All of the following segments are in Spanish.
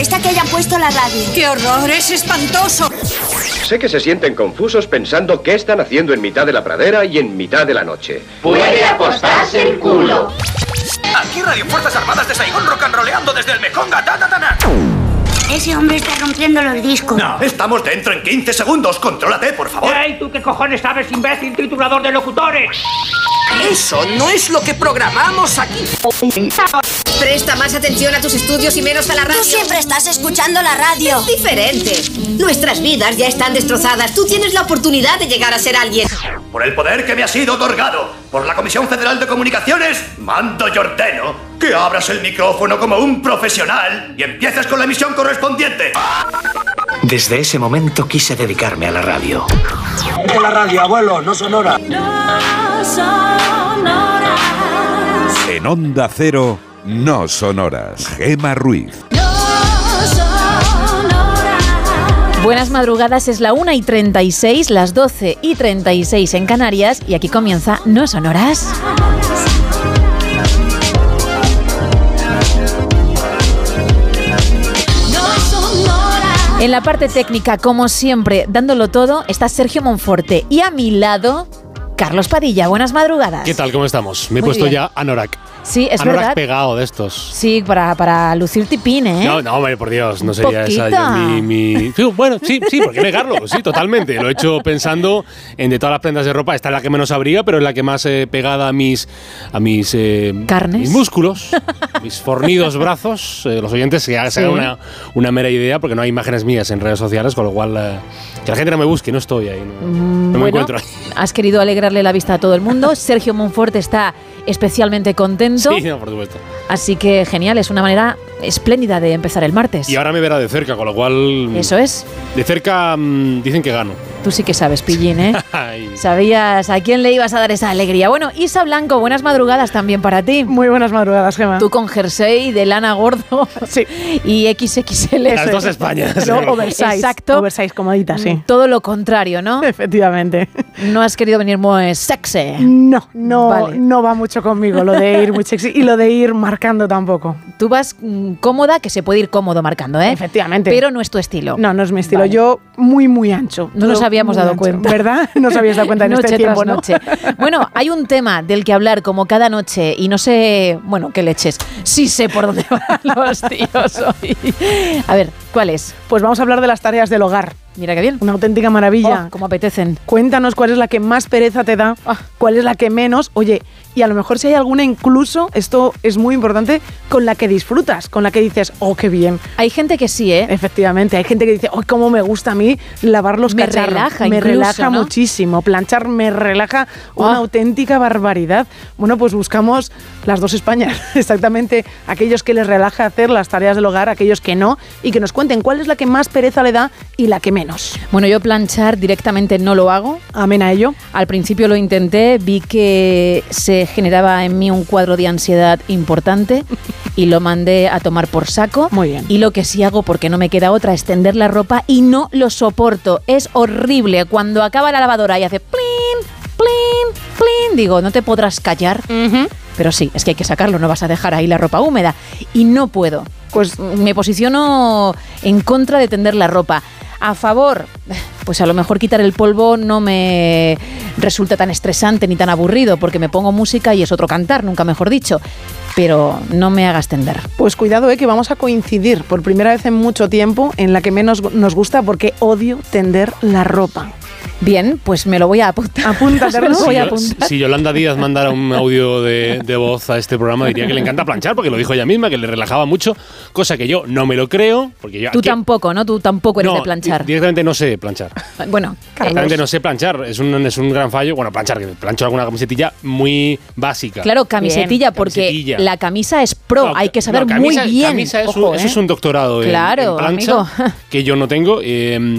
molesta que hayan puesto la radio. ¡Qué horror! ¡Es espantoso! Sé que se sienten confusos pensando qué están haciendo en mitad de la pradera y en mitad de la noche. Puede apostarse el culo. Aquí Radio Fuerzas Armadas de Saigón rocanroleando desde el Mekong a Tatatana. Ese hombre está rompiendo los discos. No, estamos dentro en 15 segundos. Contrólate, por favor. ¡Ey, tú qué cojones sabes, imbécil triturador de locutores! Eso no es lo que programamos aquí. Presta más atención a tus estudios y menos a la radio. Tú siempre estás escuchando la radio. Diferente. Nuestras vidas ya están destrozadas. Tú tienes la oportunidad de llegar a ser alguien. Por el poder que me ha sido otorgado por la Comisión Federal de Comunicaciones, mando y ordeno que abras el micrófono como un profesional y empieces con la emisión correspondiente. Desde ese momento quise dedicarme a la radio. De la radio, abuelo, no sonora. En Onda Cero, no sonoras. Gema Ruiz. Buenas madrugadas, es la 1:36, las 12:36 en Canarias y aquí comienza No Sonoras. En la parte técnica, como siempre, dándolo todo, está Sergio Monforte y a mi lado, Carlos Padilla. Buenas madrugadas. ¿Qué tal? ¿Cómo estamos? Me he Muy puesto bien. ya anorak. Sí, es anorak verdad. pegado de estos. Sí, para lucir tipín, ¿eh? No, hombre, por Dios, no sería Poquito. esa mi... Sí, bueno, sí, ¿por qué negarlo? Sí, totalmente. Lo he hecho pensando en de todas las prendas de ropa. Esta es la que menos abriga, pero es la que más pegada a mis carnes, mis músculos, mis fornidos brazos. Los oyentes se hagan una mera idea, porque no hay imágenes mías en redes sociales, con lo cual que la gente no me busque, no estoy ahí, no me encuentro ahí. Has querido alegrarle la vista a todo el mundo. Sergio Monforte está especialmente contento. Sí, no, por supuesto. Así que genial, es una manera espléndida de empezar el martes. Y ahora me verá de cerca, con lo cual... Eso es. De cerca dicen que gano. Tú sí que sabes, pillín, ¿eh? Sabías a quién le ibas a dar esa alegría. Bueno, Isa Blanco, buenas madrugadas también para ti. Muy buenas madrugadas, Gema. Tú con jersey de lana gordo. Sí. Y XXL. Las dos Españas. Pero oversize. Exacto. Oversize, comodita, sí. Todo lo contrario, ¿no? Efectivamente. No has querido venir muy sexy. No Vale. va mucho conmigo lo de ir muy sexy y lo de ir marcando tampoco. Tú vas cómoda, que se puede ir cómodo marcando, ¿eh? Efectivamente. Pero no es tu estilo. No es mi estilo. Vale. Yo muy ancho. No nos habíamos dado cuenta. ¿Verdad? No os habíais dado cuenta en noche este tiempo, ¿no? noche. Bueno, hay un tema del que hablar como cada noche y no sé, bueno, qué leches. Sí sé por dónde van los tíos hoy. A ver, ¿cuál es? Pues vamos a hablar de las tareas del hogar. Mira qué bien. Una auténtica maravilla. Como apetecen. Cuéntanos cuál es la que más pereza te da, cuál es la que menos. Oye, y a lo mejor si hay alguna incluso, esto es muy importante, con la que disfrutas, con la que dices, oh, qué bien. Hay gente que sí, ¿eh? Efectivamente, hay gente que dice, oh, cómo me gusta a mí lavar los cacharros. Me relaja ¿no? muchísimo. Planchar me relaja una auténtica barbaridad. Bueno, pues buscamos las dos Españas, exactamente. Aquellos que les relaja hacer las tareas del hogar, aquellos que no, y que nos cuenten cuál es la que más pereza le da y la que menos. Bueno, yo planchar directamente no lo hago. Amén a ello. Al principio lo intenté, vi que se generaba en mí un cuadro de ansiedad importante y lo mandé a tomar por saco. Muy bien. Y lo que sí hago, porque no me queda otra, es tender la ropa y no lo soporto. Es horrible. Cuando acaba la lavadora y hace plin, plin, plin, digo, no te podrás callar. Pero sí, es que hay que sacarlo, no vas a dejar ahí la ropa húmeda. Y no puedo. Pues me posiciono en contra de tender la ropa. A favor, pues a lo mejor quitar el polvo no me resulta tan estresante ni tan aburrido, porque me pongo música y es otro cantar, nunca mejor dicho. Pero no me hagas tender. Pues cuidado, que vamos a coincidir por primera vez en mucho tiempo en la que menos nos gusta, porque odio tender la ropa. Bien, pues me lo voy a apuntar. Apúntatelo. Si Yolanda Díaz mandara un audio de voz a este programa, diría que le encanta planchar, porque lo dijo ella misma, que le relajaba mucho, cosa que yo no me lo creo. Porque yo Tú tampoco, ¿no? Tú tampoco eres de planchar. Directamente no sé planchar. Bueno, directamente no sé planchar. Es un gran fallo. Bueno, planchar, que plancho alguna camisetilla muy básica. Claro, camisetilla, porque la camisa es pro. No, hay que saber muy bien. Camisa eso es un doctorado claro, en plancha, amigo. que yo no tengo.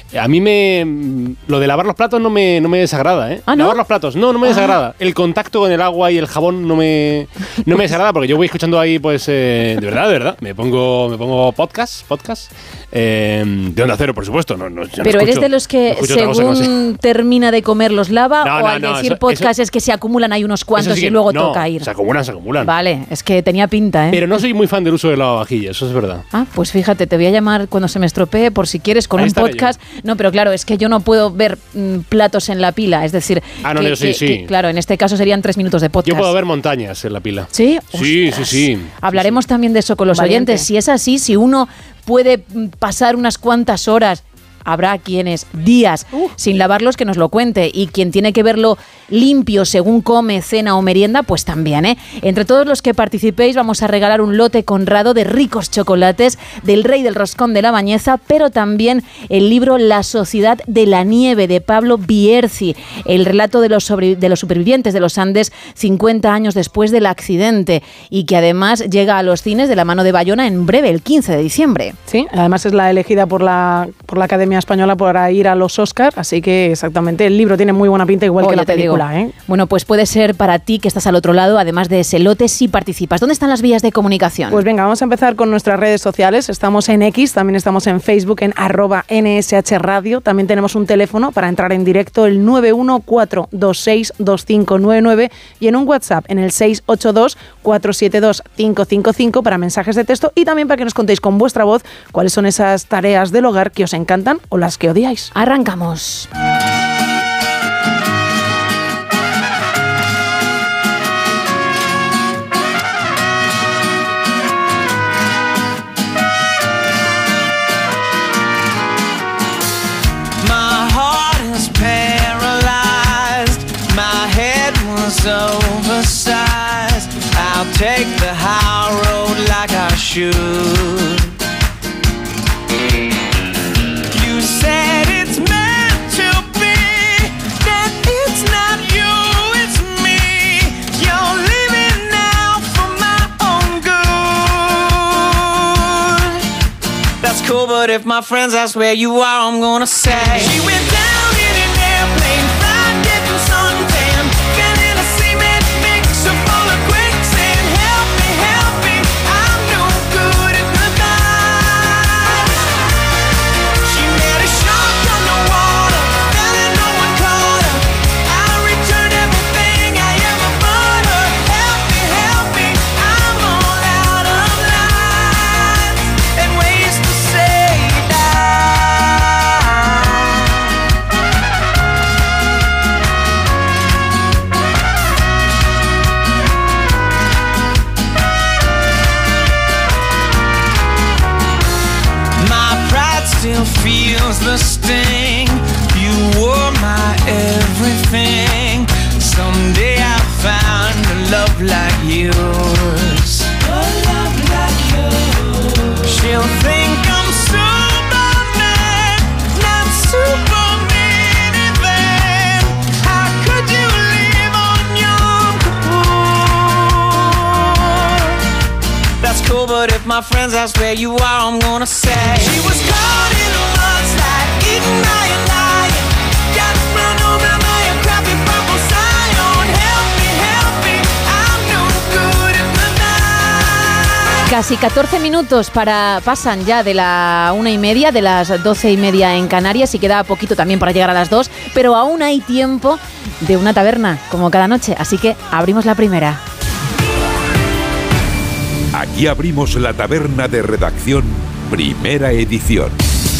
A mí lo de lavar los platos no me desagrada, ¿eh? ¿Ah, no? Lavar los platos, no me desagrada. El contacto con el agua y el jabón no me desagrada, porque yo voy escuchando ahí, pues, de verdad. Me pongo podcast de Onda Cero, por supuesto. Pero eres de los que según termina de comer los lava, o al decir podcast es que se acumulan ahí unos cuantos y luego toca ir. Se acumulan. Vale, es que tenía pinta, ¿eh? Pero no soy muy fan del uso de lavavajillas, eso es verdad. Ah, pues fíjate, te voy a llamar cuando se me estropee, por si quieres, con un podcast. No, pero claro, es que yo no puedo ver platos en la pila, es decir, sí. Claro, en este caso serían 3 minutos de podcast. Yo puedo ver montañas en la pila. ¿Sí? Sí. Hablaremos también de eso con los oyentes. Si es así, si uno puede pasar unas cuantas horas, habrá quienes días sin lavarlos, que nos lo cuente, y quien tiene que verlo limpio según come, cena o merienda, pues también, ¿eh? Entre todos los que participéis vamos a regalar un lote conrado de ricos chocolates del Rey del Roscón de la Bañeza, pero también el libro La Sociedad de la Nieve de Pablo Bierzi, el relato de los supervivientes de los Andes 50 años después del accidente, y que además llega a los cines de la mano de Bayona en breve, el 15 de diciembre. Sí, además es la elegida por la Academia Española para ir a los Oscars, así que exactamente el libro tiene muy buena pinta, igual que la película, ¿eh? Bueno, pues puede ser para ti que estás al otro lado, además de ese lote, si participas. ¿Dónde están las vías de comunicación? Pues venga, vamos a empezar con nuestras redes sociales. Estamos en X, también estamos en Facebook, en @NSH Radio. También tenemos un teléfono para entrar en directo, el 914262599, y en un WhatsApp en el 682472555 para mensajes de texto, y también para que nos contéis con vuestra voz cuáles son esas tareas del hogar que os encantan o las que odiáis. Arrancamos. Oversized, I'll take the high road like I should. You said it's meant to be, that it's not you, it's me. You're leaving now for my own good. That's cool, but if my friends ask where you are, I'm gonna say she went down in an airplane, fried, getting suntan. Feels the sting. You were my everything. Someday I'll find a love like yours. A love like yours. She'll think I'm Superman, not Superman even. How could you live on Yom Kippur? That's cool, but if my friends ask where you are, I'm gonna say she was caught in a mudslide, eaten by a lion. Got run over by a crappy purple scion. Help me, I'm no good at the night. Casi 14 minutos pasan ya de la 1:30, de las 12:30 en Canarias, y queda poquito también para llegar a las 2, pero aún hay tiempo de una taberna, como cada noche, así que abrimos la primera. Aquí abrimos la taberna de redacción, primera edición.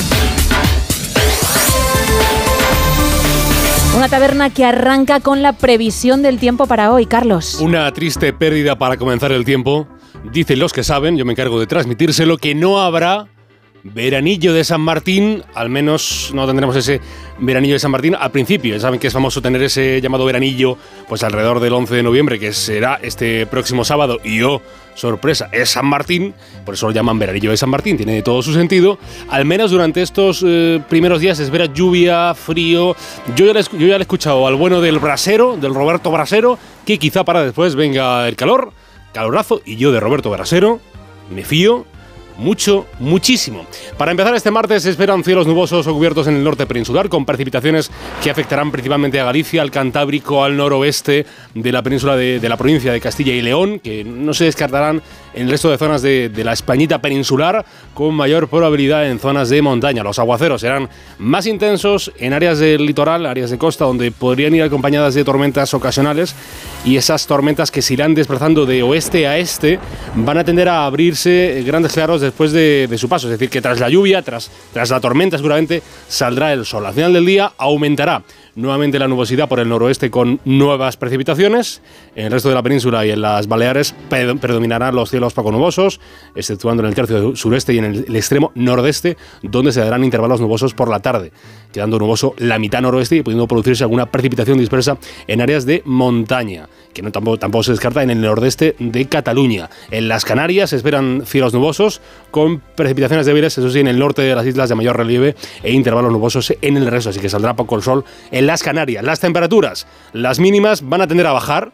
Una taberna que arranca con la previsión del tiempo para hoy, Carlos. Una triste pérdida para comenzar el tiempo. Dicen los que saben, yo me encargo de transmitírselo, que no habrá veranillo de San Martín, al menos no tendremos ese veranillo de San Martín al principio. Ya saben que es famoso tener ese llamado veranillo pues alrededor del 11 de noviembre, que será este próximo sábado, y sorpresa, es San Martín, por eso lo llaman veranillo de San Martín, tiene todo su sentido. Al menos durante estos primeros días se espera lluvia, frío. Yo ya le he escuchado al bueno del Brasero, del Roberto Brasero, que quizá para después venga el calor, calorazo, y yo de Roberto Brasero me fío muchísimo. Para empezar, este martes se esperan cielos nubosos o cubiertos en el norte peninsular, con precipitaciones que afectarán principalmente a Galicia, al Cantábrico, al noroeste de la península de la provincia de Castilla y León, que no se descartarán en el resto de zonas de la Españita peninsular, con mayor probabilidad en zonas de montaña. Los aguaceros serán más intensos en áreas del litoral, áreas de costa, donde podrían ir acompañadas de tormentas ocasionales, y esas tormentas que se irán desplazando de oeste a este van a tender a abrirse grandes claros después de su paso. Es decir, que tras la lluvia, tras la tormenta seguramente saldrá el sol. Al final del día aumentará nuevamente la nubosidad por el noroeste con nuevas precipitaciones. En el resto de la península y en las Baleares predominarán los cielos poco nubosos, exceptuando en el tercio sureste y en el extremo nordeste, donde se darán intervalos nubosos por la tarde, quedando nuboso la mitad noroeste y pudiendo producirse alguna precipitación dispersa en áreas de montaña, que tampoco se descarta en el nordeste de Cataluña. En las Canarias se esperan cielos nubosos con precipitaciones débiles, eso sí, en el norte de las islas de mayor relieve, e intervalos nubosos en el resto, así que saldrá poco el sol en las Canarias. Las temperaturas, las mínimas van a tender a bajar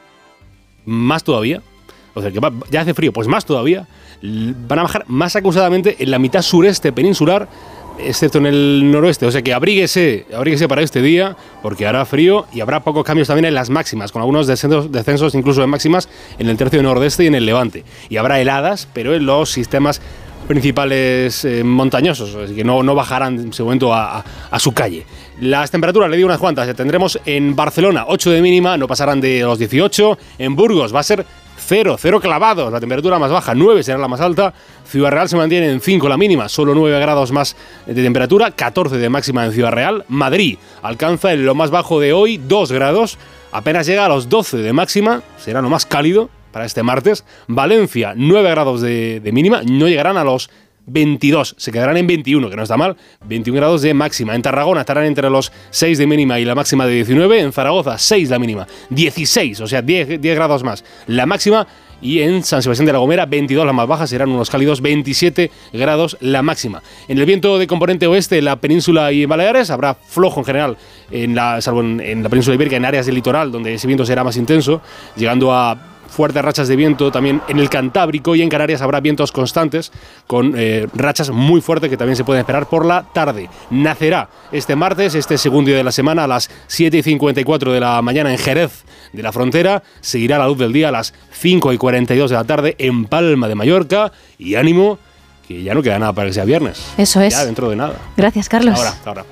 más todavía. O sea, que ya hace frío, pues más todavía. Van a bajar más acusadamente en la mitad sureste peninsular, excepto en el noroeste. O sea que abríguese para este día, porque hará frío y habrá pocos cambios también en las máximas, con algunos descensos incluso en máximas en el tercio nordeste y en el levante. Y habrá heladas, pero en los sistemas principales montañosos, así que no bajarán en ese momento a su calle. Las temperaturas, le digo unas cuantas, tendremos en Barcelona 8 de mínima, no pasarán de los 18, en Burgos va a ser 0 clavados, la temperatura más baja, 9 será la más alta, Ciudad Real se mantiene en 5 la mínima, solo 9 grados más de temperatura, 14 de máxima en Ciudad Real, Madrid alcanza en lo más bajo de hoy 2 grados, apenas llega a los 12 de máxima, será lo más cálido para este martes. Valencia, 9 grados de mínima, no llegarán a los 22, se quedarán en 21, que no está mal, 21 grados de máxima. En Tarragona estarán entre los 6 de mínima y la máxima de 19, en Zaragoza 6 la mínima, 16, o sea 10 grados más la máxima, y en San Sebastián de la Gomera 22 la más baja, serán unos cálidos 27 grados la máxima. En el viento de componente oeste, la península y Baleares, habrá flojo en general, salvo en la península ibérica, en áreas del litoral, donde ese viento será más intenso, llegando a fuertes rachas de viento también en el Cantábrico, y en Canarias habrá vientos constantes con rachas muy fuertes que también se pueden esperar por la tarde. Nacerá este martes, este segundo día de la semana, a las 7:54 de la mañana en Jerez de la Frontera. Seguirá la luz del día a las 5:42 de la tarde en Palma de Mallorca. Y ánimo, que ya no queda nada para que sea viernes. Eso es. Ya dentro de nada. Gracias, Carlos. Hasta ahora.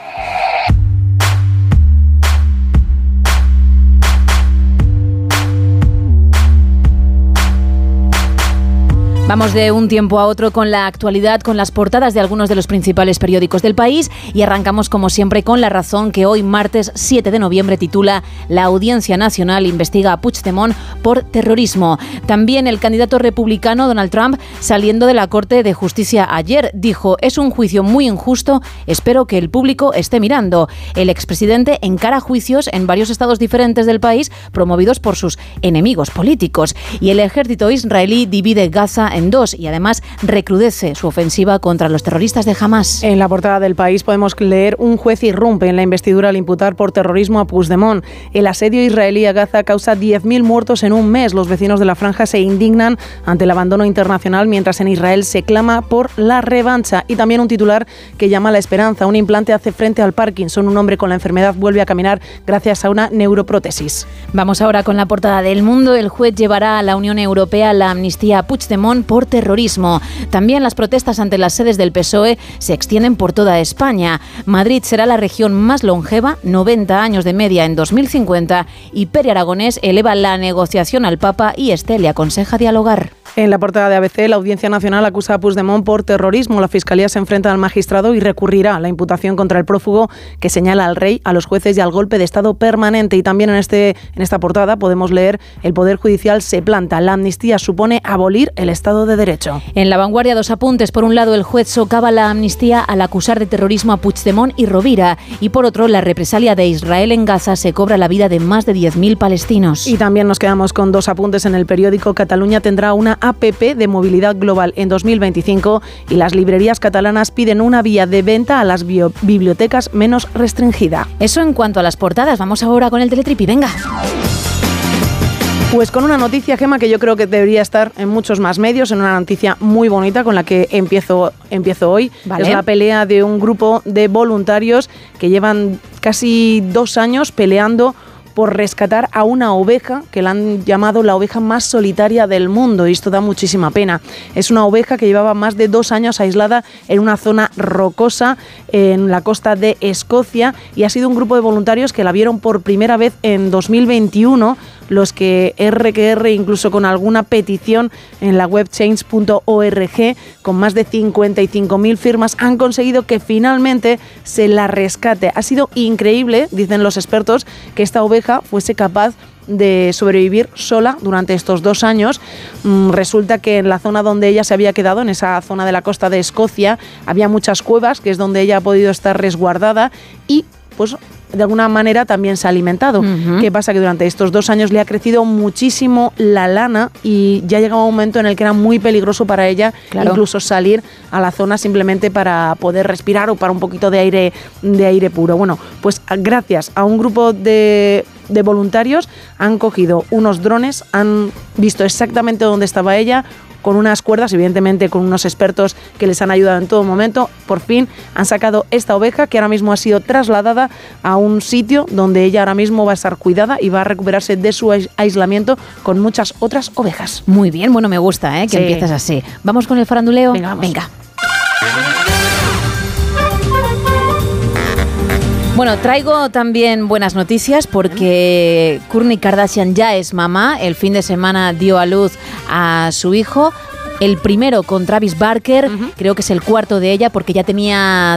Vamos de un tiempo a otro con la actualidad, con las portadas de algunos de los principales periódicos del país, y arrancamos como siempre con La Razón, que hoy martes 7 de noviembre titula «La Audiencia Nacional investiga a Puigdemont por terrorismo». También el candidato republicano Donald Trump, saliendo de la Corte de Justicia ayer, dijo «Es un juicio muy injusto, espero que el público esté mirando». El expresidente encara juicios en varios estados diferentes del país promovidos por sus enemigos políticos, y el ejército israelí divide Gaza en dos y además recrudece su ofensiva contra los terroristas de Hamás. En la portada del País podemos leer: un juez irrumpe en la investidura al imputar por terrorismo a Puigdemont. El asedio israelí a Gaza causa 10.000 muertos en un mes. Los vecinos de la franja se indignan ante el abandono internacional, mientras en Israel se clama por la revancha. Y también un titular que llama a la esperanza: un implante hace frente al Parkinson. Un hombre con la enfermedad vuelve a caminar gracias a una neuroprótesis. Vamos ahora con la portada del Mundo. El juez llevará a la Unión Europea la amnistía a Puigdemont por terrorismo. También las protestas ante las sedes del PSOE se extienden por toda España. Madrid será la región más longeva, 90 años de media en 2050, y Pere Aragonés eleva la negociación al Papa y Este le aconseja dialogar. En la portada de ABC, la Audiencia Nacional acusa a Puigdemont por terrorismo. La Fiscalía se enfrenta al magistrado y recurrirá la imputación contra el prófugo, que señala al rey, a los jueces y al golpe de Estado permanente. Y también en esta portada podemos leer: el Poder Judicial se planta. La amnistía supone abolir el Estado de Derecho. En La Vanguardia, dos apuntes. Por un lado, el juez socava la amnistía al acusar de terrorismo a Puigdemont y Rovira. Y por otro, la represalia de Israel en Gaza se cobra la vida de más de 10.000 palestinos. Y también nos quedamos con dos apuntes en el periódico. Cataluña tendrá una APP de movilidad global en 2025 y las librerías catalanas piden una vía de venta a las bibliotecas menos restringida. Eso en cuanto a las portadas. Vamos ahora con el Teletripi, venga. Pues con una noticia, Gemma, que yo creo que debería estar en muchos más medios, en una noticia muy bonita con la que empiezo hoy. Vale. Es la pelea de un grupo de voluntarios que llevan casi 2 años peleando por rescatar a una oveja que la han llamado la oveja más solitaria del mundo, y esto da muchísima pena. Es una oveja que llevaba más de 2 años aislada en una zona rocosa en la costa de Escocia, y ha sido un grupo de voluntarios que la vieron por primera vez en 2021, los que incluso con alguna petición en la web change.org, con más de 55.000 firmas, han conseguido que finalmente se la rescate. Ha sido increíble, dicen los expertos, que esta oveja fuese capaz de sobrevivir sola durante estos 2 años. Resulta que en la zona donde ella se había quedado, en esa zona de la costa de Escocia, había muchas cuevas, que es donde ella ha podido estar resguardada, y pues de alguna manera también se ha alimentado. ¿Qué pasa? Que durante estos 2 años le ha crecido muchísimo la lana y ya llegaba un momento en el que era muy peligroso para ella, incluso salir a la zona simplemente para poder respirar o para un poquito de aire puro. Bueno, pues gracias a un grupo de voluntarios han cogido unos drones, han visto exactamente dónde estaba ella, con unas cuerdas, evidentemente con unos expertos que les han ayudado en todo momento. Por fin han sacado esta oveja, que ahora mismo ha sido trasladada a un sitio donde ella ahora mismo va a estar cuidada y va a recuperarse de su aislamiento con muchas otras ovejas. Muy bien, bueno, me gusta que empieces así. ¿Vamos con el faranduleo? Venga, vamos. Venga. Bueno, traigo también buenas noticias porque Kourtney Kardashian ya es mamá. El fin de semana dio a luz a su hijo. El primero con Travis Barker, creo que es el cuarto de ella porque ya tenía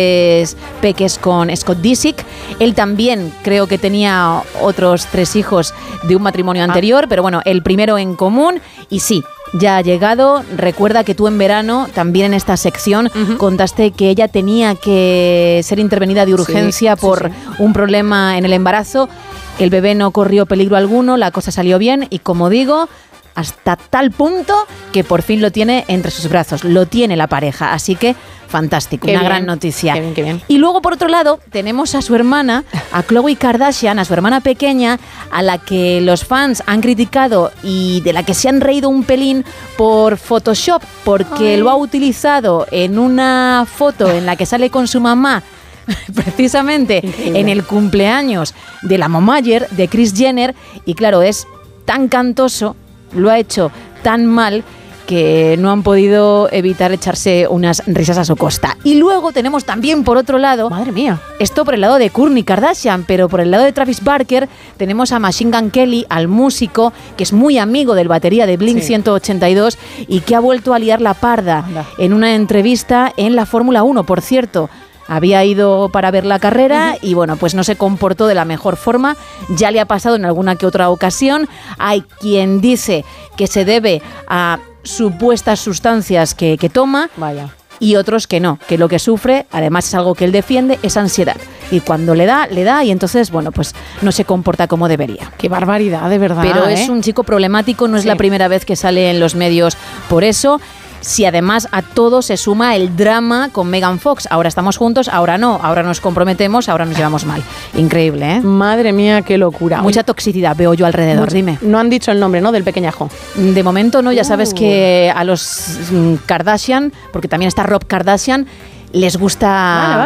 3 peques con Scott Disick. Él también creo que tenía otros 3 hijos de un matrimonio anterior, pero bueno, el primero en común. Y sí, ya ha llegado. Recuerda que tú en verano, también en esta sección, contaste que ella tenía que ser intervenida de urgencia por un problema en el embarazo. El bebé no corrió peligro alguno, la cosa salió bien y, como digo, hasta tal punto que por fin lo tiene entre sus brazos, lo tiene la pareja, así que fantástico, una gran noticia. Qué bien. Y luego, por otro lado, tenemos a su hermana, a Khloe Kardashian, a su hermana pequeña, a la que los fans han criticado y de la que se han reído un pelín por Photoshop, porque lo ha utilizado en una foto en la que sale con su mamá, precisamente en el cumpleaños de la momager de Kris Jenner, y claro, es tan cantoso, lo ha hecho tan mal que no han podido evitar echarse unas risas a su costa. Y luego tenemos también, por otro lado, madre mía, esto por el lado de Kourtney Kardashian, pero por el lado de Travis Barker tenemos a Machine Gun Kelly, al músico, que es muy amigo del batería de Blink 182 y que ha vuelto a liar la parda en una entrevista en la Fórmula 1, por cierto. Había ido para ver la carrera y bueno, pues no se comportó de la mejor forma. Ya le ha pasado en alguna que otra ocasión. Hay quien dice que se debe a supuestas sustancias que toma. Vaya. Y otros que no, que lo que sufre, además es algo que él defiende, es ansiedad. Y cuando le da, y entonces, bueno, pues no se comporta como debería. Qué barbaridad, de verdad. Pero es un chico problemático, no es la primera vez que sale en los medios por eso. Si además a todo se suma el drama con Megan Fox. Ahora estamos juntos, ahora no, ahora nos comprometemos, ahora nos llevamos mal. Increíble, ¿eh? Madre mía, qué locura. Mucha toxicidad veo yo alrededor, dime. No han dicho el nombre, ¿no?, del pequeñajo. De momento no, ya sabes que a los Kardashian, porque también está Rob Kardashian, les gusta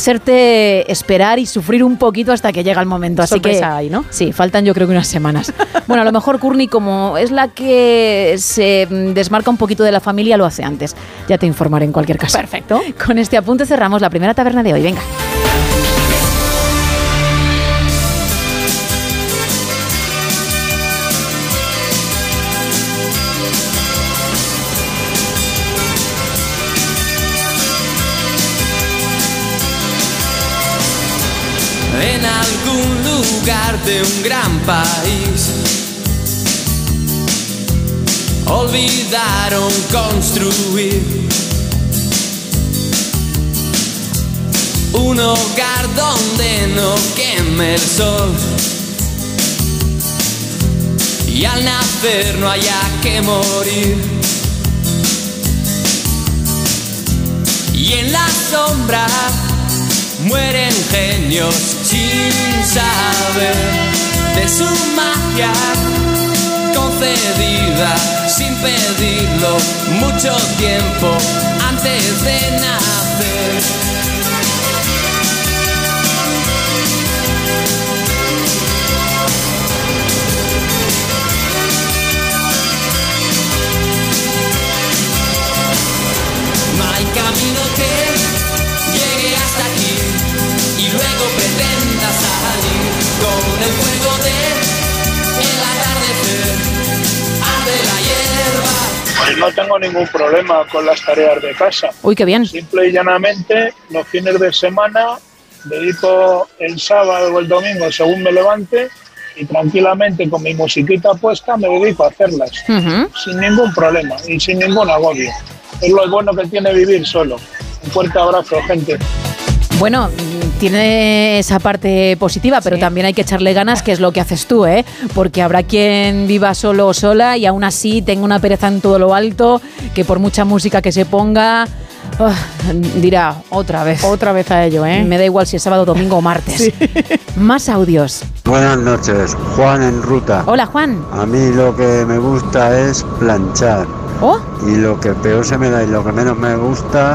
hacerte esperar y sufrir un poquito hasta que llega el momento. Así sorpresa que ahí, ¿no? Sí, faltan yo creo que unas semanas. Bueno, a lo mejor Kourtney, como es la que se desmarca un poquito de la familia, lo hace antes. Ya te informaré en cualquier caso. Perfecto. Con este apunte cerramos la primera taberna de hoy. Venga. En algún lugar de un gran país olvidaron construir un hogar donde no queme el sol y al nacer no haya que morir. Y en la sombra mueren genios sin saber de su magia concedida sin pedirlo mucho tiempo antes de nacer. No hay camino que llegue hasta aquí y luego pretenda salir con el fuego del atardecer arde la hierba. Pues no tengo ningún problema con las tareas de casa. Uy, qué bien. Simple y llanamente, los fines de semana dedico el sábado o el domingo según me levante y tranquilamente con mi musiquita puesta me dedico a hacerlas sin ningún problema y sin ningún agobio. Es lo bueno que tiene vivir solo. Un fuerte abrazo, gente. Bueno, tiene esa parte positiva, pero también hay que echarle ganas, que es lo que haces tú, ¿eh? Porque habrá quien viva solo o sola y aún así tenga una pereza en todo lo alto, que por mucha música que se ponga, dirá, otra vez. Otra vez a ello, ¿eh? Me da igual si es sábado, domingo o martes. Sí. Más audios. Buenas noches, Juan en ruta. Hola, Juan. A mí lo que me gusta es planchar. ¿Oh? Y lo que peor se me da y lo que menos me gusta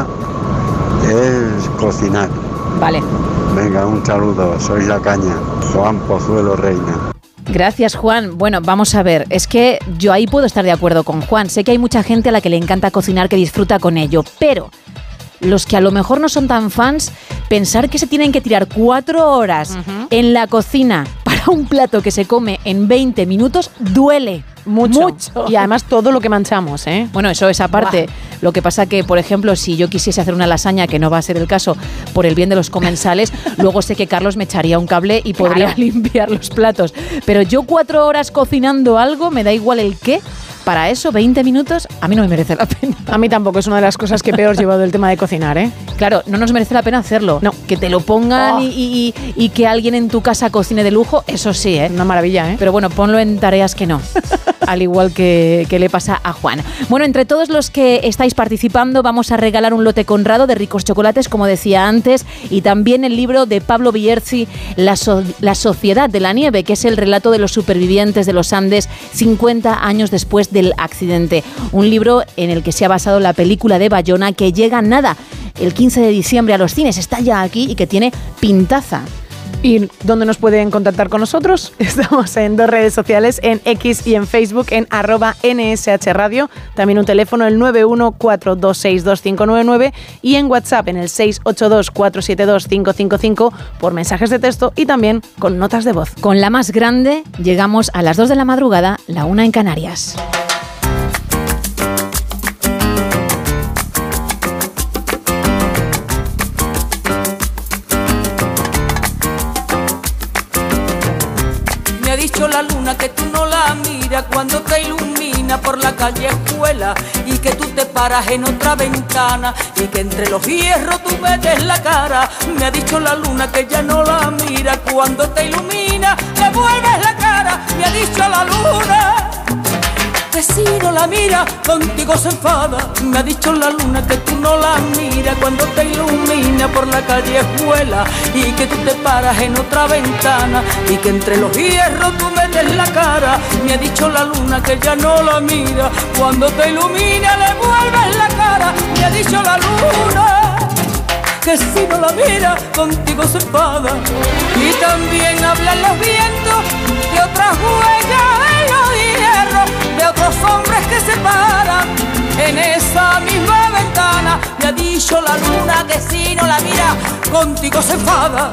es cocinar. Vale. Venga, un saludo, soy La Caña, Juan Pozuelo Reina. Gracias, Juan. Bueno, vamos a ver, es que yo ahí puedo estar de acuerdo con Juan. Sé que hay mucha gente a la que le encanta cocinar, que disfruta con ello, pero los que a lo mejor no son tan fans, pensar que se tienen que tirar 4 horas en la cocina para un plato que se come en 20 minutos duele. Mucho. Y además todo lo que manchamos, ¿eh? Bueno, eso es aparte. Lo que pasa que, por ejemplo, si yo quisiese hacer una lasaña, que no va a ser el caso por el bien de los comensales, luego sé que Carlos me echaría un cable y podría limpiar los platos. Pero yo 4 horas cocinando algo, me da igual el qué. Para eso, 20 minutos, a mí no me merece la pena. A mí tampoco, es una de las cosas que peor llevo del tema de cocinar, ¿eh? Claro, no nos merece la pena hacerlo. No. Que te lo pongan y que alguien en tu casa cocine de lujo, eso sí, ¿eh? Una maravilla, ¿eh? Pero bueno, ponlo en tareas que no. Al igual que le pasa a Juan. Bueno, entre todos los que estáis participando, vamos a regalar un lote Conrado de ricos chocolates, como decía antes, y también el libro de Pablo Villerzi, La Sociedad de la Nieve, que es el relato de los supervivientes de los Andes 50 años después del accidente. Un libro en el que se ha basado la película de Bayona, que llega el 15 de diciembre a los cines. Está ya aquí y que tiene pintaza. ¿Y dónde nos pueden contactar con nosotros? Estamos en 2 redes sociales, en X y en Facebook, en @NSH Radio. También un teléfono, el 914262599, y en WhatsApp, en el 682472555, por mensajes de texto y también con notas de voz. Con la más grande llegamos a las 2 de la madrugada, la 1 en Canarias. Me ha dicho la luna que tú no la miras cuando te ilumina por la callejuela, y que tú te paras en otra ventana y que entre los hierros tú metes la cara. Me ha dicho la luna que ya no la mira cuando te ilumina, le vuelves la cara. Me ha dicho la luna que si no la mira contigo se enfada. Me ha dicho la luna que tú no la miras cuando te ilumina por la callejuela, y que tú te paras en otra ventana y que entre los hierros tú metes la cara. Me ha dicho la luna que ya no la mira cuando te ilumina, le vuelves la cara. Me ha dicho la luna que si no la mira contigo se enfada. Y también hablan los vientos de otras huellas en los hierros, de otros hombres que se paran en esa misma ventana. Me ha dicho la luna que si no la mira contigo se enfada.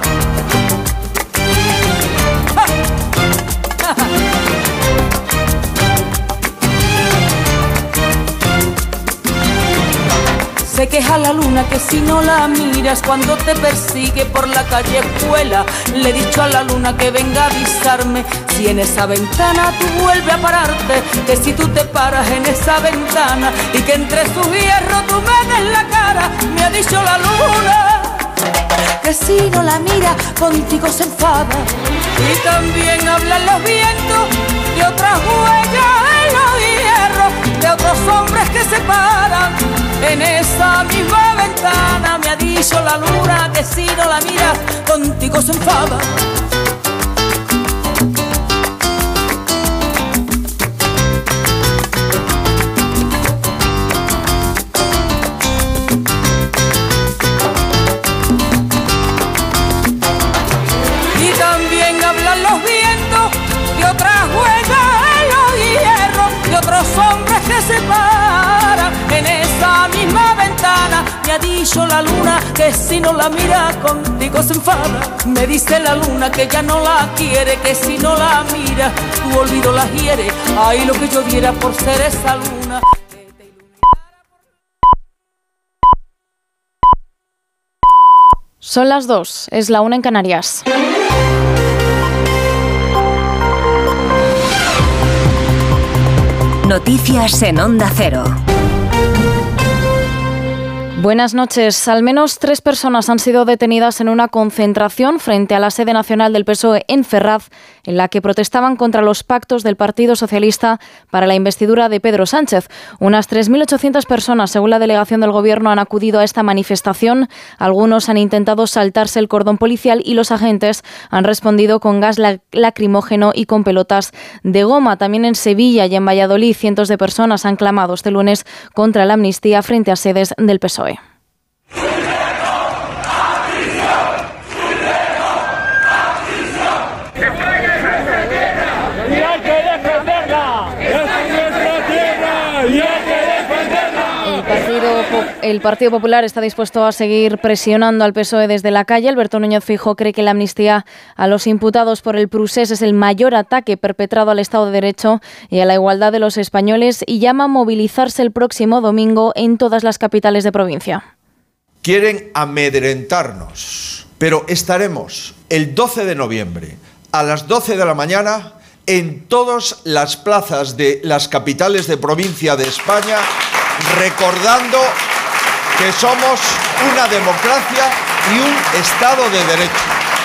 Se queja la luna que si no la miras cuando te persigue por la callejuela. Le he dicho a la luna que venga a avisarme si en esa ventana tú vuelves a pararte, que si tú te paras en esa ventana y que entre sus hierros tú metes la cara. Me ha dicho la luna que si no la mira contigo se enfada. Y también hablan los vientos de otras huellas en los hierros, de otros hombres que se paran en esa misma ventana. Me ha dicho la luna que si no la miras contigo se enfada. separa en esa misma ventana. Me ha dicho la luna que si no la mira contigo se enfada. Me dice la luna que ya no la quiere, que si no la mira tu olvido la hiere. Ay, lo que yo diera por ser esa luna. Son las 2, es la 1 en Canarias. Noticias en Onda Cero. Buenas noches. Al menos 3 personas han sido detenidas en una concentración frente a la sede nacional del PSOE en Ferraz, en la que protestaban contra los pactos del Partido Socialista para la investidura de Pedro Sánchez. Unas 3.800 personas, según la delegación del Gobierno, han acudido a esta manifestación. Algunos han intentado saltarse el cordón policial y los agentes han respondido con gas lacrimógeno y con pelotas de goma. También en Sevilla y en Valladolid, cientos de personas han clamado este lunes contra la amnistía frente a sedes del PSOE. El Partido Popular está dispuesto a seguir presionando al PSOE desde la calle. Alberto Núñez Feijóo cree que la amnistía a los imputados por el procés es el mayor ataque perpetrado al Estado de Derecho y a la igualdad de los españoles y llama a movilizarse el próximo domingo en todas las capitales de provincia. Quieren amedrentarnos, pero estaremos el 12 de noviembre a las 12 de la mañana en todas las plazas de las capitales de provincia de España, recordando que somos una democracia y un Estado de Derecho.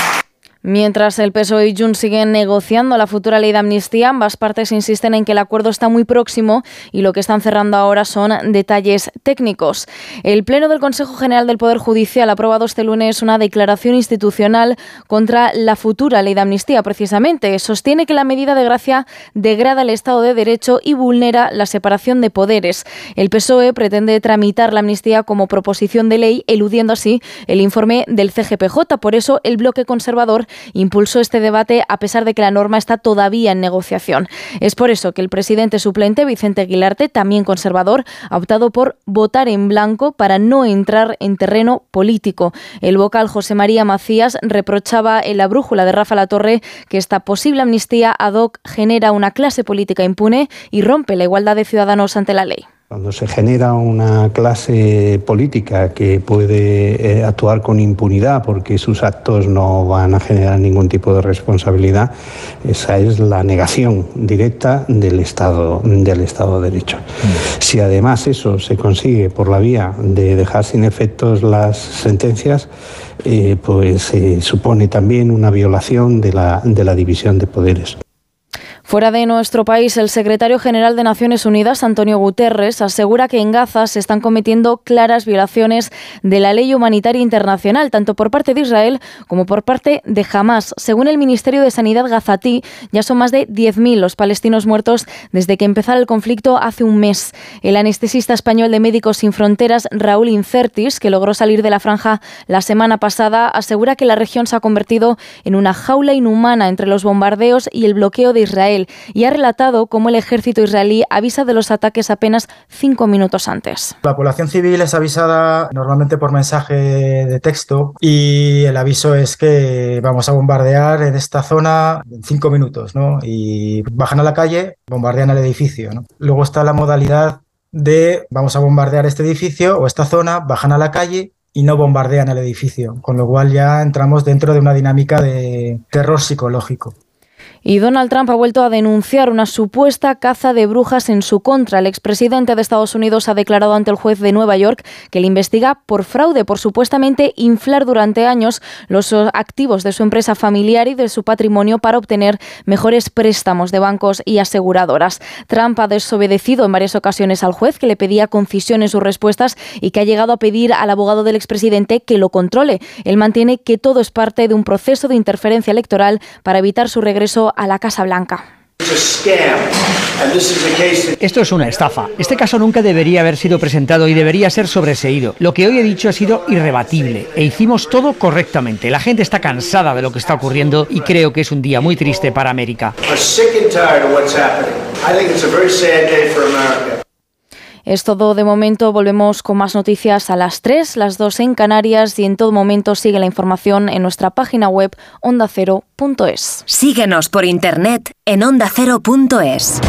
Mientras el PSOE y Junts siguen negociando la futura ley de amnistía, ambas partes insisten en que el acuerdo está muy próximo y lo que están cerrando ahora son detalles técnicos. El Pleno del Consejo General del Poder Judicial ha aprobado este lunes una declaración institucional contra la futura ley de amnistía. Precisamente, sostiene que la medida de gracia degrada el Estado de Derecho y vulnera la separación de poderes. El PSOE pretende tramitar la amnistía como proposición de ley, eludiendo así el informe del CGPJ. Por eso, el bloque conservador impulsó este debate a pesar de que la norma está todavía en negociación. Es por eso que el presidente suplente, Vicente Aguilarte, también conservador, ha optado por votar en blanco para no entrar en terreno político. El vocal José María Macías reprochaba en la brújula de Rafa Latorre que esta posible amnistía ad hoc genera una clase política impune y rompe la igualdad de ciudadanos ante la ley. Cuando se genera una clase política que puede actuar con impunidad porque sus actos no van a generar ningún tipo de responsabilidad, esa es la negación directa del Estado de Derecho. Si además eso se consigue por la vía de dejar sin efectos las sentencias, pues supone también una violación de la división de poderes. Fuera de nuestro país, el secretario general de Naciones Unidas, Antonio Guterres, asegura que en Gaza se están cometiendo claras violaciones de la ley humanitaria internacional, tanto por parte de Israel como por parte de Hamás. Según el Ministerio de Sanidad gazatí, ya son más de 10.000 los palestinos muertos desde que empezara el conflicto hace un mes. El anestesista español de Médicos Sin Fronteras, Raúl Incertis, que logró salir de la franja la semana pasada, asegura que la región se ha convertido en una jaula inhumana entre los bombardeos y el bloqueo de Israel, y ha relatado cómo el ejército israelí avisa de los ataques apenas 5 minutos antes. La población civil es avisada normalmente por mensaje de texto y el aviso es que vamos a bombardear en esta zona en 5 minutos, ¿no? Y bajan a la calle, bombardean el edificio, ¿no? Luego está la modalidad de vamos a bombardear este edificio o esta zona, bajan a la calle y no bombardean el edificio, con lo cual ya entramos dentro de una dinámica de terror psicológico. Y Donald Trump ha vuelto a denunciar una supuesta caza de brujas en su contra. El expresidente de Estados Unidos ha declarado ante el juez de Nueva York que le investiga por fraude, por supuestamente inflar durante años los activos de su empresa familiar y de su patrimonio para obtener mejores préstamos de bancos y aseguradoras. Trump ha desobedecido en varias ocasiones al juez, que le pedía concisión en sus respuestas y que ha llegado a pedir al abogado del expresidente que lo controle. Él mantiene que todo es parte de un proceso de interferencia electoral para evitar su regreso a la Casa Blanca. Esto es una estafa. Este caso nunca debería haber sido presentado y debería ser sobreseído. Lo que hoy he dicho ha sido irrebatible e hicimos todo correctamente. La gente está cansada de lo que está ocurriendo y creo que es un día muy triste para América. Es todo de momento. Volvemos con más noticias a las 3, las 2 en Canarias, y en todo momento sigue la información en nuestra página web ondacero.es. Síguenos por internet en ondacero.es.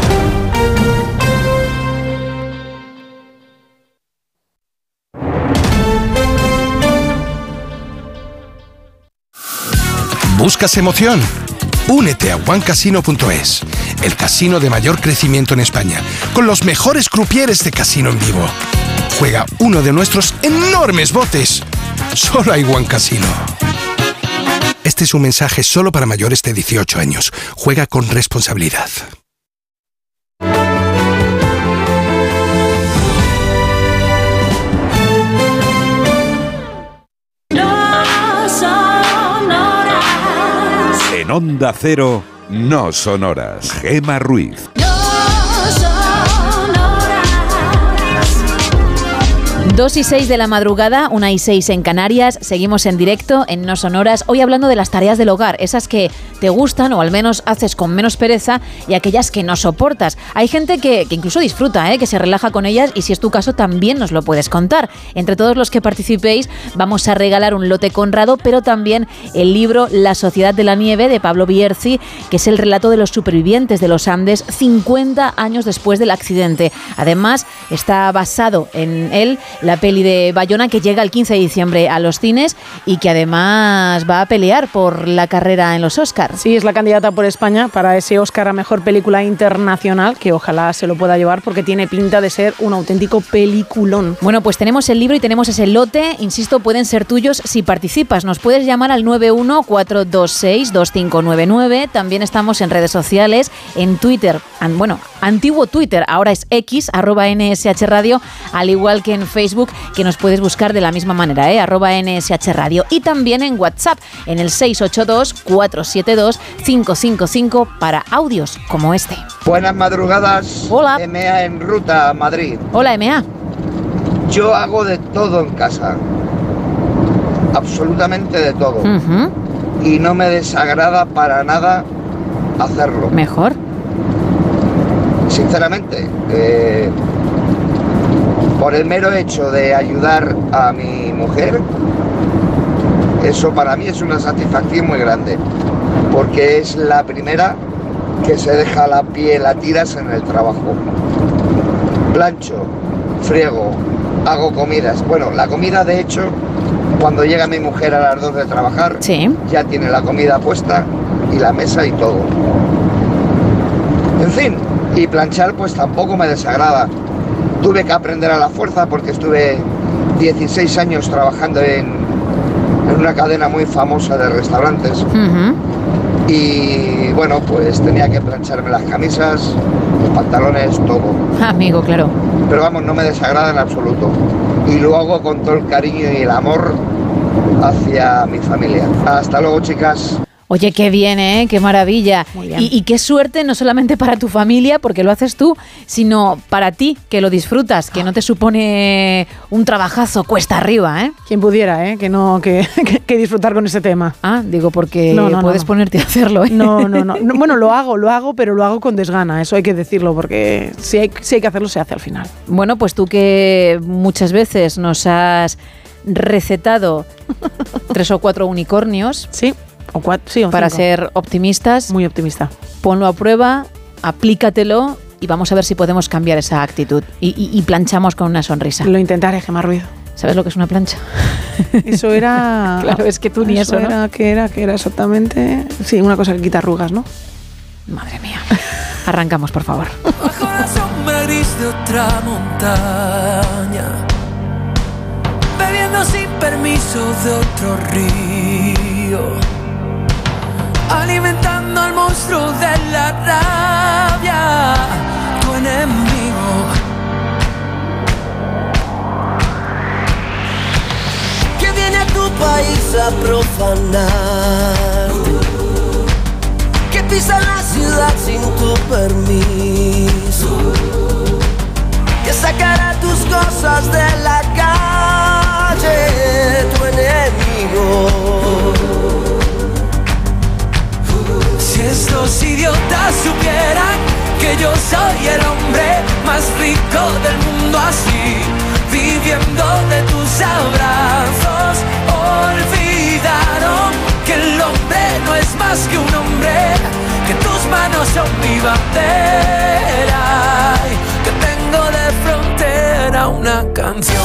¿Buscas emoción? Únete a OneCasino.es, el casino de mayor crecimiento en España, con los mejores croupiers de casino en vivo. Juega uno de nuestros enormes botes. Solo hay One Casino. Este es un mensaje solo para mayores de 18 años. Juega con responsabilidad. En Onda Cero, no son horas. Gema Ruiz. 2:06 de la madrugada, 1:06 en Canarias. Seguimos en directo en No Son Horas. Hoy hablando de las tareas del hogar, esas que te gustan o al menos haces con menos pereza, y aquellas que no soportas. Hay gente que incluso disfruta, que se relaja con ellas, y si es tu caso también nos lo puedes contar. Entre todos los que participéis vamos a regalar un lote Conrado, pero también el libro La Sociedad de la Nieve de Pablo Bierzi, que es el relato de los supervivientes de los Andes 50 años después del accidente. Además, está basado en él la peli de Bayona, que llega el 15 de diciembre a los cines y que además va a pelear por la carrera en los Oscars. Sí, es la candidata por España para ese Oscar a Mejor Película Internacional, que ojalá se lo pueda llevar porque tiene pinta de ser un auténtico peliculón. Bueno, pues tenemos el libro y tenemos ese lote. Insisto, pueden ser tuyos si participas. Nos puedes llamar al 914262599. También estamos en redes sociales, en Twitter, antiguo Twitter, ahora es X, @NSH Radio, al igual que en Facebook, que nos puedes buscar de la misma manera, @NSH Radio, y también en WhatsApp, en el 682-472-555 para audios como este. Buenas madrugadas. Hola. EMEA en ruta a Madrid. Hola, EMEA. Yo hago de todo en casa. Absolutamente de todo. Y no me desagrada para nada hacerlo. Mejor. Sinceramente, por el mero hecho de ayudar a mi mujer, eso para mí es una satisfacción muy grande, porque es la primera que se deja la piel a tiras en el trabajo. Plancho, friego, hago comidas. Bueno, la comida, de hecho, cuando llega mi mujer a las 2 de trabajar, ya tiene la comida puesta y la mesa y todo. En fin, y planchar pues tampoco me desagrada. Tuve que aprender a la fuerza porque estuve 16 años trabajando en una cadena muy famosa de restaurantes. Y bueno, pues tenía que plancharme las camisas, los pantalones, todo. Amigo, claro. Pero vamos, no me desagrada en absoluto. Y lo hago con todo el cariño y el amor hacia mi familia. Hasta luego, chicas. Oye, qué bien, qué maravilla. Y qué suerte, no solamente para tu familia, porque lo haces tú, sino para ti, que lo disfrutas, que no te supone un trabajazo cuesta arriba, Quien pudiera, que disfrutar con ese tema. Ah, digo, porque puedes ponerte a hacerlo, No. Bueno, lo hago, pero lo hago con desgana, eso hay que decirlo, porque si hay que hacerlo, se hace al final. Bueno, pues tú que muchas veces nos has recetado 3 o 4 unicornios. Sí. O 4, para ser optimistas. Muy optimista. Ponlo a prueba, aplícatelo y vamos a ver si podemos cambiar esa actitud. Y planchamos con una sonrisa. Lo intentaré, Gemma Ruiz. ¿Sabes lo que es una plancha? Eso era... Claro, es que tú ni eso, era, ¿no? ¿Qué era exactamente? Sí, una cosa que quita arrugas, ¿no? Madre mía. Arrancamos, por favor. Bajo la sombra gris de otra montaña, bebiendo sin permiso de otro río, alimentando al monstruo de la rabia, tu enemigo. Que viene a tu país a profanar, que pisa la ciudad sin tu permiso, que sacará tus cosas de la calle, tu enemigo. Si estos idiotas supieran que yo soy el hombre más más rico del mundo así, viviendo de tus abrazos. Olvidaron que el hombre no es más que un hombre, que tus manos son mi bandera y que tengo de frontera una canción.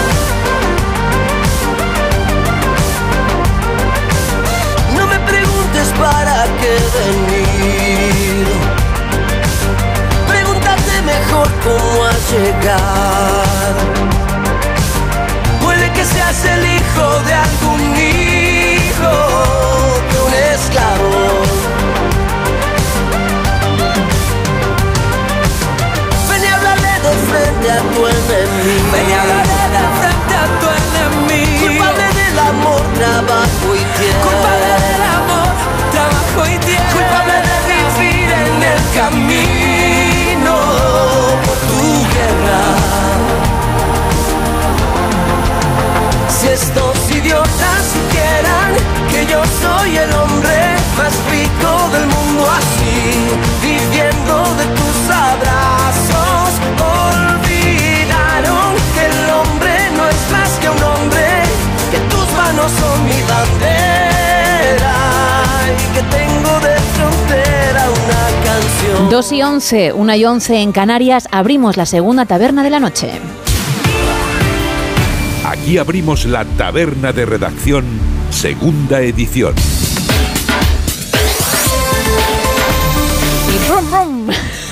No me preguntes para qué venir, pregúntate mejor cómo has llegado. Puede que seas el hijo de algún hijo de un esclavo. Ven y háblale de frente a tu enemigo. Ven y háblale de frente a tu enemigo. Culpable del amor, trabajo y tierra. Culpable del amor, trabajo y tierra. Culpable de vivir en el camino por tu guerra. Si estos idiotas supieran que yo soy el hombre más rico del mundo así, viviendo de tus abrazos. Olvidaron que el hombre no es más que un hombre, que tus manos son mi bandera y que tengo de frontera una canción. 2:11, 1:11 en Canarias, abrimos la segunda taberna de la noche. Aquí abrimos la taberna de redacción, segunda edición. Y brum, brum.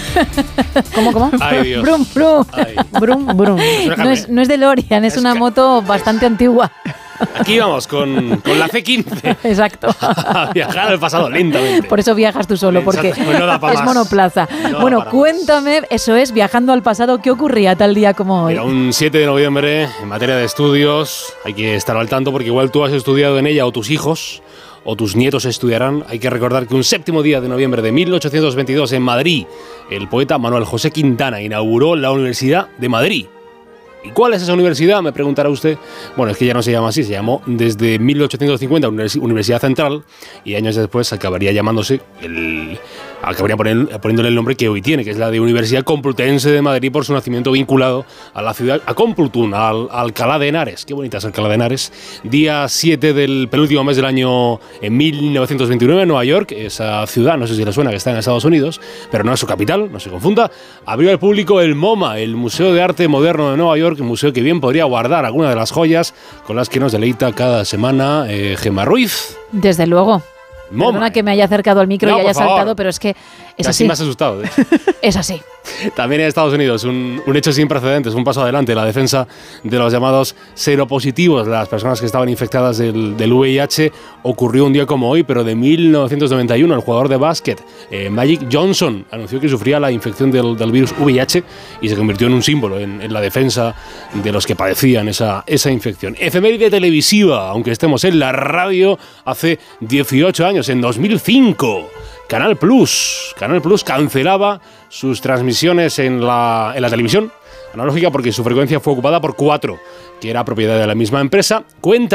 ¿Cómo? Ay, Dios. Brum, brum. Ay. Brum, brum. No es DeLorean, es una moto bastante antigua. Aquí vamos con la C15. Exacto. A viajar al pasado lentamente. Por eso viajas tú solo, porque Exacto, pues no da pa' es más. monoplaza. No bueno, da para cuéntame, eso es, viajando al pasado, ¿qué ocurría tal día como hoy? Era un 7 de noviembre, en materia de estudios, hay que estar al tanto porque igual tú has estudiado en ella o tus hijos o tus nietos estudiarán. Hay que recordar que un 7º día de noviembre de 1822 en Madrid, el poeta Manuel José Quintana inauguró la Universidad de Madrid. ¿Y cuál es esa universidad? Me preguntará usted. Bueno, es que ya no se llama así, se llamó desde 1850 Universidad Central y años después acabaría llamándose acabaría poniéndole el nombre que hoy tiene, que es la de Universidad Complutense de Madrid por su nacimiento vinculado a la ciudad, a Complutum, a Alcalá de Henares. Qué bonita es Alcalá de Henares. Día 7 del penúltimo mes del año en 1929 en Nueva York, esa ciudad, no sé si le suena, que está en Estados Unidos, pero no es su capital, no se confunda, abrió al público el MoMA, el Museo de Arte Moderno de Nueva York, un museo que bien podría guardar algunas de las joyas con las que nos deleita cada semana Gemma Ruiz. Desde luego. MoMA. Perdona que me haya acercado al micro No, y haya por favor. saltado, pero es que es Casi así. me has asustado, de hecho. Es así. También en Estados Unidos, un hecho sin precedentes, un paso adelante, la defensa de los llamados seropositivos, las personas que estaban infectadas del VIH, ocurrió un día como hoy, pero de 1991. El jugador de básquet, Magic Johnson, anunció que sufría la infección del virus VIH y se convirtió en un símbolo en la defensa de los que padecían esa infección. Efeméride televisiva, aunque estemos en la radio, hace 18 años, en 2005. Canal Plus cancelaba sus transmisiones en la televisión analógica porque su frecuencia fue ocupada por 4, que era propiedad de la misma empresa.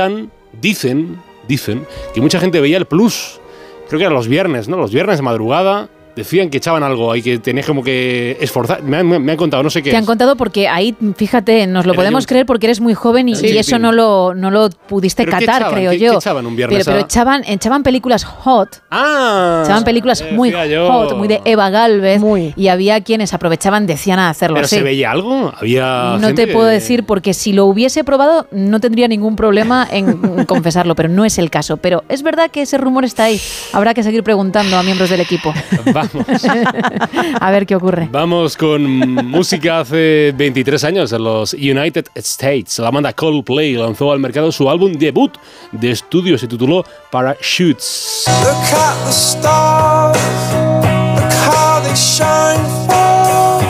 Dicen que mucha gente veía el Plus, creo que eran los viernes, ¿no? Los viernes de madrugada. Decían que echaban algo ahí, que tenías como que esforzar. Me han contado, no sé qué. Te han contado porque ahí, fíjate, nos lo Era podemos yo. creer porque eres muy joven y, Sí, y eso sí. no lo pudiste ¿Pero qué catar, echaban? creo ¿Qué yo. echaban un viernes Pero echaban películas hot. Echaban películas muy hot, muy de Eva Gálvez. Y había quienes aprovechaban, decían a hacerlo ¿Pero así. se veía algo? Había No gente te puedo que- decir porque si lo hubiese probado no tendría ningún problema en confesarlo, pero no es el caso. Pero es verdad que ese rumor está ahí. Habrá que seguir preguntando a miembros del equipo. Vamos. A ver qué ocurre. Vamos con música. Hace 23 años en los United States, la banda Coldplay lanzó al mercado su álbum debut de estudio, se tituló Parachutes. Look at the stars, look how they shine for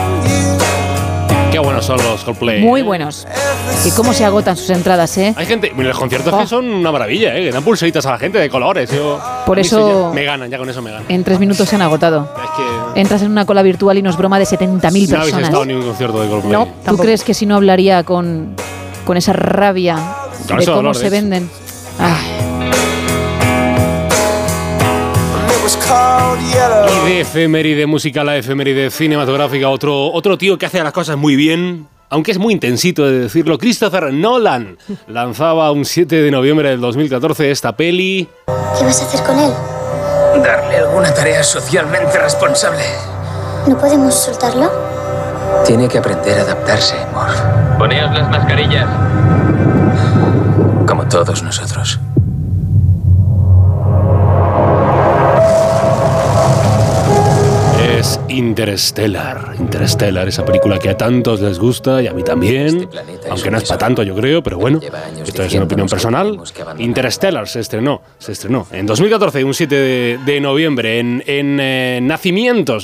you. Qué buenos son los Coldplay. Muy buenos. Y cómo se agotan sus entradas, ¿eh? Hay gente, mira, los conciertos que son una maravilla, que dan pulseritas a la gente de colores. Por a mí eso- ya me ganan, ya con eso me ganan. En 3 minutos se han agotado. Es que Entras en una cola virtual y nos broma de 70.000 no habéis personas. estado en ningún concierto de Coldplay. No, ¿tú crees que si no hablaría con esa rabia Con de ese cómo dolor, se de hecho. venden? Ah, And it was Y de efeméride musical a efeméride cinematográfica, otro tío que hace las cosas muy bien, aunque es muy intensito de decirlo. Christopher Nolan lanzaba un 7 de noviembre del 2014 esta peli. ¿Qué vas a hacer con él? Darle alguna tarea socialmente responsable. ¿No podemos soltarlo? Tiene que aprender a adaptarse, Morph. Poneos las mascarillas. Como todos nosotros. Es Interstellar, esa película que a tantos les gusta y a mí también, aunque no es para tanto yo creo, pero bueno, esto es una opinión personal. Interstellar se estrenó en 2014, un 7 de noviembre, en nacimientos.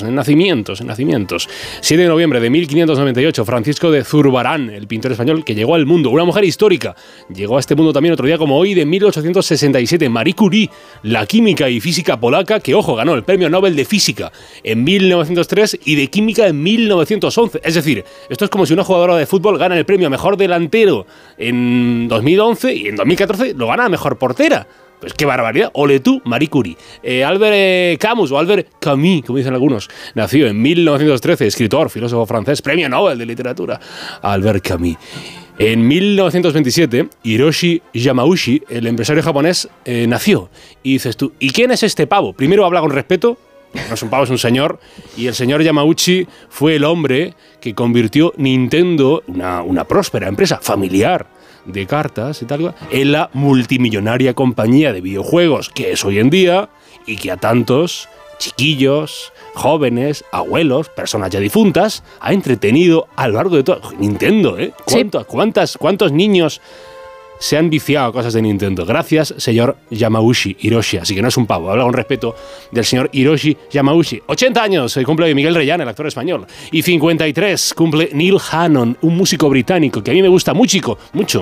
7 de noviembre de 1598, Francisco de Zurbarán, el pintor español que llegó al mundo, una mujer histórica, llegó a este mundo también otro día como hoy de 1867, Marie Curie, la química y física polaca que, ojo, ganó el premio Nobel de Física en 1903 y de Química en 1911. Es decir, esto es como si una jugadora de fútbol gana el premio a Mejor Delantero en 2011 y en 2014 lo gana a Mejor Portera. Pues qué barbaridad. Ole tú, Marie Curie. Albert Camus, o Albert Camus, como dicen algunos, nació en 1913, escritor, filósofo francés, premio Nobel de Literatura. Albert Camus. En 1927, Hiroshi Yamauchi, el empresario japonés, nació. Y dices tú, ¿y quién es este pavo? Primero habla con respeto. No es un pavo, es un señor. Y el señor Yamauchi fue el hombre que convirtió Nintendo, una próspera empresa familiar de cartas y tal, en la multimillonaria compañía de videojuegos que es hoy en día y que a tantos chiquillos, jóvenes, abuelos, personas ya difuntas ha entretenido a lo largo de todo. Nintendo, ¿eh? ¿Cuántos niños se han viciado a cosas de Nintendo? Gracias, señor Yamauchi Hiroshi. Así que no es un pavo, habla con respeto del señor Hiroshi Yamauchi. 80 años cumple Miguel Reyán, el actor español. Y 53 cumple Neil Hannon, un músico británico que a mí me gusta mucho.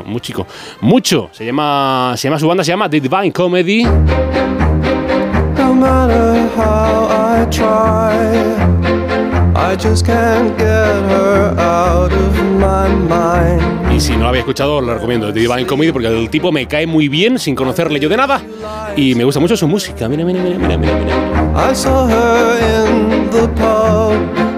Se llama su banda, se llama The Divine Comedy. No matter how I try, I just can't get her out of my mind. Y si no lo había escuchado, lo recomiendo, The Divine Comedy, porque el tipo me cae muy bien sin conocerle yo de nada y me gusta mucho su música. Mira. I saw her in the pub.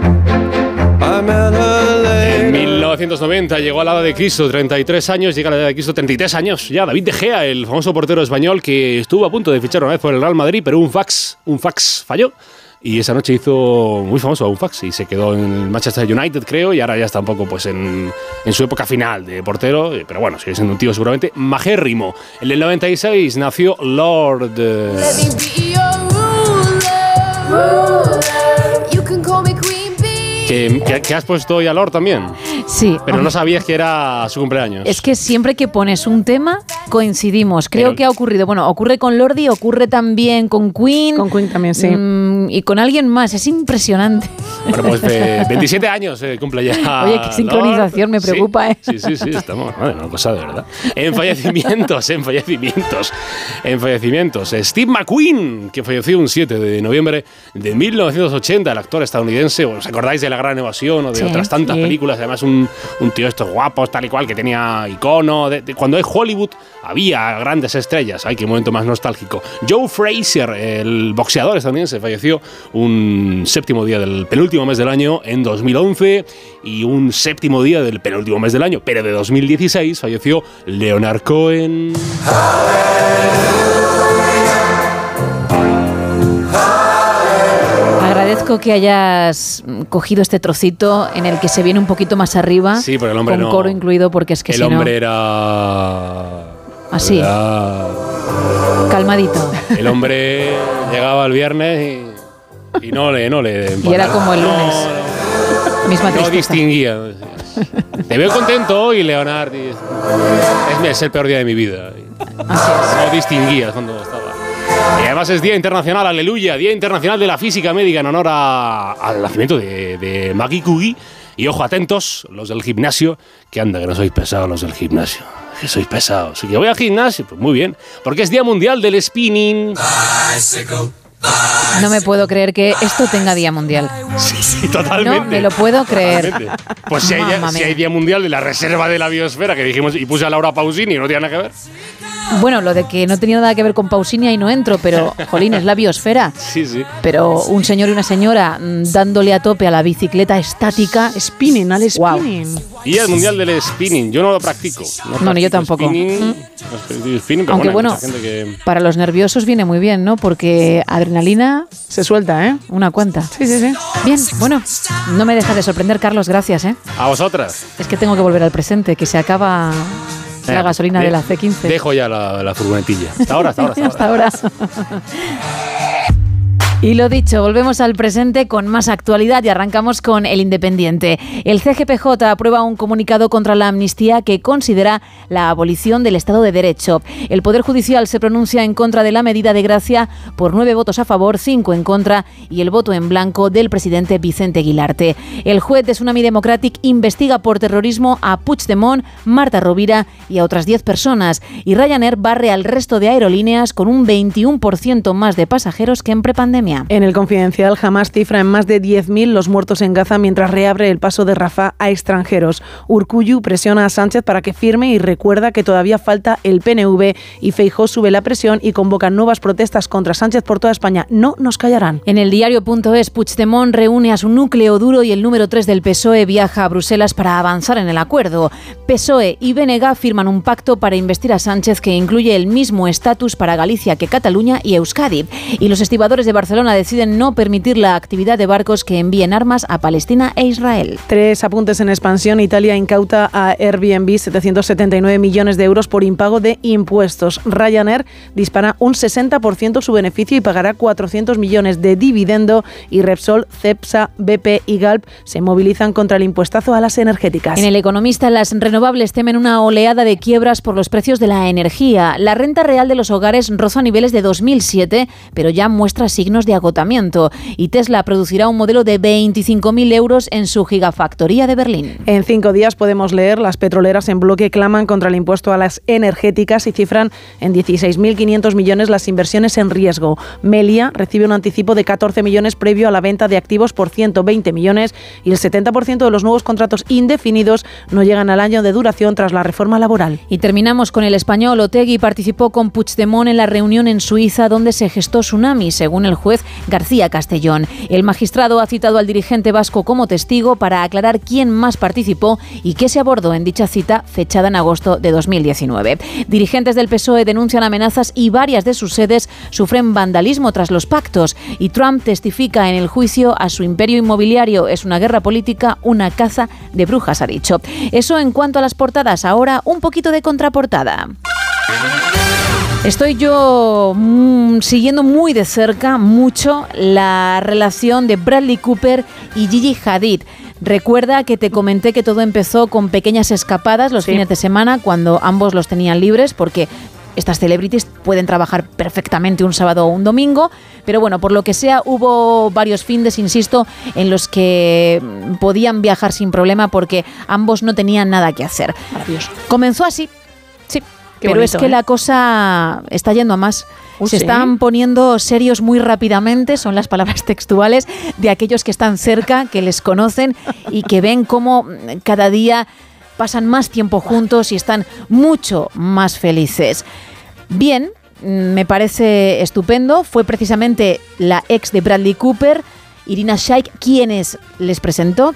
I met her late. En 1990 llegó a la edad de Cristo, 33 años, llega a la edad de Cristo, 33 años ya. David De Gea, el famoso portero español que estuvo a punto de fichar una vez por el Real Madrid, pero un fax falló. Y esa noche hizo muy famoso a un fax y se quedó en el Manchester United, creo, y ahora ya está un poco pues en su época final de portero, pero bueno, sigue siendo un tío seguramente majérrimo. En el 96 nació Lord. ¿Que has puesto hoy a Lord también? Sí. Pero no sabías que era su cumpleaños. Es que siempre que pones un tema, coincidimos. Creo que ha ocurrido. Bueno, ocurre con Lordi, ocurre también con Queen. Con Queen también, sí. Y con alguien más. Es impresionante. Bueno, pues 27 años cumple ya. Oye, qué sincronización, me preocupa, ¿eh? Sí, estamos. Madre, una cosa de verdad. En fallecimientos. Steve McQueen, que falleció un 7 de noviembre de 1980, el actor estadounidense. ¿Os acordáis de La Gran Evasión o de otras tantas películas? Además, un tío estos guapos, tal y cual, que tenía icono. Cuando es Hollywood había grandes estrellas. Ay, qué momento más nostálgico. Joe Frazier, el boxeador estadounidense, falleció un séptimo día del penúltimo mes del año en 2011 y un séptimo día del penúltimo mes del año, pero de 2016, falleció Leonard Cohen. Agradezco que hayas cogido este trocito en el que se viene un poquito más arriba, sí, pero el hombre con coro incluido, porque es que el si no... El hombre era... Así, calmadito. El hombre llegaba el viernes y no le y era como el lunes. Misma tristeza. No distinguía. Te veo contento hoy, Leonard. Es el peor día de mi vida. Así es. No distinguías cuando estaba. Y además es Día Internacional, aleluya, Día Internacional de la Física Médica en honor al nacimiento de Marie Curie. Y ojo, atentos, los del gimnasio, que anda, que no sois pesados los del gimnasio. Que sois pesados. Y que voy al gimnasio, pues muy bien, porque es Día Mundial del Spinning. No me puedo creer que esto tenga Día Mundial. Sí, totalmente. No me lo puedo creer. Totalmente. Pues si hay Día Mundial de la Reserva de la Biosfera, que dijimos, y puse a Laura Pausini, no tiene nada que ver. Bueno, lo de que no tenía nada que ver con Pausinia y no entro, pero, jolín, es la biosfera. Sí, sí. Pero un señor y una señora dándole a tope a la bicicleta estática. Spinning, al spinning. Wow. Y el mundial del spinning, yo no lo practico. No, yo tampoco. Spinning, pero aunque bueno, hay mucha gente que... para los nerviosos viene muy bien, ¿no? Porque adrenalina se suelta, ¿eh? Una cuanta. Sí, sí, sí. Bien, bueno, no me deja de sorprender, Carlos, gracias, ¿eh? A vosotras. Es que tengo que volver al presente, que se acaba la gasolina de la C15. Dejo ya la furgonetilla. Hasta ahora. Hasta ahora. Y lo dicho, volvemos al presente con más actualidad y arrancamos con El Independiente. El CGPJ aprueba un comunicado contra la amnistía que considera la abolición del Estado de Derecho. El Poder Judicial se pronuncia en contra de la medida de gracia por 9 votos a favor, 5 en contra y el voto en blanco del presidente Vicente Guilarte. El juez de Tsunami Democratic investiga por terrorismo a Puigdemont, Marta Rovira y a otras 10 personas. Y Ryanair barre al resto de aerolíneas con un 21% más de pasajeros que en prepandemia. En El Confidencial, Hamas cifra en más de 10.000 los muertos en Gaza mientras reabre el paso de Rafah a extranjeros. Urkullu presiona a Sánchez para que firme y recuerda que todavía falta el PNV, y Feijóo sube la presión y convoca nuevas protestas contra Sánchez por toda España. No nos callarán. En el diario.es, Puigdemont reúne a su núcleo duro y el número 3 del PSOE viaja a Bruselas para avanzar en el acuerdo. PSOE y BNG firman un pacto para investir a Sánchez que incluye el mismo estatus para Galicia que Cataluña y Euskadi. Y los estibadores de Barcelona deciden no permitir la actividad de barcos que envíen armas a Palestina e Israel. 3 apuntes en expansión. Italia incauta a Airbnb 779 millones de euros por impago de impuestos. Ryanair dispara un 60% su beneficio y pagará 400 millones de dividendo. Y Repsol, Cepsa, BP y Galp se movilizan contra el impuestazo a las energéticas. En El Economista, las renovables temen una oleada de quiebras por los precios de la energía. La renta real de los hogares roza niveles de 2007, pero ya muestra signos de agotamiento, y Tesla producirá un modelo de 25.000 euros en su gigafactoría de Berlín. En 5 días podemos leer: las petroleras en bloque claman contra el impuesto a las energéticas y cifran en 16.500 millones las inversiones en riesgo. Melia recibe un anticipo de 14 millones previo a la venta de activos por 120 millones y el 70% de los nuevos contratos indefinidos no llegan al año de duración tras la reforma laboral. Y terminamos con El Español. Otegi participó con Puigdemont en la reunión en Suiza donde se gestó Tsunami, según el juez García Castellón. El magistrado ha citado al dirigente vasco como testigo para aclarar quién más participó y qué se abordó en dicha cita fechada en agosto de 2019. Dirigentes del PSOE denuncian amenazas y varias de sus sedes sufren vandalismo tras los pactos, y Trump testifica en el juicio a su imperio inmobiliario. Es una guerra política, una caza de brujas, ha dicho. Eso en cuanto a las portadas. Ahora un poquito de contraportada. Estoy yo siguiendo muy de cerca, mucho, la relación de Bradley Cooper y Gigi Hadid. Recuerda que te comenté que todo empezó con pequeñas escapadas los fines de semana, cuando ambos los tenían libres, porque estas celebrities pueden trabajar perfectamente un sábado o un domingo, pero bueno, por lo que sea, hubo varios findes, insisto, en los que podían viajar sin problema porque ambos no tenían nada que hacer. Maravilloso. Comenzó así, sí. Qué pero bonito, es que la cosa está yendo a más. Se están poniendo serios muy rápidamente, son las palabras textuales de aquellos que están cerca, que les conocen y que ven cómo cada día pasan más tiempo juntos y están mucho más felices. Bien, me parece estupendo. Fue precisamente la ex de Bradley Cooper, Irina Shayk, quien les presentó.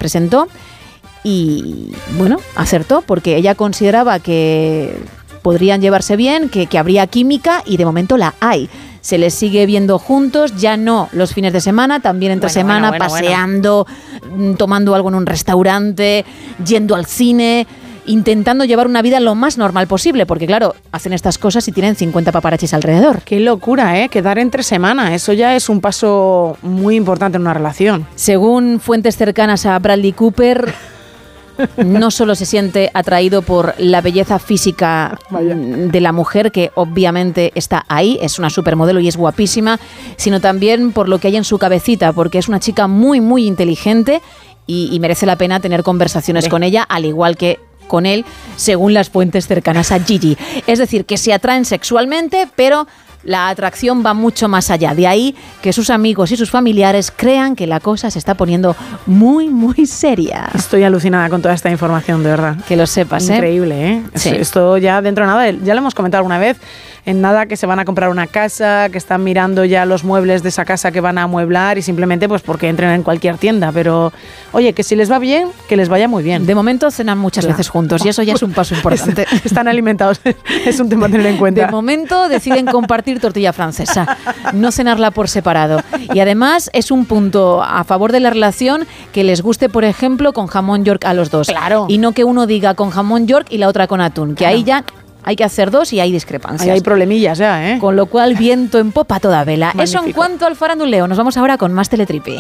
Y bueno, acertó, porque ella consideraba que podrían llevarse bien, que habría química, y de momento la hay. Se les sigue viendo juntos, ya no los fines de semana, también entre semana, paseando, tomando algo en un restaurante, yendo al cine, intentando llevar una vida lo más normal posible, porque claro, hacen estas cosas y tienen 50 paparazzis alrededor. Qué locura, quedar entre semana, eso ya es un paso muy importante en una relación. Según fuentes cercanas a Bradley Cooper, no solo se siente atraído por la belleza física de la mujer, que obviamente está ahí, es una supermodelo y es guapísima, sino también por lo que hay en su cabecita, porque es una chica muy, muy inteligente y merece la pena tener conversaciones con ella, al igual que con él, según las fuentes cercanas a Gigi. Es decir, que se atraen sexualmente, pero la atracción va mucho más allá. De ahí que sus amigos y sus familiares crean que la cosa se está poniendo muy, muy seria. Estoy alucinada con toda esta información, de verdad. Que lo sepas, Increíble, ¿eh? Sí. Esto ya dentro de nada, ya lo hemos comentado alguna vez, en nada que se van a comprar una casa, que están mirando ya los muebles de esa casa que van a amueblar y simplemente pues porque entren en cualquier tienda. Pero, oye, que si les va bien, que les vaya muy bien. De momento cenan muchas veces juntos y eso ya es un paso importante. Están alimentados, es un tema a tener en cuenta. De momento deciden compartir tortilla francesa, no cenarla por separado. Y además es un punto a favor de la relación que les guste, por ejemplo, con jamón York a los dos. Claro. Y no que uno diga con jamón York y la otra con atún, que ahí ya hay que hacer dos y hay discrepancias. Ahí hay problemillas ya, ¿eh? Con lo cual, viento en popa toda vela. Magnífico. Eso en cuanto al faranduleo. Nos vamos ahora con más Teletripi.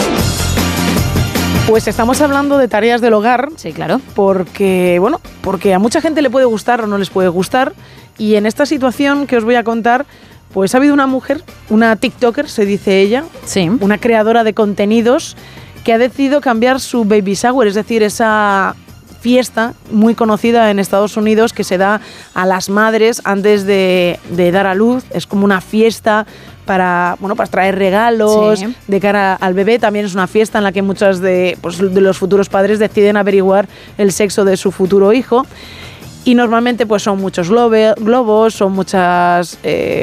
Pues estamos hablando de tareas del hogar. Sí, claro. Porque a mucha gente le puede gustar o no les puede gustar. Y en esta situación que os voy a contar, pues ha habido una mujer, una TikToker, se dice ella, sí, una creadora de contenidos, que ha decidido cambiar su baby shower, es decir, esa fiesta muy conocida en Estados Unidos que se da a las madres antes de dar a luz. Es como una fiesta para traer regalos, sí, de cara al bebé. También es una fiesta en la que muchos de los futuros padres deciden averiguar el sexo de su futuro hijo. Y normalmente pues son muchos globos, son muchas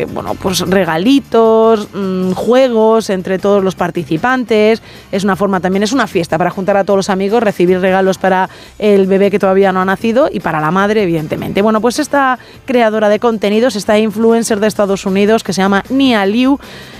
regalitos, juegos entre todos los participantes. Es una forma también, es una fiesta para juntar a todos los amigos, recibir regalos para el bebé que todavía no ha nacido y para la madre, evidentemente. Bueno, pues esta creadora de contenidos, esta influencer de Estados Unidos que se llama Nia Liu,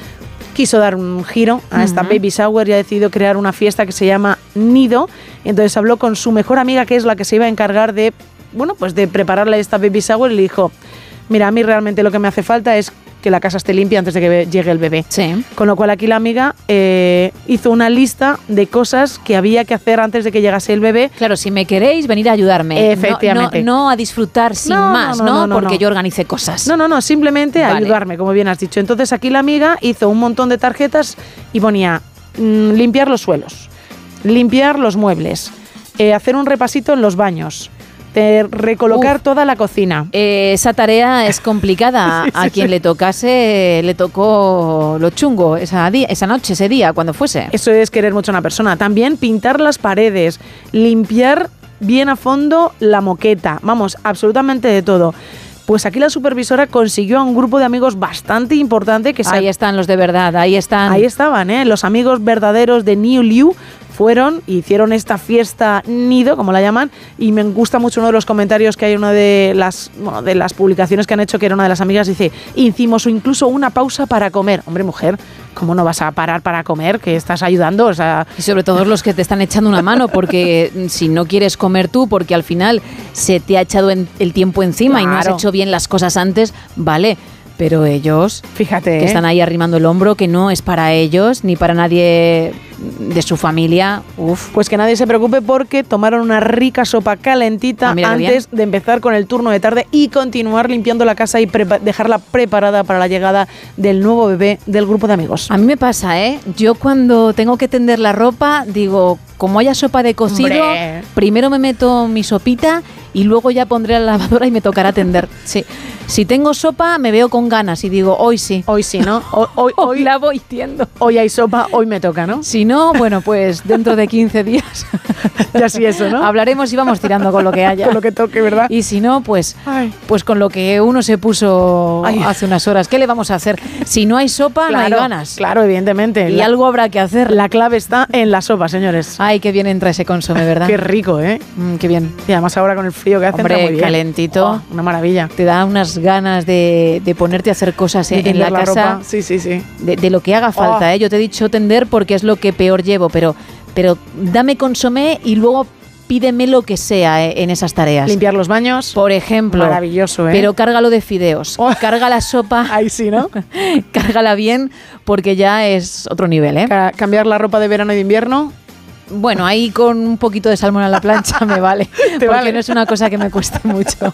quiso dar un giro a esta baby shower y ha decidido crear una fiesta que se llama Nido. Y entonces habló con su mejor amiga, que es la que se iba a encargar de prepararle esta baby shower, y le dijo: mira, a mí realmente lo que me hace falta es que la casa esté limpia antes de que llegue el bebé. Sí. Con lo cual aquí la amiga hizo una lista de cosas que había que hacer antes de que llegase el bebé. Claro, si me queréis, venir a ayudarme. Efectivamente. No a disfrutar sin más, ¿no? Porque yo organice cosas. No, simplemente ayudarme, como bien has dicho. Entonces aquí la amiga hizo un montón de tarjetas y ponía limpiar los suelos, limpiar los muebles, hacer un repasito en los baños, recolocar toda la cocina. Esa tarea es complicada. Sí, a quien le tocase, le tocó lo chungo esa noche, ese día, cuando fuese. Eso es querer mucho a una persona. También pintar las paredes, limpiar bien a fondo la moqueta. Vamos, absolutamente de todo. Pues aquí la supervisora consiguió a un grupo de amigos bastante importante. Ahí están los de verdad, ahí están. Ahí estaban, los amigos verdaderos de Nia Liu. Fueron y hicieron esta fiesta nido, como la llaman, y me gusta mucho uno de los comentarios que hay, una de las publicaciones que han hecho, que era una de las amigas, dice: hicimos incluso una pausa para comer. Hombre, mujer, ¿cómo no vas a parar para comer? Que estás ayudando, o sea... Y sobre todo los que te están echando una mano, porque si no quieres comer tú, porque al final se te ha echado el tiempo encima, claro, y no has hecho bien las cosas antes, vale... Pero ellos, fíjate, que están ahí arrimando el hombro, que no es para ellos ni para nadie de su familia. Uf. Pues que nadie se preocupe, porque tomaron una rica sopa calentita antes de empezar con el turno de tarde y continuar limpiando la casa y dejarla preparada para la llegada del nuevo bebé del grupo de amigos. A mí me pasa, yo cuando tengo que tender la ropa, digo, como haya sopa de cocido, primero me meto mi sopita y luego ya pondré la lavadora y me tocará tender. Sí. Si tengo sopa, me veo con ganas y digo, hoy sí. Hoy sí, ¿no? Hoy la voy tiendo. Hoy hay sopa, hoy me toca, ¿no? Si no, bueno, pues dentro de 15 días. Ya sí eso, ¿no? Hablaremos y vamos tirando con lo que haya. Con lo que toque, ¿verdad? Y si no, pues con lo que uno se puso hace unas horas. ¿Qué le vamos a hacer? Si no hay sopa, no hay ganas. Claro, evidentemente. Y algo habrá que hacer. La clave está en la sopa, señores. Ay, qué bien entra ese consomé, ¿verdad? Qué rico, ¿eh? Qué bien. Y además ahora con el frío que hace, hombre, entra muy bien. Calentito. Una maravilla. Te da unas ganas de ponerte a hacer cosas en la casa. Ropa. Sí. De lo que haga falta, Yo te he dicho tender porque es lo que peor llevo, pero dame consomé y luego pídeme lo que sea en esas tareas. Limpiar los baños. Por ejemplo. Maravilloso, Pero cárgalo de fideos. Carga la sopa. Ahí sí, ¿no? Cárgala bien, porque ya es otro nivel, Cambiar la ropa de verano y de invierno. Bueno, ahí con un poquito de salmón a la plancha me vale. Porque no es una cosa que me cueste mucho.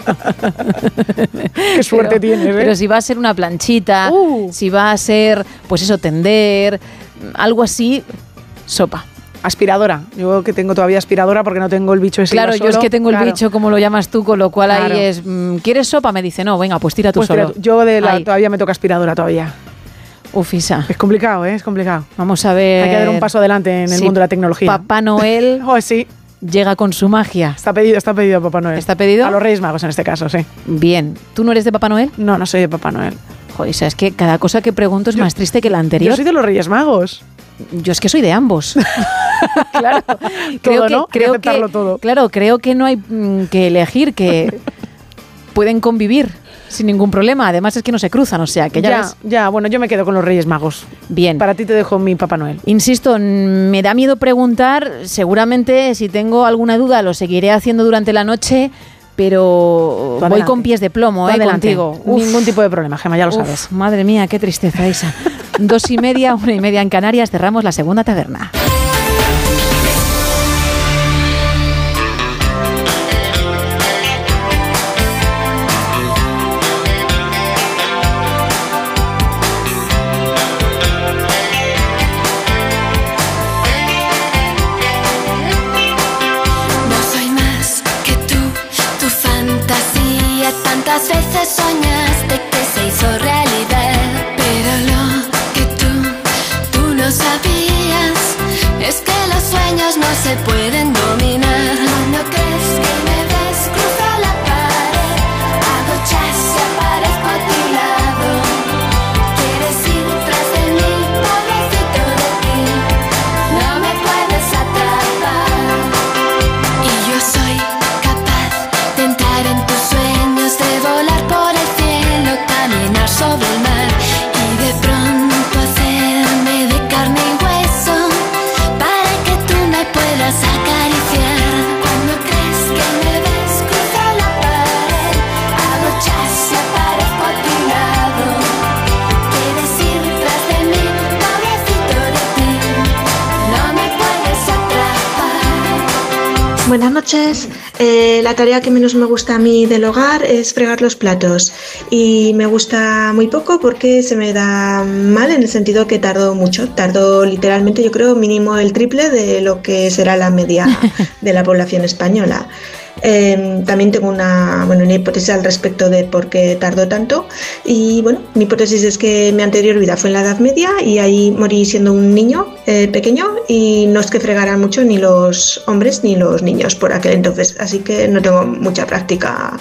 Qué suerte tienes, Pero si va a ser una planchita, si va a ser, pues eso, tender, algo así, sopa. Aspiradora. Yo que tengo todavía aspiradora porque no tengo el bicho ese. Claro, yo es que tengo el bicho, como lo llamas tú, con lo cual Claro. ahí es, ¿quieres sopa? Me dice, no, venga, pues tira tú Pues solo. tira- yo todavía me toca aspiradora todavía. Uf, Isa. Es complicado, ¿eh? Es complicado. Vamos a ver. Hay que dar un paso adelante en el Sí, mundo de la tecnología. Papá Noel sí. llega con su magia. Está pedido Papá Noel. ¿Está pedido? A los Reyes Magos en este caso, sí. Bien. ¿Tú no eres de Papá Noel? No, no soy de Papá Noel. Joder, Isa, es que cada cosa que pregunto es más triste que la anterior. Yo soy de los Reyes Magos. Yo es que soy de ambos. Claro. Todo, ¿no? Hay que aceptarlo todo. Claro, creo que no hay que elegir, que pueden convivir sin ningún problema. Además es que no se cruzan, o sea, que ya ves. Ya, bueno, yo me quedo con los Reyes Magos. Bien. Para ti te dejo mi Papá Noel. Insisto, me da miedo preguntar. Seguramente si tengo alguna duda lo seguiré haciendo durante la noche, pero voy adelante. con pies de plomo, Tú adelante. contigo. Ningún tipo de problema, Gemma, ya lo sabes. Madre mía, qué tristeza, Isa. 2:30, 1:30 en Canarias, cerramos la segunda taberna. No soy más que tú, tu fantasía. Tantas veces soñaste que se hizo realidad. Pero lo que tú no sabías es que los sueños no se pueden dominar. Cuando crees que me ves, cruzo la pared, hago chas y aparezco a tu lado. Quieres ir tras de mí, pobrecito de ti, no me puedes atrapar. Y yo soy capaz de entrar en tus sueños, de volar por el cielo, caminar sobre el mar y de pronto hacerme de carne y hueso para que tú me puedas acariciar. Cuando crees que me ves, cruzo la pared, hago chas y aparezco a tu lado. Quieres ir tras de mí, pobrecito de ti, no me puedes atrapar. Buenas noches. La tarea que menos me gusta a mí del hogar es fregar los platos y me gusta muy poco porque se me da mal en el sentido que tardo mucho. Tardo literalmente, yo creo, mínimo el triple de lo que será la media de la población española. También tengo una hipótesis al respecto de por qué tardo tanto y bueno, mi hipótesis es que mi anterior vida fue en la Edad Media y ahí morí siendo un niño pequeño y no es que fregaran mucho ni los hombres ni los niños por aquel entonces, así que no tengo mucha práctica.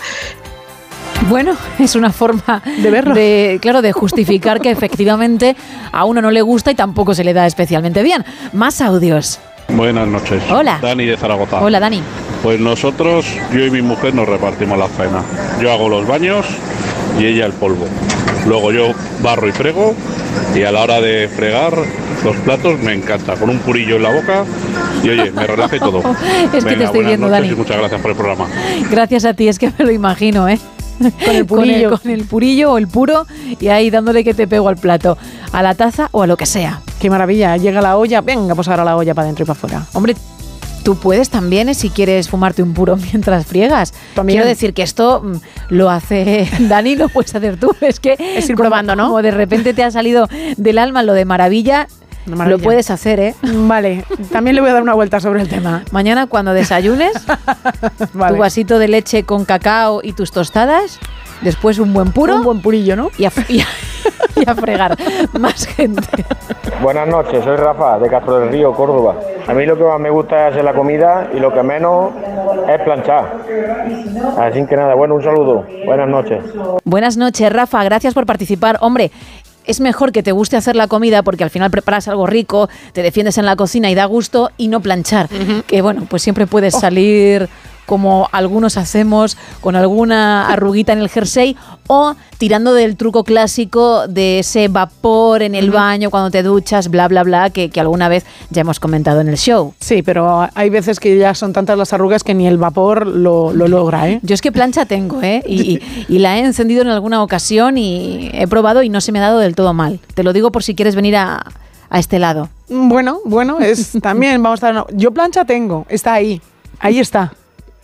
Bueno, es una forma de verlo. Claro, de justificar que efectivamente a uno no le gusta y tampoco se le da especialmente bien. Más audios. Buenas noches. Hola. Dani de Zaragoza. Hola, Dani. Pues nosotros, yo y mi mujer nos repartimos la faena. Yo hago los baños y ella el polvo. Luego yo barro y frego y a la hora de fregar los platos me encanta, con un purillo en la boca y oye, me relaja y todo. Es que te estoy buenas viendo, noches Dani. y muchas gracias por el programa. Gracias a ti, es que me lo imagino, ¿eh? Con el purillo. Con el purillo o el puro y ahí dándole que te pego al plato, a la taza o a lo que sea. Qué maravilla. Llega la olla, venga, pues ahora la olla para adentro y para afuera. Hombre, tú puedes también, si quieres fumarte un puro mientras friegas. También. Quiero decir que esto lo hace Dani, lo puedes hacer tú. Es que Es ir probando, ¿no? Como de repente te ha salido del alma lo de maravilla. Lo puedes hacer, ¿eh? Vale, también le voy a dar una vuelta sobre el tema. Mañana cuando desayunes, Vale. tu vasito de leche con cacao y tus tostadas, después un buen puro. Un buen purillo, ¿no? Y a fregar. Más gente. Buenas noches, soy Rafa de Castro del Río, Córdoba. A mí lo que más me gusta es hacer la comida y lo que menos es planchar. Así que nada, bueno, un saludo. Buenas noches. Buenas noches, Rafa. Gracias por participar. Hombre, es mejor que te guste hacer la comida porque al final preparas algo rico, te defiendes en la cocina y da gusto y no planchar. Que bueno, pues siempre puedes salir como algunos hacemos, con alguna arruguita en el jersey o tirando del truco clásico de ese vapor en el baño cuando te duchas, bla, bla, bla, que alguna vez ya hemos comentado en el show. Sí, pero hay veces que ya son tantas las arrugas que ni el vapor lo logra, ¿eh? Yo es que plancha tengo, ¿eh? Y la he encendido en alguna ocasión y he probado y no se me ha dado del todo mal. Te lo digo por si quieres venir a este lado. Bueno, es también, vamos a estar... Yo plancha tengo, está ahí está.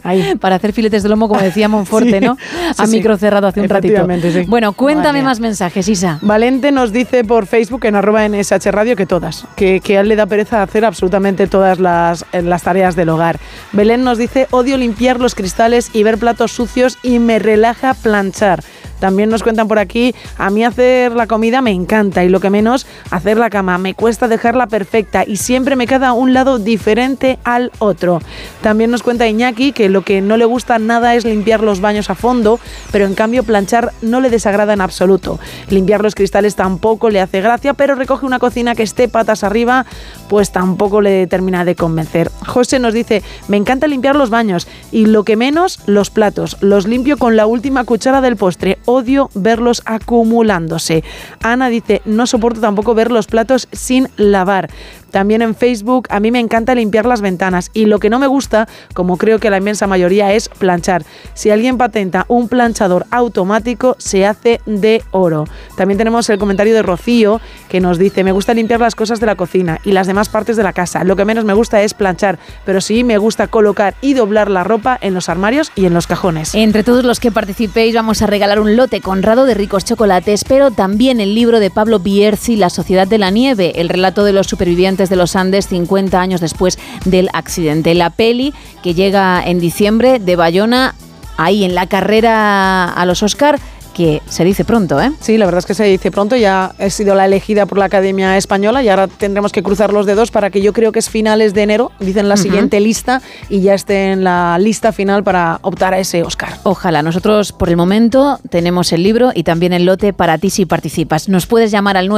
para hacer filetes de lomo, como decía Monforte, Sí, ¿no? A sí, micro cerrado hace un ratito. Sí. Bueno, cuéntame Vale. más mensajes, Isa. Valente nos dice por Facebook en @NSH Radio que todas, que a él le da pereza hacer absolutamente todas las tareas del hogar. Belén nos dice: odio limpiar los cristales y ver platos sucios y me relaja planchar. También nos cuentan por aquí: a mí hacer la comida me encanta y lo que menos, hacer la cama. Me cuesta dejarla perfecta y siempre me queda un lado diferente al otro. También nos cuenta Iñaki que lo que no le gusta nada es limpiar los baños a fondo, pero en cambio planchar no le desagrada en absoluto. Limpiar los cristales tampoco le hace gracia, pero recoge una cocina que esté patas arriba, pues tampoco le termina de convencer. José nos dice: me encanta limpiar los baños y lo que menos, los platos. Los limpio con la última cuchara del postre. Odio verlos acumulándose. Ana dice: no soporto tampoco ver los platos sin lavar. También en Facebook: a mí me encanta limpiar las ventanas y lo que no me gusta, como creo que la inmensa mayoría, es planchar. Si alguien patenta un planchador automático, se hace de oro. También tenemos el comentario de Rocío, que nos dice: me gusta limpiar las cosas de la cocina y las demás partes de la casa. Lo que menos me gusta es planchar, pero sí me gusta colocar y doblar la ropa en los armarios y en los cajones. Entre todos los que participéis vamos a regalar un lote conrado de ricos chocolates, pero también el libro de Pablo Bierzi, La Sociedad de la Nieve, el relato de los supervivientes de los Andes 50 años después del accidente. La peli, que llega en diciembre, de Bayona, ahí en la carrera a los Oscar, que se dice pronto, ¿eh? Sí, la verdad es que se dice pronto. Ya he sido la elegida por la Academia Española y ahora tendremos que cruzar los dedos para que, yo creo que es finales de enero, dicen la siguiente lista, y ya esté en la lista final para optar a ese Oscar. Ojalá. Nosotros, por el momento, tenemos el libro y también el lote para ti si participas. Nos puedes llamar al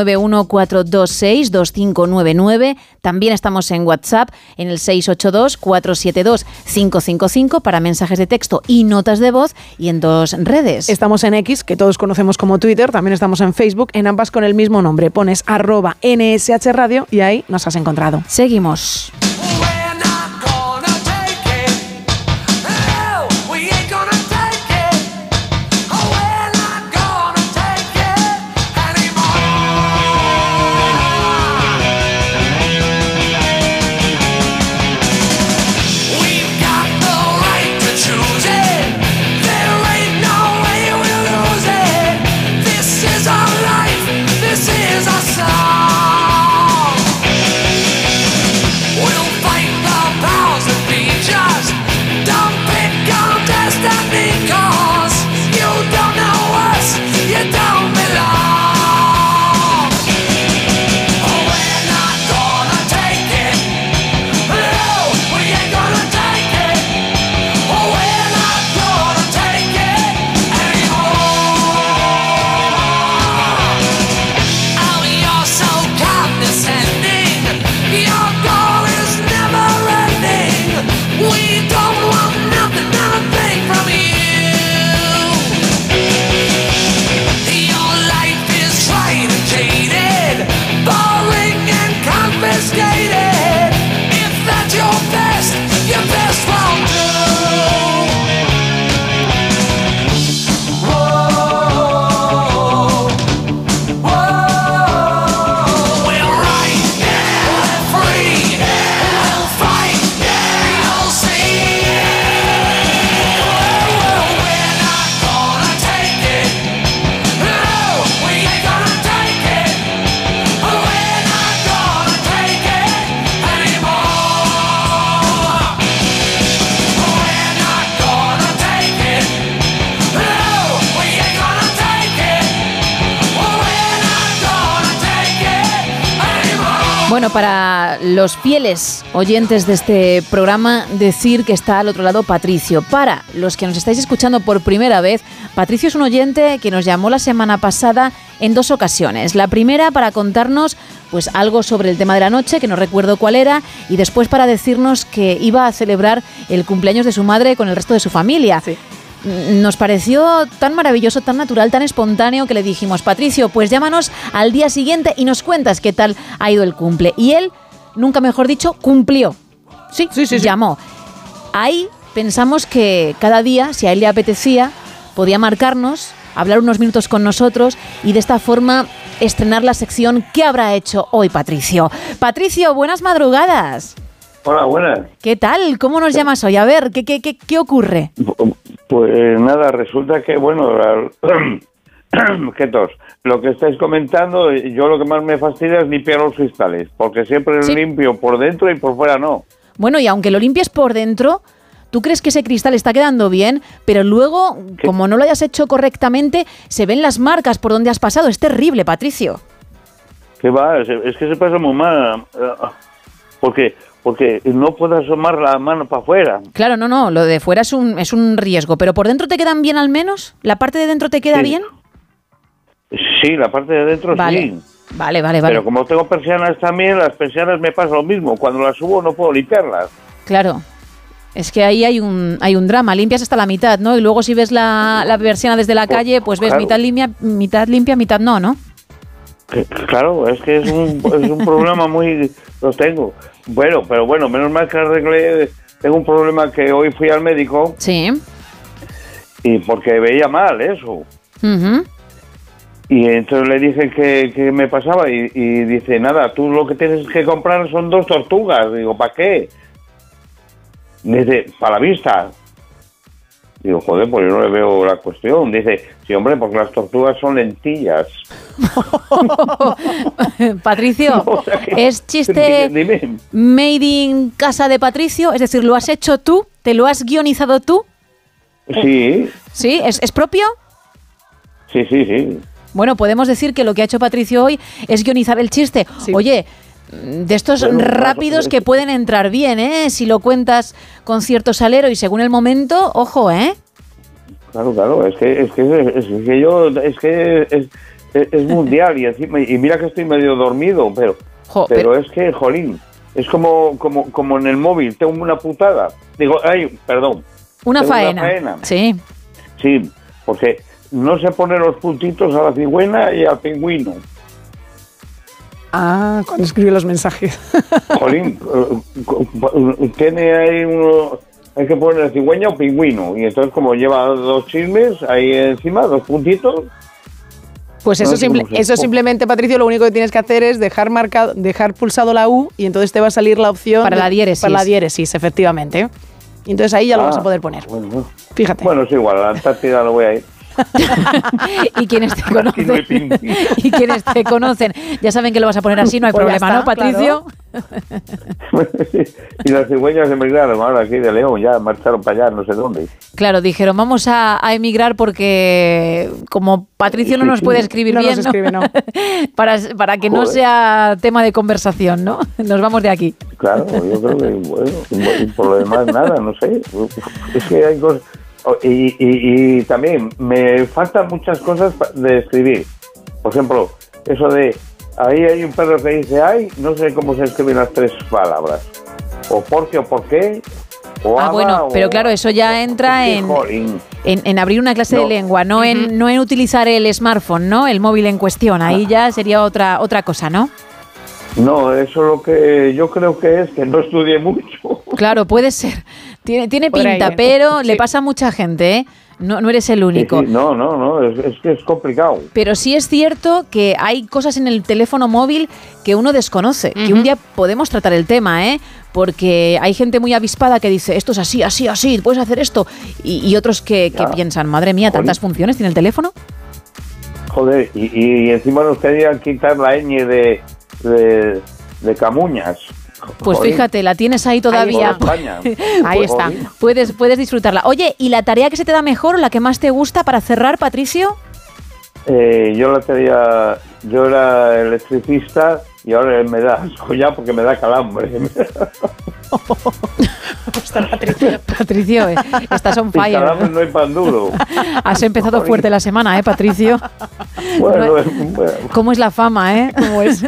914262599. También estamos en WhatsApp en el 682472555 para mensajes de texto y notas de voz, y en 2 redes. Estamos en X, que todos conocemos como Twitter, también estamos en Facebook, en ambas con el mismo nombre. Pones @NSH Radio y ahí nos has encontrado. Seguimos. Bueno, para los fieles oyentes de este programa, decir que está al otro lado Patricio. Para los que nos estáis escuchando por primera vez, Patricio es un oyente que nos llamó la semana pasada en 2 ocasiones. La primera para contarnos pues algo sobre el tema de la noche, que no recuerdo cuál era, y después para decirnos que iba a celebrar el cumpleaños de su madre con el resto de su familia. Sí. Nos pareció tan maravilloso, tan natural, tan espontáneo, que le dijimos: Patricio, pues llámanos al día siguiente y nos cuentas qué tal ha ido el cumple. Y él, nunca mejor dicho, cumplió. Sí, llamó. Ahí pensamos que cada día, si a él le apetecía, podía marcarnos, hablar unos minutos con nosotros y de esta forma estrenar la sección ¿Qué habrá hecho hoy Patricio? Patricio, buenas madrugadas. Hola, buenas. ¿Qué tal? ¿Cómo nos llamas hoy? A ver, ¿qué ocurre? Pues nada, resulta que, bueno, ¿qué tos? Lo que estáis comentando, yo lo que más me fastidia es limpiar los cristales, porque siempre limpio por dentro y por fuera no. Bueno, y aunque lo limpies por dentro, tú crees que ese cristal está quedando bien, pero luego, como no lo hayas hecho correctamente, se ven las marcas por donde has pasado. Es terrible, Patricio. ¿Qué va? Es que se pasa muy mal. Porque no puedo asomar la mano para afuera. Claro, no, lo de fuera es un riesgo, pero ¿por dentro te quedan bien al menos? ¿La parte de dentro te queda bien? Sí, la parte de dentro vale. sí. Vale. Pero como tengo persianas también, las persianas me pasa lo mismo. Cuando las subo no puedo limpiarlas. Claro. Es que ahí hay un drama. Limpias hasta la mitad, ¿no? Y luego si ves la persiana desde la calle, pues ves claro. mitad limpia, mitad no. Claro, es que es un problema muy... Lo tengo. Bueno, pero bueno, menos mal que arreglé. Tengo un problema que hoy fui al médico. Sí. Y porque veía mal eso. Uh-huh. Y entonces le dije que me pasaba y dice, nada, tú lo que tienes que comprar son 2 tortugas. Digo, ¿para qué? Dice, para la vista. Digo, joder, pues yo no le veo la cuestión. Dice, sí, hombre, porque las tortugas son lentillas. Patricio, O sea que, ¿es chiste dime. made in casa de Patricio? Es decir, ¿lo has hecho tú? ¿Te lo has guionizado tú? Sí. ¿Sí? ¿Es propio? Sí. Bueno, podemos decir que lo que ha hecho Patricio hoy es guionizar el chiste. Sí. Oye, de estos rápidos que pueden entrar bien, ¿eh? Si lo cuentas con cierto salero y según el momento, ojo, ¿eh? Claro, es que es mundial y encima, y mira que estoy medio dormido, pero es que, jolín, es como en el móvil, tengo una putada. Digo, perdón. Una faena. Sí. Sí, porque no se ponen los puntitos a la cigüeña y al pingüino. Ah, cuando escribe los mensajes. Jolín, tiene ahí uno... Hay que poner cigüeña o pingüino. Y entonces, como lleva 2 chismes ahí encima, 2 puntitos... Pues eso, simplemente, Patricio, lo único que tienes que hacer es dejar pulsado la U y entonces te va a salir la opción... Para la diéresis. Para la diéresis, efectivamente. Y entonces ahí ya lo vas a poder poner. Bueno. Fíjate. Bueno, es igual, a la Antártida no voy a ir. Y quienes te conocen ya saben que lo vas a poner así, no hay pues problema, está, ¿no, Patricio? Claro. Y las cigüeñas emigraron ahora aquí de León, ya marcharon para allá, no sé dónde. Claro, dijeron, vamos a emigrar porque como Patricio no nos puede escribir no bien, nos escribe, ¿no? para que no sea tema de conversación, ¿no? Nos vamos de aquí. Claro, yo creo que, bueno, y por lo demás nada, no sé. Es que hay cosas... Y también me faltan muchas cosas de escribir. Por ejemplo, eso de ahí hay un perro que dice ay, no sé cómo se escriben las 3 palabras. O por qué o por qué. O bueno, pero claro, eso ya entra en abrir una clase de lengua, no en utilizar el smartphone, ¿no? El móvil en cuestión. Ahí ya sería otra cosa, ¿no? No, eso lo que yo creo que es que no estudié mucho. Claro, puede ser. Tiene pinta, pero le pasa a mucha gente, ¿eh? No eres el único. Sí, no, es que es complicado. Pero sí es cierto que hay cosas en el teléfono móvil que uno desconoce, que un día podemos tratar el tema, ¿eh? Porque hay gente muy avispada que dice, esto es así, puedes hacer esto. Y otros que piensan, madre mía, ¿tantas funciones tiene el teléfono? Joder, y encima nos querían quitar la ñ de Camuñas. Pues fíjate, la tienes ahí todavía. Ahí está. Puedes disfrutarla. Oye, ¿y la tarea que se te da mejor o la que más te gusta para cerrar, Patricio? Yo era electricista y ahora me da asco ya porque me da calambre. Patricio, estás on fire. Calambre no hay pan duro. Has empezado fuerte la semana, Patricio? Bueno. ¿Cómo es la fama, ¿Cómo es?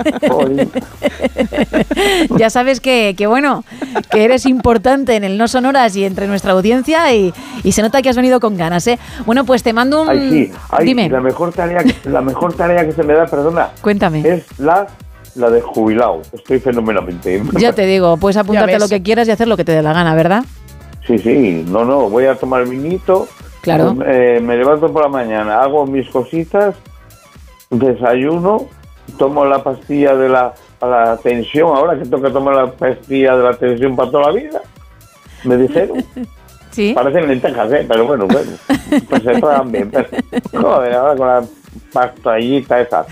Ya sabes que eres importante en el No Sonoras y entre nuestra audiencia y se nota que has venido con ganas, Bueno, pues te mando un... Dime. La mejor tarea que se me da, perdona. Cuéntame. Es la de jubilado. Estoy fenomenalmente. Ya te digo, puedes apuntarte a lo que quieras y hacer lo que te dé la gana, ¿verdad? Sí. No. Voy a tomar vinito. Claro. Me levanto por la mañana, hago mis cositas, desayuno, tomo la pastilla de la la tensión ahora, que tengo que tomar la pastilla de la tensión para toda la vida. Me dijeron. Sí. Parecen lentejas, pero bueno, pues se tragan bien. Pero, joder, ahora con la pastillita esa.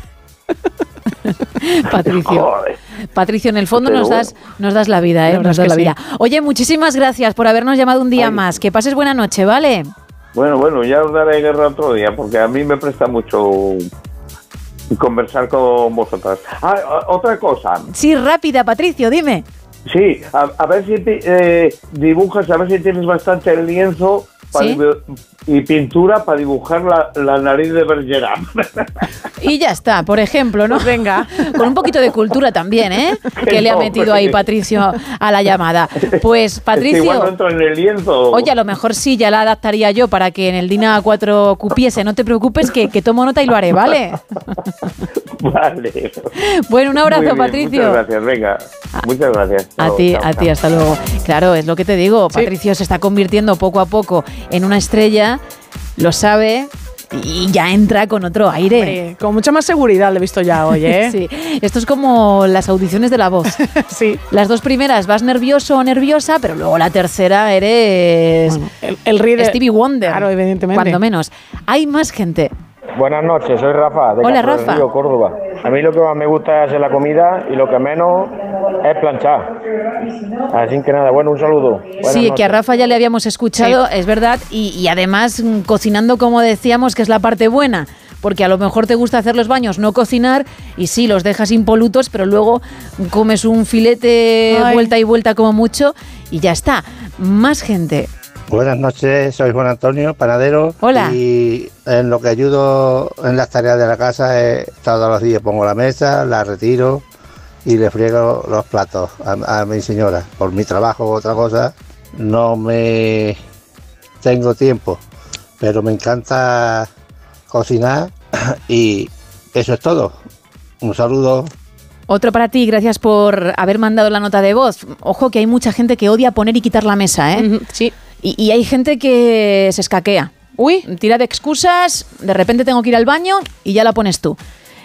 Patricio, en el fondo Pero nos das la vida, ¿eh? Nos das la vida. Oye, muchísimas gracias por habernos llamado un día más. Que pases buena noche, ¿vale? Bueno, ya os daré guerra otro día, porque a mí me presta mucho conversar con vosotras. Otra cosa. Sí, rápida, Patricio, dime. Sí, a ver si dibujas, a ver si tienes bastante lienzo ¿Sí? Y pintura para dibujar la nariz de Bergerac. Y ya está, por ejemplo, ¿no? Pues venga. Con un poquito de cultura también, ¿eh? Que le ha metido ahí Patricio a la llamada. Pues, Patricio... Es que igual no entro en el lienzo. Oye, a lo mejor sí, ya la adaptaría yo para que en el DIN A4 cupiese. No te preocupes, que tomo nota y lo haré, ¿vale? Vale. Bueno, un abrazo, Muy bien, Patricio. Muchas gracias, venga. Muchas gracias. A ti, hasta luego. Claro, es lo que te digo. Sí. Patricio se está convirtiendo poco a poco en una estrella, lo sabe y ya entra con otro aire. Hombre, con mucha más seguridad lo he visto ya hoy, ¿eh? Sí. Esto es como las audiciones de La Voz. Sí. Las dos primeras vas nervioso o nerviosa, pero luego la tercera eres el rey de Stevie Wonder. Claro, evidentemente. Cuando menos. Hay más gente. Buenas noches, soy Rafa, de Hola, Castro del Rafa. Río, Córdoba. A mí lo que más me gusta es hacer la comida y lo que menos es planchar. Así que nada, bueno, un saludo. Buenas Sí, noches. que a Rafa ya le habíamos escuchado, es verdad, y además cocinando, como decíamos, que es la parte buena, porque a lo mejor te gusta hacer los baños, no cocinar, y sí, los dejas impolutos, pero luego comes un filete vuelta y vuelta como mucho, y ya está. Más gente. Buenas noches, soy Juan Antonio, panadero. Hola. Y en lo que ayudo en las tareas de la casa, todos los días pongo la mesa, la retiro y le friego los platos a mi señora. Por mi trabajo o otra cosa, no me tengo tiempo, pero me encanta cocinar y eso es todo. Un saludo. Otro para ti, gracias por haber mandado la nota de voz. Ojo que hay mucha gente que odia poner y quitar la mesa, ¿eh? Sí. Y hay gente que se escaquea. Uy. Tira de excusas, de repente tengo que ir al baño y ya la pones tú.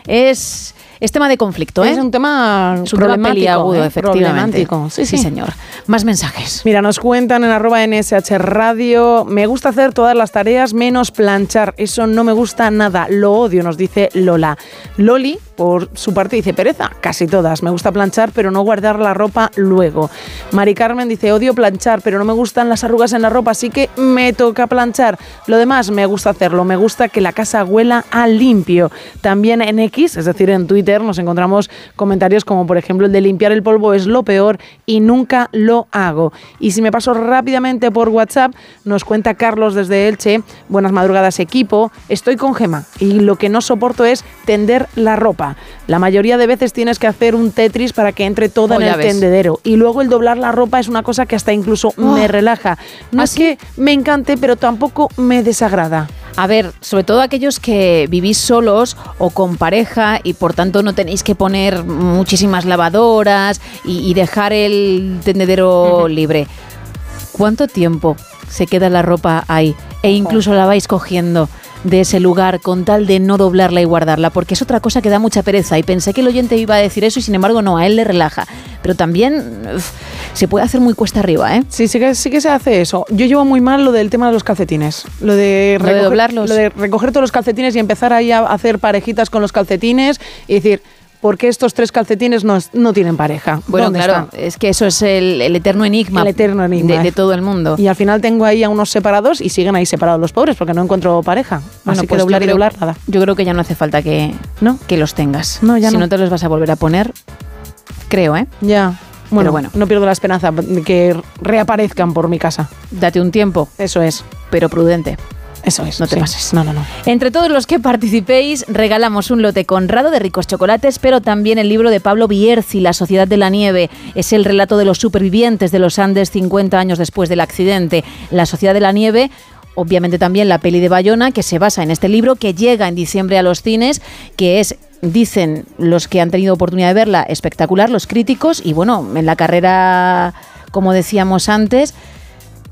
Es tema de conflicto, ¿eh? Es un tema es un tema peliagudo, efectivamente. Problemático. Sí, sí, señor. Más mensajes. Mira, nos cuentan en @NSH Radio, me gusta hacer todas las tareas menos planchar. Eso no me gusta nada, lo odio, nos dice Lola. Loli, por su parte, dice pereza, casi todas. Me gusta planchar, pero no guardar la ropa luego. Mari Carmen dice, odio planchar, pero no me gustan las arrugas en la ropa, así que me toca planchar. Lo demás me gusta hacerlo, me gusta que la casa huela a limpio. También en X, es decir, en Twitter, nos encontramos comentarios como, por ejemplo, el de limpiar el polvo es lo peor y nunca lo hago. Y si me paso rápidamente por WhatsApp, nos cuenta Carlos desde Elche, buenas madrugadas equipo, estoy con Gema y lo que no soporto es tender la ropa. La mayoría de veces tienes que hacer un Tetris para que entre toda en el tendedero y luego el doblar la ropa es una cosa que hasta incluso me relaja. No es que me encante, pero tampoco me desagrada. A ver, sobre todo aquellos que vivís solos o con pareja y por tanto no tenéis que poner muchísimas lavadoras y dejar el tendedero libre. ¿Cuánto tiempo se queda la ropa ahí? E incluso la vais cogiendo de ese lugar con tal de no doblarla y guardarla, porque es otra cosa que da mucha pereza y pensé que el oyente iba a decir eso y sin embargo no, a él le relaja. Pero también se puede hacer muy cuesta arriba, ¿eh? Sí que se hace eso. Yo llevo muy mal lo del tema de los calcetines. Lo de doblarlos. Lo de recoger todos los calcetines y empezar ahí a hacer parejitas con los calcetines y decir, ¿por qué estos 3 calcetines no tienen pareja? Bueno, claro, es que eso es el eterno enigma, de todo el mundo. Y al final tengo ahí a unos separados y siguen ahí separados los pobres porque no encuentro pareja. Bueno, así pues que doblar y doblar, nada. Yo creo que ya no hace falta que los tengas. No, ya si no. no te los vas a volver a poner, creo, ¿eh? Ya. Bueno, bueno, no pierdo la esperanza de que reaparezcan por mi casa. Date un tiempo. Eso es. Pero prudente. Eso es. No te pases. No. Entre todos los que participéis, regalamos un lote conrado de ricos chocolates, pero también el libro de Pablo Bierzi, La Sociedad de la Nieve. Es el relato de los supervivientes de los Andes 50 años después del accidente. La Sociedad de la Nieve, obviamente también la peli de Bayona, que se basa en este libro, que llega en diciembre a los cines, que es, dicen los que han tenido oportunidad de verla, espectacular, los críticos, y bueno, en la carrera, como decíamos antes,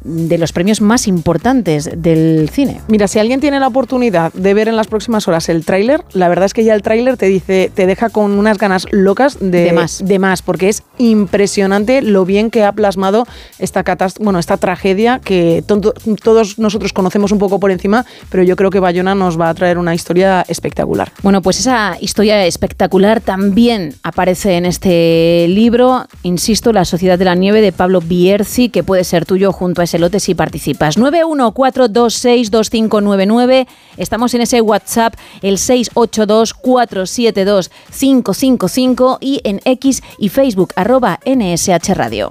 de los premios más importantes del cine. Mira, si alguien tiene la oportunidad de ver en las próximas horas el tráiler, la verdad es que ya el tráiler te deja con unas ganas locas de más, porque es impresionante lo bien que ha plasmado esta tragedia que todos nosotros conocemos un poco por encima, pero yo creo que Bayona nos va a traer una historia espectacular. Bueno, pues esa historia espectacular también aparece en este libro, insisto, La Sociedad de la Nieve, de Pablo Bierzi, que puede ser tuyo junto a ese lote si participas. 914262599, estamos en ese WhatsApp, el 682472555, y en X y Facebook, @NSH Radio.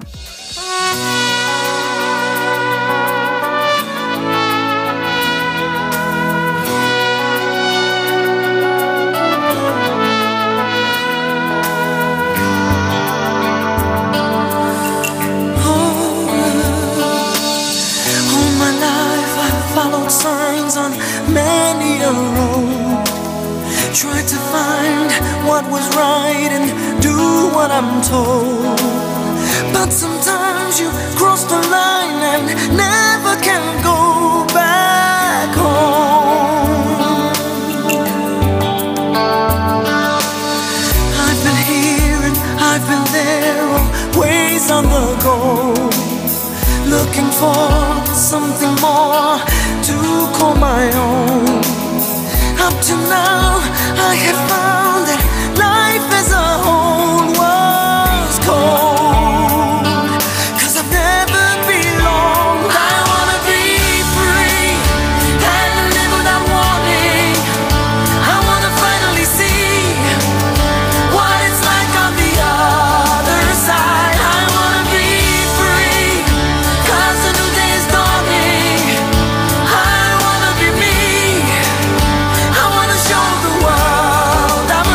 Signs on many a road, try to find what was right and do what I'm told, but sometimes you cross the line and never can go back home. I've been here and I've been there, always on the go, looking for something more to call my own. Up to now, I have found that life as a whole was cold, 'cause I've never belonged. I wanna be free and live without warning. I wanna finally see what it's like on the other side. I wanna be free, 'cause the new day is dawning. I wanna be me. I wanna show the world I'm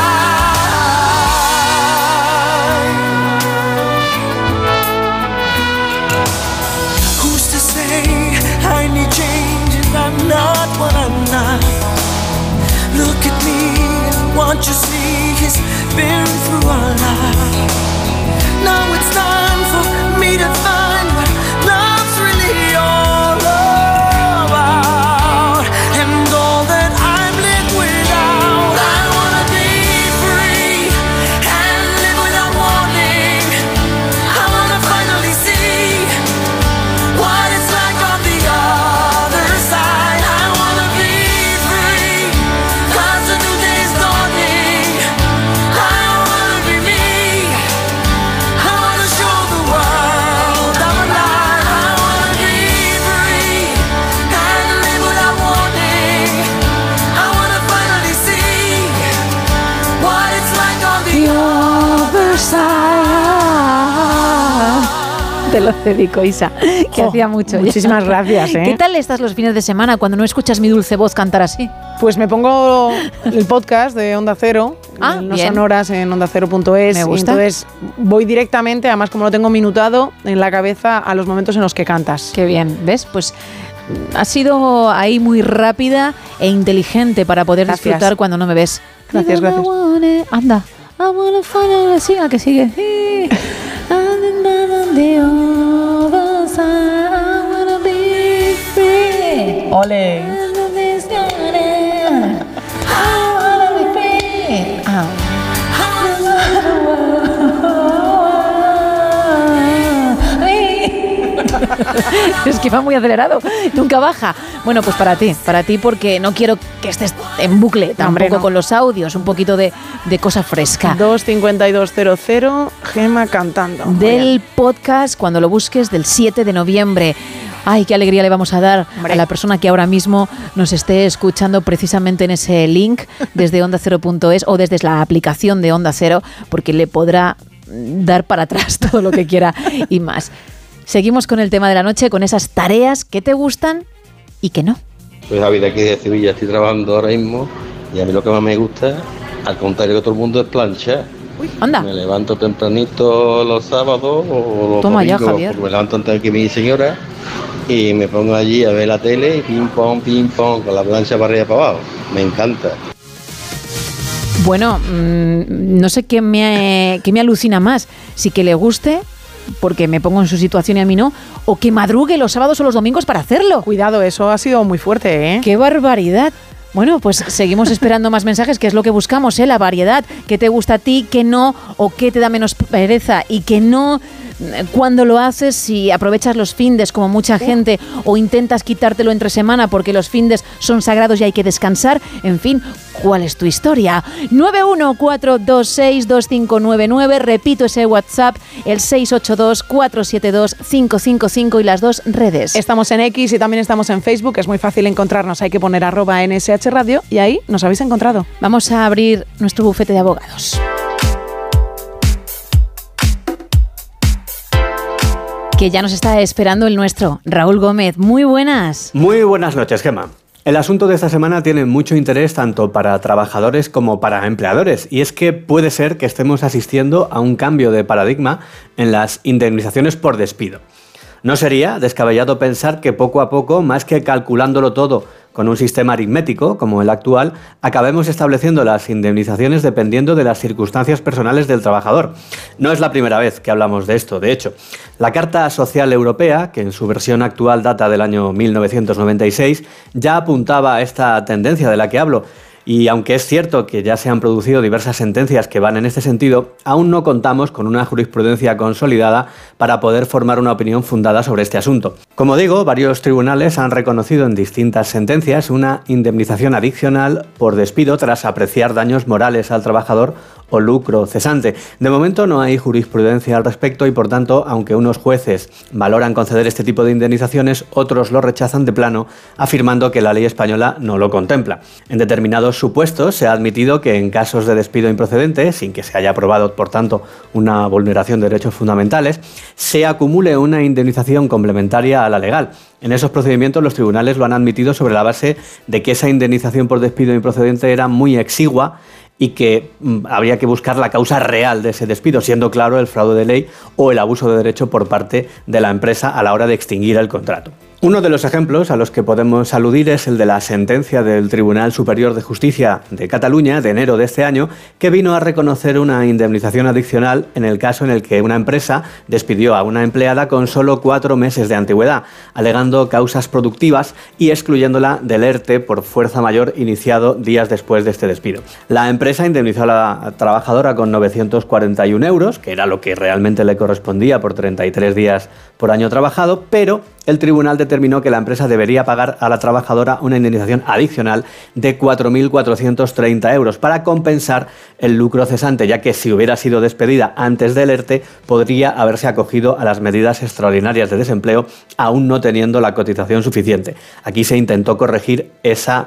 alive. Who's to say I need change and I'm not what I'm not? Look at me and what you see has been through a lot. Now it's time for me to find what love's really all about, and all that I'm lived without. I wanna be free and live without warning. I wanna finally see what it's like on the other side. I wanna be free, 'cause the new day is dawning. I wanna be me. I wanna show the world I'm alive. I wanna be free and live without warning. I wanna finally see what it's like on the other side. Te lo dedico, Isa, que hacía mucho. Muchísimas gracias, ¿eh? ¿Qué tal estás los fines de semana cuando no escuchas mi dulce voz cantar así? Pues me pongo el podcast de Onda Cero, no bien. sonoras en ondacero.es. Me gusta. Y entonces voy directamente, además como lo tengo minutado en la cabeza, a los momentos en los que cantas. Qué bien, ¿ves? Pues has sido ahí muy rápida e inteligente para poder Gracias. disfrutar cuando no me ves. Gracias, gracias. Anda. I wanna find a siga, que sigue. ¡Ole! Es que va muy acelerado, nunca baja. Bueno, pues para ti porque no quiero que estés en bucle tampoco. Hombre, no. Con los audios, un poquito de cosa fresca. 25200, Gema cantando. Del podcast, cuando lo busques, del 7 de noviembre. Ay, qué alegría le vamos a dar a la persona que ahora mismo nos esté escuchando precisamente en ese link desde ondacero.es o desde la aplicación de Onda Cero, porque le podrá dar para atrás todo lo que quiera y más. Seguimos con el tema de la noche, con esas tareas que te gustan y que no. Soy Javi de aquí de Sevilla, estoy trabajando ahora mismo y a mí lo que más me gusta, al contrario que todo el mundo, es planchar. Anda. Me levanto tempranito los sábados o los Toma ya, domingos, Javier. porque me levanto antes que mi señora y me pongo allí a ver la tele y ping pong, con la plancha para arriba y para abajo. Me encanta. Bueno, no sé qué me alucina más, si que le guste porque me pongo en su situación y a mí no, o que madrugue los sábados o los domingos para hacerlo. Cuidado, eso ha sido muy fuerte, ¿eh? ¡Qué barbaridad! Bueno, pues seguimos esperando más mensajes, que es lo que buscamos, ¿eh? La variedad. ¿Qué te gusta a ti, qué no, o qué te da menos pereza y qué no? Cuando lo haces, si aprovechas los findes como mucha gente o intentas quitártelo entre semana porque los findes son sagrados y hay que descansar. En fin, ¿cuál es tu historia? 914262599, repito ese WhatsApp, el 682472555 y las 2 redes. Estamos en X y también estamos en Facebook, es muy fácil encontrarnos, hay que poner @NSH Radio y ahí nos habéis encontrado. Vamos a abrir nuestro bufete de abogados. Que ya nos está esperando el nuestro, Raúl Gómez. Muy buenas. Muy buenas noches, Gemma. El asunto de esta semana tiene mucho interés tanto para trabajadores como para empleadores, y es que puede ser que estemos asistiendo a un cambio de paradigma en las indemnizaciones por despido. No sería descabellado pensar que poco a poco, más que calculándolo todo con un sistema aritmético como el actual, acabemos estableciendo las indemnizaciones dependiendo de las circunstancias personales del trabajador. No es la primera vez que hablamos de esto, de hecho. La Carta Social Europea, que en su versión actual data del año 1996, ya apuntaba a esta tendencia de la que hablo. Y aunque es cierto que ya se han producido diversas sentencias que van en este sentido, aún no contamos con una jurisprudencia consolidada para poder formar una opinión fundada sobre este asunto. Como digo, varios tribunales han reconocido en distintas sentencias una indemnización adicional por despido tras apreciar daños morales al trabajador o lucro cesante. De momento no hay jurisprudencia al respecto y, por tanto, aunque unos jueces valoran conceder este tipo de indemnizaciones, otros lo rechazan de plano, afirmando que la ley española no lo contempla. En determinados supuestos se ha admitido que en casos de despido improcedente, sin que se haya probado, por tanto, una vulneración de derechos fundamentales, se acumule una indemnización complementaria a la legal. En esos procedimientos los tribunales lo han admitido sobre la base de que esa indemnización por despido improcedente era muy exigua y que habría que buscar la causa real de ese despido, siendo claro el fraude de ley o el abuso de derecho por parte de la empresa a la hora de extinguir el contrato. Uno de los ejemplos a los que podemos aludir es el de la sentencia del Tribunal Superior de Justicia de Cataluña de enero de este año, que vino a reconocer una indemnización adicional en el caso en el que una empresa despidió a una empleada con solo 4 meses de antigüedad, alegando causas productivas y excluyéndola del ERTE por fuerza mayor iniciado días después de este despido. La empresa indemnizó a la trabajadora con 941 euros, que era lo que realmente le correspondía por 33 días por año trabajado, pero el tribunal determinó que la empresa debería pagar a la trabajadora una indemnización adicional de 4.430 euros para compensar el lucro cesante, ya que si hubiera sido despedida antes del ERTE, podría haberse acogido a las medidas extraordinarias de desempleo, aún no teniendo la cotización suficiente. Aquí se intentó corregir ese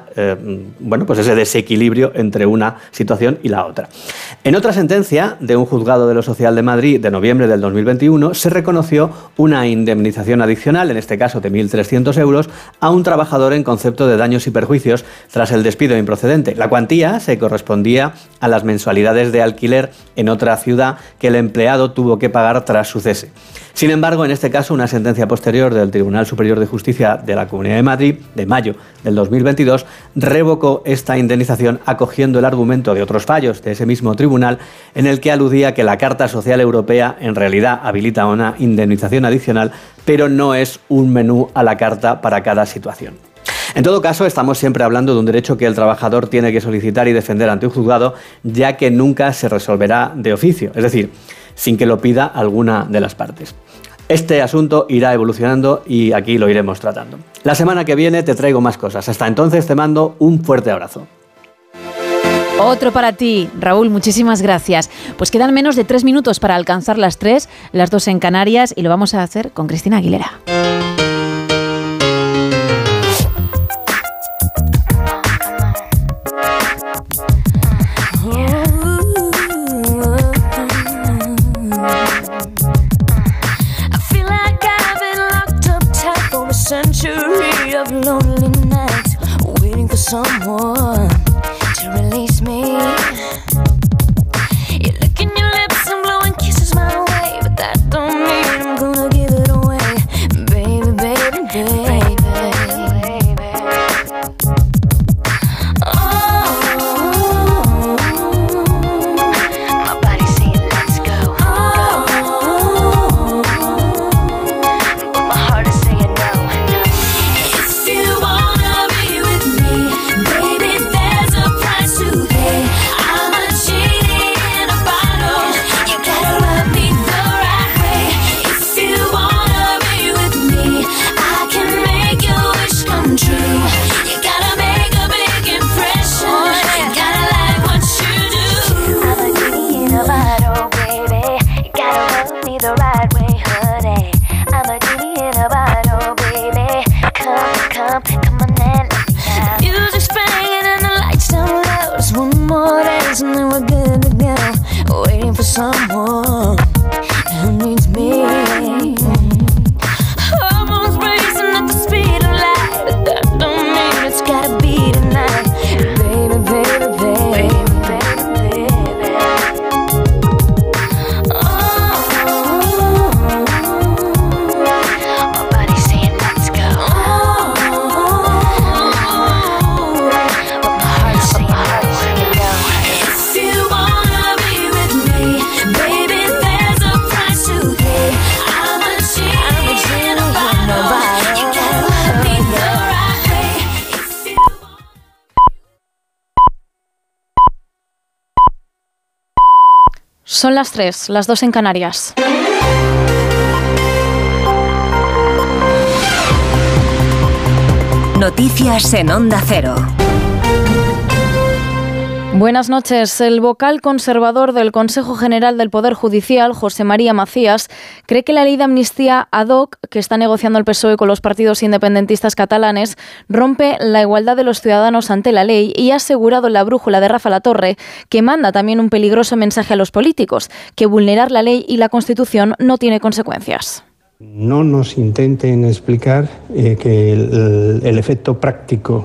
desequilibrio entre una situación y la otra. En otra sentencia de un juzgado de lo social de Madrid de noviembre del 2021, se reconoció una indemnización adicional, en este caso de 1.300 euros, a un trabajador en concepto de daños y perjuicios tras el despido improcedente. La cuantía se correspondía a las mensualidades de alquiler en otra ciudad que el empleado tuvo que pagar tras su cese. Sin embargo, en este caso, una sentencia posterior del Tribunal Superior de Justicia de la Comunidad de Madrid, de mayo del 2022, revocó esta indemnización acogiendo el argumento de otros fallos de ese mismo tribunal, en el que aludía que la Carta Social Europea en realidad habilita una indemnización adicional, pero no es un menú a la carta para cada situación. En todo caso, estamos siempre hablando de un derecho que el trabajador tiene que solicitar y defender ante un juzgado, ya que nunca se resolverá de oficio, es decir, sin que lo pida alguna de las partes. Este asunto irá evolucionando y aquí lo iremos tratando. La semana que viene te traigo más cosas. Hasta entonces te mando un fuerte abrazo. Otro para ti, Raúl, muchísimas gracias. Pues quedan menos de 3 minutos para alcanzar las 3, las 2 en Canarias, y lo vamos a hacer con Cristina Aguilera. Century of lonely nights, waiting for someone to release me. You're licking your lips and blowing kisses my way, but that don't mean I'm gonna give it away, baby, baby, baby. Oh, my body saying let's go. Oh, The music's playing and the lights down low. Just one more dance and then we're good to go. Waiting for someone who needs me. Hormones racing at the speed of light, but that don't mean it's gotta be tonight. Baby, baby, baby, baby, baby. My body's saying let's go. But my heart's saying go. If you wanna be with me, baby, there's a price to pay. I'm a nobody. You gotta love me the right way. Son las 3, las 2 en Canarias. Noticias en Onda Cero. Buenas noches. El vocal conservador del Consejo General del Poder Judicial, José María Macías, cree que la ley de amnistía ad hoc que está negociando el PSOE con los partidos independentistas catalanes rompe la igualdad de los ciudadanos ante la ley y ha asegurado en La Brújula de Rafa Latorre que manda también un peligroso mensaje a los políticos, que vulnerar la ley y la Constitución no tiene consecuencias. No nos intenten explicar que el efecto práctico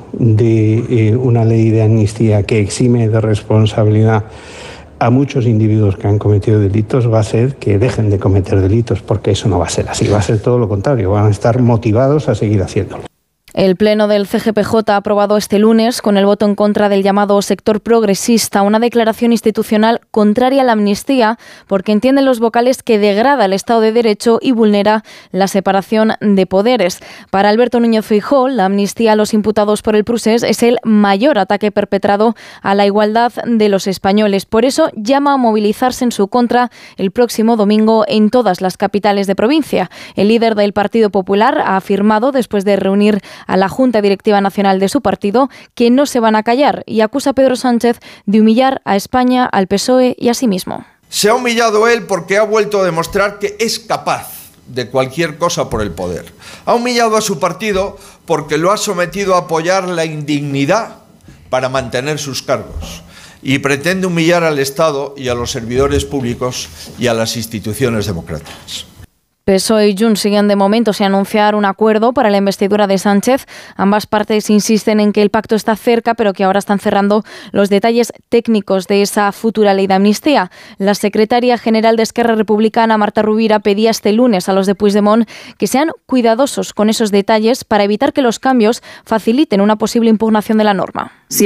de una ley de amnistía que exime de responsabilidad a muchos individuos que han cometido delitos va a ser que dejen de cometer delitos, porque eso no va a ser así, va a ser todo lo contrario, van a estar motivados a seguir haciéndolo. El Pleno del CGPJ ha aprobado este lunes, con el voto en contra del llamado sector progresista, una declaración institucional contraria a la amnistía, porque entienden los vocales que degrada el Estado de Derecho y vulnera la separación de poderes. Para Alberto Núñez Feijóo, la amnistía a los imputados por el Procés es el mayor ataque perpetrado a la igualdad de los españoles. Por eso llama a movilizarse en su contra el próximo domingo en todas las capitales de provincia. El líder del Partido Popular ha afirmado, después de reunir a la Junta Directiva Nacional de su partido, que no se van a callar, y acusa a Pedro Sánchez de humillar a España, al PSOE y a sí mismo. Se ha humillado él porque ha vuelto a demostrar que es capaz de cualquier cosa por el poder. Ha humillado a su partido porque lo ha sometido a apoyar la indignidad para mantener sus cargos. Y pretende humillar al Estado y a los servidores públicos y a las instituciones democráticas. PSOE y Junts siguen de momento sin anunciar un acuerdo para la investidura de Sánchez. Ambas partes insisten en que el pacto está cerca, pero que ahora están cerrando los detalles técnicos de esa futura ley de amnistía. La secretaria general de Esquerra Republicana, Marta Rovira, pedía este lunes a los de Puigdemont que sean cuidadosos con esos detalles para evitar que los cambios faciliten una posible impugnación de la norma. Si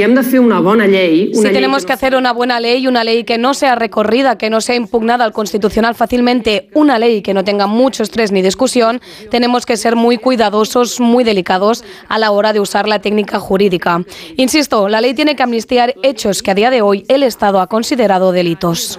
tenemos que hacer una buena ley, una ley que no sea recorrida, que no sea impugnada al Constitucional fácilmente, una ley que no tenga mucho estrés ni discusión, tenemos que ser muy cuidadosos, muy delicados a la hora de usar la técnica jurídica. Insisto, la ley tiene que amnistiar hechos que a día de hoy el Estado ha considerado delitos.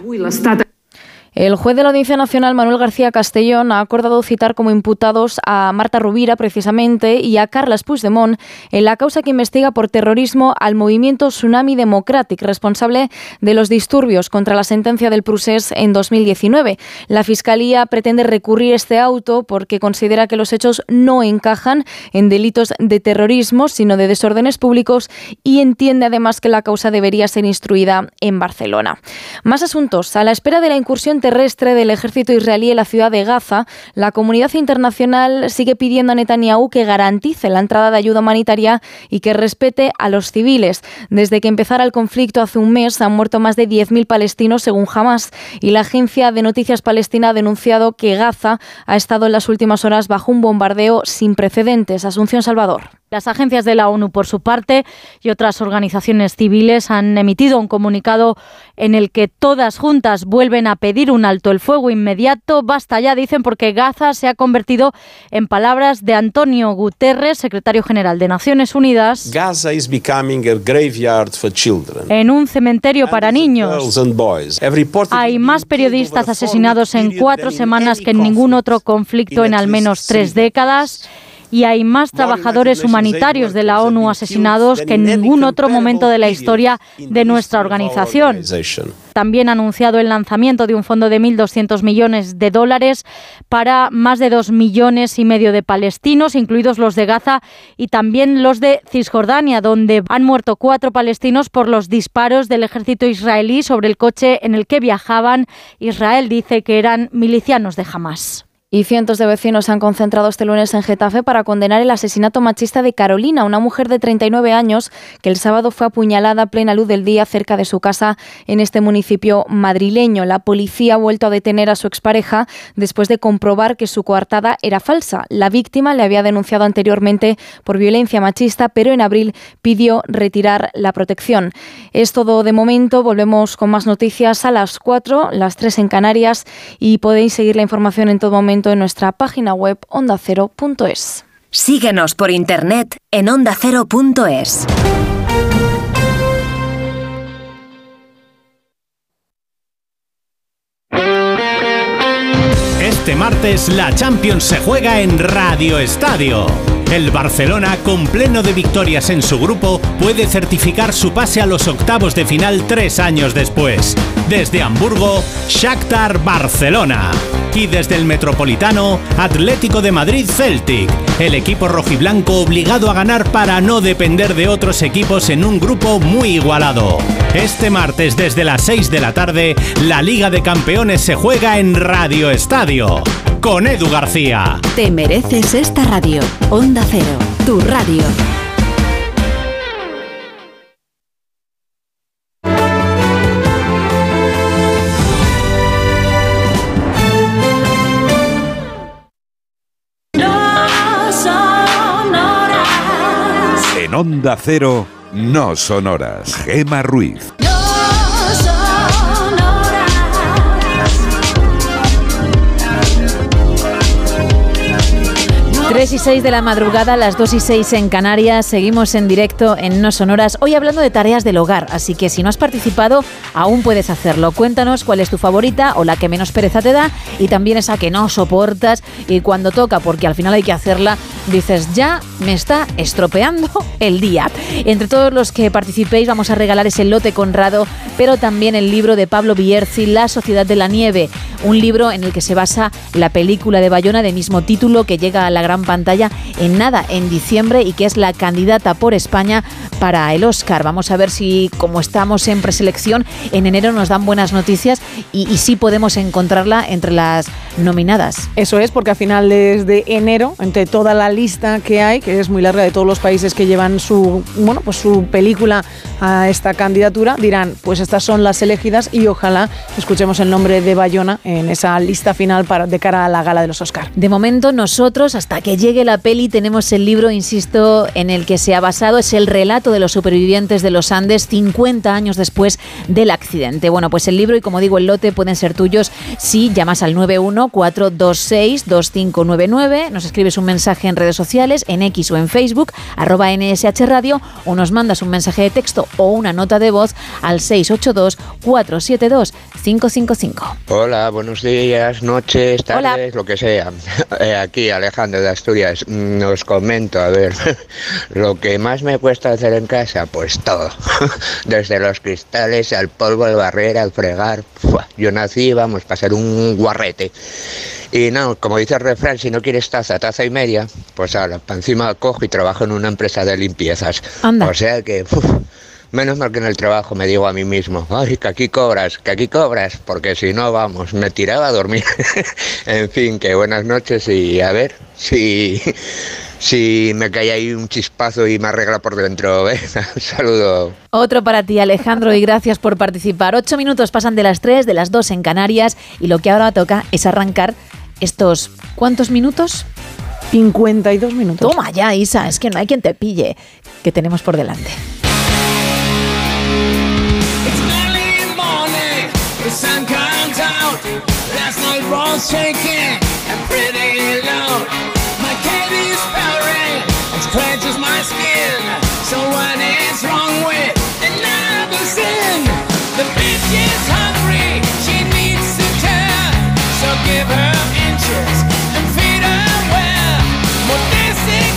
El juez de la Audiencia Nacional, Manuel García Castellón, ha acordado citar como imputados a Marta Rovira, precisamente, y a Carles Puigdemont en la causa que investiga por terrorismo al movimiento Tsunami Democratic, responsable de los disturbios contra la sentencia del Procés en 2019. La Fiscalía pretende recurrir este auto porque considera que los hechos no encajan en delitos de terrorismo, sino de desórdenes públicos, y entiende además que la causa debería ser instruida en Barcelona. Más asuntos. A la espera de la incursión terrestre del ejército israelí en la ciudad de Gaza, la comunidad internacional sigue pidiendo a Netanyahu que garantice la entrada de ayuda humanitaria y que respete a los civiles. Desde que empezara el conflicto hace un mes han muerto más de 10.000 palestinos según Hamas, y la agencia de noticias palestina ha denunciado que Gaza ha estado en las últimas horas bajo un bombardeo sin precedentes. Asunción Salvador. Las agencias de la ONU, por su parte, y otras organizaciones civiles han emitido un comunicado en el que todas juntas vuelven a pedir un alto el fuego inmediato. Basta ya, dicen, porque Gaza se ha convertido, en palabras de Antonio Guterres, secretario general de Naciones Unidas, Gaza is becoming a graveyard for children. En un cementerio para niños. Hay más periodistas asesinados en 4 semanas que en ningún otro conflicto en al menos 3 décadas. y hay más trabajadores humanitarios de la ONU asesinados que en ningún otro momento de la historia de nuestra organización. También ha anunciado el lanzamiento de un fondo de 1.200 millones de dólares para más de 2,5 millones de palestinos, incluidos los de Gaza y también los de Cisjordania, donde han muerto 4 palestinos por los disparos del ejército israelí sobre el coche en el que viajaban. Israel dice que eran milicianos de Hamás. Y cientos de vecinos se han concentrado este lunes en Getafe para condenar el asesinato machista de Carolina, una mujer de 39 años que el sábado fue apuñalada a plena luz del día cerca de su casa en este municipio madrileño. La policía ha vuelto a detener a su expareja después de comprobar que su coartada era falsa. La víctima le había denunciado anteriormente por violencia machista, pero en abril pidió retirar la protección. Es todo de momento. Volvemos con más noticias a las 4, las 3 en Canarias, y podéis seguir la información en todo momento en nuestra página web ondacero.es. Síguenos por internet en ondacero.es. Este martes la Champions se juega en Radio Estadio. El Barcelona, con pleno de victorias en su grupo, puede certificar su pase a los octavos de final 3 años después. Desde Hamburgo, Shakhtar Barcelona. Y desde el Metropolitano, Atlético de Madrid Celtic. El equipo rojiblanco obligado a ganar para no depender de otros equipos en un grupo muy igualado. Este martes desde las 6 de la tarde, la Liga de Campeones se juega en Radio Estadio. Con Edu García. Te mereces esta radio. Onda Cero, tu radio. En Onda Cero, no son horas. Gema Ruiz. 3:06 de la madrugada, las 2:06 en Canarias. Seguimos en directo en No Son Horas. Hoy hablando de tareas del hogar, así que si no has participado, aún puedes hacerlo. Cuéntanos cuál es tu favorita o la que menos pereza te da, y también esa que no soportas, y cuando toca, porque al final hay que hacerla, dices, ya me está estropeando el día. Entre todos los que participéis vamos a regalar ese lote Conrado, pero también el libro de Pablo Bierzi, La Sociedad de la Nieve, un libro en el que se basa la película de Bayona de mismo título, que llega a la gran pantalla en nada, en diciembre, y que es la candidata por España para el Oscar. Vamos a ver si, como estamos en preselección, en enero nos dan buenas noticias y sí podemos encontrarla entre las nominadas. Eso es, porque a finales de enero, entre toda la lista que hay, que es muy larga, de todos los países que llevan su película a esta candidatura, dirán, pues estas son las elegidas, y ojalá escuchemos el nombre de Bayona en esa lista final de cara a la gala de los Oscar. De momento nosotros, hasta que llegue la peli, tenemos el libro, insisto, en el que se ha basado. Es el relato de los supervivientes de los Andes 50 años después del accidente. Bueno, pues el libro y, como digo, el lote pueden ser tuyos si llamas al 914262599, nos escribes un mensaje en redes sociales, en X o en Facebook, @NSH Radio, o nos mandas un mensaje de texto o una nota de voz al 682-472-555. Hola, buenos días, noches, tardes, lo que sea. Aquí Alejandro de Asturias. Os comento, a ver, lo que más me cuesta hacer en casa, pues todo. Desde los cristales, al polvo, al barrer, al fregar. Yo nací, vamos, para ser un guarrete. Y no, como dice el refrán, si no quieres taza, taza y media, pues ahora, para encima cojo y trabajo en una empresa de limpiezas. Anda. O sea que, menos mal que en el trabajo me digo a mí mismo, ay, que aquí cobras, porque si no, vamos, me tiraba a dormir. En fin, que buenas noches, y a ver si me cae ahí un chispazo y me arregla por dentro. Un saludo. Otro para ti, Alejandro, y gracias por participar. 8 minutos pasan de las 3, de las 2 en Canarias, y lo que ahora toca es arrancar estos... ¿Cuántos minutos? 52 minutos. Toma ya, Isa, es que no hay quien te pille, que tenemos por delante. The sun comes out, last night was shaking and pretty low. My cat is purring and scratches my skin. So what is wrong with another sin? The bitch is hungry, she needs to turn. So give her inches and feed her well. Well, this is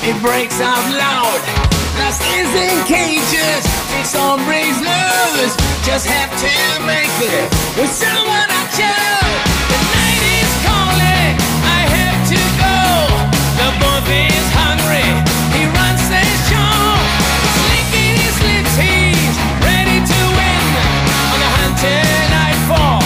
it breaks out loud. Lost is in cages, it's all breaks loose. Just have to make it with someone I choose. The night is calling, I have to go. The boy is hungry, he runs the show. He's licking his lips, he's ready to win. On the hunt till nightfall.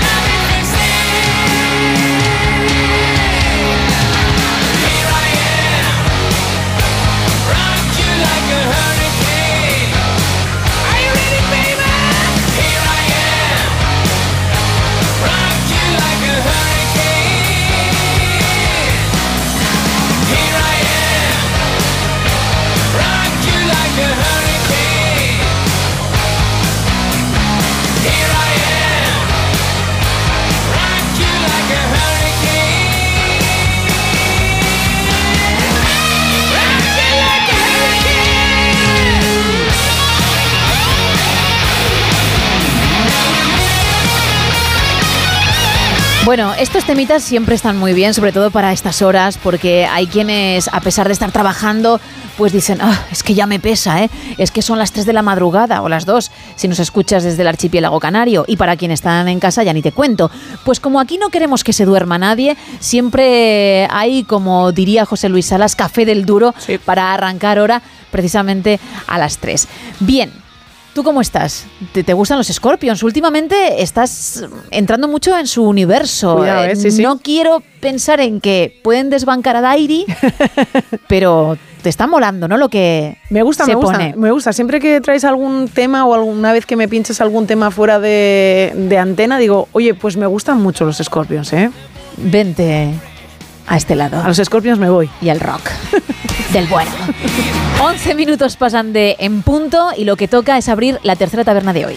Bueno, estos temitas siempre están muy bien, sobre todo para estas horas, porque hay quienes, a pesar de estar trabajando, pues dicen, es que ya me pesa, es que son las 3 de la madrugada o las 2, si nos escuchas desde el archipiélago canario, y para quienes están en casa ya ni te cuento. Pues como aquí no queremos que se duerma nadie, siempre hay, como diría José Luis Salas, café del duro para arrancar hora precisamente a las 3. Bien. ¿Tú cómo estás? ¿Te gustan los Scorpions? Últimamente estás entrando mucho en su universo. Cuidado, sí. No quiero pensar en que pueden desbancar a Dairi, pero te está molando, ¿no? Lo que me gusta. Siempre que traes algún tema o alguna vez que me pinches algún tema fuera de antena, digo, oye, pues me gustan mucho los Scorpions, ¿eh? Vente a este lado. A los Scorpions me voy. Y al rock. Del bueno. 11 minutos pasan de En Punto y lo que toca es abrir la tercera taberna de hoy.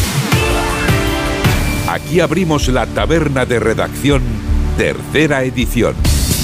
Aquí abrimos la taberna de redacción, tercera edición.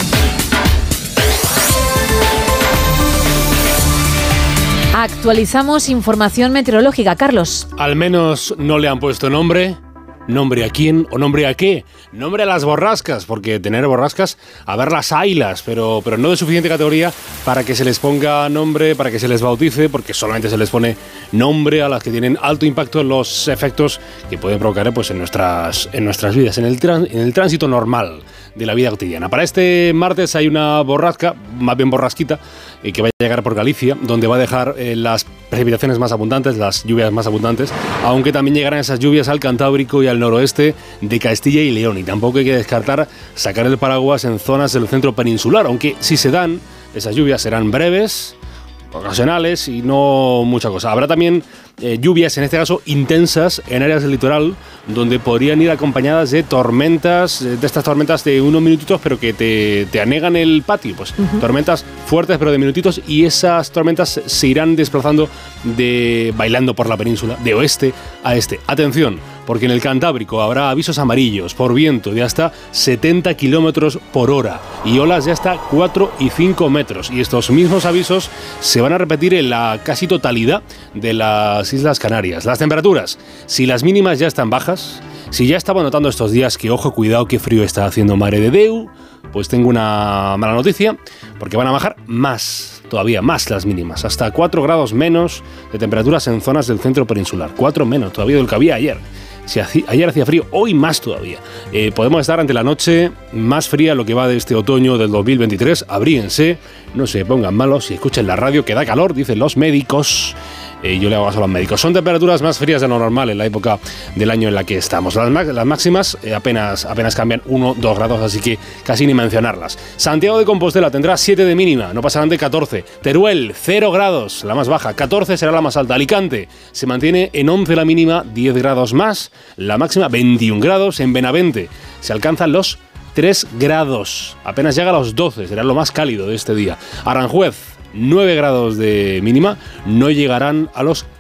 Actualizamos información meteorológica, Carlos. Al menos no le han puesto nombre. ¿Nombre a quién o nombre a qué? Nombre a las borrascas, porque tener borrascas, a ver, las haylas, pero no de suficiente categoría para que se les ponga nombre, para que se les bautice, porque solamente se les pone nombre a las que tienen alto impacto en los efectos que pueden provocar pues, en nuestras vidas, en el tránsito normal de la vida cotidiana. Para este martes hay una borrasca, más bien borrasquita, que va a llegar por Galicia, donde va a dejar las precipitaciones más abundantes, las lluvias más abundantes, aunque también llegarán esas lluvias al Cantábrico y al noroeste de Castilla y León. Y tampoco hay que descartar sacar el paraguas en zonas del centro peninsular, aunque si se dan, esas lluvias serán breves, ocasionales y no mucha cosa. Habrá también lluvias, en este caso intensas, en áreas del litoral, donde podrían ir acompañadas de tormentas, de estas tormentas de unos minutitos, pero que te anegan el patio. Pues tormentas fuertes, pero de minutitos, y esas tormentas se irán desplazando bailando por la península, de oeste a este. Atención, porque en el Cantábrico habrá avisos amarillos por viento de hasta 70 kilómetros por hora y olas de hasta 4 y 5 metros. Y estos mismos avisos se van a repetir en la casi totalidad de las Islas Canarias. Las temperaturas, si las mínimas ya están bajas, si ya estaba notando estos días que, ojo, cuidado, qué frío está haciendo Mare de Déu, pues tengo una mala noticia, porque van a bajar más, todavía más las mínimas, hasta 4 grados menos de temperaturas en zonas del centro peninsular. 4 menos todavía de lo que había ayer. Si ayer hacía frío, hoy más todavía. Podemos estar ante la noche más fría lo que va de este otoño del 2023. Abríense, no se pongan malos y escuchen la radio que da calor, dicen los médicos. Yo le hago caso a los médicos. Son temperaturas más frías de lo normal en la época del año en la que estamos. Las máximas apenas cambian 1-2 grados, así que casi ni mencionarlas. Santiago de Compostela tendrá 7 de mínima, no pasarán de 14. Teruel, 0 grados, la más baja. 14 será la más alta. Alicante se mantiene en 11 la mínima, 10 grados más. La máxima, 21 grados. En Benavente se alcanzan los 3 grados. Apenas llega a los 12, será lo más cálido de este día. Aranjuez, 9 grados de mínima, no llegarán a los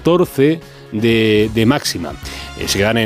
14 de máxima. Se quedan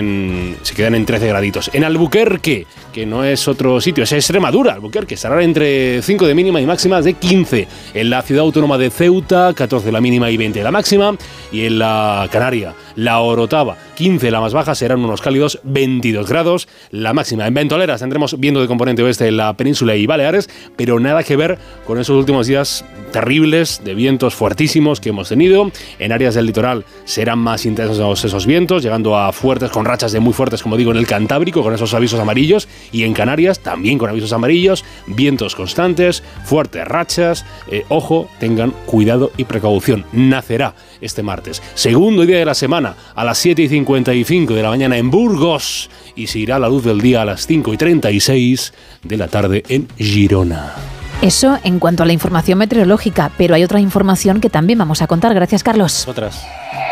en 13 graditos. En Albuquerque, que no es otro sitio, es Extremadura, Albuquerque, estará entre 5 de mínima y máximas de 15. En la ciudad autónoma de Ceuta, 14 la mínima y 20 la máxima. Y en la Canaria, la Orotava 15, la más baja, serán unos cálidos 22 grados, la máxima. En Ventoleras tendremos viento de componente oeste en la península y Baleares, pero nada que ver con esos últimos días terribles de vientos fuertísimos que hemos tenido. En áreas del litoral serán más intensos esos vientos, llegando a fuertes, con rachas de muy fuertes, como digo, en el Cantábrico, con esos avisos amarillos, y en Canarias también con avisos amarillos, vientos constantes, fuertes rachas. Ojo, tengan cuidado y precaución. Nacerá este martes, segundo día de la semana, a las 7:55 de la mañana en Burgos, y se irá a la luz del día a las 5:36 de la tarde en Girona. Eso en cuanto a la información meteorológica, pero hay otra información que también vamos a contar. Gracias, Carlos. Otras.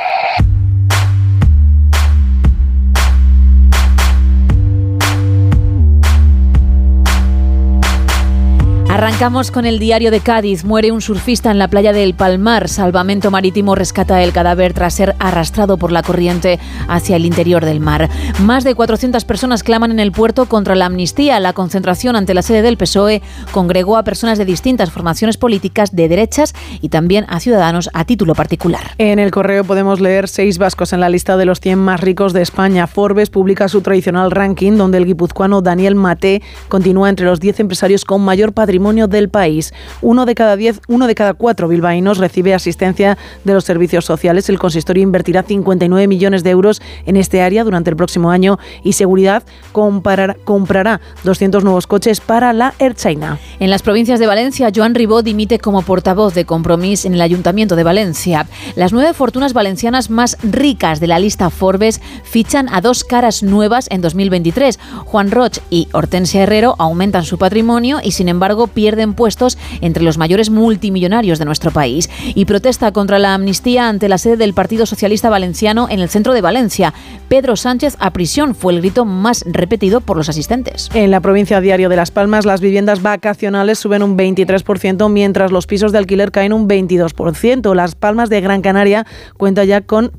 Arrancamos con el diario de Cádiz. Muere un surfista en la playa del Palmar. Salvamento Marítimo rescata el cadáver tras ser arrastrado por la corriente hacia el interior del mar. Más de 400 personas claman en el puerto contra la amnistía. La concentración ante la sede del PSOE congregó a personas de distintas formaciones políticas de derechas y también a ciudadanos a título particular. En El Correo podemos leer 6 vascos en la lista de los 100 más ricos de España. Forbes publica su tradicional ranking, donde el guipuzcoano Daniel Maté continúa entre los 10 empresarios con mayor patrimonio del país. Uno de cada 4 bilbaínos recibe asistencia de los servicios sociales. El consistorio invertirá 59 millones de euros en este área durante el próximo año, y Seguridad comprará 200 nuevos coches para la Ertzaintza. En las provincias de Valencia, Joan Ribó dimite como portavoz de Compromís en el Ayuntamiento de Valencia. Las 9 fortunas valencianas más ricas de la lista Forbes fichan a 2 caras nuevas en 2023. Juan Roch y Hortensia Herrero aumentan su patrimonio y, sin embargo, pierden puestos entre los mayores multimillonarios de nuestro país. Y protesta contra la amnistía ante la sede del Partido Socialista Valenciano en el centro de Valencia. Pedro Sánchez a prisión fue el grito más repetido por los asistentes. En la provincia Diario de Las Palmas, las viviendas vacacionales suben un 23%, mientras los pisos de alquiler caen un 22%. Las Palmas de Gran Canaria cuenta ya con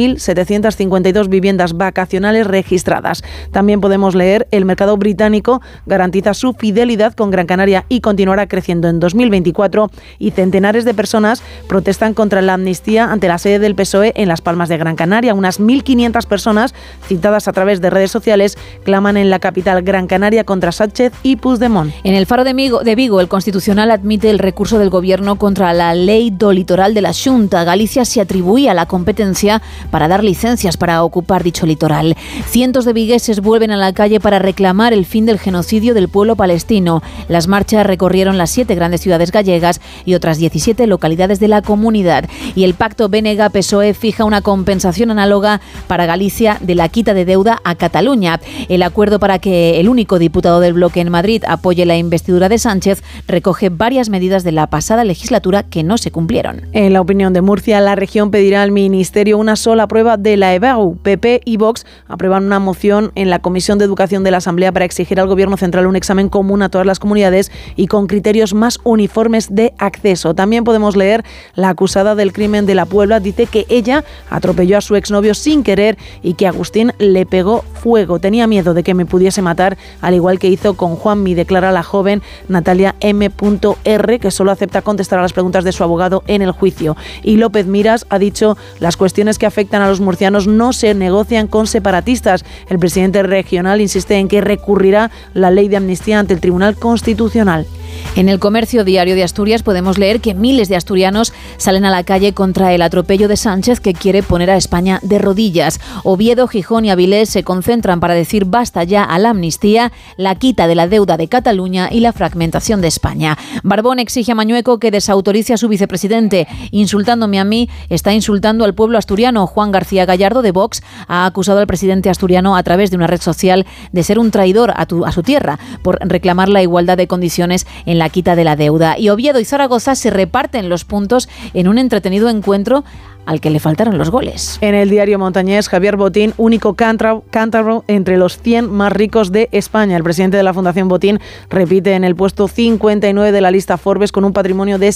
3.752 viviendas vacacionales registradas. También podemos leer: el mercado británico garantiza su fidelidad con Gran Canaria y continuará creciendo en 2024, y centenares de personas protestan contra la amnistía ante la sede del PSOE en Las Palmas de Gran Canaria. Unas 1.500 personas, citadas a través de redes sociales, claman en la capital Gran Canaria contra Sánchez y Puigdemont. En el Faro de Vigo, el Constitucional admite el recurso del Gobierno contra la ley do litoral de la Xunta. Galicia se atribuía la competencia para dar licencias para ocupar dicho litoral. Cientos de vigueses vuelven a la calle para reclamar el fin del genocidio del pueblo palestino. Las marchas recorrieron las 7 grandes ciudades gallegas y otras 17 localidades de la comunidad. Y el pacto Bénega-PSOE fija una compensación análoga para Galicia de la quita de deuda a Cataluña. El acuerdo para que el único diputado del bloque en Madrid apoye la investidura de Sánchez recoge varias medidas de la pasada legislatura que no se cumplieron. En la Opinión de Murcia, la región pedirá al Ministerio una sola prueba de la EBAU. PP y Vox aprueban una moción en la Comisión de Educación de la Asamblea para exigir al Gobierno central un examen común a todas las comunidades y con criterios más uniformes de acceso. También podemos leer: la acusada del crimen de La Puebla dice que ella atropelló a su exnovio sin querer y que Agustín le pegó fuego. Tenía miedo de que me pudiese matar, al igual que hizo con Juanmi, declara la joven Natalia M.R., que solo acepta contestar a las preguntas de su abogado en el juicio. Y López Miras ha dicho: las cuestiones que afectan a los murcianos no se negocian con separatistas. El presidente regional insiste en que recurrirá la ley de amnistía ante el Tribunal Constitucional. En El Comercio Diario de Asturias podemos leer que miles de asturianos salen a la calle contra el atropello de Sánchez, que quiere poner a España de rodillas. Oviedo, Gijón y Avilés se concentran para decir basta ya a la amnistía, la quita de la deuda de Cataluña y la fragmentación de España. Barbón exige a Mañueco que desautorice a su vicepresidente. Insultándome a mí, está insultando al pueblo asturiano. Juan García Gallardo, de Vox, ha acusado al presidente asturiano a través de una red social de ser un traidor a su tierra por reclamar la igualdad de condiciones en la quita de la deuda. Y Oviedo y Zaragoza se reparten los puntos en un entretenido encuentro al que le faltaron los goles. En el diario montañés, Javier Botín, único cántabro entre los 100 más ricos de España. El presidente de la Fundación Botín repite en el puesto 59 de la lista Forbes con un patrimonio de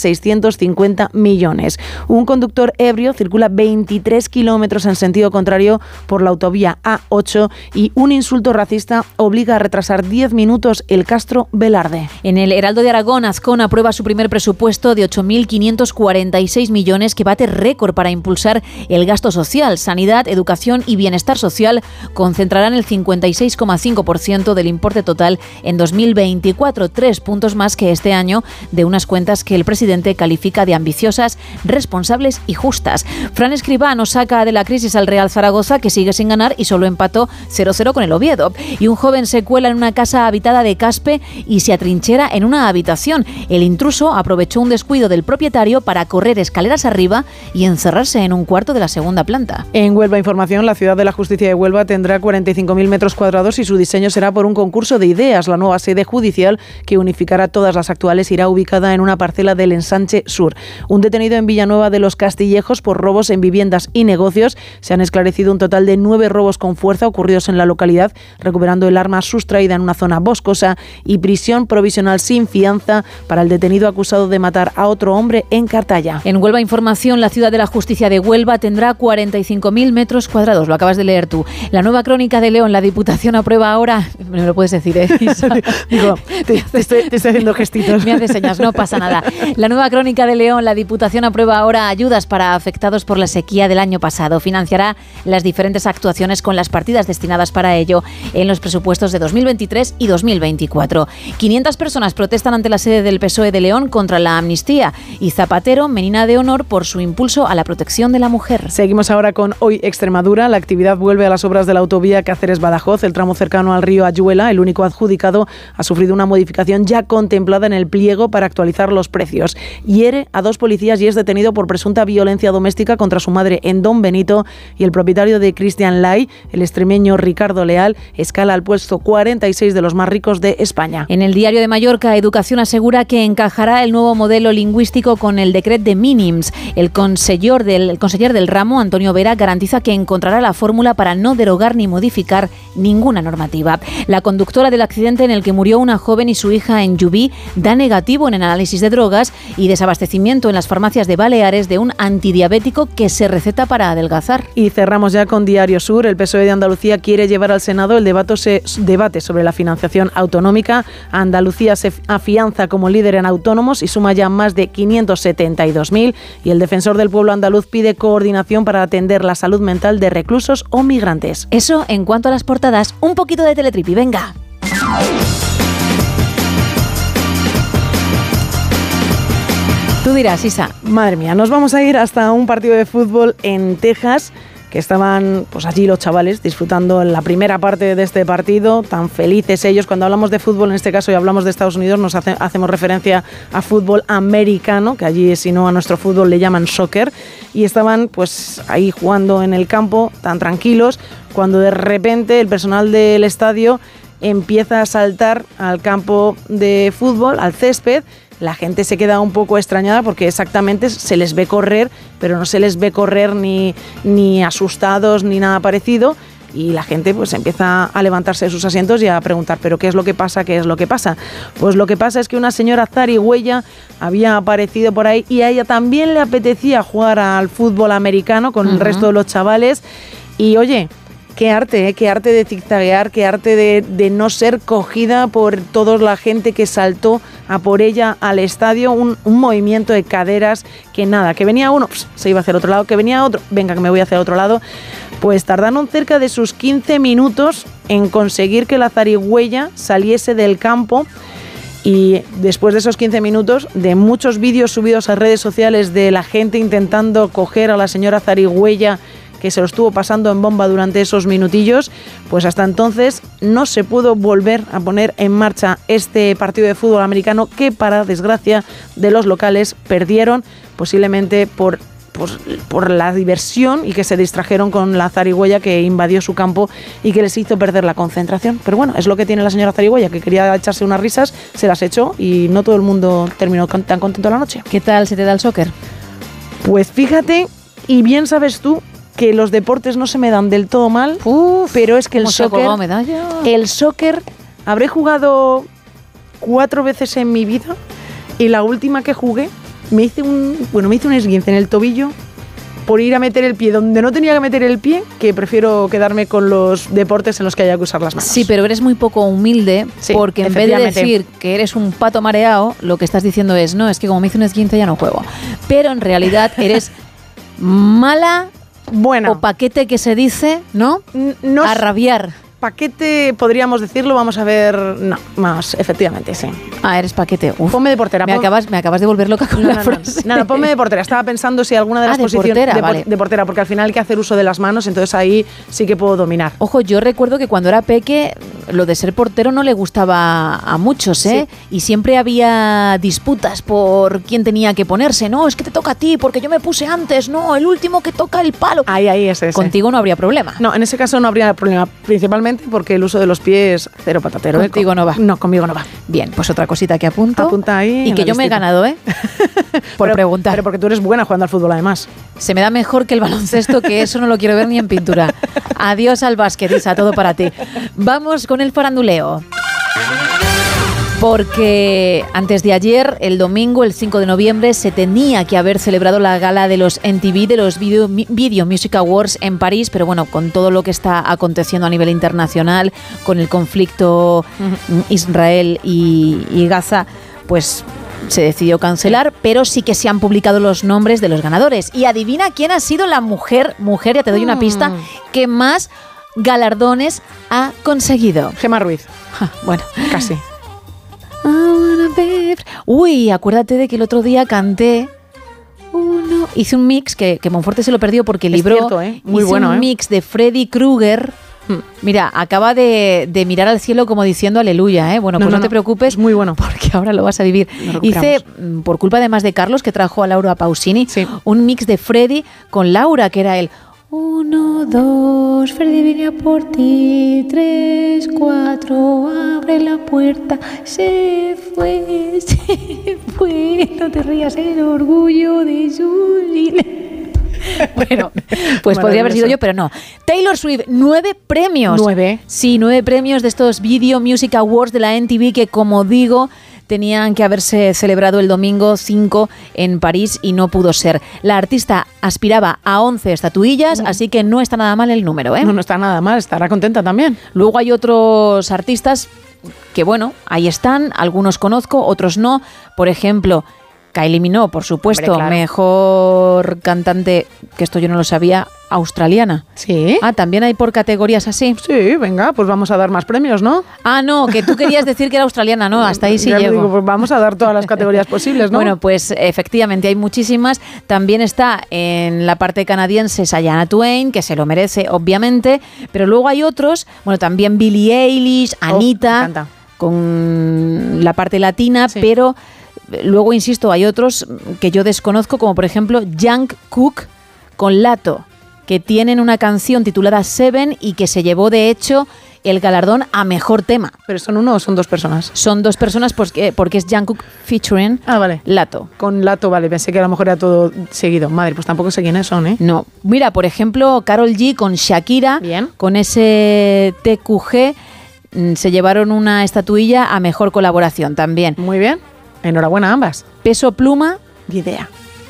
650 millones. Un conductor ebrio circula 23 kilómetros en sentido contrario por la autovía A8 y un insulto racista obliga a retrasar 10 minutos el Castro Velarde. En el Heraldo de Aragón, Azcón aprueba su primer presupuesto de 8.546 millones que bate récord para impulsar el gasto social. Sanidad, educación y bienestar social concentrarán el 56,5% del importe total en 2024, 3 puntos más que este año, de unas cuentas que el presidente califica de ambiciosas, responsables y justas. Fran Escribá nos saca de la crisis al Real Zaragoza, que sigue sin ganar y solo empató 0-0 con el Oviedo. Y un joven se cuela en una casa habitada de Caspe y se atrinchera en una habitación. El intruso aprovechó un descuido del propietario para correr escaleras arriba y encerrarse en un cuarto de la segunda planta. En Huelva Información, la Ciudad de la Justicia de Huelva tendrá 45.000 metros cuadrados y su diseño será por un concurso de ideas. La nueva sede judicial, que unificará todas las actuales, irá ubicada en una parcela del Ensanche Sur. Un detenido en Villanueva de los Castillejos por robos en viviendas y negocios. Se han esclarecido un total de 9 robos con fuerza ocurridos en la localidad, recuperando el arma sustraída en una zona boscosa, y prisión provisional sin fianza para el detenido acusado de matar a otro hombre en Cartaya. En Huelva Información, la Ciudad de la Justicia de Huelva tendrá 45.000 metros cuadrados. Lo acabas de leer tú. La nueva Crónica de León, la Diputación aprueba ahora... Me lo puedes decir, Isa. Digo, te estoy haciendo gestitos. Me hace señas, no pasa nada. La nueva Crónica de León, la Diputación aprueba ahora ayudas para afectados por la sequía del año pasado. Financiará las diferentes actuaciones con las partidas destinadas para ello en los presupuestos de 2023 y 2024. 500 personas protestan ante la sede del PSOE de León contra la amnistía, y Zapatero, menina de honor por su impulso a la protección de la mujer. Seguimos ahora con Hoy Extremadura. La actividad vuelve a las obras de la autovía Cáceres-Badajoz. El tramo cercano al río Ayuela, el único adjudicado, ha sufrido una modificación ya contemplada en el pliego para actualizar los precios. Hiere a 2 policías y es detenido por presunta violencia doméstica contra su madre en Don Benito, y el propietario de Christian Lai, el extremeño Ricardo Leal, escala al puesto 46 de los más ricos de España. En el Diario de Mallorca, Educación asegura que encajará el nuevo modelo lingüístico con el decret de mínims. El conseller del ramo, Antonio Vera, garantiza que encontrará la fórmula para no derogar ni modificar ninguna normativa. La conductora del accidente en el que murió una joven y su hija en Llubí da negativo en el análisis de drogas, y desabastecimiento en las farmacias de Baleares de un antidiabético que se receta para adelgazar. Y cerramos ya con Diario Sur. El PSOE de Andalucía quiere llevar al Senado el debate sobre la financiación autonómica. Andalucía se afianza como líder en autónomos y suma ya más de 572.000, y el defensor del pueblo andaluz pide coordinación para atender la salud mental de reclusos o migrantes. Eso en cuanto a las portadas. Un poquito de Teletripi, venga. Tú dirás, Isa. Madre mía, nos vamos a ir hasta un partido de fútbol en Texas, que estaban pues allí los chavales disfrutando en la primera parte de este partido, tan felices ellos. Cuando hablamos de fútbol, en este caso, y hablamos de Estados Unidos, nos hacemos referencia a fútbol americano, que allí, si no, a nuestro fútbol le llaman soccer, y estaban pues ahí jugando en el campo, tan tranquilos, cuando de repente el personal del estadio empieza a saltar al campo de fútbol, al césped. La gente se queda un poco extrañada porque exactamente se les ve correr, pero no se les ve correr ni asustados ni nada parecido, y la gente pues empieza a levantarse de sus asientos y a preguntar, ¿pero qué es lo que pasa? ¿Qué es lo que pasa? Pues lo que pasa es que una señora zarigüeya había aparecido por ahí, y a ella también le apetecía jugar al fútbol americano con el resto de los chavales, y oye... Qué arte de zigzaguear, qué arte de no ser cogida por toda la gente que saltó a por ella al estadio, un movimiento de caderas que nada, que venía uno, se iba hacia el otro lado, que venía otro, venga que me voy hacia el otro lado. Pues tardaron cerca de sus 15 minutos en conseguir que la zarigüeya saliese del campo. Y después de esos 15 minutos, de muchos vídeos subidos a redes sociales de la gente intentando coger a la señora zarigüeya, que se lo estuvo pasando en bomba durante esos minutillos, pues hasta entonces no se pudo volver a poner en marcha este partido de fútbol americano, que para desgracia de los locales perdieron, posiblemente por la diversión, y que se distrajeron con la zarigüeya que invadió su campo y que les hizo perder la concentración. Pero bueno, es lo que tiene la señora zarigüeya, que quería echarse unas risas, se las echó y no todo el mundo terminó tan contento la noche. ¿Qué tal se te da el soccer? Pues fíjate, y bien sabes tú, que los deportes no se me dan del todo mal, pero es que el soccer, habré jugado 4 veces en mi vida, y la última que jugué me hice un esguince en el tobillo por ir a meter el pie donde no tenía que meter el pie, que prefiero quedarme con los deportes en los que haya que usar las manos. Sí, pero eres muy poco humilde, porque en vez de decir que eres un pato mareado, lo que estás diciendo es, no, es que como me hice un esguince ya no juego. Pero en realidad eres Mala, bueno, o paquete que se dice, ¿no? No, a rabiar. Paquete, podríamos decirlo, vamos a ver. No, más, efectivamente, sí. Ah, eres paquete. Uf. Ponme de portera. Me acabas de volver loca con la frase. No, ponme de portera. Estaba pensando si alguna de las posiciones. De portera, porque al final hay que hacer uso de las manos, entonces ahí sí que puedo dominar. Ojo, yo recuerdo que cuando era peque, lo de ser portero no le gustaba a muchos, ¿eh? Sí. Y siempre había disputas por quién tenía que ponerse. No, es que te toca a ti, porque yo me puse antes. No, el último que toca el palo. Ahí, ese. Contigo no habría problema. No, en ese caso no habría problema. Principalmente porque el uso de los pies, cero patatero. Contigo no va. No, conmigo no va. Bien, pues otra cosita que apunto. Apunta ahí. Y que yo me he ganado, ¿eh? Por preguntar. Pero porque tú eres buena jugando al fútbol, además. Se me da mejor que el baloncesto, que eso no lo quiero ver ni en pintura. Adiós al básquet, Isa, todo para ti. Vamos con el faranduleo. Porque antes de ayer, el domingo, el 5 de noviembre, se tenía que haber celebrado la gala de los MTV, de los Video Music Awards en París, pero bueno, con todo lo que está aconteciendo a nivel internacional, con el conflicto Israel y Gaza, pues se decidió cancelar, pero sí que se han publicado los nombres de los ganadores. Y adivina quién ha sido la mujer, ya te doy una pista, que más galardones ha conseguido. Gemma Ruiz. Bueno, casi. Uy, acuérdate de que el otro día canté hice un mix que Monforte se lo perdió porque el libro cierto, muy hice bueno, un mix de Freddy Krueger. Mira, acaba de mirar al cielo como diciendo aleluya, ¿eh? Bueno, pues no te preocupes, es muy bueno, porque ahora lo vas a vivir. Hice, por culpa además de Carlos, que trajo a Laura Pausini, un mix de Freddy con Laura, que era el 1, 2, Freddy viene a por ti, 3, 4, abre la puerta, se fue, no te rías, el orgullo de su... Bueno, pues podría haber sido yo, pero no. Taylor Swift, 9 premios. 9. Sí, 9 premios de estos Video Music Awards de la MTV que, como digo, tenían que haberse celebrado el domingo 5 en París y no pudo ser. La artista aspiraba a 11 estatuillas, así que no está nada mal el número, ¿eh? No está nada mal, estará contenta también. Luego hay otros artistas que, bueno, ahí están, algunos conozco, otros no. Por ejemplo, Kylie Minogue, por supuesto, hombre, claro, mejor cantante, que esto yo no lo sabía, australiana. Sí. Ah, ¿también hay por categorías así? Sí, venga, pues vamos a dar más premios, ¿no? Ah, no, que tú querías decir que era australiana, no, hasta ahí sí ya llego. Digo, pues vamos a dar todas las categorías posibles, ¿no? Bueno, pues efectivamente hay muchísimas. También está en la parte canadiense Shania Twain, que se lo merece, obviamente, pero luego hay otros, bueno, también Billie Eilish, Anita, con la parte latina, sí, pero... Luego, insisto, hay otros que yo desconozco, como por ejemplo Jungkook con Lato, que tienen una canción titulada Seven y que se llevó, de hecho, el galardón a mejor tema. ¿Pero son uno o son dos personas? Son dos personas porque es Jungkook featuring Lato. Con Lato, vale, pensé que a lo mejor era todo seguido. Madre, pues tampoco sé quiénes son, ¿eh? No. Mira, por ejemplo, Karol G con Shakira, bien, con ese TQG, se llevaron una estatuilla a mejor colaboración también. Muy bien. Enhorabuena a ambas. Peso Pluma, ni idea.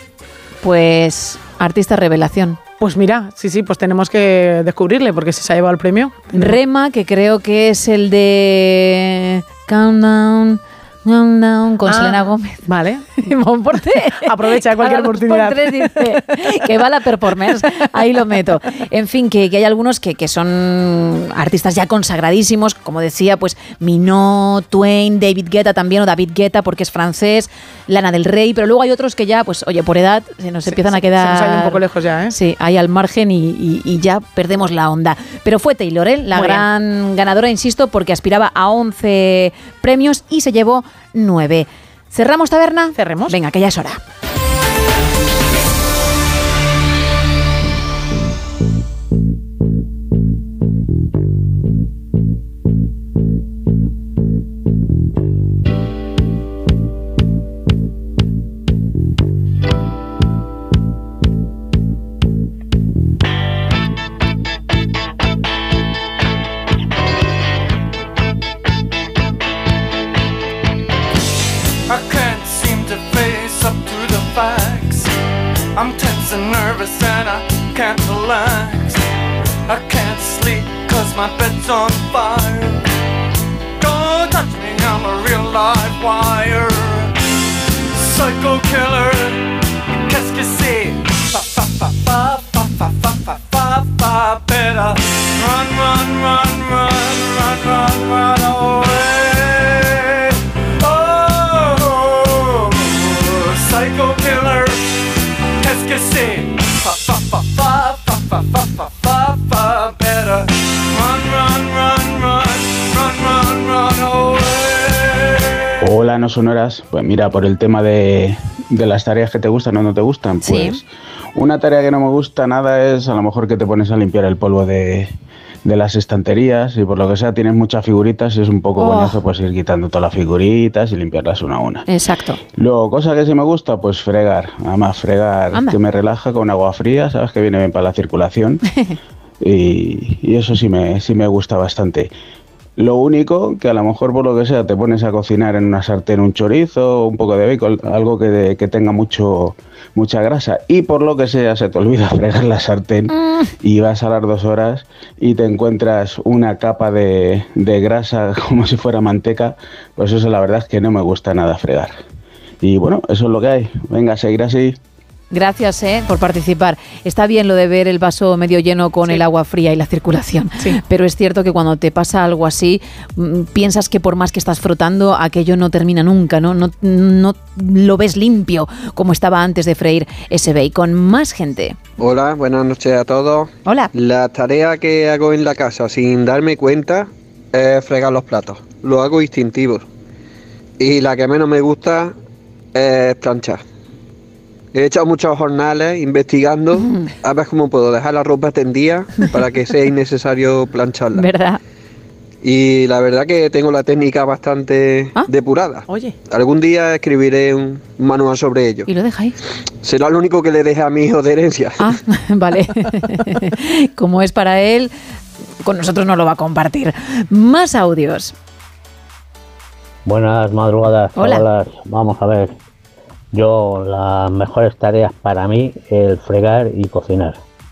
Pues artista revelación. Pues mira, sí, pues tenemos que descubrirle porque si se ha llevado el premio. Rema, que creo que es el de Countdown con Selena Gómez. Vale. Monforte. Aprovecha cualquier oportunidad. 2x3 dice que va la performance. Ahí lo meto. En fin, que hay algunos que son artistas ya consagradísimos, como decía, pues Minogue, Twain, David Guetta también, o David Guetta porque es francés, Lana del Rey, pero luego hay otros que ya, pues oye, por edad se nos empiezan a quedar... Se nos ha ido un poco lejos ya, ¿eh? Sí, ahí al margen y ya perdemos la onda. Pero fue Taylor, la gran ganadora, insisto, porque aspiraba a 11 premios y se llevó 9. ¿Cerramos taberna? Cerremos. Venga, que ya es hora. I'm tense and nervous and I can't relax. I can't sleep cause my bed's on fire. Don't touch me, I'm a real live wire. Psycho killer, qu'est-ce que c'est? you see. Fa fa fa fa fa fa fa fa fa fa. Better run, run, run, run, run, run, run away. Hola, no sonoras. Pues mira, por el tema de las tareas que te gustan o no te gustan, pues Sí. una tarea que no me gusta nada es a lo mejor que te pones a limpiar el polvo de las estanterías y por lo que sea tienes muchas figuritas y es un poco Oh. coñazo pues ir quitando todas las figuritas y limpiarlas una a una. Exacto. Luego, cosa que sí me gusta, pues fregar. Además, fregar Anda. que me relaja con agua fría, sabes que viene bien para la circulación. y eso sí me gusta bastante. Lo único que a lo mejor por lo que sea te pones a cocinar en una sartén un chorizo, un poco de bacon, algo que tenga mucha grasa y por lo que sea se te olvida fregar la sartén y vas a las 2 horas y te encuentras una capa de grasa como si fuera manteca, pues eso la verdad es que no me gusta nada fregar. Y bueno, eso es lo que hay. Venga, a seguir así. Gracias por participar. Está bien lo de ver el vaso medio lleno con el agua fría y la circulación, pero es cierto que cuando te pasa algo así, piensas que por más que estás frotando, aquello no termina nunca, ¿no? No lo ves limpio como estaba antes de freír ese bacon. Más gente. Hola, buenas noches a todos. Hola. La tarea que hago en la casa sin darme cuenta es fregar los platos. Lo hago instintivo. Y la que menos me gusta es planchar. He echado muchos jornales investigando a ver cómo puedo dejar la ropa tendida para que sea innecesario plancharla. ¿Verdad? Y la verdad que tengo la técnica bastante depurada. Oye. Algún día escribiré un manual sobre ello. ¿Y lo dejáis? Será lo único que le deje a mi hijo de herencia. Vale. Como es para él, con nosotros no lo va a compartir. Más audios. Buenas madrugadas. Hola. Hola. Vamos a ver. Yo, las mejores tareas para mí, el fregar y cocinar.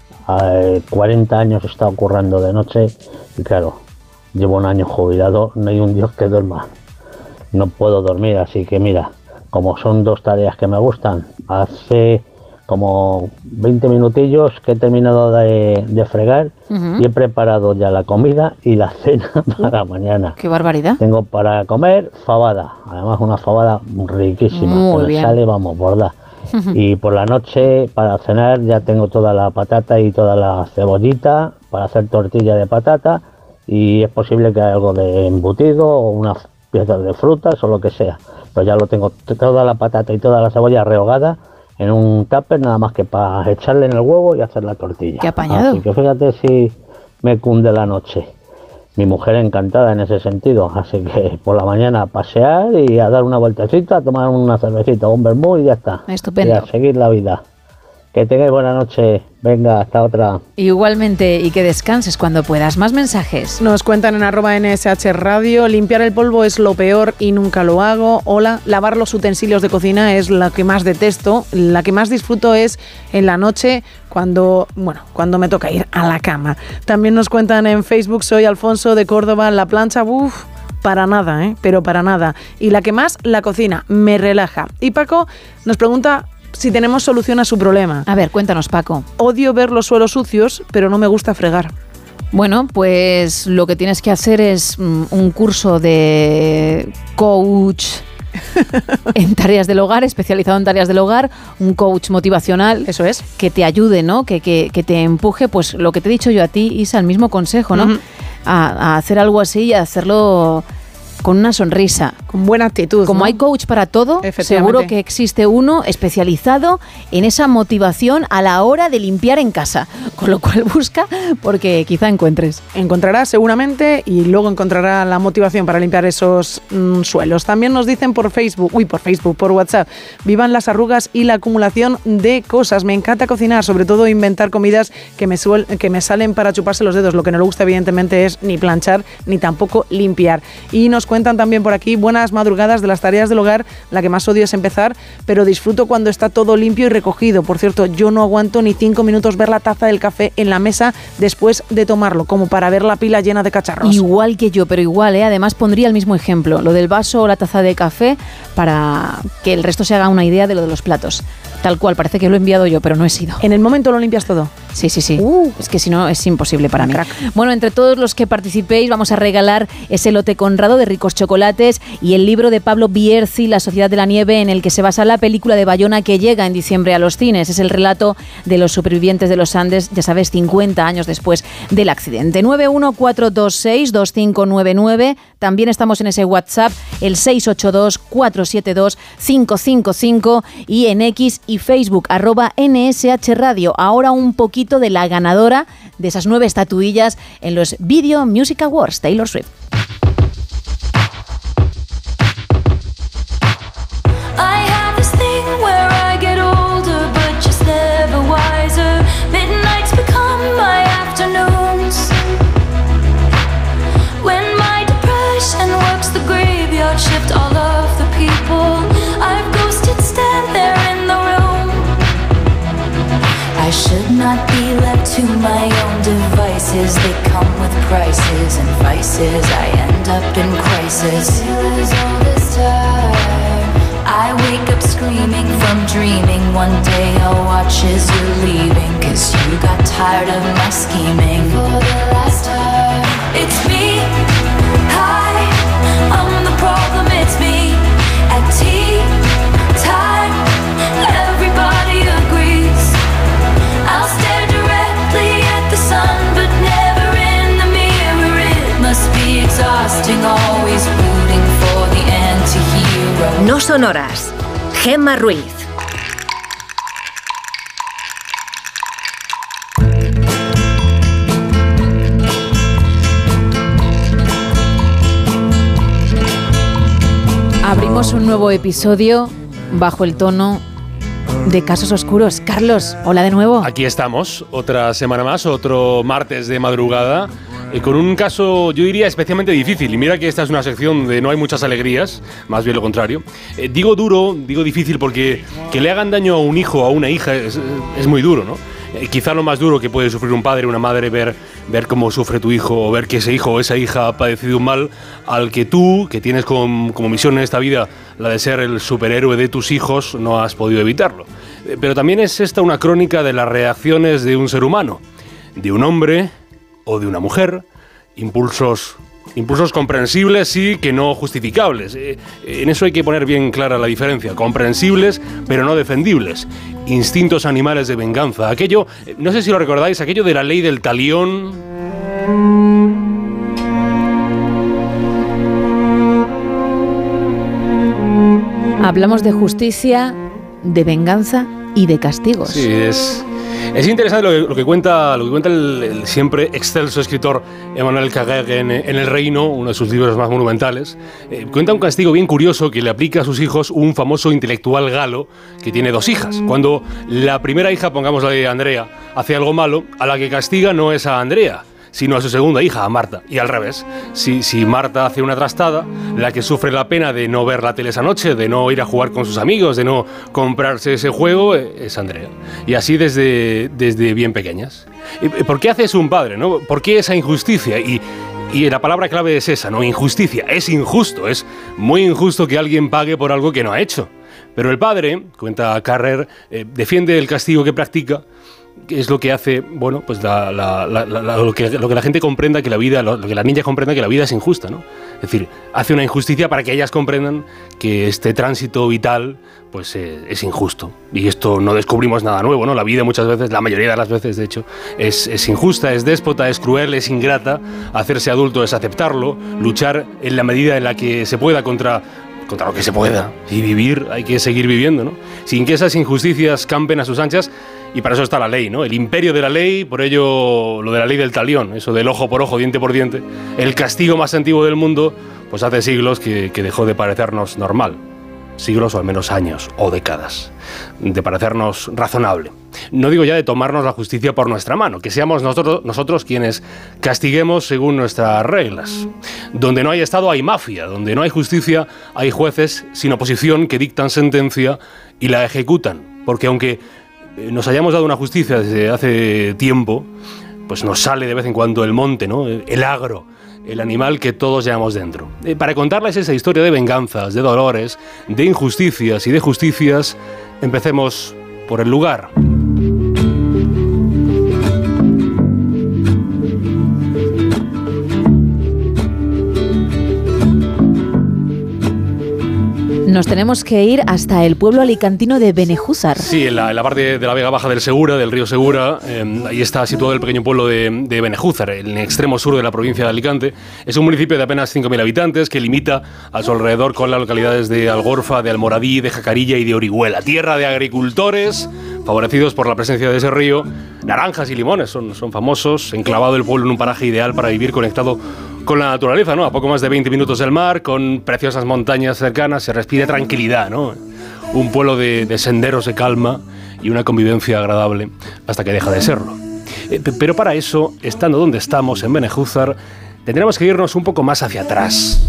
40 años he estado currando de noche y claro, llevo un año jubilado, no hay un Dios que duerma. No puedo dormir, así que mira, como son 2 tareas que me gustan, hace como 20 minutillos que he terminado de fregar y he preparado ya la comida y la cena para mañana. ¡Qué barbaridad! Tengo para comer fabada, además una fabada riquísima, Muy que me bien. sale, vamos, borda. Y por la noche para cenar ya tengo toda la patata y toda la cebollita para hacer tortilla de patata y es posible que haya algo de embutido o unas piezas de frutas o lo que sea. Pues ya lo tengo toda la patata y toda la cebolla rehogada en un tupper, nada más que para echarle en el huevo y hacer la tortilla. ¡Qué apañado! Así que fíjate si me cunde la noche. Mi mujer encantada en ese sentido, así que por la mañana a pasear y a dar una vueltecita, a tomar una cervecita o un vermú y ya está. Estupendo. Y a seguir la vida. Que tengáis buena noche. Venga, hasta otra. Igualmente, y que descanses cuando puedas. Más mensajes. Nos cuentan en @NSH Radio, limpiar el polvo es lo peor y nunca lo hago. Hola, lavar los utensilios de cocina es la que más detesto. La que más disfruto es en la noche cuando me toca ir a la cama. También nos cuentan en Facebook, soy Alfonso de Córdoba, la plancha, para nada, pero para nada. Y la que más, la cocina, me relaja. Y Paco nos pregunta si tenemos solución a su problema. A ver, cuéntanos, Paco. Odio ver los suelos sucios, pero no me gusta fregar. Bueno, pues lo que tienes que hacer es un curso de coach en tareas del hogar, especializado en tareas del hogar, un coach motivacional. Eso es. Que te ayude, ¿no? Que te empuje, pues lo que te he dicho yo a ti, Isa, el mismo consejo, ¿no? A hacer algo así y a hacerlo con una sonrisa. Con buena actitud. Como ¿no? hay coach para todo, Efectivamente. seguro que existe uno especializado en esa motivación a la hora de limpiar en casa. Con lo cual busca, porque quizá encuentres. Encontrará seguramente y luego encontrará la motivación para limpiar esos suelos. También nos dicen por WhatsApp, vivan las arrugas y la acumulación de cosas. Me encanta cocinar, sobre todo inventar comidas que me salen para chuparse los dedos. Lo que no le gusta evidentemente es ni planchar ni tampoco limpiar. Y nos cuentan también por aquí, buenas madrugadas de las tareas del hogar, la que más odio es empezar, pero disfruto cuando está todo limpio y recogido. Por cierto, yo no aguanto ni 5 minutos ver la taza del café en la mesa después de tomarlo, como para ver la pila llena de cacharros. Igual que yo, pero igual, además pondría el mismo ejemplo, lo del vaso o la taza de café, para que el resto se haga una idea de lo de los platos. Tal cual, parece que lo he enviado yo, pero no he sido. En el momento lo limpias todo. Sí. Es que si no es imposible para mí. Bueno, entre todos los que participéis vamos a regalar ese lote Conrado de ricos chocolates y el libro de Pablo Bierzi, La Sociedad de la Nieve, en el que se basa la película de Bayona que llega en diciembre a los cines. Es el relato de los supervivientes de los Andes, ya sabes, 50 años después del accidente. 914262599. También estamos en ese WhatsApp, el 682472555, y en X y Facebook, @NSH Radio. Ahora un poquito de la ganadora de esas 9 estatuillas en los Video Music Awards, Taylor Swift. Shift all of the people I've ghosted stand there in the room. I should not be left to my own devices. They come with prices and vices. I end up in crisis. Feels all this time. I wake up screaming from dreaming. One day I'll watch as you're leaving, 'cause you got tired of my scheming. For the last time, it's me. Hi, I'm the problem, it's me. At tea time, everybody agrees. I'll stare directly at the sun, but never in the mirror. It must be exhausting, always rooting for the anti-hero. No son horas. Gemma Ruiz. Abrimos un nuevo episodio bajo el tono de Casos Oscuros. Carlos, hola de nuevo. Aquí estamos, otra semana más, otro martes de madrugada, con un caso, yo diría, especialmente difícil. Y mira que esta es una sección donde no hay muchas alegrías, más bien lo contrario. Digo duro, digo difícil, porque que le hagan daño a un hijo o a una hija es muy duro, ¿no? Quizá lo más duro que puede sufrir un padre o una madre, ver cómo sufre tu hijo, o ver que ese hijo o esa hija ha padecido un mal al que tú, que tienes como misión en esta vida la de ser el superhéroe de tus hijos, no has podido evitarlo. Pero también es esta una crónica de las reacciones de un ser humano, de un hombre o de una mujer, impulsos comprensibles, sí, que no justificables. En eso hay que poner bien clara la diferencia. Comprensibles, pero no defendibles. Instintos animales de venganza. Aquello, no sé si lo recordáis, aquello de la ley del talión. Hablamos de justicia, de venganza y de castigos. Sí, es interesante lo que cuenta el siempre excelso escritor Emmanuel Carrère en El Reino, uno de sus libros más monumentales. Cuenta un castigo bien curioso que le aplica a sus hijos un famoso intelectual galo que tiene 2 hijas. Cuando la primera hija, pongámosle Andrea, hace algo malo, a la que castiga no es a Andrea, sino a su segunda hija, a Marta. Y al revés, si Marta hace una trastada, la que sufre la pena de no ver la tele esa noche, de no ir a jugar con sus amigos, de no comprarse ese juego, es Andrea. Y así desde bien pequeñas. ¿Por qué hace eso un padre, no? ¿Por qué esa injusticia? Y la palabra clave es esa, ¿no? Injusticia. Es injusto, es muy injusto que alguien pague por algo que no ha hecho. Pero el padre, cuenta Carrère, defiende el castigo que practica, que es lo que hace, bueno, pues lo que la gente comprenda que la vida, lo que la niña comprenda que la vida es injusta, ¿no? Es decir, hace una injusticia para que ellas comprendan que este tránsito vital, pues es injusto. Y esto no descubrimos nada nuevo, ¿no? La vida muchas veces, la mayoría de las veces, de hecho, es injusta, es déspota, es cruel, es ingrata. Hacerse adulto es aceptarlo, luchar en la medida en la que se pueda contra lo que se pueda, y vivir, hay que seguir viviendo, ¿no? Sin que esas injusticias campen a sus anchas. Y para eso está la ley, ¿no? El imperio de la ley, por ello lo de la ley del talión, eso del ojo por ojo, diente por diente, el castigo más antiguo del mundo, pues hace siglos que dejó de parecernos normal. Siglos o al menos años o décadas, de parecernos razonable. No digo ya de tomarnos la justicia por nuestra mano, que seamos nosotros quienes castiguemos según nuestras reglas. Donde no hay Estado hay mafia, donde no hay justicia hay jueces sin oposición que dictan sentencia y la ejecutan. Porque aunque nos hayamos dado una justicia desde hace tiempo, pues nos sale de vez en cuando el monte, ¿no? El agro, el animal que todos llevamos dentro. Para contarles esa historia de venganzas, de dolores, de injusticias y de justicias, empecemos por el lugar. Nos tenemos que ir hasta el pueblo alicantino de Benejúzar. Sí, en la parte de la Vega Baja del Segura, del río Segura, ahí está situado el pequeño pueblo de Benejúzar, en el extremo sur de la provincia de Alicante. Es un municipio de apenas 5.000 habitantes que limita a su alrededor con las localidades de Algorfa, de Almoradí, de Jacarilla y de Orihuela. Tierra de agricultores, favorecidos por la presencia de ese río. Naranjas y limones son famosos, enclavado el pueblo en un paraje ideal para vivir conectado con la naturaleza, ¿no? A poco más de 20 minutos del mar, con preciosas montañas cercanas, se respira tranquilidad, ¿no? Un pueblo de senderos de calma y una convivencia agradable hasta que deja de serlo. Pero para eso, estando donde estamos, en Benejúzar, tendremos que irnos un poco más hacia atrás.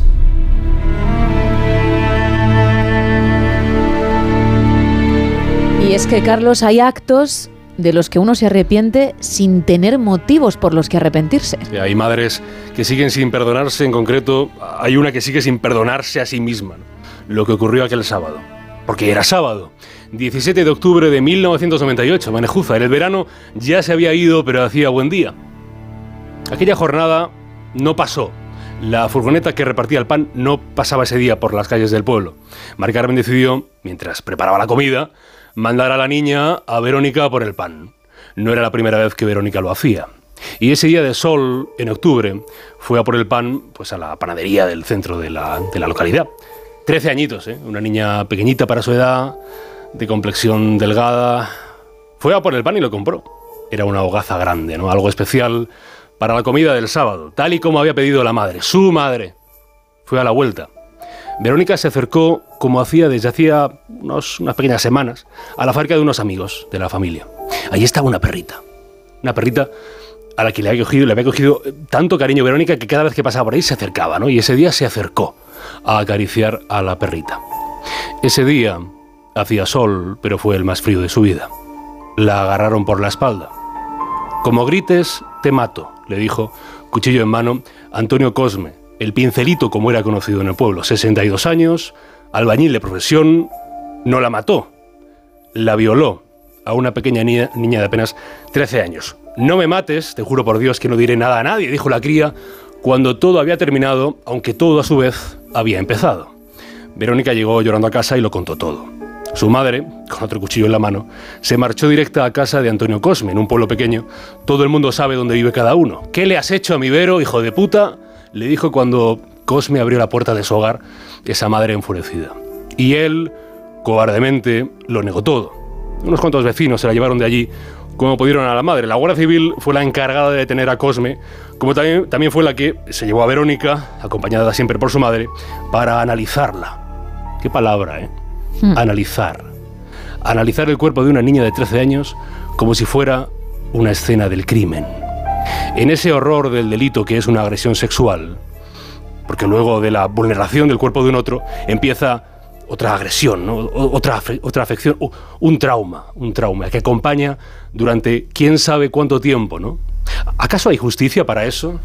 Y es que, Carlos, hay actos de los que uno se arrepiente sin tener motivos por los que arrepentirse. Sí, hay madres que siguen sin perdonarse, en concreto hay una que sigue sin perdonarse a sí misma, ¿no? Lo que ocurrió aquel sábado. Porque era sábado, 17 de octubre de 1998, Benejúzar. El verano ya se había ido, pero hacía buen día. Aquella jornada no pasó. La furgoneta que repartía el pan no pasaba ese día por las calles del pueblo. Mari Carmen decidió, mientras preparaba la comida, mandar a la niña a Verónica por el pan. No era la primera vez que Verónica lo hacía. Y ese día de sol, en octubre, fue a por el pan pues a la panadería del centro de la localidad. 13 añitos, una niña pequeñita para su edad, de complexión delgada. Fue a por el pan y lo compró. Era una hogaza grande, ¿no? Algo especial para la comida del sábado, tal y como había pedido la madre, su madre. Fue a la vuelta. Verónica se acercó, como hacía desde hacía unas pequeñas semanas, a la fábrica de unos amigos de la familia. Allí estaba una perrita a la que le había cogido tanto cariño Verónica que cada vez que pasaba por ahí se acercaba, ¿no? Y ese día se acercó a acariciar a la perrita. Ese día hacía sol, pero fue el más frío de su vida. La agarraron por la espalda. «Como grites, te mato», le dijo, cuchillo en mano, Antonio Cosme, el Pincelito, como era conocido en el pueblo. 62 años, albañil de profesión. No la mató, la violó a una pequeña niña de apenas 13 años. «No me mates, te juro por Dios que no diré nada a nadie», dijo la cría, cuando todo había terminado, aunque todo a su vez había empezado. Verónica llegó llorando a casa y lo contó todo. Su madre, con otro cuchillo en la mano, se marchó directa a casa de Antonio Cosme, en un pueblo pequeño. Todo el mundo sabe dónde vive cada uno. «¿Qué le has hecho a mi Vero, hijo de puta?», le dijo cuando Cosme abrió la puerta de su hogar, esa madre enfurecida. Y él, cobardemente, lo negó todo. Unos cuantos vecinos se la llevaron de allí, como pudieron a la madre. La Guardia Civil fue la encargada de detener a Cosme, como también fue la que se llevó a Verónica, acompañada siempre por su madre, para analizarla. Qué palabra, ¿eh? Analizar. Analizar el cuerpo de una niña de 13 años como si fuera una escena del crimen. En ese horror del delito que es una agresión sexual, porque luego de la vulneración del cuerpo de un otro empieza otra agresión, ¿no? otra afección, un trauma que acompaña durante quién sabe cuánto tiempo, ¿no? ¿Acaso hay justicia para eso?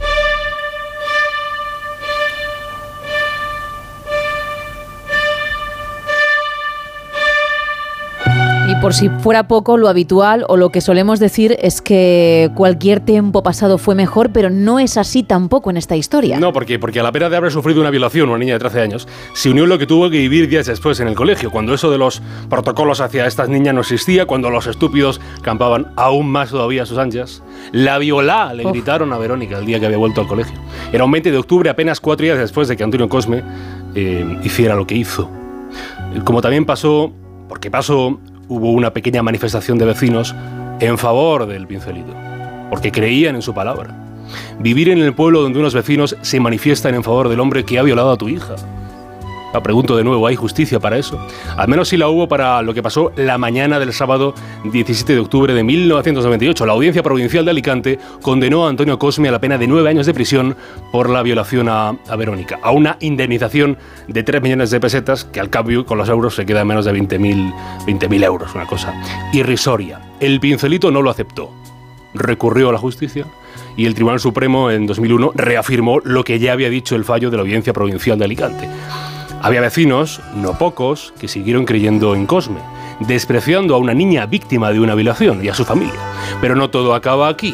Y por si fuera poco, lo habitual o lo que solemos decir es que cualquier tiempo pasado fue mejor, pero no es así tampoco en esta historia. No, porque a la pena de haber sufrido una violación una niña de 13 años, se unió lo que tuvo que vivir días después en el colegio, cuando eso de los protocolos hacia estas niñas no existía, cuando los estúpidos campaban aún más todavía a sus anchas. La violá, le gritaron a Verónica el día que había vuelto al colegio. Era un 20 de octubre, apenas 4 días después de que Antonio Cosme hiciera lo que hizo. Como también pasó, hubo una pequeña manifestación de vecinos en favor del Pincelito, porque creían en su palabra. Vivir en el pueblo donde unos vecinos se manifiestan en favor del hombre que ha violado a tu hija. La pregunto de nuevo, ¿hay justicia para eso? Al menos sí la hubo para lo que pasó la mañana del sábado 17 de octubre de 1998. La Audiencia Provincial de Alicante condenó a Antonio Cosme a la pena de 9 años de prisión por la violación a Verónica, a una indemnización de 3 millones de pesetas, que al cambio con los euros se queda en menos de 20.000 euros, una cosa irrisoria. El Pincelito no lo aceptó, recurrió a la justicia y el Tribunal Supremo en 2001 reafirmó lo que ya había dicho el fallo de la Audiencia Provincial de Alicante. Había vecinos, no pocos, que siguieron creyendo en Cosme, despreciando a una niña víctima de una violación y a su familia. Pero no todo acaba aquí.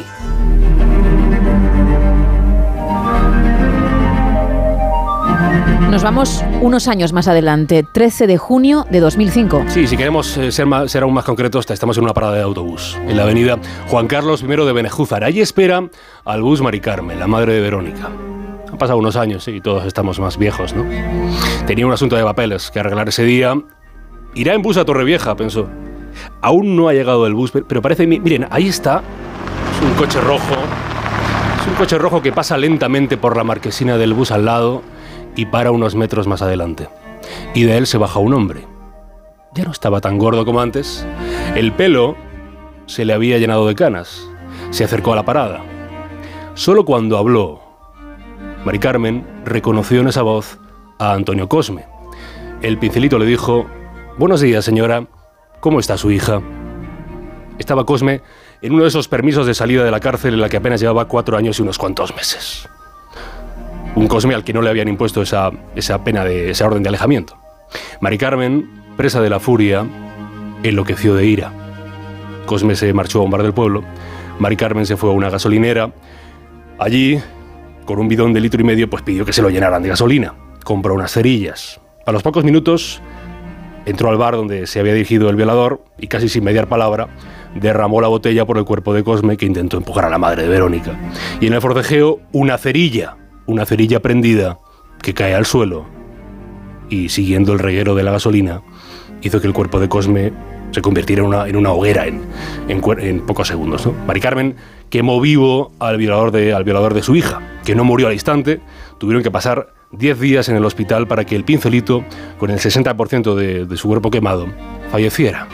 Nos vamos unos años más adelante, 13 de junio de 2005. Sí, si queremos ser aún más concretos, estamos en una parada de autobús, en la avenida Juan Carlos I de Benejúzar. Allí espera al bus Mari Carmen, la madre de Verónica. Han pasado unos años y todos estamos más viejos, ¿no? Tenía un asunto de papeles que arreglar ese día. Irá en bus a Torrevieja, pensó. Aún no ha llegado el bus, pero parece... Miren, ahí está. Es un coche rojo. Es un coche rojo que pasa lentamente por la marquesina del bus al lado y para unos metros más adelante. Y de él se baja un hombre. Ya no estaba tan gordo como antes. El pelo se le había llenado de canas. Se acercó a la parada. Solo cuando habló, Mari Carmen reconoció en esa voz a Antonio Cosme. El pincelito le dijo: «Buenos días, señora. ¿Cómo está su hija?». Estaba Cosme en uno de esos permisos de salida de la cárcel en la que apenas llevaba 4 años y unos cuantos meses. Un Cosme al que no le habían impuesto esa pena esa orden de alejamiento. Mari Carmen, presa de la furia, enloqueció de ira. Cosme se marchó a un bar del pueblo. Mari Carmen se fue a una gasolinera. Allí, con un bidón de 1,5 litros, pues pidió que se lo llenaran de gasolina. Compró unas cerillas. A los pocos minutos entró al bar donde se había dirigido el violador y, casi sin mediar palabra, derramó la botella por el cuerpo de Cosme, que intentó empujar a la madre de Verónica. Y en el forcejeo, una cerilla prendida que cae al suelo y, siguiendo el reguero de la gasolina, hizo que el cuerpo de Cosme se convirtiera en una hoguera en pocos segundos, ¿no? Mari Carmen quemó vivo al violador de su hija, que no murió al instante. Tuvieron que pasar 10 días en el hospital para que el pincelito, con el 60% de su cuerpo quemado, falleciera.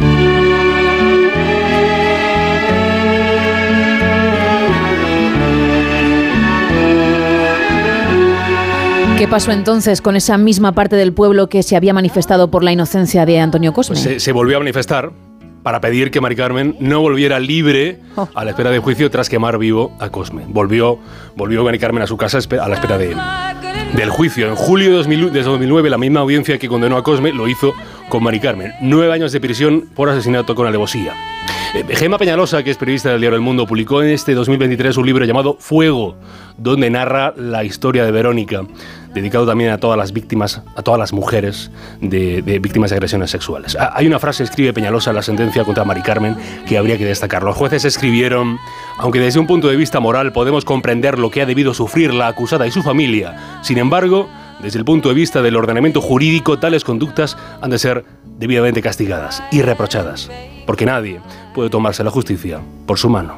¿Qué pasó entonces con esa misma parte del pueblo que se había manifestado por la inocencia de Antonio Cosme? Pues se volvió a manifestar para pedir que Mari Carmen no volviera libre a la espera de juicio tras quemar vivo a Cosme. Volvió Mari Carmen a su casa a la espera del juicio. En julio de 2009, la misma audiencia que condenó a Cosme lo hizo con Mari Carmen. 9 años de prisión por asesinato con alevosía. Gemma Peñalosa, que es periodista del diario El Mundo, publicó en este 2023 un libro llamado Fuego, donde narra la historia de Verónica, dedicado también a todas las víctimas, a todas las mujeres de víctimas de agresiones sexuales. Hay una frase, escribe Peñalosa, en la sentencia contra Mari Carmen, que habría que destacar. Los jueces escribieron: aunque desde un punto de vista moral podemos comprender lo que ha debido sufrir la acusada y su familia, sin embargo, desde el punto de vista del ordenamiento jurídico, tales conductas han de ser debidamente castigadas y reprochadas, porque nadie puede tomarse la justicia por su mano.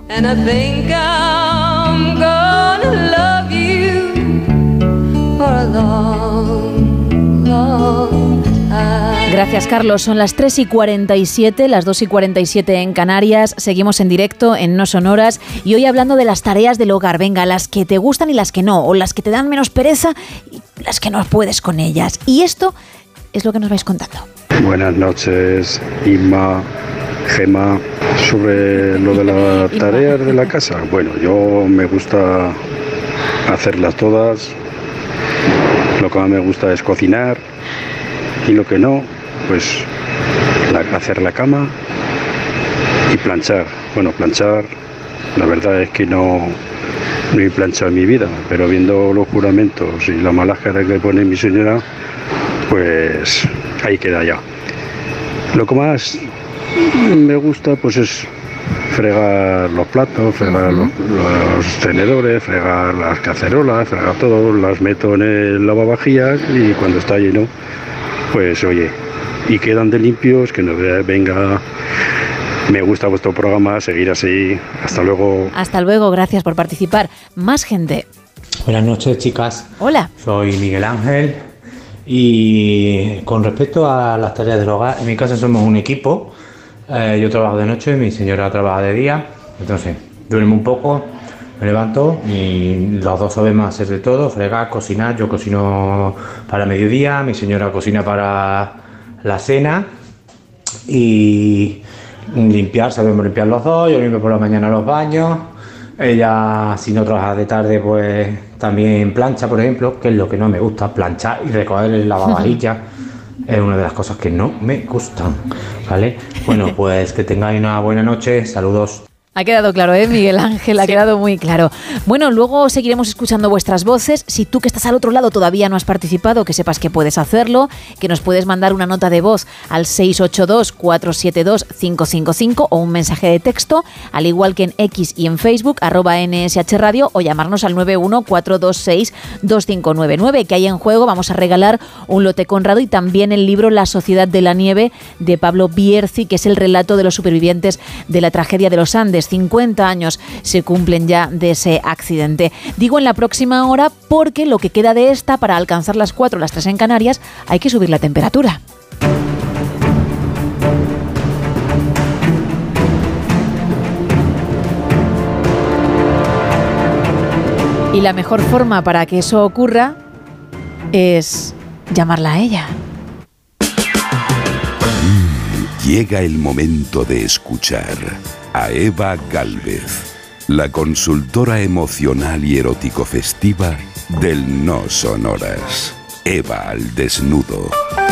Gracias, Carlos. Son las 3:47, las 2:47 en Canarias. Seguimos en directo en No Son Horas y hoy hablando de las tareas del hogar. Venga, las que te gustan y las que no, o las que te dan menos pereza y las que no puedes con ellas. Y esto es lo que nos vais contando. Buenas noches, Inma, Gemma. Sobre lo de las tareas de la casa, bueno, yo me gusta hacerlas todas. Lo que más me gusta es cocinar y lo que no, pues hacer la cama y planchar. Bueno, planchar, la verdad es que no he planchado en mi vida, pero viendo los juramentos y la mala cara que pone mi señora, pues ahí queda ya. Lo que más me gusta pues es fregar los platos, fregar los tenedores, fregar las cacerolas, fregar todo, las meto en el lavavajillas y cuando está lleno, pues oye, y quedan de limpios, que nos venga. Me gusta vuestro programa, seguir así. Hasta luego. Hasta luego, gracias por participar. Más gente. Buenas noches, chicas. Hola. Soy Miguel Ángel y con respecto a las tareas del hogar, en mi casa somos un equipo. Yo trabajo de noche, mi señora trabaja de día, entonces duermo un poco, me levanto y los dos sabemos hacer de todo, fregar, cocinar. Yo cocino para mediodía, mi señora cocina para la cena y limpiar, sabemos limpiar los dos. Yo limpio por la mañana los baños, ella, si no trabaja de tarde, pues también plancha, por ejemplo, que es lo que no me gusta, planchar y recoger el lavavajillas. Es una de las cosas que no me gustan, ¿vale? Bueno, pues que tengáis una buena noche, saludos. Ha quedado claro, Miguel Ángel? Ha quedado muy claro. Bueno, luego seguiremos escuchando vuestras voces. Si tú que estás al otro lado todavía no has participado, que sepas que puedes hacerlo, que nos puedes mandar una nota de voz al 682-472-555 o un mensaje de texto, al igual que en X y en Facebook, @NSH Radio, o llamarnos al 914262599, que hay en juego. Vamos a regalar un lote Conrado y también el libro La Sociedad de la Nieve de Pablo Bierzi, que es el relato de los supervivientes de la tragedia de los Andes. 50 años se cumplen ya de ese accidente. Digo en la próxima hora porque lo que queda de esta, para alcanzar las 4, las 3 en Canarias, hay que subir la temperatura. Y la mejor forma para que eso ocurra es llamarla a ella. Llega el momento de escuchar a Eva Gálvez, la consultora emocional y erótico festiva del No Son Horas. Eva al desnudo.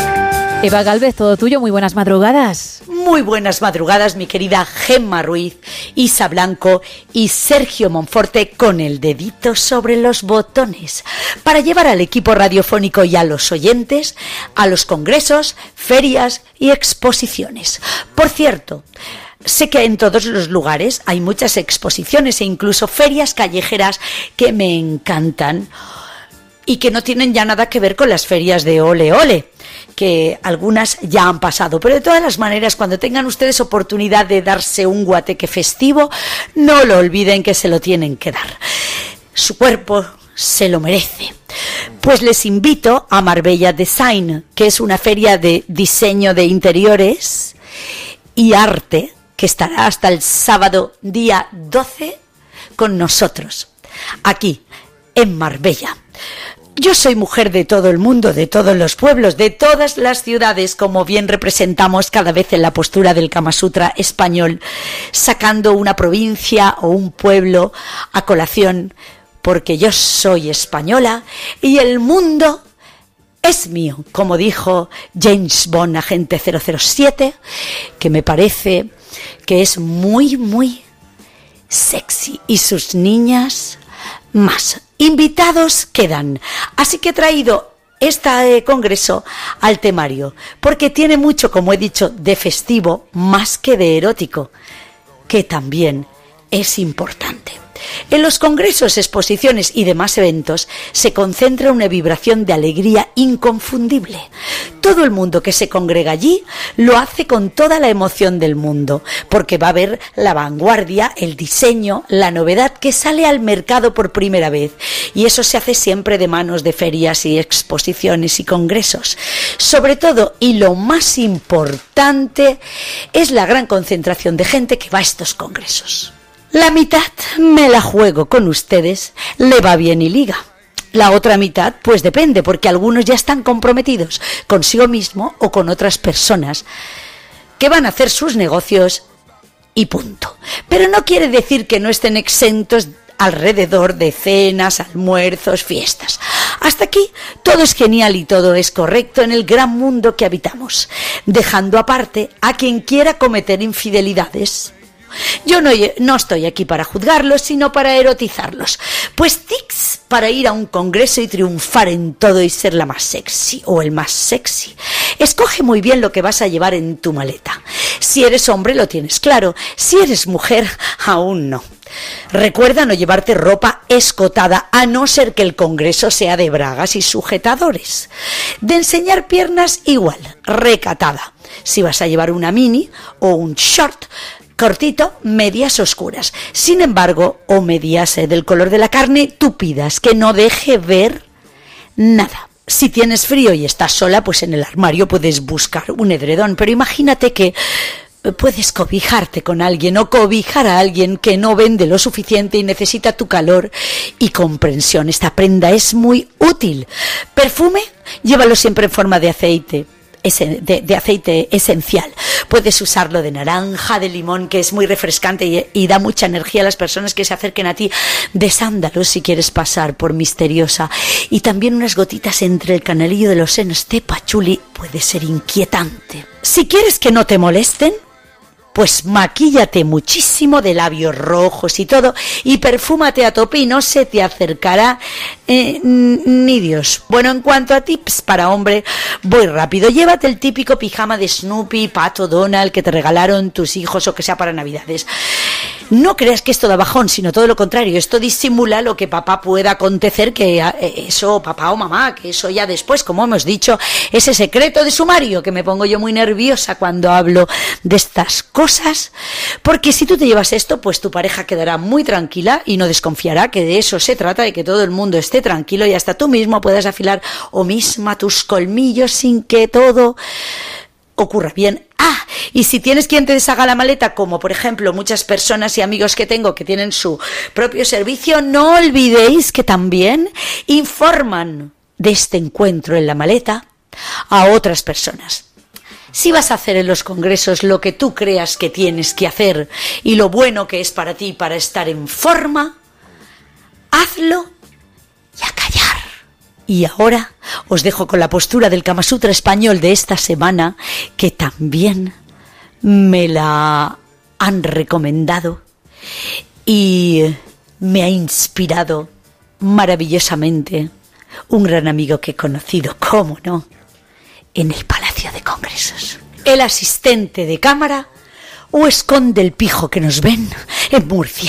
Eva Gálvez, todo tuyo, muy buenas madrugadas. Muy buenas madrugadas, mi querida Gemma Ruiz, Isa Blanco y Sergio Monforte, con el dedito sobre los botones, para llevar al equipo radiofónico y a los oyentes a los congresos, ferias y exposiciones. Por cierto, sé que en todos los lugares hay muchas exposiciones e incluso ferias callejeras que me encantan y que no tienen ya nada que ver con las ferias de Ole Ole, que algunas ya han pasado. Pero de todas las maneras, cuando tengan ustedes oportunidad de darse un guateque festivo, no lo olviden, que se lo tienen que dar. Su cuerpo se lo merece. Pues les invito a Marbella Design, que es una feria de diseño de interiores y arte, que estará hasta el sábado día 12 con nosotros, aquí en Marbella. Yo soy mujer de todo el mundo, de todos los pueblos, de todas las ciudades, como bien representamos cada vez en la postura del Kama Sutra español, sacando una provincia o un pueblo a colación, porque yo soy española y el mundo es mío, como dijo James Bond, agente 007, que me parece que es muy, muy sexy, y sus niñas más. Invitados quedan, así que he traído este congreso al temario, porque tiene mucho, como he dicho, de festivo más que de erótico, que también es importante. En los congresos, exposiciones y demás eventos se concentra una vibración de alegría inconfundible. Todo el mundo que se congrega allí lo hace con toda la emoción del mundo, porque va a ver la vanguardia, el diseño, la novedad que sale al mercado por primera vez. Y eso se hace siempre de manos de ferias y exposiciones y congresos. Sobre todo, y lo más importante, es la gran concentración de gente que va a estos congresos. La mitad me la juego con ustedes, le va bien y liga. La otra mitad, pues depende, porque algunos ya están comprometidos consigo mismo o con otras personas que van a hacer sus negocios y punto. Pero no quiere decir que no estén exentos alrededor de cenas, almuerzos, fiestas. Hasta aquí todo es genial y todo es correcto en el gran mundo que habitamos, dejando aparte a quien quiera cometer infidelidades. Yo no estoy aquí para juzgarlos, sino para erotizarlos. Pues tics para ir a un congreso y triunfar en todo y ser la más sexy o el más sexy. Escoge muy bien lo que vas a llevar en tu maleta. Si eres hombre lo tienes claro, si eres mujer aún no. Recuerda no llevarte ropa escotada, a no ser que el congreso sea de bragas y sujetadores. De enseñar piernas igual, recatada. Si vas a llevar una mini o un short cortito, medias oscuras. Sin embargo, o medias del color de la carne, tupidas, que no deje ver nada. Si tienes frío y estás sola, pues en el armario puedes buscar un edredón, pero imagínate que puedes cobijarte con alguien o cobijar a alguien que no vende lo suficiente y necesita tu calor y comprensión. Esta prenda es muy útil. Perfume, llévalo siempre en forma de aceite. De aceite esencial. Puedes usarlo de naranja, de limón, que es muy refrescante y da mucha energía a las personas que se acerquen a ti. De sándalo, si quieres pasar por misteriosa. Y también unas gotitas entre el canalillo de los senos de pachuli puede ser inquietante. Si quieres que no te molesten, Pues maquíllate muchísimo, de labios rojos y todo, y perfúmate a tope y no se te acercará ni Dios. Bueno, en cuanto a tips para hombre, voy rápido. Llévate el típico pijama de Snoopy, Pato, Donald que te regalaron tus hijos o que sea para Navidades. No creas que esto da bajón, sino todo lo contrario. Esto disimula lo que papá pueda acontecer, que eso, papá o mamá, que eso ya después, como hemos dicho, ese secreto de sumario, que me pongo yo muy nerviosa cuando hablo de estas cosas, porque si tú te llevas esto, pues tu pareja quedará muy tranquila y no desconfiará, que de eso se trata, de que todo el mundo esté tranquilo y hasta tú mismo puedas afilar o misma tus colmillos sin que todo ocurra bien. Y si tienes quien te deshaga la maleta, como por ejemplo muchas personas y amigos que tengo que tienen su propio servicio, no olvidéis que también informan de este encuentro en la maleta a otras personas. Si vas a hacer en los congresos lo que tú creas que tienes que hacer y lo bueno que es para ti para estar en forma, hazlo y a callar. Y ahora os dejo con la postura del Kama Sutra español de esta semana, que también me la han recomendado y me ha inspirado maravillosamente un gran amigo que he conocido, cómo no, en el Palacio de Congresos. El asistente de cámara o esconde el pijo que nos ven en Murcia.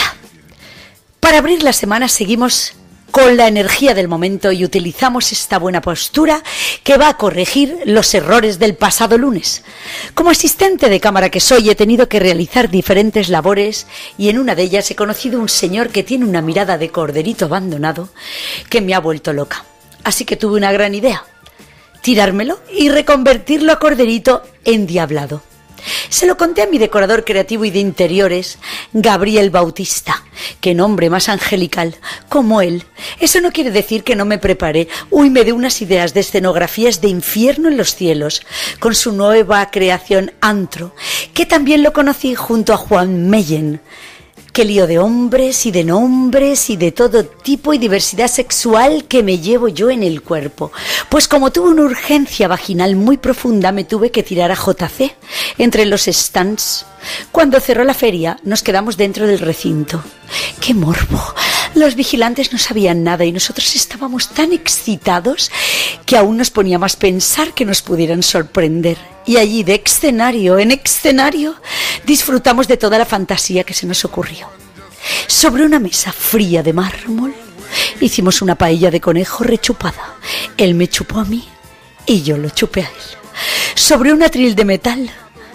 Para abrir la semana seguimos con la energía del momento y utilizamos esta buena postura que va a corregir los errores del pasado lunes. Como asistente de cámara que soy, he tenido que realizar diferentes labores y en una de ellas he conocido un señor que tiene una mirada de corderito abandonado que me ha vuelto loca. Así que tuve una gran idea: tirármelo y reconvertirlo a corderito endiablado. Se lo conté a mi decorador creativo y de interiores, Gabriel Bautista. Qué nombre más angelical, como él. Eso no quiere decir que no me preparé. Me dio unas ideas de escenografías de infierno en los cielos, con su nueva creación Antro, que también lo conocí junto a Juan Meyen. Qué lío de hombres y de nombres y de todo tipo y diversidad sexual que me llevo yo en el cuerpo. Pues como tuve una urgencia vaginal muy profunda, me tuve que tirar a JC entre los stands. Cuando cerró la feria, nos quedamos dentro del recinto. ¡Qué morbo! Los vigilantes no sabían nada y nosotros estábamos tan excitados que aún nos ponía más pensar que nos pudieran sorprender. Y allí, de escenario en escenario, disfrutamos de toda la fantasía que se nos ocurrió. Sobre una mesa fría de mármol, hicimos una paella de conejo rechupada. Él me chupó a mí y yo lo chupé a él. Sobre un atril de metal,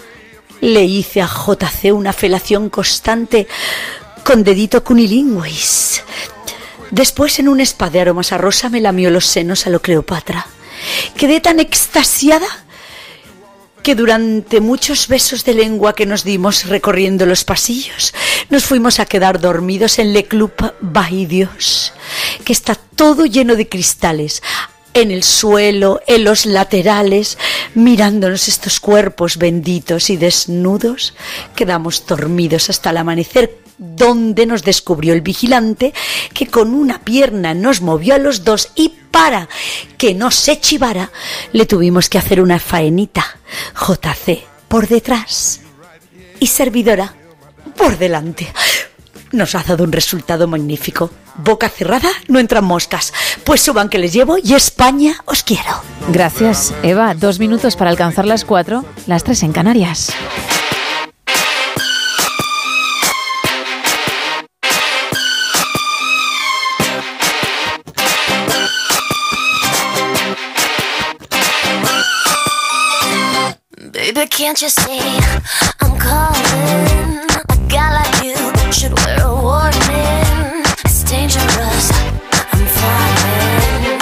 le hice a JC una felación constante con dedito cunilinguis. Después, en un spa de aromas a rosa, me lamió los senos a lo Cleopatra. Quedé tan extasiada que durante muchos besos de lengua que nos dimos recorriendo los pasillos, nos fuimos a quedar dormidos en Le Club By Dios, que está todo lleno de cristales, en el suelo, en los laterales, mirándonos estos cuerpos benditos y desnudos. Quedamos dormidos hasta el amanecer, donde nos descubrió el vigilante, que con una pierna nos movió a los dos y para que no se chivara le tuvimos que hacer una faenita. JC por detrás y servidora por delante. Nos ha dado un resultado magnífico. Boca cerrada, no entran moscas. Pues suban que les llevo y España os quiero. Gracias, Eva. 2 minutos para alcanzar las 4, las 3 en Canarias. Baby, can't you see I'm calling? A guy like you should wear a warning. It's dangerous, I'm falling.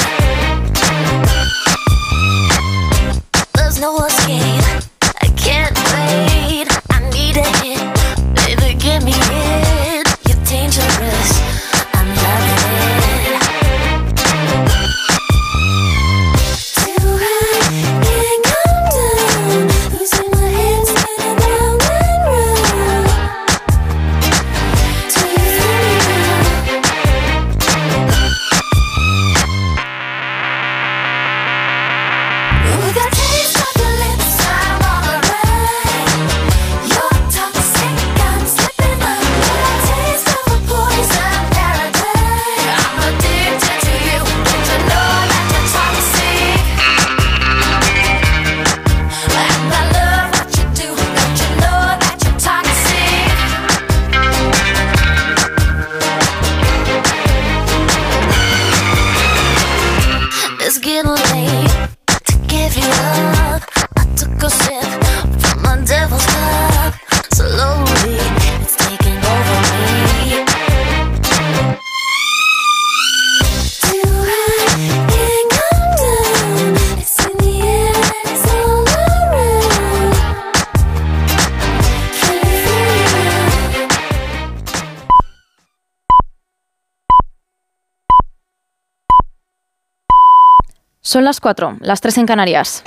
There's no escape, I can't wait. I need a hit, baby, give me it. You're dangerous, I'm loving it. Too high, can't come down. Losing my head, spinning round. Son las 4, las 3 en Canarias.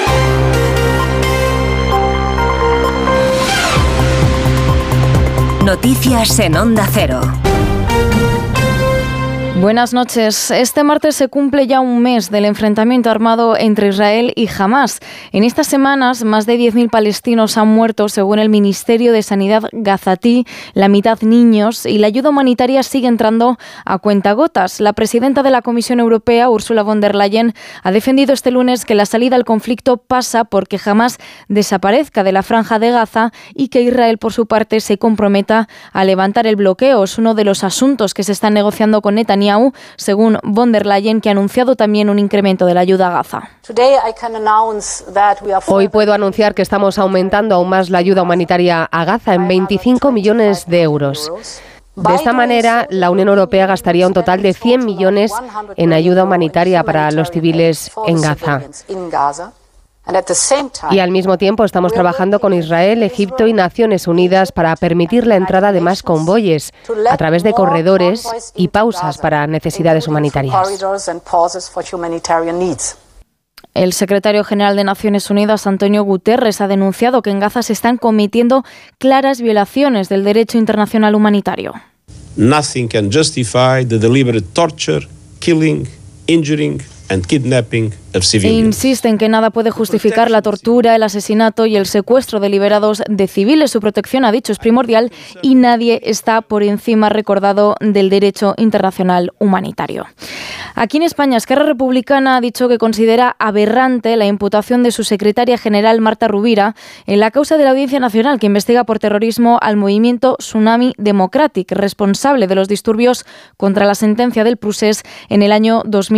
Noticias en Onda Cero. Buenas noches. Este martes se cumple ya un mes del enfrentamiento armado entre Israel y Hamás. En estas semanas, más de 10.000 palestinos han muerto, según el Ministerio de Sanidad gazatí, la mitad niños, y la ayuda humanitaria sigue entrando a cuentagotas. La presidenta de la Comisión Europea, Ursula von der Leyen, ha defendido este lunes que la salida al conflicto pasa porque Hamás desaparezca de la franja de Gaza y que Israel, por su parte, se comprometa a levantar el bloqueo. Es uno de los asuntos que se están negociando con Netanyahu, según von der Leyen, que ha anunciado también un incremento de la ayuda a Gaza. Hoy puedo anunciar que estamos aumentando aún más la ayuda humanitaria a Gaza en 25 millones de euros. De esta manera, la Unión Europea gastaría un total de 100 millones en ayuda humanitaria para los civiles en Gaza. Y al mismo tiempo estamos trabajando con Israel, Egipto y Naciones Unidas para permitir la entrada de más convoyes a través de corredores y pausas para necesidades humanitarias. El secretario general de Naciones Unidas, Antonio Guterres, ha denunciado que en Gaza se están cometiendo claras violaciones del derecho internacional humanitario. Nothing can justify the deliberate torture, killing, injuring and kidnapping of civilians. Insiste en que nada puede justificar la tortura, el asesinato y el secuestro deliberados de civiles. Su protección, ha dicho, es primordial y nadie está por encima, recordado, del derecho internacional humanitario. Aquí en España, Esquerra Republicana ha dicho que considera aberrante la imputación de su secretaria general, Marta Rovira, en la causa de la Audiencia Nacional que investiga por terrorismo al movimiento Tsunami Democratic, responsable de los disturbios contra la sentencia del Procés en el año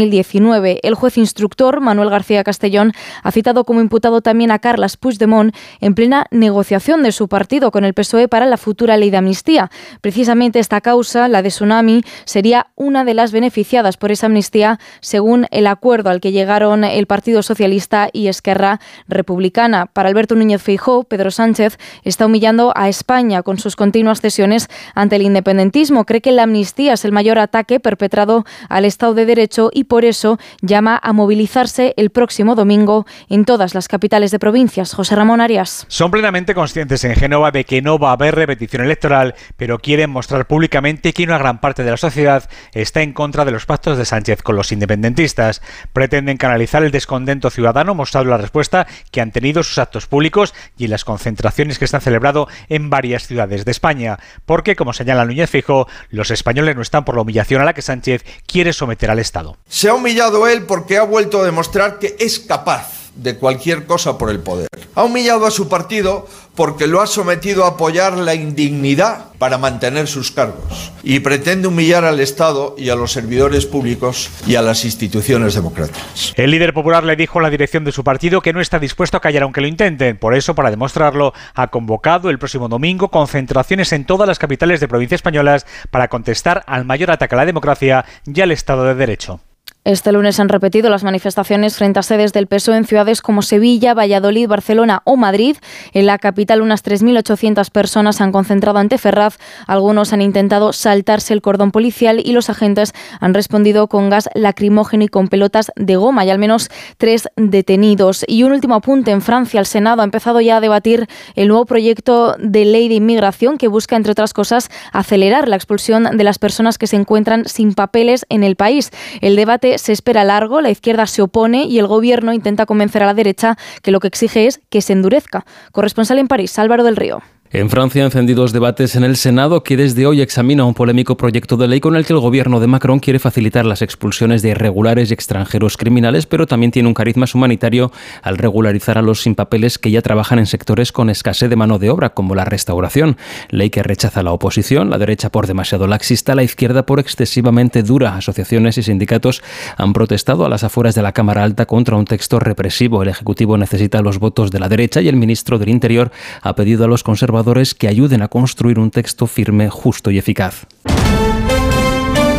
2019. El juez instructor, Manuel García Castellón, ha citado como imputado también a Carles Puigdemont en plena negociación de su partido con el PSOE para la futura ley de amnistía. Precisamente esta causa, la de Tsunami, sería una de las beneficiadas por esa amnistía, según el acuerdo al que llegaron el Partido Socialista y Esquerra Republicana. Para Alberto Núñez Feijóo, Pedro Sánchez está humillando a España con sus continuas cesiones ante el independentismo. Cree que la amnistía es el mayor ataque perpetrado al Estado de Derecho y por eso llama a movilizarse el próximo domingo en todas las capitales de provincias. José Ramón Arias. Son plenamente conscientes en Génova de que no va a haber repetición electoral, pero quieren mostrar públicamente que una gran parte de la sociedad está en contra de los pactos de Sánchez con los independentistas. Pretenden canalizar el descontento ciudadano mostrado en la respuesta que han tenido sus actos públicos y en las concentraciones que se han celebrado en varias ciudades de España. Porque, como señala Núñez Feijóo, los españoles no están por la humillación a la que Sánchez quiere someter al Estado. Se ha humillado él porque ha vuelto a demostrar que es capaz de cualquier cosa por el poder. Ha humillado a su partido porque lo ha sometido a apoyar la indignidad para mantener sus cargos y pretende humillar al Estado y a los servidores públicos y a las instituciones democráticas. El líder popular le dijo a la dirección de su partido que no está dispuesto a callar aunque lo intenten. Por eso, para demostrarlo, ha convocado el próximo domingo concentraciones en todas las capitales de provincias españolas para contestar al mayor ataque a la democracia y al Estado de Derecho. Este lunes han repetido las manifestaciones frente a sedes del PSOE en ciudades como Sevilla, Valladolid, Barcelona o Madrid. En la capital, unas 3.800 personas se han concentrado ante Ferraz. Algunos han intentado saltarse el cordón policial y los agentes han respondido con gas lacrimógeno y con pelotas de goma. Hay al menos 3 detenidos. Y un último apunte. En Francia, el Senado ha empezado ya a debatir el nuevo proyecto de ley de inmigración que busca, entre otras cosas, acelerar la expulsión de las personas que se encuentran sin papeles en el país. El debate se espera largo, la izquierda se opone y el gobierno intenta convencer a la derecha que lo que exige es que se endurezca. Corresponsal en París, Álvaro del Río. En Francia, encendidos debates en el Senado, que desde hoy examina un polémico proyecto de ley con el que el gobierno de Macron quiere facilitar las expulsiones de irregulares y extranjeros criminales, pero también tiene un cariz más humanitario al regularizar a los sin papeles que ya trabajan en sectores con escasez de mano de obra, como la restauración. Ley que rechaza la oposición, la derecha por demasiado laxista, la izquierda por excesivamente dura. Asociaciones y sindicatos han protestado a las afueras de la Cámara Alta contra un texto represivo. El Ejecutivo necesita los votos de la derecha y el ministro del Interior ha pedido a los conservadores que ayuden a construir un texto firme, justo y eficaz.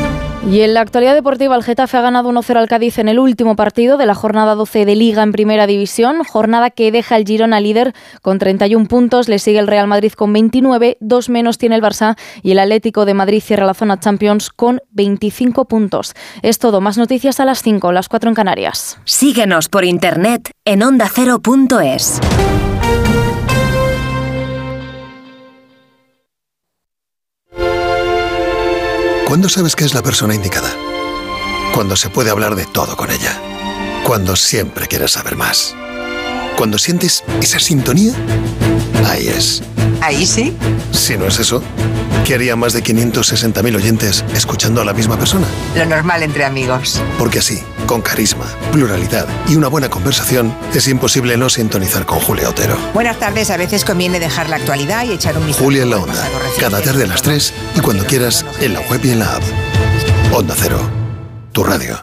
Y en la actualidad deportiva, el Getafe ha ganado 1-0 al Cádiz en el último partido de la jornada 12 de Liga en Primera División, jornada que deja el Girona líder con 31 puntos, le sigue el Real Madrid con 29, 2 menos tiene el Barça y el Atlético de Madrid cierra la zona Champions con 25 puntos. Es todo, más noticias a las 5, las 4 en Canarias. Síguenos por internet en ondacero.es. ¿Cuándo sabes que es la persona indicada? Cuando se puede hablar de todo con ella. Cuando siempre quieres saber más. Cuando sientes esa sintonía, ahí es. ¿Ahí sí? Si no es eso, ¿qué haría más de 560.000 oyentes escuchando a la misma persona? Lo normal entre amigos. Porque así, con carisma, pluralidad y una buena conversación, es imposible no sintonizar con Julia Otero. Buenas tardes, a veces conviene dejar la actualidad y echar un vistazo. Julia en la Onda, cada tarde a las 3 y cuando quieras, en la web y en la app. Onda Cero, tu radio.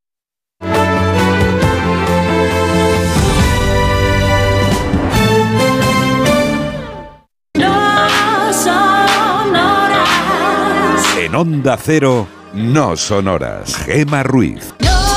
En Onda Cero, no son horas. Gema Ruiz.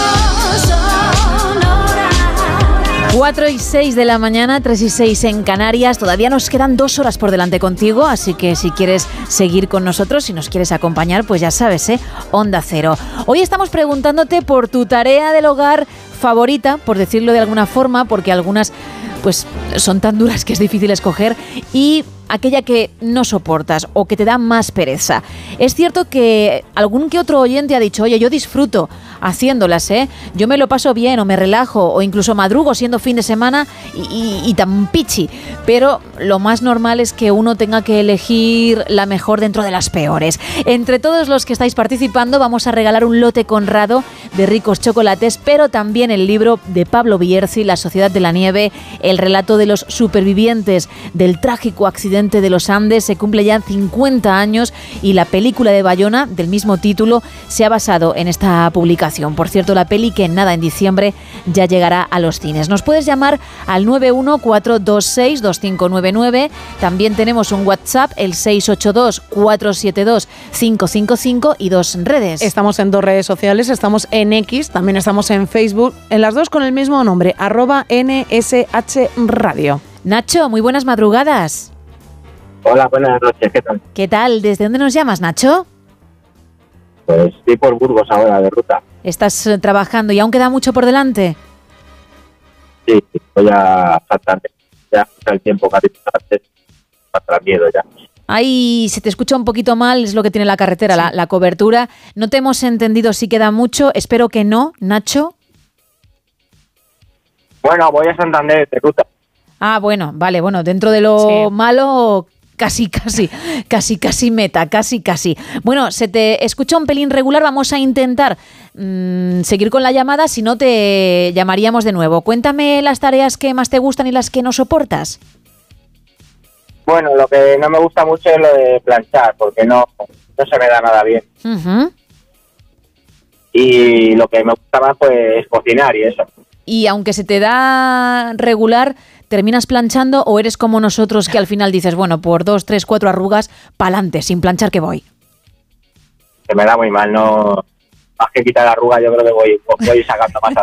4:06 de la mañana, 3:06 en Canarias. Todavía nos quedan 2 horas por delante contigo, así que si quieres seguir con nosotros, si nos quieres acompañar, pues ya sabes, Onda Cero. Hoy estamos preguntándote por tu tarea del hogar favorita, por decirlo de alguna forma, porque algunas pues son tan duras que es difícil escoger, y aquella que no soportas o que te da más pereza. Es cierto que algún que otro oyente ha dicho, oye, yo disfruto haciéndolas, yo me lo paso bien o me relajo o incluso madrugo siendo fin de semana y tan pichi, pero lo más normal es que uno tenga que elegir la mejor dentro de las peores. Entre todos los que estáis participando vamos a regalar un lote Conrado de ricos chocolates, pero también el libro de Pablo Bierzi, La Sociedad de la Nieve, el relato de los supervivientes del trágico accidente de los Andes. Se cumple ya 50 años y la película de Bayona del mismo título se ha basado en esta publicación. Por cierto, la peli que en nada, en diciembre, ya llegará a los cines. Nos puedes llamar al 914262599. También tenemos un WhatsApp, el 682472555 y 2 redes. Estamos en 2 redes sociales, estamos en X, también estamos en Facebook, en las 2 con el mismo nombre, @NSH Radio. Nacho, muy buenas madrugadas. Hola, buenas noches, ¿qué tal? ¿Qué tal? ¿Desde dónde nos llamas, Nacho? Pues estoy por Burgos ahora, de ruta. ¿Estás trabajando y aún queda mucho por delante? Sí, voy a saltarme. Ya el tiempo que antes, para miedo ya. Ay, se te escucha un poquito mal, es lo que tiene la carretera, sí. la cobertura. No te hemos entendido si queda mucho, espero que no, Nacho. Bueno, voy a Santander, de ruta. Ah, bueno, vale, bueno, dentro de lo malo... Casi meta, casi. Bueno, se te escucha un pelín regular, vamos a intentar seguir con la llamada, si no te llamaríamos de nuevo. Cuéntame las tareas que más te gustan y las que no soportas. Bueno, lo que no me gusta mucho es lo de planchar, porque no se me da nada bien. Uh-huh. Y lo que me gusta más, pues, cocinar y eso. Y aunque se te da regular, ¿terminas planchando o eres como nosotros que al final dices, bueno, por 2, 3, 4 arrugas, pa'lante, sin planchar que voy? Se me da muy mal, no... Más que quitar la arruga, yo creo que voy sacando más.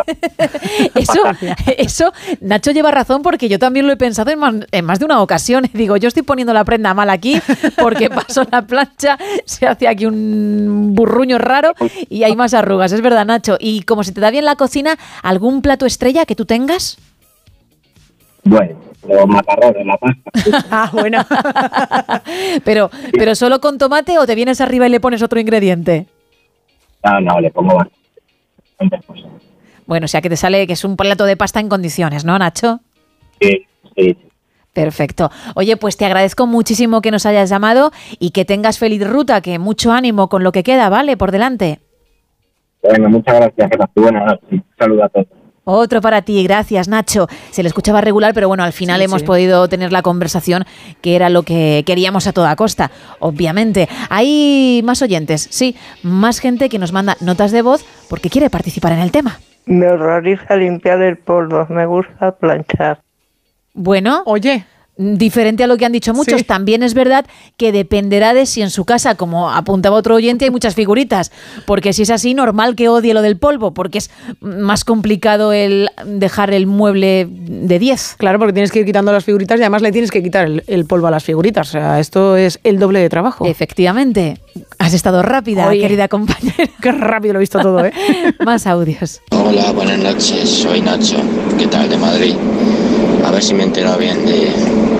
Eso, Nacho lleva razón, porque yo también lo he pensado en más de una ocasión. Digo, yo estoy poniendo la prenda mal aquí porque paso la plancha, se hace aquí un burruño raro y hay más arrugas. Es verdad, Nacho. Y como se te da bien la cocina, ¿algún plato estrella que tú tengas? Bueno, los macarrones, la pasta. Ah, bueno. pero ¿solo con tomate o te vienes arriba y le pones otro ingrediente? No, le pongo bastantes cosas. Bueno, o sea que te sale que es un plato de pasta en condiciones, ¿no, Nacho? Sí. Perfecto. Oye, pues te agradezco muchísimo que nos hayas llamado y que tengas feliz ruta, que mucho ánimo con lo que queda, ¿vale? Por delante. Bueno, muchas gracias. Que pases buenas noches. Un saludo a todos. Otro para ti, gracias, Nacho. Se le escuchaba regular, pero bueno, al final hemos podido tener la conversación, que era lo que queríamos a toda costa, obviamente. Hay más oyentes, sí, más gente que nos manda notas de voz porque quiere participar en el tema. Me horroriza limpiar el polvo, me gusta planchar. Bueno, oye, diferente a lo que han dicho muchos. Sí. También es verdad que dependerá de si en su casa, como apuntaba otro oyente, hay muchas figuritas. Porque si es así, normal que odie lo del polvo, porque es más complicado el dejar el mueble de 10. Claro, porque tienes que ir quitando las figuritas y además le tienes que quitar el polvo a las figuritas. O sea, esto es el doble de trabajo. Efectivamente. Has estado rápida, Oye, querida compañera. Qué rápido lo he visto todo, ¿eh? Más audios. Hola, buenas noches, soy Nacho, ¿qué tal? De Madrid. A ver si me he enterado bien de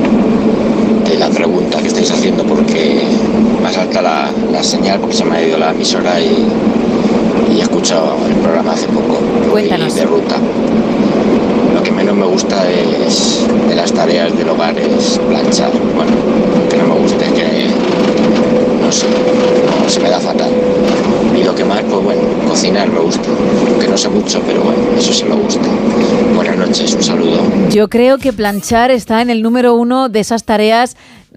la pregunta que estáis haciendo, porque me salta la señal, porque se me ha ido la emisora y he escuchado el programa hace poco. Cuéntanos. De ruta. Lo que menos me gusta es de las tareas del hogar es planchar. Bueno, que no me gusta es que, no sé, no, se me da fatal. Y lo que más, pues bueno, cocinar me gusta. Aunque no sé mucho, pero bueno, eso sí me gusta. Buenas noches, un saludo. Yo creo que planchar está en el número 1 de esas tareas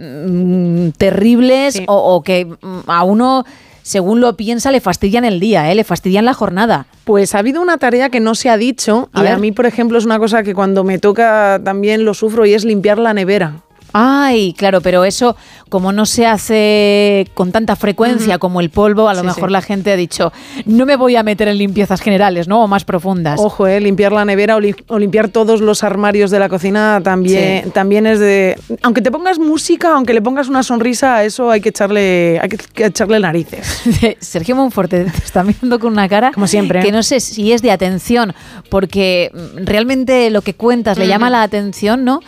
terribles, sí. o que a uno, según lo piensa, le fastidian el día, le fastidian la jornada. Pues ha habido una tarea que no se ha dicho, y a mí, por ejemplo, es una cosa que cuando me toca también lo sufro, y es limpiar la nevera. Ay, claro, pero eso, como no se hace con tanta frecuencia como el polvo, a lo mejor la gente ha dicho, no me voy a meter en limpiezas generales, ¿no? O más profundas. Ojo, limpiar la nevera o limpiar todos los armarios de la cocina también es de... Aunque te pongas música, aunque le pongas una sonrisa, a eso hay que echarle narices. Sergio Monforte te está mirando con una cara, como siempre, que no sé si es de atención, porque realmente lo que cuentas le llama la atención, ¿no?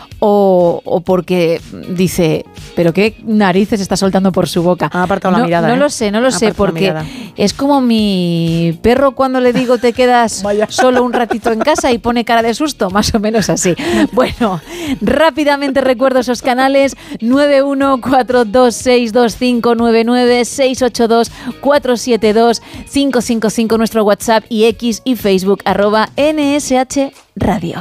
O porque dice, pero qué narices está soltando por su boca. Ha apartado la mirada. No lo sé, porque es como mi perro cuando le digo te quedas solo un ratito en casa y pone cara de susto, más o menos así. Bueno, rápidamente recuerdo esos canales: 914262599, 682472555, nuestro WhatsApp, y X y Facebook @NSH Radio.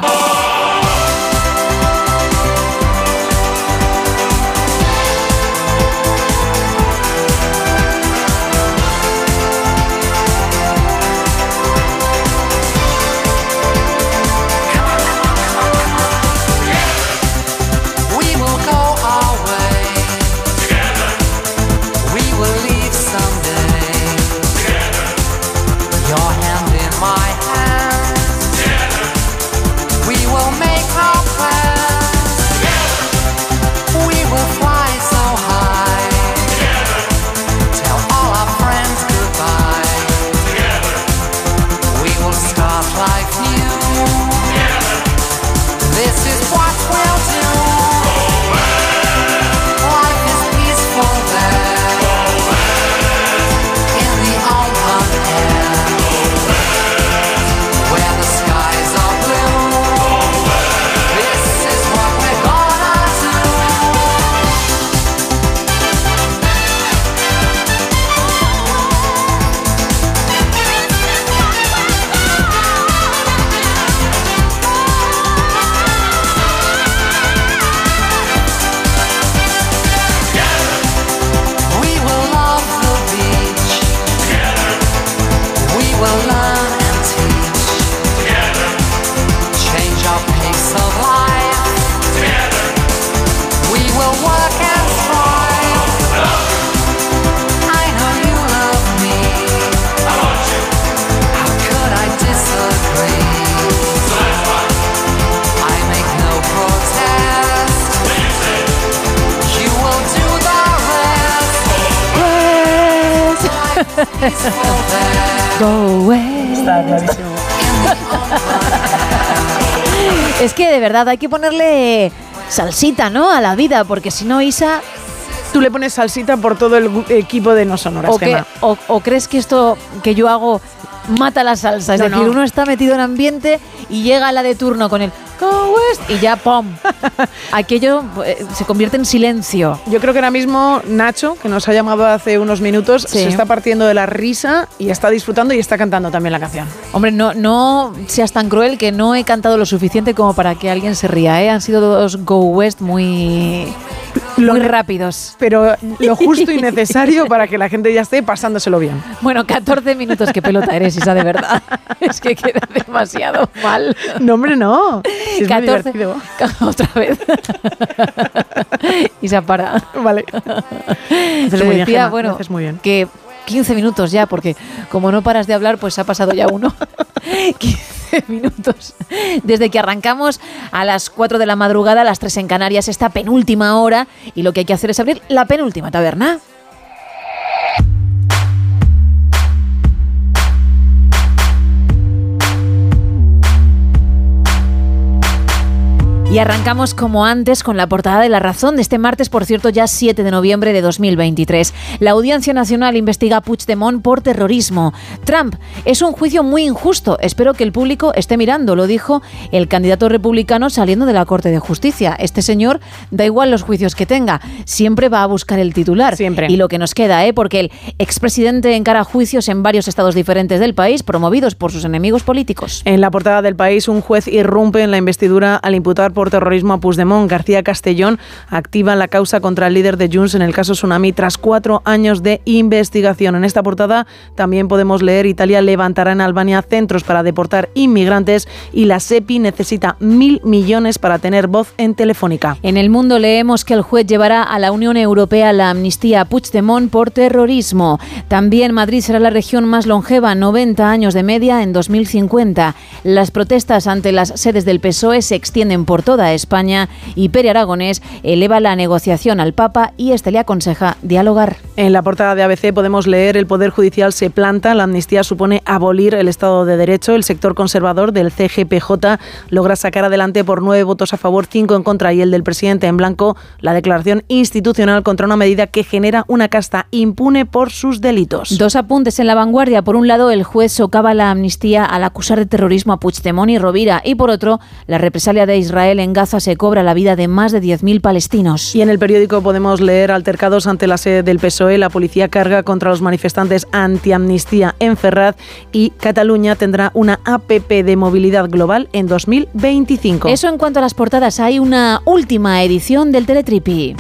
Go West. Es que de verdad hay que ponerle salsita, ¿no?, a la vida, porque si no, Isa... Tú le pones salsita por todo el equipo de No Sonoras, Gemma. ¿O crees que esto que yo hago mata la salsa? Es decir, uno está metido en ambiente y llega la de turno con el Go West y ya ¡pum! Aquello se convierte en silencio. Yo creo que ahora mismo Nacho, que nos ha llamado hace unos minutos, se está partiendo de la risa y está disfrutando y está cantando también la canción. Hombre, no seas tan cruel, que no he cantado lo suficiente como para que alguien se ría, ¿eh? Han sido dos Go West muy muy rápidos. Pero lo justo y necesario para que la gente ya esté pasándoselo bien. Bueno, 14 minutos, qué pelota eres, Isa, de verdad. Es que queda demasiado mal. No, hombre, no. Si es 14. muy divertido. Otra vez. Isa, para. Vale. Te muy bien, decía, Gemma, bueno, lo haces muy bien. que 15 minutos ya, porque como no paras de hablar, pues ha pasado ya uno. 15 minutos. Desde que arrancamos a las 4 de la madrugada, a las 3 en Canarias, esta penúltima hora, y lo que hay que hacer es abrir la penúltima taberna. Y arrancamos como antes con la portada de La Razón de este martes, por cierto, ya 7 de noviembre de 2023. La Audiencia Nacional investiga a Puigdemont por terrorismo. Trump, es un juicio muy injusto. Espero que el público esté mirando, lo dijo el candidato republicano saliendo de la Corte de Justicia. Este señor, da igual los juicios que tenga, siempre va a buscar el titular. Siempre. Y lo que nos queda, porque el expresidente encara juicios en varios estados diferentes del país, promovidos por sus enemigos políticos. En la portada del País, un juez irrumpe en la investidura al imputar por terrorismo a Puigdemont. García Castellón activa la causa contra el líder de Junts en el caso Tsunami tras 4 años de investigación. En esta portada también podemos leer: Italia levantará en Albania centros para deportar inmigrantes y la SEPI necesita 1.000 millones para tener voz en Telefónica. En El Mundo leemos que el juez llevará a la Unión Europea la amnistía a Puigdemont por terrorismo. También Madrid será la región más longeva, 90 años de media en 2050. Las protestas ante las sedes del PSOE se extienden por toda España y Pere Aragonés eleva la negociación al Papa y este le aconseja dialogar. En la portada de ABC podemos leer: el Poder Judicial se planta, la amnistía supone abolir el Estado de Derecho. El sector conservador del CGPJ logra sacar adelante por 9 votos a favor, 5 en contra y el del presidente en blanco la declaración institucional contra una medida que genera una casta impune por sus delitos. 2 apuntes en La Vanguardia. Por un lado, el juez socava la amnistía al acusar de terrorismo a Puigdemont y Rovira, y por otro, la represalia de Israel en Gaza se cobra la vida de más de 10.000 palestinos. Y en El Periódico podemos leer: altercados ante la sede del PSOE, la policía carga contra los manifestantes antiamnistía en Ferraz y Cataluña tendrá una APP de movilidad global en 2025. Eso en cuanto a las portadas. Hay una última edición del Teletripi.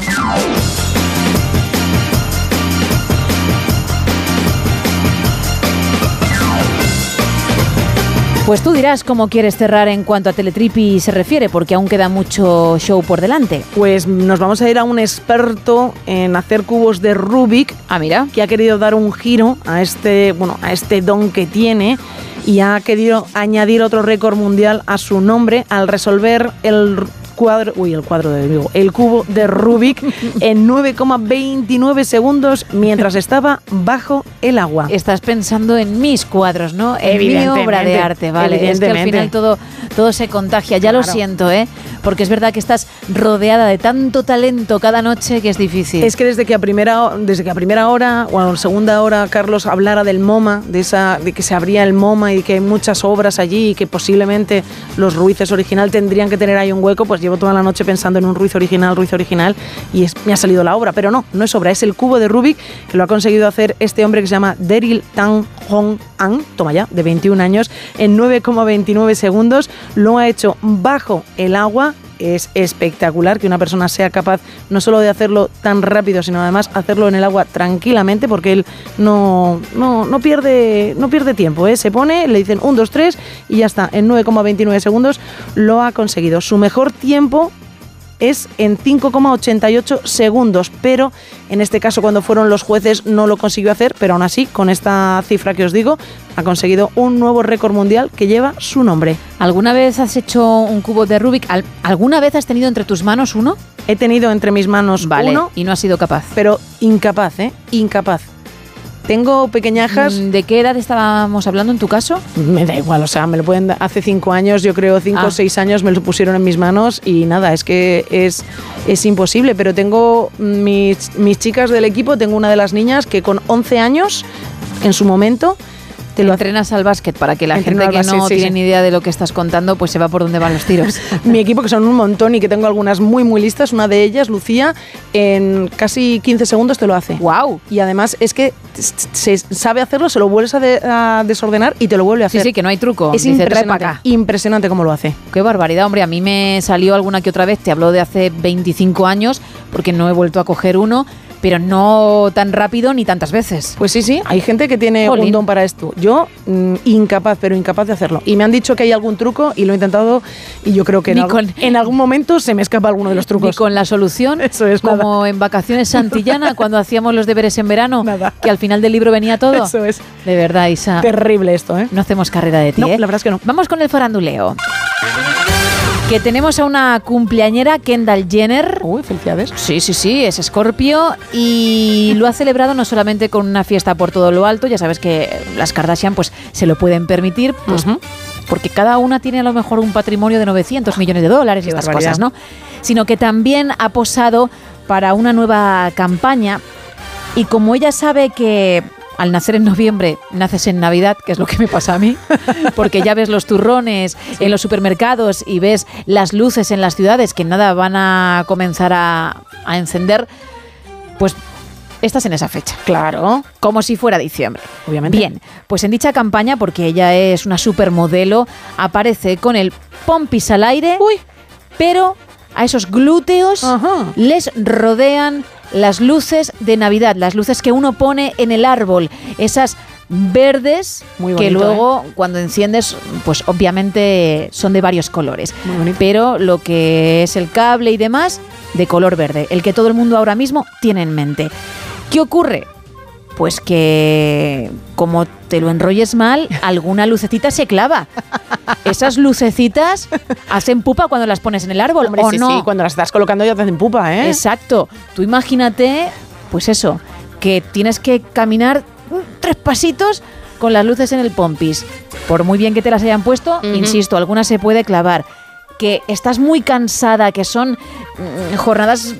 Pues tú dirás cómo quieres cerrar en cuanto a Teletripi se refiere, porque aún queda mucho show por delante. Pues nos vamos a ir a un experto en hacer cubos de Rubik. Ah, mira. Que ha querido dar un giro a este don que tiene y ha querido añadir otro récord mundial a su nombre al resolver el cubo de Rubik en 9,29 segundos mientras estaba bajo el agua. Estás pensando en mis cuadros, ¿no? En mi obra de arte, vale. Es que al final todo se contagia. Ya lo siento, porque es verdad que estás rodeada de tanto talento cada noche que es difícil. Es que desde que a primera hora o a segunda hora Carlos hablara del MoMA, de que se abría el MoMA y que hay muchas obras allí y que posiblemente los Ruices original tendrían que tener ahí un hueco, pues llevo toda la noche pensando en un Ruiz original y me ha salido la obra, pero no es obra, es el cubo de Rubik que lo ha conseguido hacer este hombre que se llama Daryl Tan Hong An, toma ya, de 21 años, en 9,29 segundos. Lo ha hecho bajo el agua. Es espectacular que una persona sea capaz no solo de hacerlo tan rápido, sino además hacerlo en el agua tranquilamente, porque él no pierde tiempo, Se pone, le dicen 1, 2, 3 y ya está. En 9,29 segundos lo ha conseguido. Su mejor tiempo es en 5,88 segundos, pero en este caso cuando fueron los jueces no lo consiguió hacer, pero aún así, con esta cifra que os digo, ha conseguido un nuevo récord mundial que lleva su nombre. ¿Alguna vez has hecho un cubo de Rubik? ¿Alguna vez has tenido entre tus manos uno? He tenido entre mis manos uno. Y no has sido capaz. Pero incapaz, incapaz. Tengo pequeñajas. ¿De qué edad estábamos hablando en tu caso? Me da igual, me lo pueden dar. Hace 5 años, yo creo 5 o 6 años me lo pusieron en mis manos y nada, es que es imposible. Pero tengo mis chicas del equipo, tengo una de las niñas que con 11 años, en su momento, Te lo entrenas al básquet para que la gente que no tiene ni idea de lo que estás contando pues se va por donde van los tiros. Mi equipo, que son un montón y que tengo algunas muy muy listas, una de ellas, Lucía, en casi 15 segundos te lo hace. ¡Wow! Y además es que se sabe hacerlo, se lo vuelves a desordenar y te lo vuelve a hacer. Sí, que no hay truco. Es impresionante cómo lo hace. Qué barbaridad, hombre. A mí me salió alguna que otra vez, te hablo de hace 25 años, porque no he vuelto a coger uno, pero no tan rápido ni tantas veces. Pues sí, hay gente que tiene un don para esto. Yo, incapaz de hacerlo. Y me han dicho que hay algún truco y lo he intentado y yo creo que en algún momento se me escapa alguno de los trucos. Ni con la solución, eso es, como nada. En Vacaciones Santillana, cuando hacíamos los deberes en verano, que al final del libro venía todo. Eso es. De verdad, Isa. Terrible esto, ¿eh? No hacemos carrera de ti, No, la verdad es que no. Vamos con el faranduleo. Que tenemos a una cumpleañera, Kendall Jenner. Uy, felicidades. Sí, es Escorpio y lo ha celebrado no solamente con una fiesta por todo lo alto, ya sabes que las Kardashian pues se lo pueden permitir, pues, porque cada una tiene a lo mejor un patrimonio de $900 millones y estas cosas, ¿no? Sino que también ha posado para una nueva campaña y como ella sabe que al nacer en noviembre, naces en Navidad, que es lo que me pasa a mí, porque ya ves los turrones en los supermercados y ves las luces en las ciudades que nada van a comenzar a encender, pues estás en esa fecha. Claro. Como si fuera diciembre. Obviamente. Bien, pues en dicha campaña, porque ella es una supermodelo, aparece con el pompis al aire, pero a esos glúteos les rodean las luces de Navidad, las luces que uno pone en el árbol, esas verdes muy bonito, que luego cuando enciendes, pues obviamente son de varios colores. Muy bonito. Pero lo que es el cable y demás, de color verde, el que todo el mundo ahora mismo tiene en mente. ¿Qué ocurre? Pues que como te lo enrolles mal, alguna lucecita se clava. Esas lucecitas hacen pupa cuando las pones en el árbol, hombre, ¿o sí, no? Sí, cuando las estás colocando ya te hacen pupa, ¿eh? Exacto. Tú imagínate, pues eso, que tienes que caminar 3 pasitos con las luces en el pompis. Por muy bien que te las hayan puesto, insisto, alguna se puede clavar. Que estás muy cansada, que son jornadas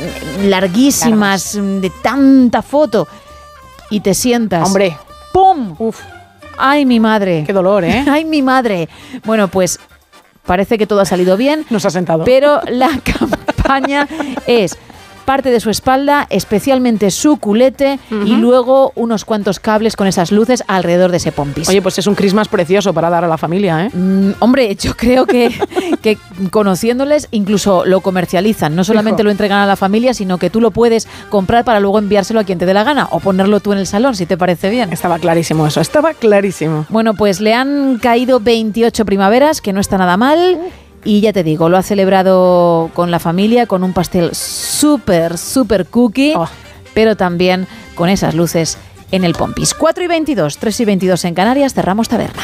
larguísimas, de tanta foto, y te sientas. Hombre. ¡Pum! Uf. ¡Ay, mi madre! ¡Qué dolor, eh! ¡Ay, mi madre! Bueno, pues parece que todo ha salido bien. Nos ha sentado. Pero la campaña es parte de su espalda, especialmente su culete, y luego unos cuantos cables con esas luces alrededor de ese pompis. Oye, pues es un Christmas precioso para dar a la familia, ¿eh? Hombre, yo creo que conociéndoles incluso lo comercializan. No solamente lo entregan a la familia, sino que tú lo puedes comprar para luego enviárselo a quien te dé la gana o ponerlo tú en el salón, si te parece bien. Estaba clarísimo eso, estaba clarísimo. Bueno, pues le han caído 28 primaveras, que no está nada mal. Y ya te digo, lo ha celebrado con la familia, con un pastel súper cookie, pero también con esas luces en el pompis. 4:22, 3:22 en Canarias, cerramos taberna.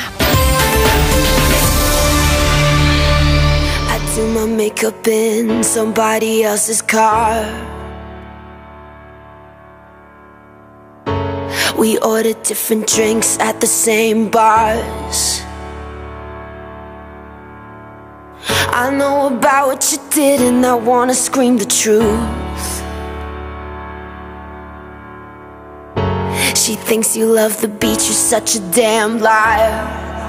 I do my makeup in somebody else's car. We ordered different drinks at the same bars. I know about what you did and I wanna scream the truth. She thinks you love the beach, you're such a damn liar.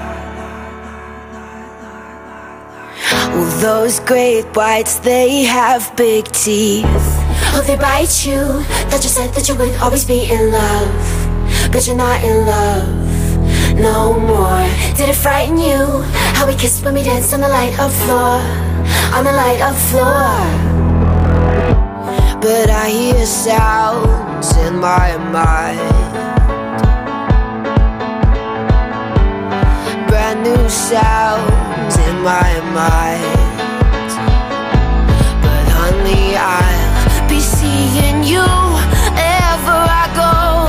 Well, those great whites, they have big teeth. Oh, they bite you. Thought you said that you would always be in love, but you're not in love no more. Did it frighten you how we kissed when we danced on the light of floor, on the light of floor? But I hear sounds in my mind, brand new sounds in my mind. But honey, I'll be seeing you wherever I go.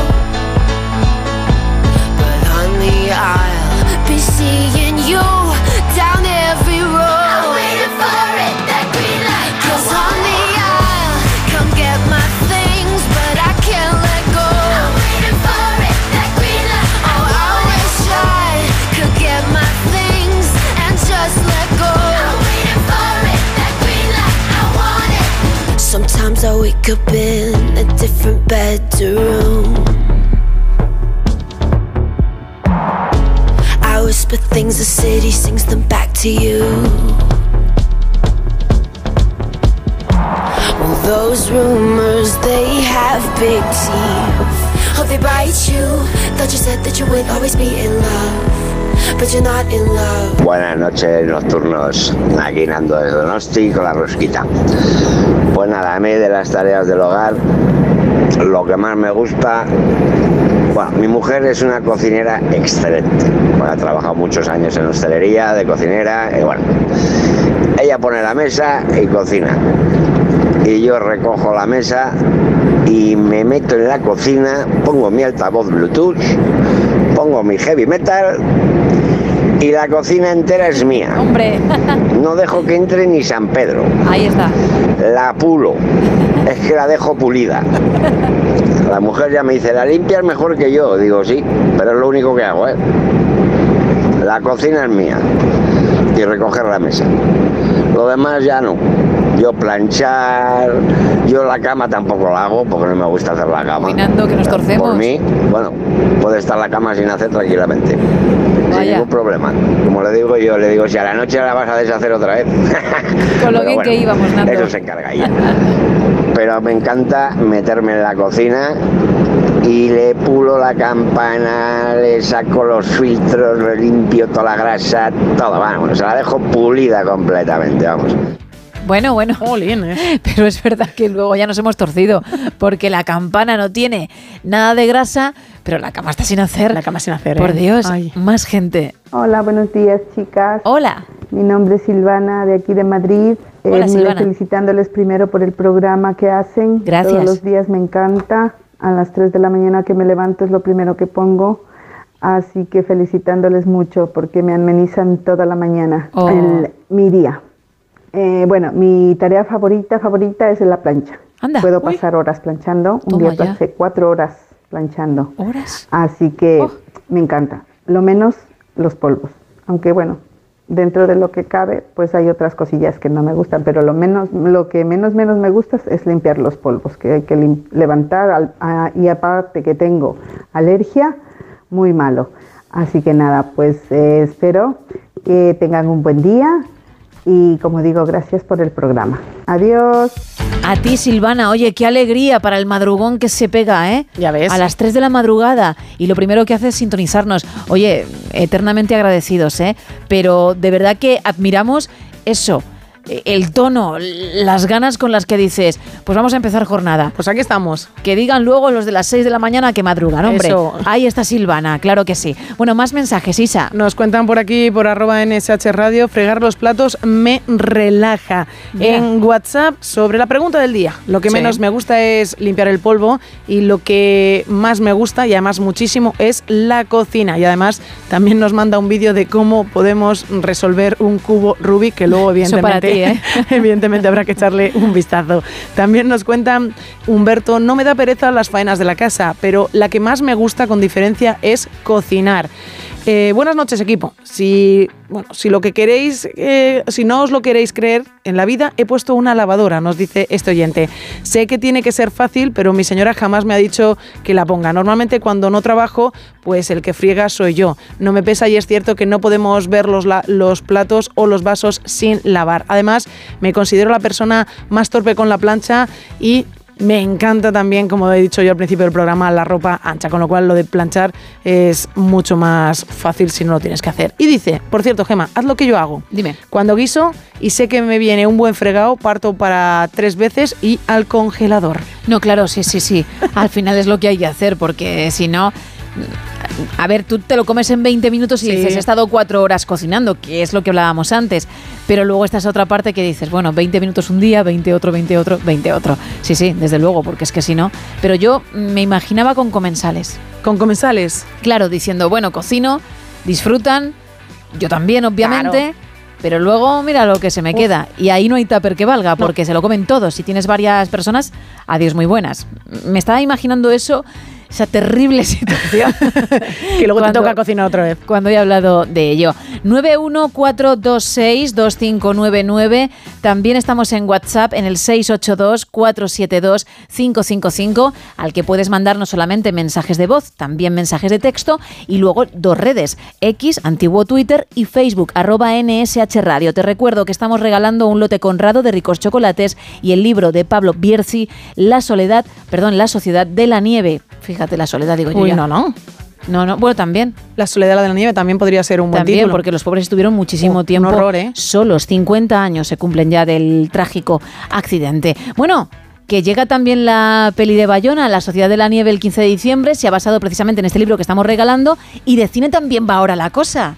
I'll be seeing you down every road. I'm waiting for it, that green light. 'Cause honey, I'll come get my things, but I can't let go. I'm waiting for it, that green light. Oh, I wish I could get my things and just let go. I'm waiting for it, that green light. I want it. Sometimes I wake up in a different bedroom. whisper things, the city sings them back to you. Well, those rumors, they have big teeth. Oh, they bite you. Thought you said that you would always be in love, but you're not in love. Buenas noches nocturnos, aquí Nando de Donosti con la rosquita. Pues nada, a mí de las tareas del hogar, lo que más me gusta, bueno, mi mujer es una cocinera excelente. Bueno, ha trabajado muchos años en hostelería, de cocinera, y bueno, ella pone la mesa y cocina. Y yo recojo la mesa y me meto en la cocina, pongo mi altavoz Bluetooth, pongo mi heavy metal y la cocina entera es mía. ¡Hombre! No dejo que entre ni San Pedro. Ahí está. La pulo. Es que la dejo pulida. La mujer ya me dice, la limpias mejor que yo. Digo, sí, pero es lo único que hago, ¿eh? La cocina es mía. Y recoger la mesa. Lo demás ya no. Yo planchar, yo la cama tampoco la hago porque no me gusta hacer la cama. Caminando, que nos torcemos. Por mí, bueno, puede estar la cama sin hacer tranquilamente. Vaya. Sin ningún problema. Como le digo yo, le digo, si a la noche la vas a deshacer otra vez. Con lo Pero bien bueno, que íbamos, Nando. Eso se encarga ella. Pero me encanta meterme en la cocina y le pulo la campana, le saco los filtros, le limpio toda la grasa, todo, vamos, se la dejo pulida completamente, vamos. Bueno, pero es verdad que luego ya nos hemos torcido, porque la campana no tiene nada de grasa, pero la cama está sin hacer. La cama sin hacer, Por Dios, más gente. Hola, buenos días, chicas. Hola. Mi nombre es Silvana, de aquí de Madrid. Hola, Silvana. Felicitándoles primero por el programa que hacen. Gracias. Todos los días me encanta. A las 3 de la mañana que me levanto es lo primero que pongo. Así que felicitándoles mucho porque me amenizan toda la mañana mi día. Bueno, mi tarea favorita es en la plancha. Anda. Puedo pasar horas planchando. Un Toma día ya. pasé 4 horas planchando. ¿Horas? Así que me encanta. Lo menos los polvos. Aunque bueno, dentro de lo que cabe, pues hay otras cosillas que no me gustan. Pero lo que menos me gusta es limpiar los polvos, que hay que levantar. Y aparte que tengo alergia, muy malo. Así que nada, pues espero que tengan un buen día. Y como digo, gracias por el programa. Adiós. A ti, Silvana, oye, qué alegría para el madrugón que se pega, ¿eh? Ya ves. A las 3 de la madrugada. Y lo primero que hace es sintonizarnos. Oye, eternamente agradecidos, ¿eh? Pero de verdad que admiramos eso. El tono, las ganas con las que dices, pues vamos a empezar jornada. Pues aquí estamos. Que digan luego los de las 6 de la mañana que madrugan, hombre. Eso. Ahí está Silvana, claro que sí. Bueno, más mensajes, Isa. Nos cuentan por aquí, por @NSH Radio, fregar los platos me relaja. Mira. En WhatsApp, sobre la pregunta del día, lo que Sí. menos me gusta es limpiar el polvo y lo que más me gusta, y además muchísimo, es la cocina. Y además también nos manda un vídeo de cómo podemos resolver un cubo Rubik, que luego Eso para evidentemente, ti, ¿eh? evidentemente habrá que echarle un vistazo. También nos cuentan, Humberto, no me da pereza las faenas de la casa, pero la que más me gusta con diferencia es cocinar. Buenas noches, equipo. Si lo que queréis, si no os lo queréis creer, en la vida he puesto una lavadora, nos dice este oyente. Sé que tiene que ser fácil, pero mi señora jamás me ha dicho que la ponga. Normalmente cuando no trabajo, pues el que friega soy yo. No me pesa y es cierto que no podemos ver los platos o los vasos sin lavar. Además, me considero la persona más torpe con la plancha y me encanta también, como he dicho yo al principio del programa, la ropa ancha, con lo cual lo de planchar es mucho más fácil si no lo tienes que hacer. Y dice, por cierto, Gema, haz lo que yo hago. Dime. Cuando guiso y sé que me viene un buen fregado, parto para 3 veces y al congelador. No, claro, sí. Al final es lo que hay que hacer, porque si no... A ver, tú te lo comes en 20 minutos y dices, he estado 4 horas cocinando, que es lo que hablábamos antes, pero luego esta es otra parte que dices, bueno, 20 minutos un día, 20 otro. Sí, desde luego, porque es que si no... Pero yo me imaginaba con comensales. ¿Con comensales? Claro, diciendo, bueno, cocino, disfrutan, yo también, obviamente... Claro. Pero luego mira lo que se me queda. Y ahí no hay tupper que valga, porque se lo comen todos. Si tienes varias personas, adiós muy buenas. Me estaba imaginando eso esa terrible situación. Que luego te toca cocinar otra vez. Cuando he hablado de ello. 914262599. También estamos en WhatsApp en el 682472555, al que puedes mandar no solamente mensajes de voz, también mensajes de texto, y luego 2 redes, X, antiguo Twitter, y Facebook, @NSH Radio. Te recuerdo que estamos regalando un lote Conrado de ricos chocolates y el libro de Pablo Bierzi, La Sociedad de la Nieve. Fíjate, la soledad, digo yo. Uy, ya. no. Bueno, también. La soledad de la nieve también podría ser un buen También, título. porque los pobres estuvieron muchísimo tiempo un horror, ¿eh? solos. 50 años se cumplen ya del trágico accidente. Bueno, que llega también la peli de Bayona, La Sociedad de la Nieve, el 15 de diciembre. Se ha basado precisamente en este libro que estamos regalando. Y de cine también va ahora la cosa.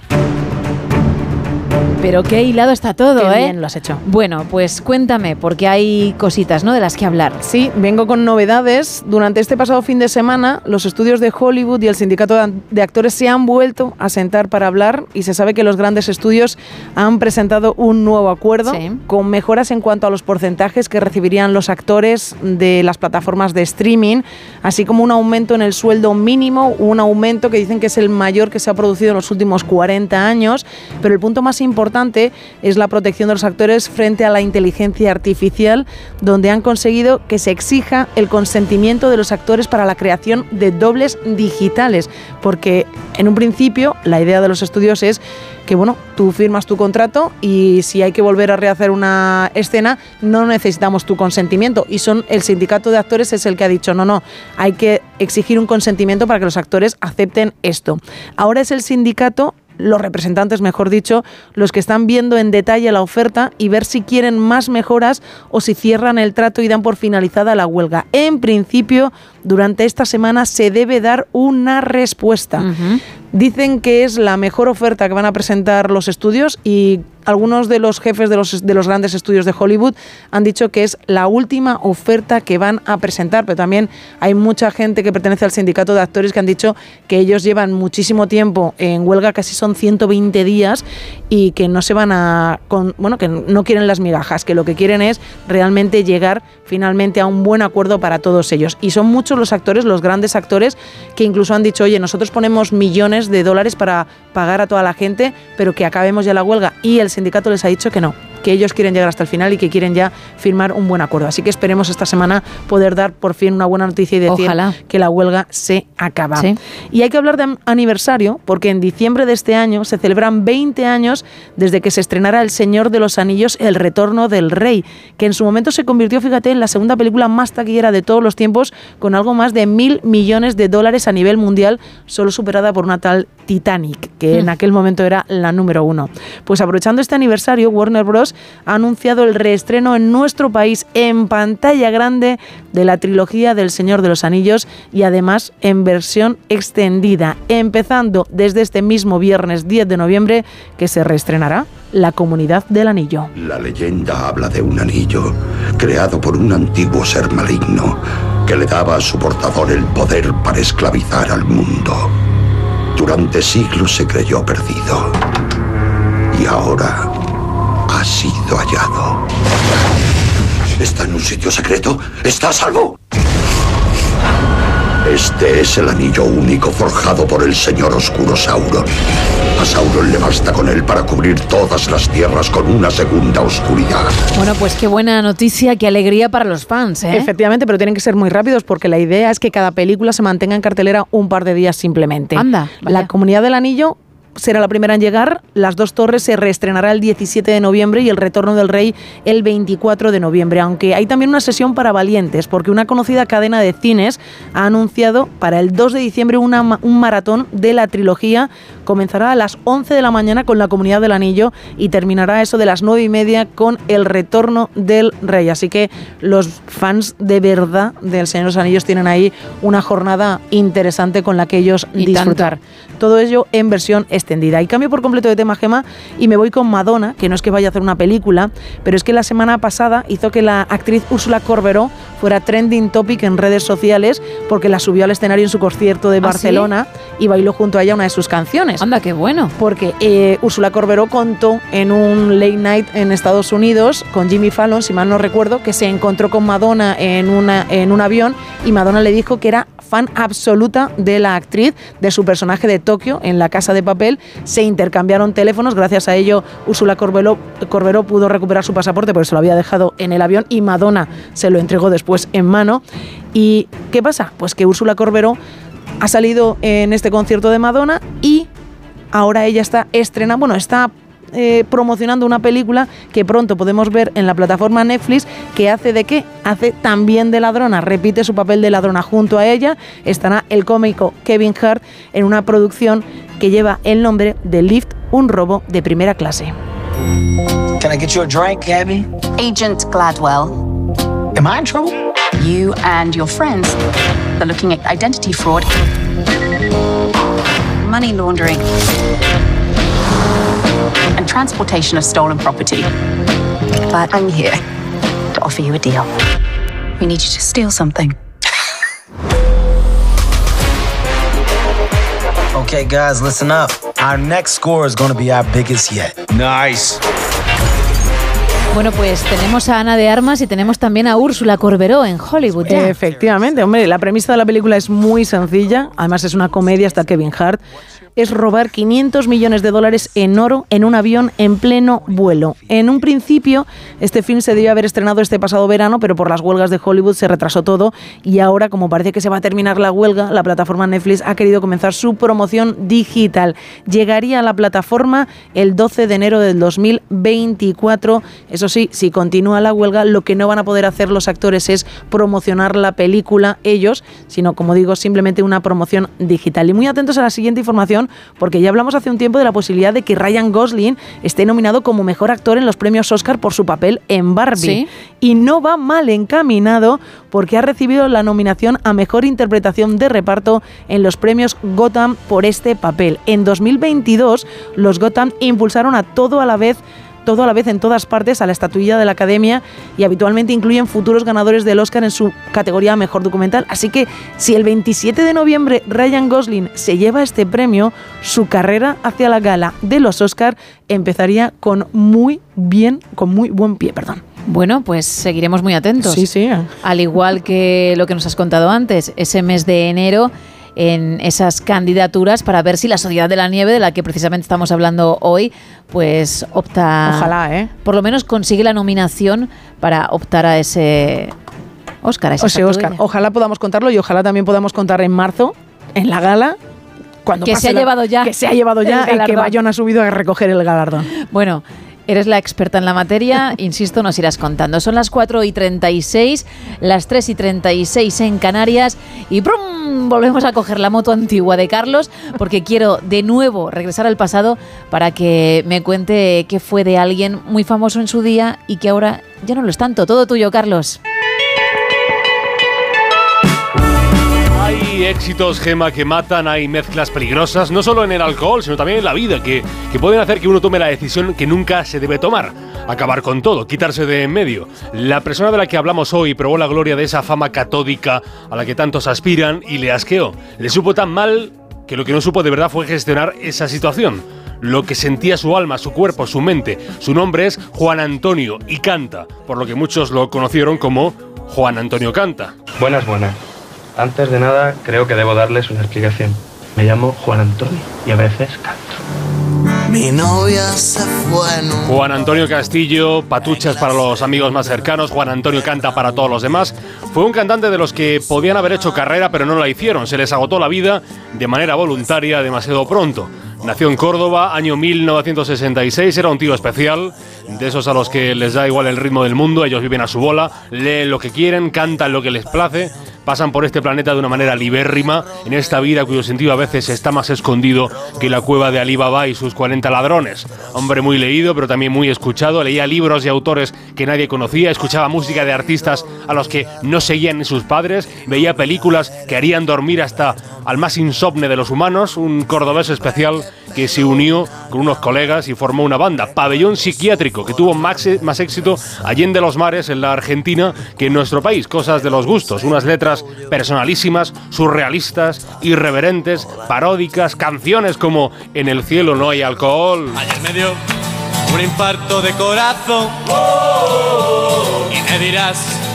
Pero qué hilado está todo, Qué ¿eh? bien lo has hecho. Bueno, pues cuéntame, porque hay cositas, ¿no?, de las que hablar. Sí, vengo con novedades. Durante este pasado fin de semana, los estudios de Hollywood y el sindicato de actores se han vuelto a sentar para hablar, y se sabe que los grandes estudios han presentado un nuevo acuerdo con mejoras en cuanto a los porcentajes que recibirían los actores de las plataformas de streaming, así como un aumento en el sueldo mínimo, un aumento que dicen que es el mayor que se ha producido en los últimos 40 años, pero el punto más importante es la protección de los actores frente a la inteligencia artificial, donde han conseguido que se exija el consentimiento de los actores para la creación de dobles digitales, porque en un principio la idea de los estudios es que, bueno, tú firmas tu contrato y si hay que volver a rehacer una escena no necesitamos tu consentimiento, y el sindicato de actores es el que ha dicho no, hay que exigir un consentimiento para que los actores acepten esto. Ahora es el sindicato, los representantes, mejor dicho, los que están viendo en detalle la oferta y ver si quieren más mejoras o si cierran el trato y dan por finalizada la huelga. En principio, durante esta semana se debe dar una respuesta. Dicen que es la mejor oferta que van a presentar los estudios, y algunos de los jefes de los grandes estudios de Hollywood han dicho que es la última oferta que van a presentar, pero también hay mucha gente que pertenece al sindicato de actores que han dicho que ellos llevan muchísimo tiempo en huelga, casi son 120 días, y que no se van que no quieren las migajas, que lo que quieren es realmente llegar finalmente a un buen acuerdo para todos ellos. Y son muchos los actores, los grandes actores, que incluso han dicho, oye, nosotros ponemos millones de dólares para pagar a toda la gente, pero que acabemos ya la huelga, y el sindicato les ha dicho que no, que ellos quieren llegar hasta el final y que quieren ya firmar un buen acuerdo. Así que esperemos esta semana poder dar por fin una buena noticia y decir que la huelga se acaba. Sí. Y hay que hablar de aniversario, porque en diciembre de este año se celebran 20 años desde que se estrenara El Señor de los Anillos, El Retorno del Rey, que en su momento se convirtió, fíjate, en la segunda película más taquillera de todos los tiempos, con algo más de $1.000 millones a nivel mundial, solo superada por una tal Titanic, que en aquel momento era la número 1. Pues aprovechando este aniversario, Warner Bros. Ha anunciado el reestreno en nuestro país en pantalla grande de la trilogía del Señor de los Anillos, y además en versión extendida, empezando desde este mismo viernes 10 de noviembre, que se reestrenará La Comunidad del Anillo. La leyenda habla de un anillo creado por un antiguo ser maligno que le daba a su portador el poder para esclavizar al mundo. Durante siglos se creyó perdido y ahora ha sido hallado. ¿Está en un sitio secreto? ¿Está a salvo? Este es el anillo único forjado por el señor oscuro Sauron. A Sauron le basta con él para cubrir todas las tierras con una segunda oscuridad. Bueno, pues qué buena noticia, qué alegría para los fans, ¿eh? Efectivamente, pero tienen que ser muy rápidos, porque la idea es que cada película se mantenga en cartelera un par de días simplemente. Anda, vaya. La Comunidad del Anillo será la primera en llegar. Las Dos Torres se reestrenará el 17 de noviembre y El Retorno del Rey el 24 de noviembre, aunque hay también una sesión para valientes, porque una conocida cadena de cines ha anunciado para el 2 de diciembre un maratón de la trilogía. Comenzará a las 11 de la mañana con La Comunidad del Anillo y terminará a eso de las 9:30 con El Retorno del Rey. Así que los fans de verdad del Señor de los Anillos tienen ahí una jornada interesante con la que ellos disfrutar. Todo ello en versión extendida. Y cambio por completo de tema, Gemma, y me voy con Madonna, que no es que vaya a hacer una película, pero es que la semana pasada hizo que la actriz Úrsula Corberó fuera trending topic en redes sociales, porque la subió al escenario en su concierto de Barcelona. ¿Sí? Y bailó junto a ella una de sus canciones. Anda, qué bueno. Porque Úrsula Corberó contó en un late night en Estados Unidos con Jimmy Fallon, si mal no recuerdo, que se encontró con Madonna en un avión, y Madonna le dijo que era fan absoluta de la actriz, de su personaje de Tokio en La Casa de Papel. Se intercambiaron teléfonos, gracias a ello Úrsula Corberó pudo recuperar su pasaporte porque se lo había dejado en el avión y Madonna se lo entregó después en mano. ¿Y qué pasa? Pues que Úrsula Corberó ha salido en este concierto de Madonna y ahora ella está promocionando una película que pronto podemos ver en la plataforma Netflix, que hace ¿de qué? Hace también de ladrona, repite su papel de ladrona. Junto a ella estará el cómico Kevin Hart en una producción que lleva el nombre de Lift, un robo de primera clase. Can I get you a drink, Abby? Agent Gladwell. Am I in trouble? You and your friends are looking at identity fraud, money laundering, and transportation of stolen property. But I'm here to offer you a deal. We need you to steal something. Okay, guys, listen up. Our next score is going to be our biggest yet. Nice. Bueno, pues tenemos a Ana de Armas y tenemos también a Úrsula Corberó en Hollywood ya. Efectivamente, hombre, la premisa de la película es muy sencilla, además es una comedia, está Kevin Hart. Es robar $500 millones en oro en un avión en pleno vuelo. En un principio, este film se debió haber estrenado este pasado verano, pero por las huelgas de Hollywood se retrasó todo y ahora, como parece que se va a terminar la huelga, la plataforma Netflix ha querido comenzar su promoción digital. Llegaría a la plataforma el 12 de enero del 2024. Eso sí, si continúa la huelga, lo que no van a poder hacer los actores es promocionar la película ellos, sino, como digo, simplemente una promoción digital. Y muy atentos a la siguiente información, porque ya hablamos hace un tiempo de la posibilidad de que Ryan Gosling esté nominado como mejor actor en los premios Oscar por su papel en Barbie. ¿Sí? Y no va mal encaminado porque ha recibido la nominación a mejor interpretación de reparto en los premios Gotham por este papel. En 2022, los Gotham impulsaron a todo a la vez en todas partes a la estatuilla de la Academia y habitualmente incluyen futuros ganadores del Oscar en su categoría Mejor Documental. Así que si el 27 de noviembre Ryan Gosling se lleva este premio, su carrera hacia la gala de los Oscar empezaría con muy buen pie. Bueno, pues seguiremos muy atentos. Sí. Al igual que lo que nos has contado antes, ese mes de enero, en esas candidaturas para ver si la Sociedad de la Nieve, de la que precisamente estamos hablando hoy, pues opta... Ojalá, por lo menos consigue la nominación para optar a ese Oscar. Ojalá podamos contarlo y ojalá también podamos contar en marzo, en la gala, cuando que se ha llevado ya el que Bayona ha subido a recoger el galardón. Bueno, eres la experta en la materia, insisto, nos irás contando. Son las 4:36, las 3:36 en Canarias y ¡brum! Volvemos a coger la moto antigua de Carlos porque quiero de nuevo regresar al pasado para que me cuente qué fue de alguien muy famoso en su día y que ahora ya no lo es tanto. Todo tuyo, Carlos. Hay éxitos, Gema, que matan, hay mezclas peligrosas, no solo en el alcohol, sino también en la vida, que pueden hacer que uno tome la decisión que nunca se debe tomar. Acabar con todo, quitarse de en medio. La persona de la que hablamos hoy probó la gloria de esa fama catódica a la que tantos aspiran y le asqueó. Le supo tan mal que lo que no supo de verdad fue gestionar esa situación. Lo que sentía su alma, su cuerpo, su mente. Su nombre es Juan Antonio y Canta, por lo que muchos lo conocieron como Juan Antonio Canta. Buenas. Antes de nada, creo que debo darles una explicación. Me llamo Juan Antonio y a veces canto. Mi novia se fue. Juan Antonio Castillo, patuchas para los amigos más cercanos, Juan Antonio Canta para todos los demás. Fue un cantante de los que podían haber hecho carrera, pero no la hicieron. Se les agotó la vida de manera voluntaria demasiado pronto. Nació en Córdoba, año 1966, era un tío especial, de esos a los que les da igual el ritmo del mundo, ellos viven a su bola, leen lo que quieren, cantan lo que les place, pasan por este planeta de una manera libérrima, en esta vida cuyo sentido a veces está más escondido que la cueva de Alí Baba y sus 40 ladrones. Hombre muy leído, pero también muy escuchado, leía libros y autores que nadie conocía, escuchaba música de artistas a los que no seguían ni sus padres, veía películas que harían dormir hasta al más insomne de los humanos, un cordobés especial que se unió con unos colegas y formó una banda, Pabellón Psiquiátrico, que tuvo más éxito allende los mares en la Argentina que en nuestro país. Cosas de los gustos, unas letras personalísimas, surrealistas, irreverentes, paródicas, canciones como En el cielo no hay alcohol. Ayer me dio un infarto de corazón y me dirás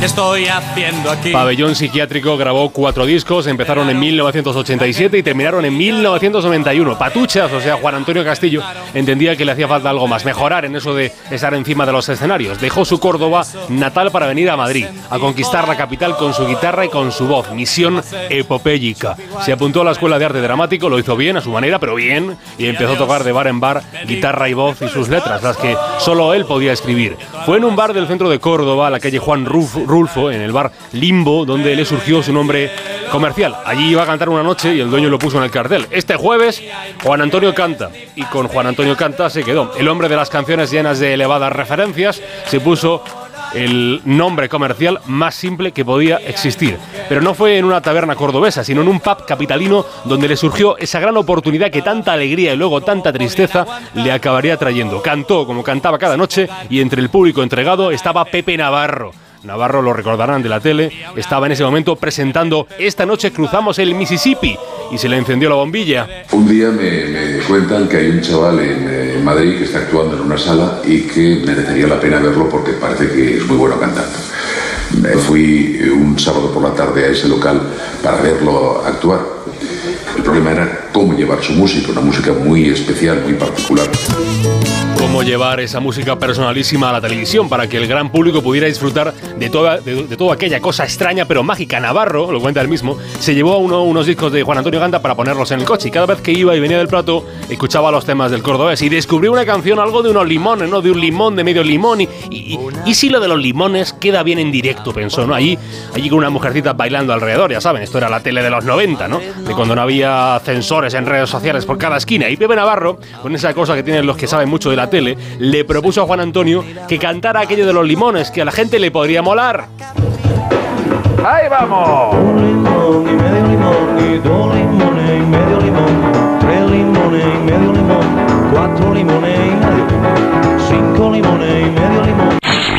¿Qué estoy haciendo aquí? Pabellón Psiquiátrico grabó 4 discos, empezaron en 1987 y terminaron en 1991. Patuchas, o sea, Juan Antonio Castillo, entendía que le hacía falta algo más, mejorar en eso de estar encima de los escenarios. Dejó su Córdoba natal para venir a Madrid, a conquistar la capital con su guitarra y con su voz. Misión epopéyica. Se apuntó a la Escuela de Arte Dramático, lo hizo bien, a su manera, pero bien, y empezó a tocar de bar en bar, guitarra y voz y sus letras, las que solo él podía escribir. Fue en un bar del centro de Córdoba, la calle Juan Rulfo, en el bar Limbo, donde le surgió su nombre comercial. Allí iba a cantar una noche y el dueño lo puso en el cartel. Este jueves, Juan Antonio canta. Y con Juan Antonio canta se quedó. El hombre de las canciones llenas de elevadas referencias se puso el nombre comercial más simple que podía existir. Pero no fue en una taberna cordobesa, sino en un pub capitalino donde le surgió esa gran oportunidad que tanta alegría y luego tanta tristeza le acabaría trayendo. Cantó como cantaba cada noche y entre el público entregado estaba Pepe Navarro. Navarro, lo recordarán de la tele, estaba en ese momento presentando Esta noche cruzamos el Mississippi y se le encendió la bombilla. Un día me cuentan que hay un chaval en Madrid que está actuando en una sala y que merecería la pena verlo porque parece que es muy bueno cantando. Fui un sábado por la tarde a ese local para verlo actuar. El problema era cómo llevar su música, una música muy especial, muy particular. Cómo llevar esa música personalísima a la televisión para que el gran público pudiera disfrutar de toda aquella cosa extraña pero mágica. Navarro, lo cuenta él mismo, se llevó unos discos de Juan Antonio Canta para ponerlos en el coche y cada vez que iba y venía del plato escuchaba los temas del cordobés y descubrió una canción, algo de unos limones, ¿no? De un limón, de medio limón y si lo de los limones queda bien en directo, pensó, ¿no? Allí con una mujercita bailando alrededor, ya saben, esto era la tele de los 90, ¿no? De cuando no había censores en redes sociales por cada esquina. Y Pepe Navarro, con esa cosa que tienen los que saben mucho de la tele, le propuso a Juan Antonio que cantara aquello de los limones, que a la gente le podría molar. ¡Ahí vamos! Un limón y medio limón, y 2 limones y medio limón, 3 limones y medio limón, 4 limones y medio limón, 5 limones y medio limón.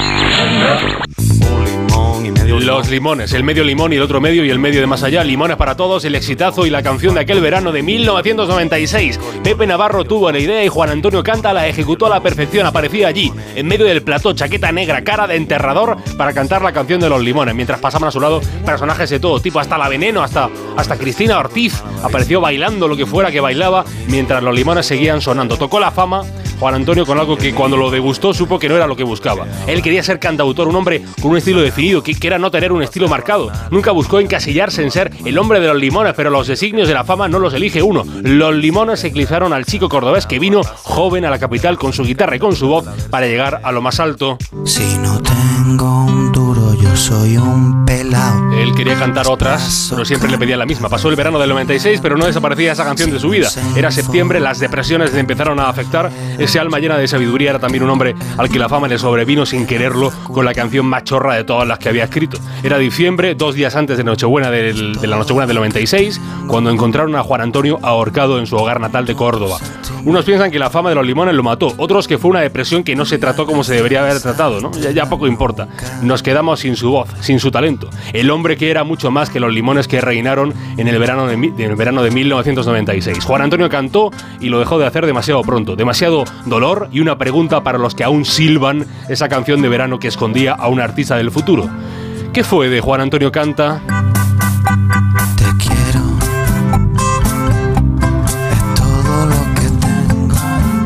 Los limones, el medio limón y el otro medio y el medio de más allá, Limones para todos, el exitazo y la canción de aquel verano de 1996. Pepe Navarro tuvo la idea y Juan Antonio Canta la ejecutó a la perfección. Aparecía allí, en medio del plató, chaqueta negra, cara de enterrador, para cantar la canción de los limones, mientras pasaban a su lado personajes de todo tipo, hasta la Veneno, hasta Cristina Ortiz, apareció bailando lo que fuera que bailaba, mientras los limones seguían sonando. Tocó la fama Juan Antonio con algo que cuando lo degustó supo que no era lo que buscaba. Él quería ser cantautor, un hombre con un estilo definido, que era no tener un estilo marcado. Nunca buscó encasillarse en ser el hombre de los limones, pero los designios de la fama no los elige uno. Los limones eclipsaron al chico cordobés que vino joven a la capital con su guitarra y con su voz para llegar a lo más alto. Si no tengo un duro, yo soy un pelao. Él quería cantar otras, pero siempre le pedía la misma. Pasó el verano del 96, pero no desaparecía esa canción de su vida. Era septiembre, las depresiones le empezaron a afectar. Ese alma llena de sabiduría era también un hombre al que la fama le sobrevino sin quererlo con la canción más chorra de todas las que había escrito. Era diciembre, 2 días antes de Nochebuena de la Nochebuena del 96, cuando encontraron a Juan Antonio ahorcado en su hogar natal de Córdoba. Unos piensan que la fama de los limones lo mató, otros que fue una depresión que no se trató como se debería haber tratado, ¿no? Ya poco importa. Nos quedamos sin su voz, sin su talento. El hombre que era mucho más que los limones que reinaron en el verano de 1996. Juan Antonio cantó y lo dejó de hacer demasiado pronto. Demasiado dolor y una pregunta para los que aún silban esa canción de verano que escondía a un artista del futuro. ¿Qué fue de Juan Antonio Canta? Te quiero, es todo lo que tengo,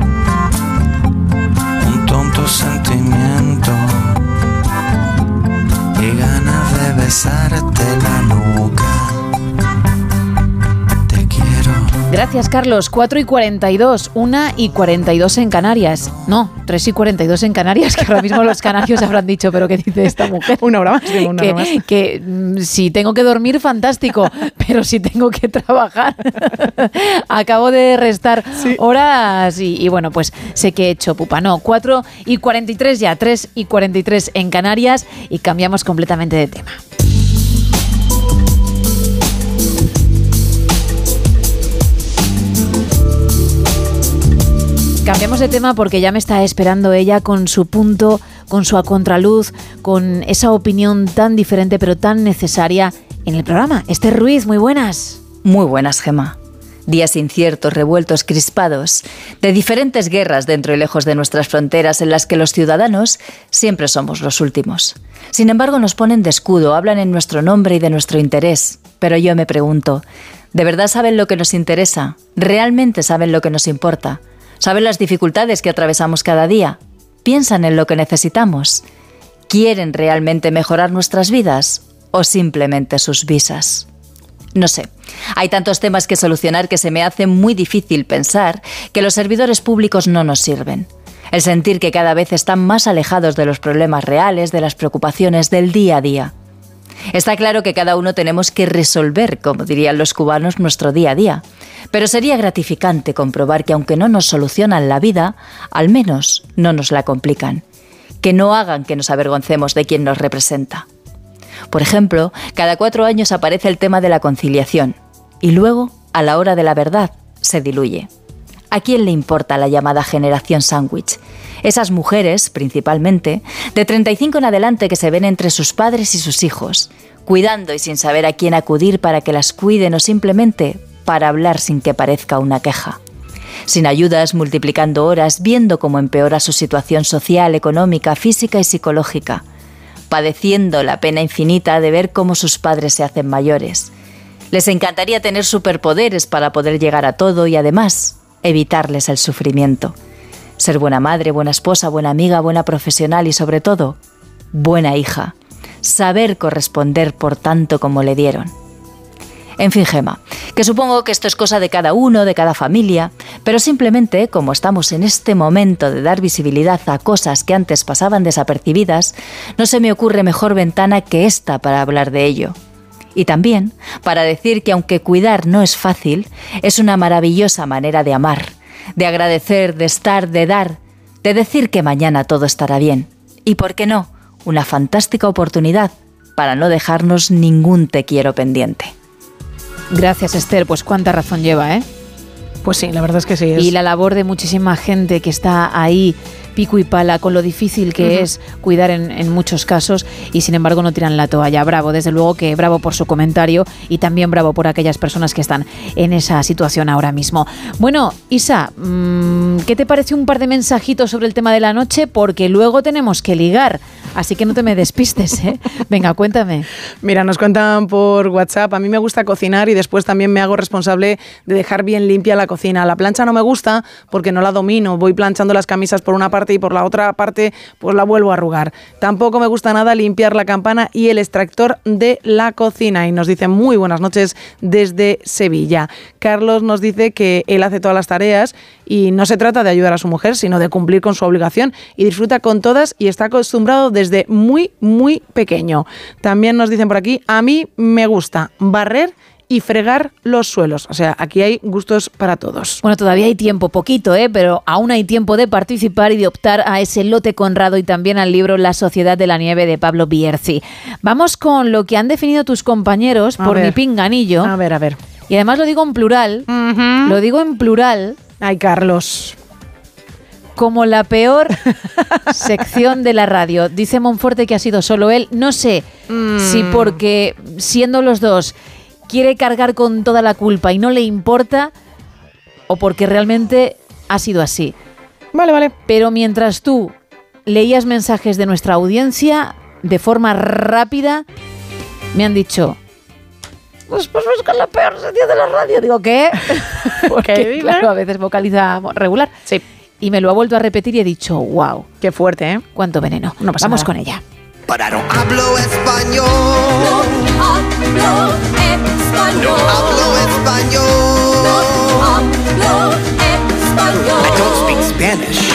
un tonto sentimiento y ganas de besarte la nuca. Te quiero. Gracias, Carlos. 4:42, 1:42 en Canarias. No, 3:42 en Canarias, que ahora mismo los canarios habrán dicho, pero ¿qué dice esta mujer? Una hora más. Que si tengo que dormir, fantástico, pero si tengo que trabajar, acabo de restar horas y bueno, pues sé que he hecho pupa. No, 4:43 ya, 3:43 en Canarias y cambiamos completamente de tema. Cambiamos de tema porque ya me está esperando ella con su punto, con su a contraluz, con esa opinión tan diferente pero tan necesaria en el programa. Esther Ruiz, muy buenas. Muy buenas, Gemma. Días inciertos, revueltos, crispados, de diferentes guerras dentro y lejos de nuestras fronteras en las que los ciudadanos siempre somos los últimos. Sin embargo, nos ponen de escudo, hablan en nuestro nombre y de nuestro interés. Pero yo me pregunto, ¿de verdad saben lo que nos interesa? ¿Realmente saben lo que nos importa? ¿Saben las dificultades que atravesamos cada día? ¿Piensan en lo que necesitamos? ¿Quieren realmente mejorar nuestras vidas o simplemente sus visas? No sé, hay tantos temas que solucionar que se me hace muy difícil pensar que los servidores públicos no nos sirven. El sentir que cada vez están más alejados de los problemas reales, de las preocupaciones del día a día. Está claro que cada uno tenemos que resolver, como dirían los cubanos, nuestro día a día. Pero sería gratificante comprobar que aunque no nos solucionan la vida, al menos no nos la complican. Que no hagan que nos avergoncemos de quien nos representa. Por ejemplo, cada 4 años aparece el tema de la conciliación y luego, a la hora de la verdad, se diluye. ¿A quién le importa la llamada generación sándwich? Esas mujeres, principalmente, de 35 en adelante que se ven entre sus padres y sus hijos, cuidando y sin saber a quién acudir para que las cuiden o simplemente para hablar sin que parezca una queja. Sin ayudas, multiplicando horas, viendo cómo empeora su situación social, económica, física y psicológica. Padeciendo la pena infinita de ver cómo sus padres se hacen mayores. Les encantaría tener superpoderes para poder llegar a todo y además evitarles el sufrimiento. Ser buena madre, buena esposa, buena amiga, buena profesional y sobre todo, buena hija. Saber corresponder por tanto como le dieron. En fin, Gema, que supongo que esto es cosa de cada uno, de cada familia, pero simplemente, como estamos en este momento de dar visibilidad a cosas que antes pasaban desapercibidas, no se me ocurre mejor ventana que esta para hablar de ello. Y también para decir que aunque cuidar no es fácil, es una maravillosa manera de amar, de agradecer, de estar, de dar, de decir que mañana todo estará bien. Y, ¿por qué no?, una fantástica oportunidad para no dejarnos ningún te quiero pendiente. Gracias, Esther. Pues cuánta razón lleva, ¿eh? Pues sí, la verdad es que sí. Y la labor de muchísima gente que está ahí pico y pala con lo difícil que es cuidar en muchos casos y sin embargo no tiran la toalla. Bravo, desde luego que bravo por su comentario y también bravo por aquellas personas que están en esa situación ahora mismo. Bueno, Isa, ¿qué te parece un par de mensajitos sobre el tema de la noche? Porque luego tenemos que ligar, así que no te me despistes, ¿eh? Venga, cuéntame. Mira, nos cuentan por WhatsApp, a mí me gusta cocinar y después también me hago responsable de dejar bien limpia la cocina. La plancha no me gusta porque no la domino, voy planchando las camisas por una parte y por la otra parte pues la vuelvo a arrugar. Tampoco me gusta nada limpiar la campana y el extractor de la cocina. Y nos dice muy buenas noches desde Sevilla. Carlos nos dice que él hace todas las tareas y no se trata de ayudar a su mujer, sino de cumplir con su obligación y disfruta con todas y está acostumbrado desde muy, muy pequeño. También nos dicen por aquí, a mí me gusta barrer y fregar los suelos. O sea, aquí hay gustos para todos. Bueno, todavía hay tiempo, poquito, pero aún hay tiempo de participar y de optar a ese lote Conrado y también al libro La Sociedad de la Nieve de Pablo Bierzi. Vamos con lo que han definido tus compañeros por mi pinganillo. A ver. Y además lo digo en plural. Lo digo en plural. Ay, Carlos. Como la peor sección de la radio. Dice Monforte que ha sido solo él. No sé si porque siendo los dos quiere cargar con toda la culpa y no le importa o porque realmente ha sido así. Vale. Pero mientras tú leías mensajes de nuestra audiencia de forma rápida, me han dicho, pues busca la peor sección de la radio. Digo, ¿qué? Porque claro, a veces vocaliza regular. Sí. Y me lo ha vuelto a repetir y he dicho, wow. Qué fuerte, ¿eh? Cuánto veneno. No pasa Vamos nada. con ella. Pero no hablo español. No hablo español. No hablo español. No hablo español. I don't speak Spanish.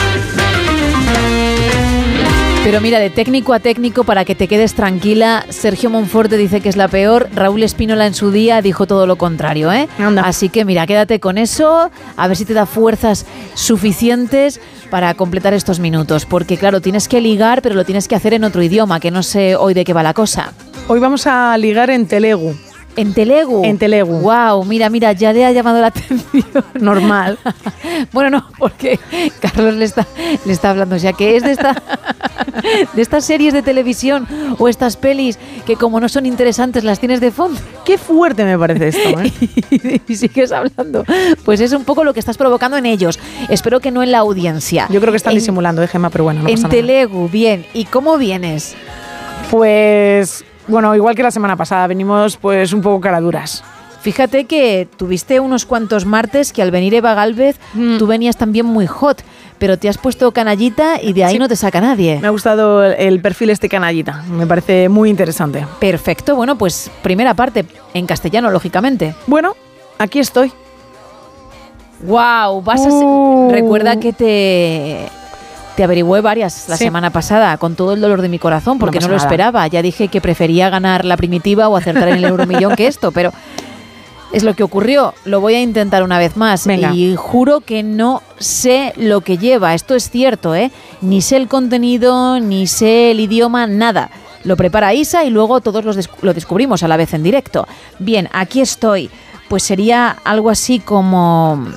Pero mira, de técnico a técnico, para que te quedes tranquila, Sergio Monforte dice que es la peor, Raúl Espínola en su día dijo todo lo contrario, ¿eh? Anda. Así que mira, quédate con eso, a ver si te da fuerzas suficientes para completar estos minutos, porque claro, tienes que ligar, pero lo tienes que hacer en otro idioma, que no sé hoy de qué va la cosa. Hoy vamos a ligar en Telegu. ¿En Telegu? En Telegu. Wow, mira, ya le ha llamado la atención. Normal. Bueno, no, porque Carlos le está hablando, o sea que es de esta... De estas series de televisión o estas pelis que como no son interesantes las tienes de fondo. Qué fuerte me parece esto, ¿eh? Y sigues hablando. Pues es un poco lo que estás provocando en ellos. Espero que no en la audiencia. Yo creo que están disimulando, Gemma, pero bueno, no pasa En nada. Telegu, bien. ¿Y cómo vienes? Pues, bueno, igual que la semana pasada, venimos pues un poco caraduras. Fíjate que tuviste unos cuantos martes que al venir Eva Gálvez tú venías también muy hot, pero te has puesto canallita y de ahí no te saca nadie. Me ha gustado el perfil canallita, me parece muy interesante. Perfecto, bueno, pues primera parte, en castellano, lógicamente. Bueno, aquí estoy. ¡Guau! Recuerda que te averigüé varias la semana pasada con todo el dolor de mi corazón porque no lo esperaba. Ya dije que prefería ganar la primitiva o acertar en el euromillón que esto, pero es lo que ocurrió. Lo voy a intentar una vez más. Venga. Y juro que no sé lo que lleva. Esto es cierto, ¿eh? Ni sé el contenido, ni sé el idioma, nada. Lo prepara Isa y luego todos lo descubrimos a la vez en directo. Bien, aquí estoy. Pues sería algo así como...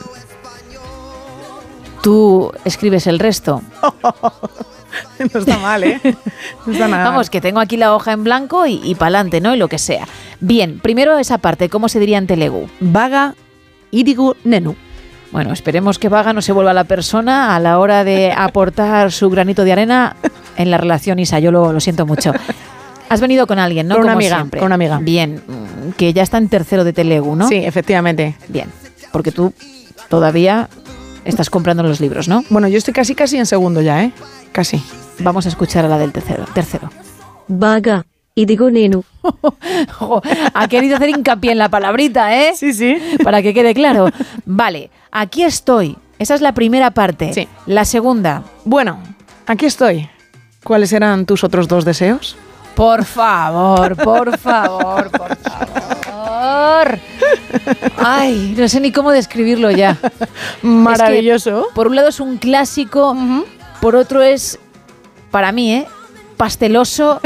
Tú escribes el resto. No está mal, ¿eh? No está nada. Vamos, que tengo aquí la hoja en blanco y pa'lante, ¿no? Y lo que sea. Bien, primero esa parte, ¿cómo se diría en Telegu? Vaga irigu nenu. Bueno, esperemos que Vaga no se vuelva la persona a la hora de aportar su granito de arena en la relación, Isa. Yo lo siento mucho. Has venido con alguien, ¿no? Con una Como amiga, siempre. con una amiga. Bien, que ya está en tercero de Telegu, ¿no? Sí, efectivamente. Bien, porque tú todavía estás comprando los libros, ¿no? Bueno, yo estoy casi en segundo ya, ¿eh? Casi. Vamos a escuchar a la del tercero. Vaga, idigo nenu. Ha querido hacer hincapié en la palabrita, ¿eh? Sí, sí. Para que quede claro. Vale, aquí estoy. Esa es la primera parte. Sí. La segunda. Bueno, aquí estoy. ¿Cuáles eran tus otros dos deseos? Por favor, por favor, por favor. Ay, no sé ni cómo describirlo ya. Maravilloso. Es que, por un lado es un clásico, por otro es, para mí, pasteloso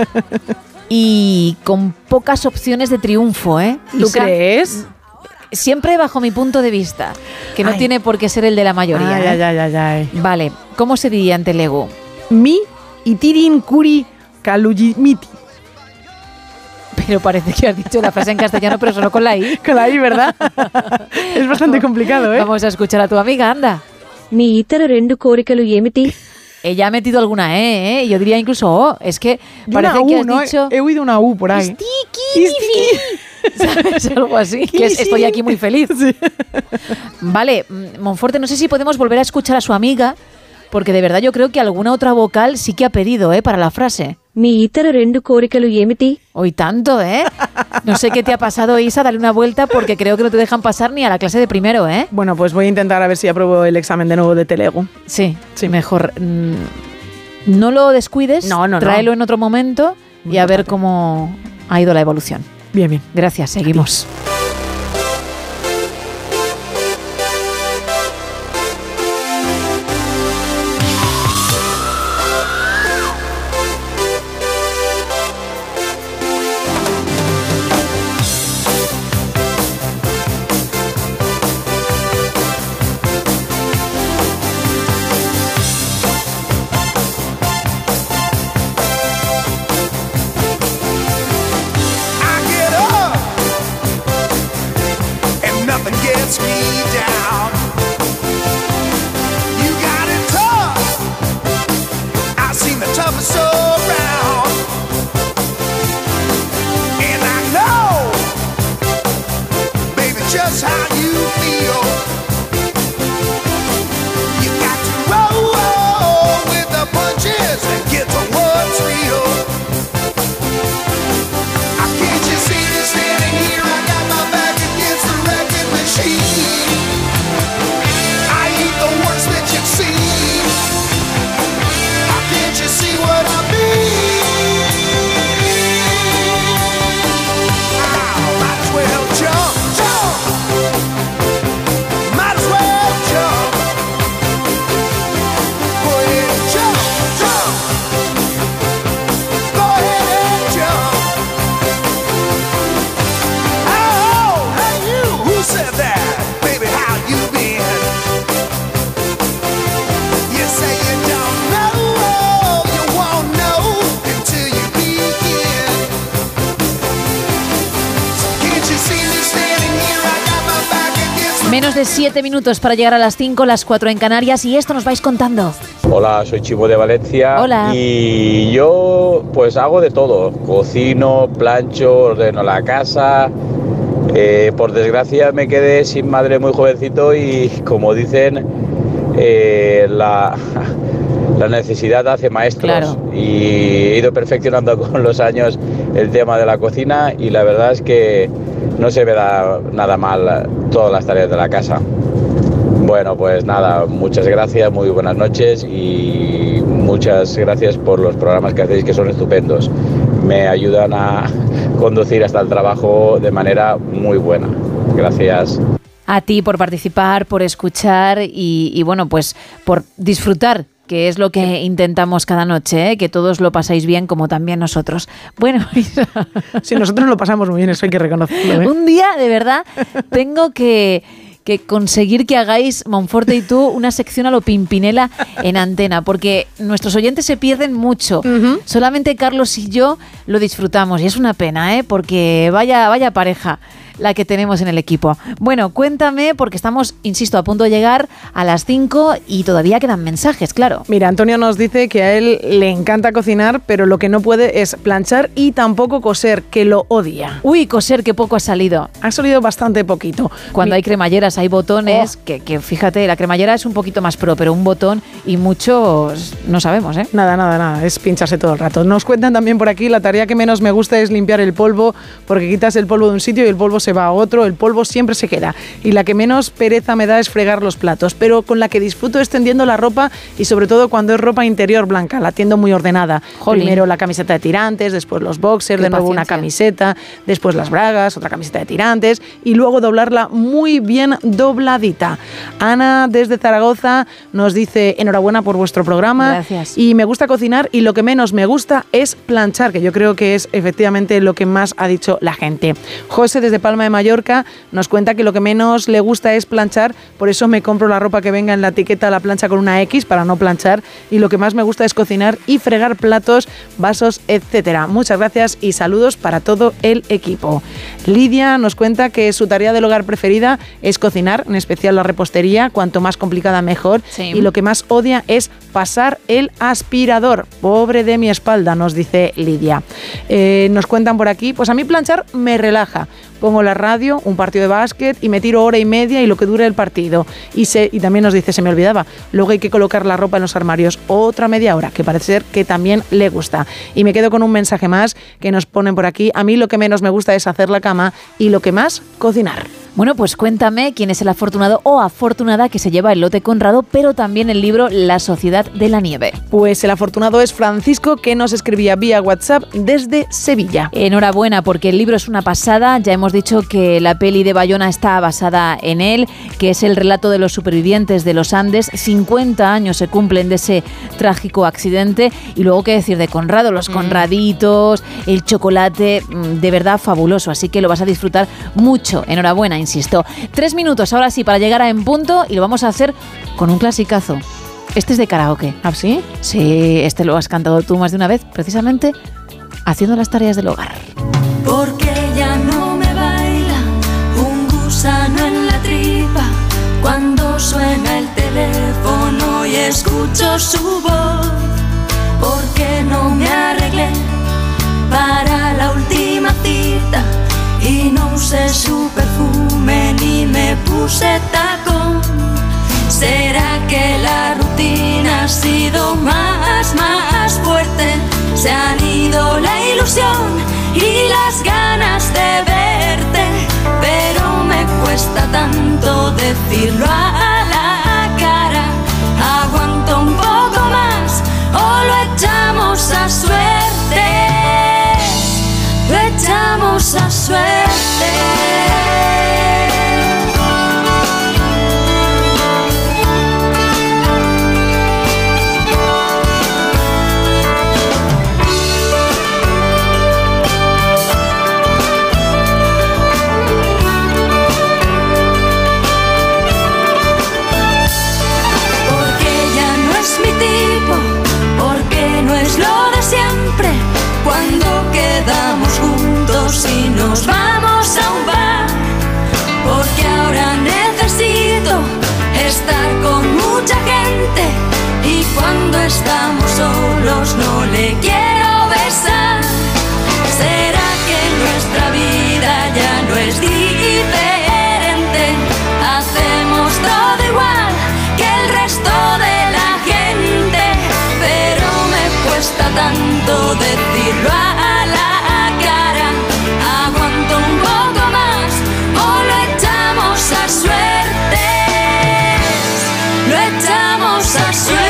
y con pocas opciones de triunfo, ¿eh? ¿Tú crees? Siempre bajo mi punto de vista, que no tiene por qué ser el de la mayoría. Ay. Vale, ¿cómo se diría en Telegu? Mi itirin kuri kalujimiti. Pero parece que has dicho la frase en castellano, pero solo con la I. Con la I, ¿verdad? Es bastante complicado, ¿eh? Vamos a escuchar a tu amiga, anda. Mi itara rendu korikalu yemiti. Ella ha metido alguna E, ¿eh? Yo diría incluso O. Es que parece una que U, has ¿no? dicho... He oído una U por ahí. ¿Sabes? Algo así. Que estoy aquí muy feliz. Sí. Vale, Monforte, no sé si podemos volver a escuchar a su amiga, porque de verdad yo creo que alguna otra vocal sí que ha pedido, para la frase. Mi itara rendu korikalu yemiti. Hoy tanto, ¿eh? No sé qué te ha pasado, Isa, dale una vuelta porque creo que no te dejan pasar ni a la clase de primero, ¿eh? Bueno, pues voy a intentar a ver si apruebo el examen de nuevo de Telegu. Sí, mejor. No lo descuides, tráelo en otro momento y a ver cómo ha ido la evolución. Bien. Gracias, seguimos. Menos de 7 minutos para llegar a las 5, las 4 en Canarias, y esto nos vais contando. Hola, soy Chivo de Valencia. Hola. Y yo pues hago de todo. Cocino, plancho, ordeno la casa. Por desgracia me quedé sin madre muy jovencito y, como dicen, la necesidad hace maestros. Claro. Y he ido perfeccionando con los años el tema de la cocina y la verdad es que no se me da nada mal todas las tareas de la casa. Bueno, pues nada, muchas gracias, muy buenas noches y muchas gracias por los programas que hacéis, que son estupendos. Me ayudan a conducir hasta el trabajo de manera muy buena. Gracias. A ti por participar, por escuchar y bueno, pues por disfrutar, que es lo que intentamos cada noche, ¿eh? Que todos lo pasáis bien, como también nosotros. Bueno, sí, nosotros lo pasamos muy bien, eso hay que reconocerlo, ¿eh? Un día, de verdad, tengo que conseguir que hagáis, Monforte y tú, una sección a lo Pimpinela en Antena, porque nuestros oyentes se pierden mucho. Solamente Carlos y yo lo disfrutamos y es una pena, ¿eh? Porque vaya pareja la que tenemos en el equipo. Bueno, cuéntame, porque estamos, insisto, a punto de llegar a las 5 y todavía quedan mensajes, claro. Mira, Antonio nos dice que a él le encanta cocinar, pero lo que no puede es planchar y tampoco coser, que lo odia. Uy, coser, que poco ha salido. Ha salido bastante poquito. Cuando hay cremalleras, hay botones, que fíjate, la cremallera es un poquito más pro, pero un botón y muchos no sabemos, ¿eh? Nada, es pincharse todo el rato. Nos cuentan también por aquí, la tarea que menos me gusta es limpiar el polvo, porque quitas el polvo de un sitio y el polvo se va a otro, el polvo siempre se queda. Y la que menos pereza me da es fregar los platos, pero con la que disfruto es tendiendo la ropa y sobre todo cuando es ropa interior blanca, la tiendo muy ordenada. Jolín. Primero la camiseta de tirantes, después los boxers, de nuevo una camiseta, después las bragas, otra camiseta de tirantes y luego doblarla muy bien dobladita. Ana desde Zaragoza nos dice: enhorabuena por vuestro programa. Gracias. Y me gusta cocinar y lo que menos me gusta es planchar, que yo creo que es efectivamente lo que más ha dicho la gente. José desde Palma de Mallorca nos cuenta que lo que menos le gusta es planchar, por eso me compro la ropa que venga en la etiqueta la plancha con una X para no planchar, y lo que más me gusta es cocinar y fregar platos, vasos, etcétera. Muchas gracias y saludos para todo el equipo. Lidia nos cuenta que su tarea del hogar preferida es cocinar, en especial la repostería, cuanto más complicada mejor, sí. Y lo que más odia es pasar el aspirador. Pobre de mi espalda, nos dice Lidia. Nos cuentan por aquí, pues a mí planchar me relaja. Pongo la radio, un partido de básquet y me tiro hora y media y lo que dure el partido. Y también nos dice, se me olvidaba, luego hay que colocar la ropa en los armarios otra media hora, que parece ser que también le gusta. Y me quedo con un mensaje más que nos ponen por aquí. A mí lo que menos me gusta es hacer la cama y lo que más, cocinar. Bueno, pues cuéntame quién es el afortunado o afortunada que se lleva el lote Conrado, pero también el libro La Sociedad de la Nieve. Pues el afortunado es Francisco, que nos escribía vía WhatsApp desde Sevilla. Enhorabuena, porque el libro es una pasada. Ya hemos dicho que la peli de Bayona está basada en él, que es el relato de los supervivientes de los Andes. 50 años se cumplen de ese trágico accidente. Y luego, qué decir de Conrado, los Conraditos, el chocolate, de verdad fabuloso. Así que lo vas a disfrutar mucho. Enhorabuena, insisto. 3 minutos ahora sí para llegar a En Punto, y lo vamos a hacer con un clasicazo. Este es de karaoke. ¿Ah, sí? Sí, este lo has cantado tú más de una vez, precisamente haciendo las tareas del hogar. Porque ya no me baila un gusano en la tripa cuando suena el teléfono y escucho su voz. Porque no me arreglé para la última cita y no usé su perfume ni me puse tacón. ¿Será que la rutina ha sido más fuerte? Se han ido la ilusión y las ganas de verte, pero me cuesta tanto decirlo a la cara. Aguanto un poco más o lo echamos a suerte, lo echamos a suerte. estamos solos, no le quiero besar. ¿Será que nuestra vida ya no es diferente? Hacemos todo igual que el resto de la gente, pero me cuesta tanto decirlo a la cara. Aguanto un poco más o lo echamos a suertes, lo echamos a suertes.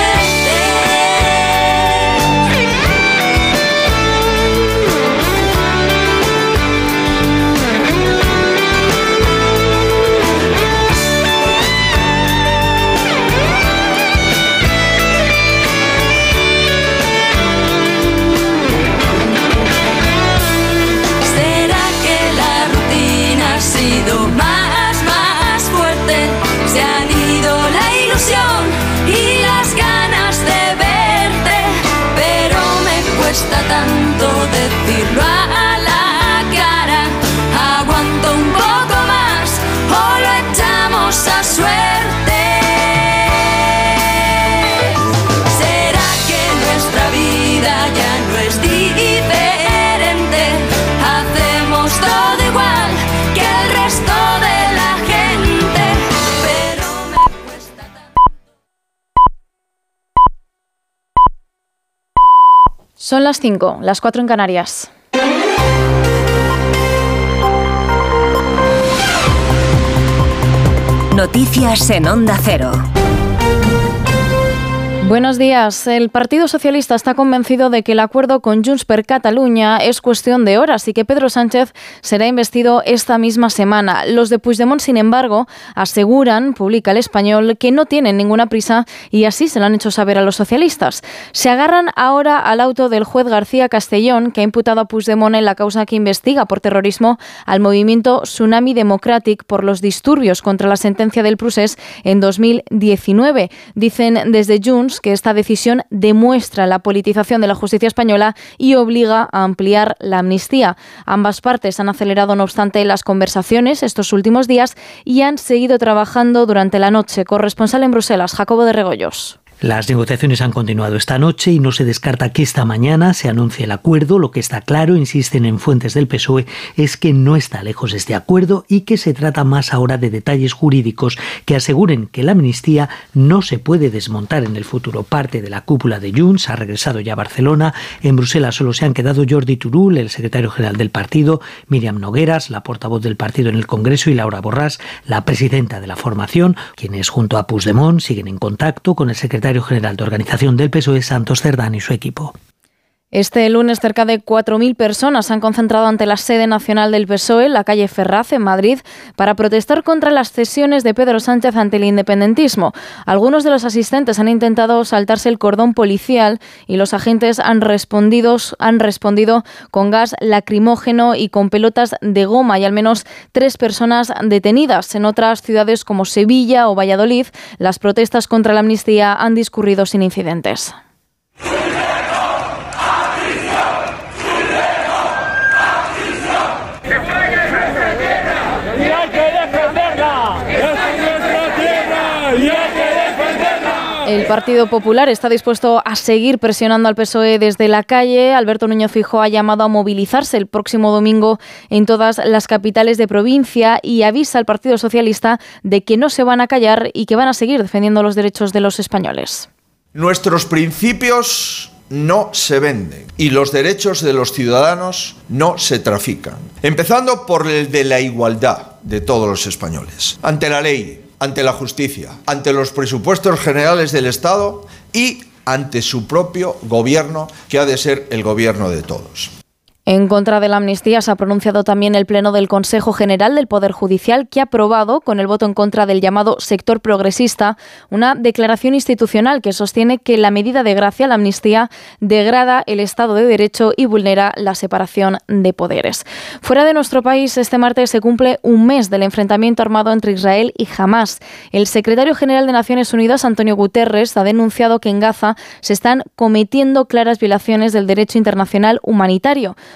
Más fuerte, se han ido la ilusión y las ganas de verte, pero me cuesta tanto decirlo a la cara. Aguanto un poco más o lo echamos a suerte. ¿Será que nuestra vida ya no es diferente? Hacemos todo igual que el resto de la gente, pero me cuesta tanto. Son las 5, las 4 en Canarias. Noticias en Onda Cero. Buenos días. El Partido Socialista está convencido de que el acuerdo con Junts per Catalunya es cuestión de horas y que Pedro Sánchez será investido esta misma semana. Los de Puigdemont, sin embargo, aseguran, publica El Español, que no tienen ninguna prisa y así se lo han hecho saber a los socialistas. Se agarran ahora al auto del juez García Castellón, que ha imputado a Puigdemont en la causa que investiga por terrorismo al movimiento Tsunami Democratic por los disturbios contra la sentencia del Procés en 2019. Dicen desde Junts que esta decisión demuestra la politización de la justicia española y obliga a ampliar la amnistía. Ambas partes han acelerado, no obstante, las conversaciones estos últimos días y han seguido trabajando durante la noche. Corresponsal en Bruselas, Jacobo de Regoyos. Las negociaciones han continuado esta noche y no se descarta que esta mañana se anuncie el acuerdo. Lo que está claro, insisten en fuentes del PSOE, es que no está lejos este acuerdo y que se trata más ahora de detalles jurídicos que aseguren que la amnistía no se puede desmontar en el futuro. Parte de la cúpula de Junts ha regresado ya a Barcelona. En Bruselas solo se han quedado Jordi Turull, el secretario general del partido, Míriam Nogueras, la portavoz del partido en el Congreso, y Laura Borràs, la presidenta de la formación, quienes junto a Puigdemont siguen en contacto con el secretario general de organización del PSOE, Santos Cerdán, y su equipo. Este lunes cerca de 4.000 personas se han concentrado ante la sede nacional del PSOE, en la calle Ferraz, en Madrid, para protestar contra las cesiones de Pedro Sánchez ante el independentismo. Algunos de los asistentes han intentado saltarse el cordón policial y los agentes han respondido con gas lacrimógeno y con pelotas de goma. Hay al menos 3 personas detenidas. En otras ciudades como Sevilla o Valladolid, las protestas contra la amnistía han discurrido sin incidentes. El Partido Popular está dispuesto a seguir presionando al PSOE desde la calle. Alberto Núñez Feijóo ha llamado a movilizarse el próximo domingo en todas las capitales de provincia y avisa al Partido Socialista de que no se van a callar y que van a seguir defendiendo los derechos de los españoles. Nuestros principios no se venden y los derechos de los ciudadanos no se trafican. Empezando por el de la igualdad de todos los españoles, ante la ley, ante la justicia, ante los presupuestos generales del Estado y ante su propio gobierno, que ha de ser el gobierno de todos. En contra de la amnistía se ha pronunciado también el Pleno del Consejo General del Poder Judicial, que ha aprobado, con el voto en contra del llamado sector progresista, una declaración institucional que sostiene que la medida de gracia, la amnistía, degrada el Estado de Derecho y vulnera la separación de poderes. Fuera de nuestro país, este martes se cumple un mes del enfrentamiento armado entre Israel y Hamás. El secretario general de Naciones Unidas, Antonio Guterres, ha denunciado que en Gaza se están cometiendo claras violaciones del derecho internacional humanitario.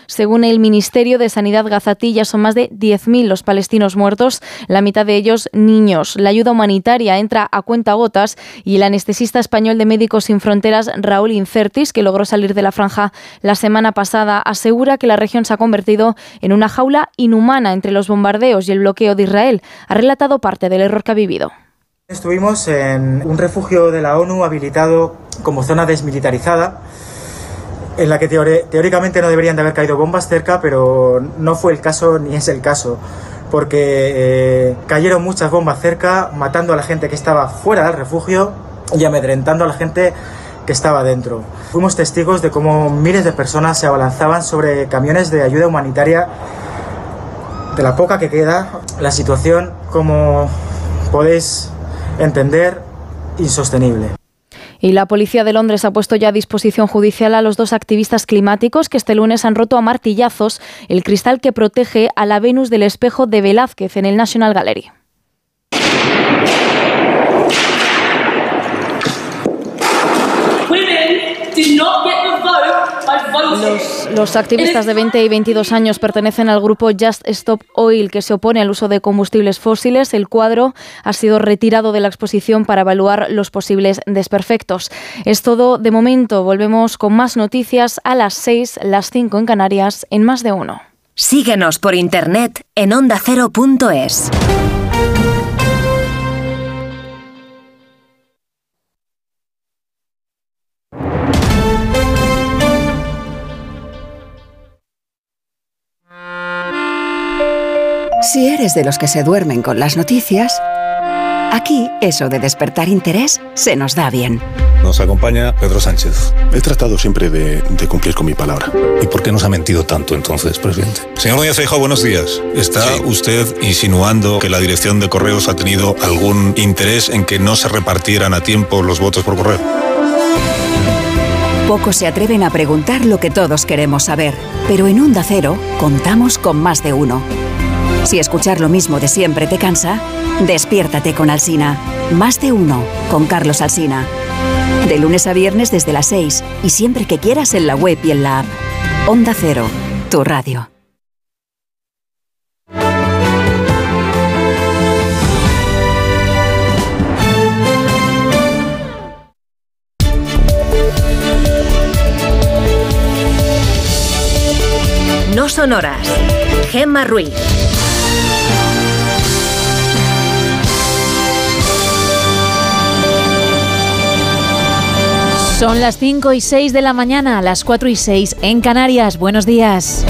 Según el Ministerio de Sanidad gazatí, ya son más de 10.000 los palestinos muertos, la mitad de ellos niños. La ayuda humanitaria entra a cuentagotas y el anestesista español de Médicos Sin Fronteras, Raúl Incertis, que logró salir de la franja la semana pasada, asegura que la región se ha convertido en una jaula inhumana entre los bombardeos y el bloqueo de Israel. Ha relatado parte del error que ha vivido. Estuvimos en un refugio de la ONU habilitado como zona desmilitarizada, en la que teóricamente no deberían de haber caído bombas cerca, pero no fue el caso ni es el caso, porque cayeron muchas bombas cerca, matando a la gente que estaba fuera del refugio y amedrentando a la gente que estaba dentro. Fuimos testigos de cómo miles de personas se abalanzaban sobre camiones de ayuda humanitaria. De la poca que queda, la situación, como podéis entender, insostenible. Y la policía de Londres ha puesto ya a disposición judicial a los 2 activistas climáticos que este lunes han roto a martillazos el cristal que protege a la Venus del Espejo de Velázquez en el National Gallery. Los activistas de 20 y 22 años pertenecen al grupo Just Stop Oil, que se opone al uso de combustibles fósiles. El cuadro ha sido retirado de la exposición para evaluar los posibles desperfectos. Es todo de momento. Volvemos con más noticias a las 6, las 5 en Canarias, en Más de Uno. Síguenos por internet en ondacero.es. Si eres de los que se duermen con las noticias, aquí eso de despertar interés se nos da bien. Nos acompaña Pedro Sánchez. He tratado siempre de cumplir con mi palabra. ¿Y por qué nos ha mentido tanto entonces, presidente? Señor Núñez Feijóo, buenos días. ¿Está usted insinuando que la dirección de Correos ha tenido algún interés en que no se repartieran a tiempo los votos por correo? Pocos se atreven a preguntar lo que todos queremos saber, pero en Onda Cero contamos con Más de Uno. Si escuchar lo mismo de siempre te cansa, despiértate con Alsina. Más de Uno, con Carlos Alsina. De lunes a viernes desde las 6 y siempre que quieras en la web y en la app. Onda Cero, tu radio. No son horas. Gemma Ruiz. Son las 5 y 6 de la mañana, las 4 y 6 en Canarias. Buenos días.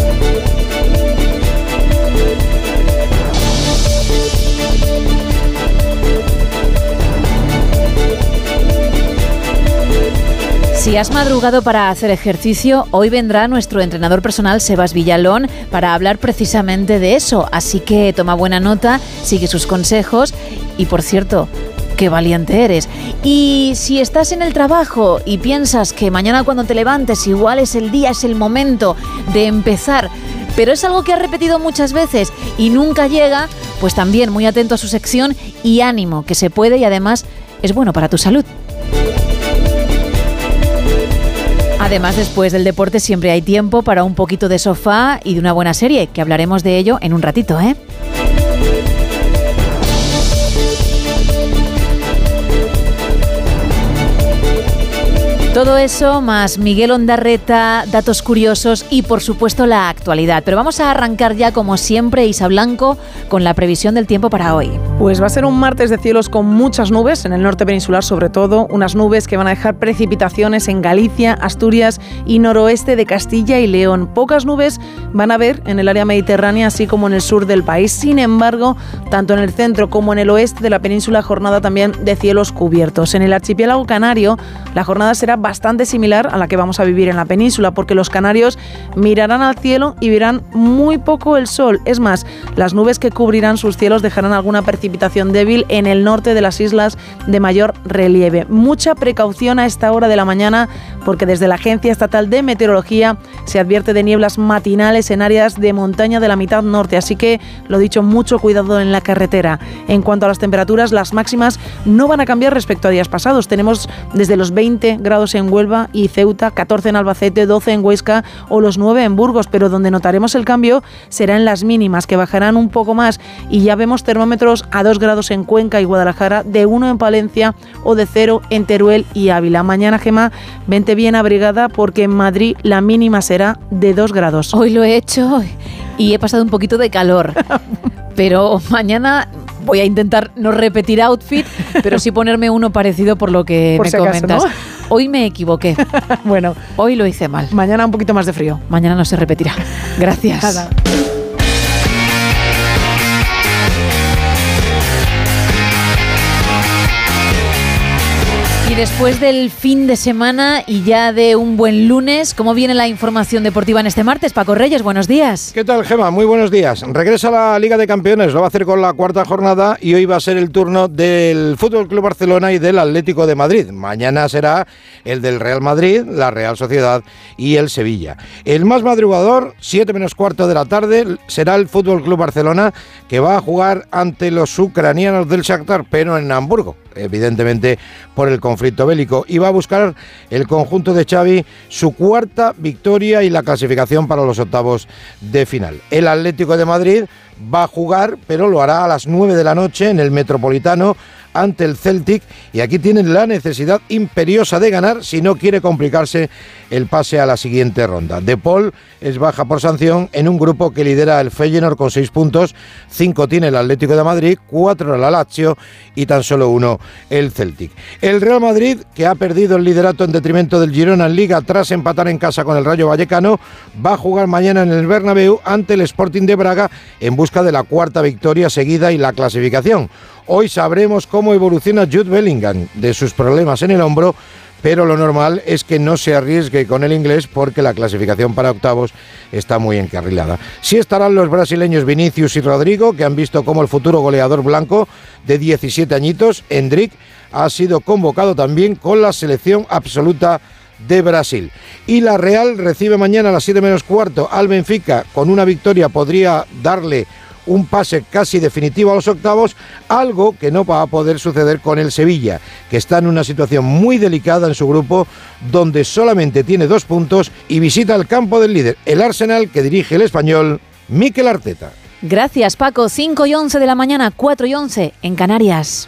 Si has madrugado para hacer ejercicio, hoy vendrá nuestro entrenador personal Sebas Villalón para hablar precisamente de eso. Así que toma buena nota, sigue sus consejos y, por cierto, qué valiente eres. Y si estás en el trabajo y piensas que mañana cuando te levantes igual es el día, es el momento de empezar, pero es algo que has repetido muchas veces y nunca llega, pues también muy atento a su sección y ánimo, que se puede y además es bueno para tu salud. Además, después del deporte siempre hay tiempo para un poquito de sofá y de una buena serie, que hablaremos de ello en un ratito, ¿eh? Todo eso más Miguel Ondarreta, datos curiosos y por supuesto la actualidad. Pero vamos a arrancar ya como siempre, Isa Blanco, con la previsión del tiempo para hoy. Pues va a ser un martes de cielos con muchas nubes, en el norte peninsular sobre todo, unas nubes que van a dejar precipitaciones en Galicia, Asturias y noroeste de Castilla y León. Pocas nubes van a haber en el área mediterránea, así como en el sur del país. Sin embargo, tanto en el centro como en el oeste de la península, jornada también de cielos cubiertos. En el archipiélago canario, la jornada será bastante similar a la que vamos a vivir en la península, porque los canarios mirarán al cielo y verán muy poco el sol. Es más, las nubes que cubrirán sus cielos dejarán alguna precipitación débil en el norte de las islas de mayor relieve. Mucha precaución a esta hora de la mañana, porque desde la Agencia Estatal de Meteorología se advierte de nieblas matinales en áreas de montaña de la mitad norte, así que, lo dicho, mucho cuidado en la carretera. En cuanto a las temperaturas, las máximas no van a cambiar respecto a días pasados. Tenemos desde los 20 grados grados en Huelva y Ceuta, 14 en Albacete, 12 en Huesca o los 9 en Burgos, pero donde notaremos el cambio será en las mínimas, que bajarán un poco más, y ya vemos termómetros a 2 grados en Cuenca y Guadalajara, de 1 en Palencia o de 0 en Teruel y Ávila. Mañana, Gemma, vente bien abrigada porque en Madrid la mínima será de 2 grados. Hoy lo he hecho y he pasado un poquito de calor, pero mañana voy a intentar no repetir outfit, pero sí ponerme uno parecido por lo que por me si comentas. acaso, ¿no? Hoy me equivoqué. Bueno, hoy lo hice mal. Mañana un poquito más de frío. Mañana no se repetirá. Gracias. Nada. Y después del fin de semana y ya de un buen lunes, ¿cómo viene la información deportiva en este martes? Paco Reyes, buenos días. ¿Qué tal, Gema? Muy buenos días. Regresa la Liga de Campeones, lo va a hacer con la 4ª jornada y hoy va a ser el turno del Fútbol Club Barcelona y del Atlético de Madrid. Mañana será el del Real Madrid, la Real Sociedad y el Sevilla. El más madrugador, 7 menos cuarto de la tarde, será el Fútbol Club Barcelona, que va a jugar ante los ucranianos del Shakhtar, pero en Hamburgo, evidentemente por el conflicto bélico, y va a buscar el conjunto de Xavi su 4ª victoria y la clasificación para los octavos de final. El Atlético de Madrid va a jugar, pero lo hará a las 9 de la noche en el Metropolitano ante el Celtic, y aquí tienen la necesidad imperiosa de ganar si no quiere complicarse el pase a la siguiente ronda. De Paul es baja por sanción en un grupo que lidera el Feyenoord con 6 puntos, 5 tiene el Atlético de Madrid, 4 la Lazio y tan solo 1 el Celtic. El Real Madrid, que ha perdido el liderato en detrimento del Girona en Liga tras empatar en casa con el Rayo Vallecano, va a jugar mañana en el Bernabéu ante el Sporting de Braga en busca de la 4ª victoria seguida y la clasificación. Hoy sabremos cómo evoluciona Jude Bellingham de sus problemas en el hombro, pero lo normal es que no se arriesgue con el inglés porque la clasificación para octavos está muy encarrilada. Sí estarán los brasileños Vinicius y Rodrigo, que han visto cómo el futuro goleador blanco de 17 añitos, Endrick, ha sido convocado también con la selección absoluta de Brasil. Y la Real recibe mañana a las 7 menos cuarto al Benfica. Con una victoria podría darle un pase casi definitivo a los octavos, algo que no va a poder suceder con el Sevilla, que está en una situación muy delicada en su grupo, donde solamente tiene 2 puntos y visita el campo del líder, el Arsenal, que dirige el español Mikel Arteta. Gracias, Paco. 5:11 de la mañana, 4:11 en Canarias.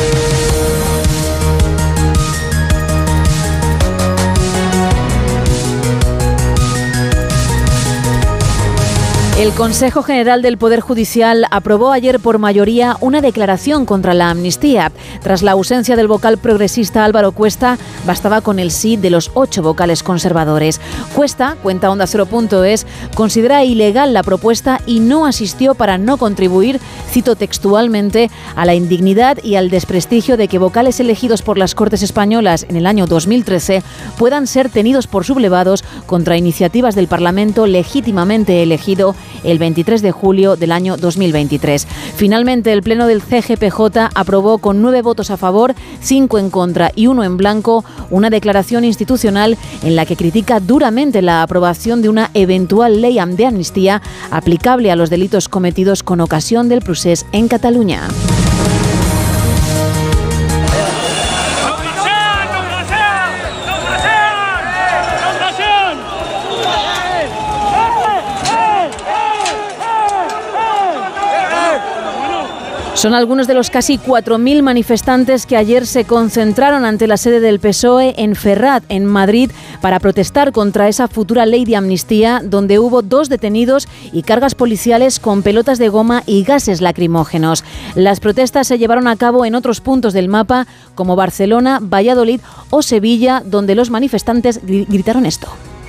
El Consejo General del Poder Judicial aprobó ayer por mayoría una declaración contra la amnistía. Tras la ausencia del vocal progresista Álvaro Cuesta, bastaba con el sí de los 8 vocales conservadores. Cuesta, cuenta Onda Cero.es, considera ilegal la propuesta y no asistió para no contribuir, cito textualmente, a la indignidad y al desprestigio de que vocales elegidos por las Cortes Españolas en el año 2013 puedan ser tenidos por sublevados contra iniciativas del Parlamento legítimamente elegido el 23 de julio del año 2023. Finalmente, el Pleno del CGPJ aprobó con 9 votos a favor, 5 en contra y 1 en blanco una declaración institucional en la que critica duramente la aprobación de una eventual ley de amnistía aplicable a los delitos cometidos con ocasión del procés en Cataluña. Son algunos de los casi 4.000 manifestantes que ayer se concentraron ante la sede del PSOE en Ferrat, en Madrid, para protestar contra esa futura ley de amnistía, donde hubo 2 detenidos y cargas policiales con pelotas de goma y gases lacrimógenos. Las protestas se llevaron a cabo en otros puntos del mapa, como Barcelona, Valladolid o Sevilla, donde los manifestantes gritaron esto.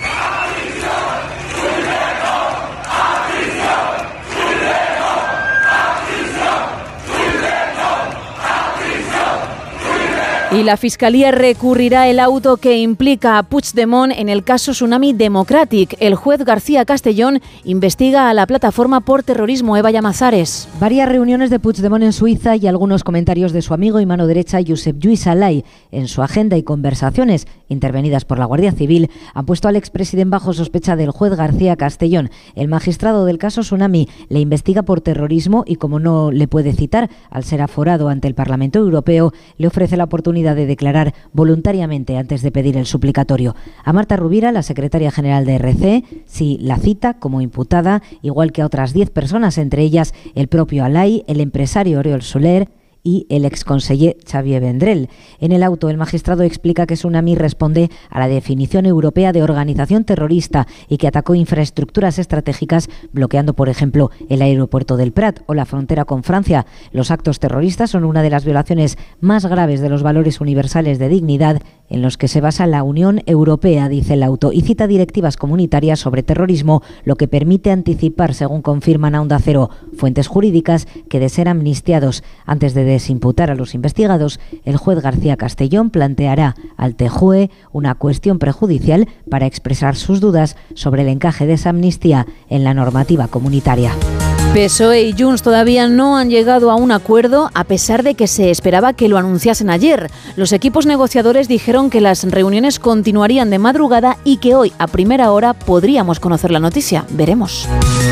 Y la Fiscalía recurrirá el auto que implica a Puigdemont en el caso Tsunami Democratic. El juez García Castellón investiga a la plataforma por terrorismo. Eva Llamazares. Varias reuniones de Puigdemont en Suiza y algunos comentarios de su amigo y mano derecha Josep Lluís Alay en su agenda y conversaciones intervenidas por la Guardia Civil han puesto al expresidente bajo sospecha del juez García Castellón. El magistrado del caso Tsunami le investiga por terrorismo y, como no le puede citar al ser aforado ante el Parlamento Europeo, le ofrece la oportunidad oportunidad de declarar voluntariamente antes de pedir el suplicatorio. A Marta Rubira, la secretaria general de RC, sí la cita como imputada, igual que a otras 10 personas, entre ellas el propio Alay, el empresario Oriol Soler y el exconseller Xavier Vendrell. En el auto, el magistrado explica que Tsunami responde a la definición europea de organización terrorista y que atacó infraestructuras estratégicas, bloqueando, por ejemplo, el aeropuerto del Prat o la frontera con Francia. Los actos terroristas son una de las violaciones más graves de los valores universales de dignidad en los que se basa la Unión Europea, dice el auto, y cita directivas comunitarias sobre terrorismo, lo que permite anticipar, según confirman a Onda Cero fuentes jurídicas, que de ser amnistiados antes de desimputar a los investigados, el juez García Castellón planteará al TJUE una cuestión prejudicial para expresar sus dudas sobre el encaje de esa amnistía en la normativa comunitaria. PSOE y Junts todavía no han llegado a un acuerdo, a pesar de que se esperaba que lo anunciasen ayer. Los equipos negociadores dijeron que las reuniones continuarían de madrugada y que hoy, a primera hora, podríamos conocer la noticia. Veremos.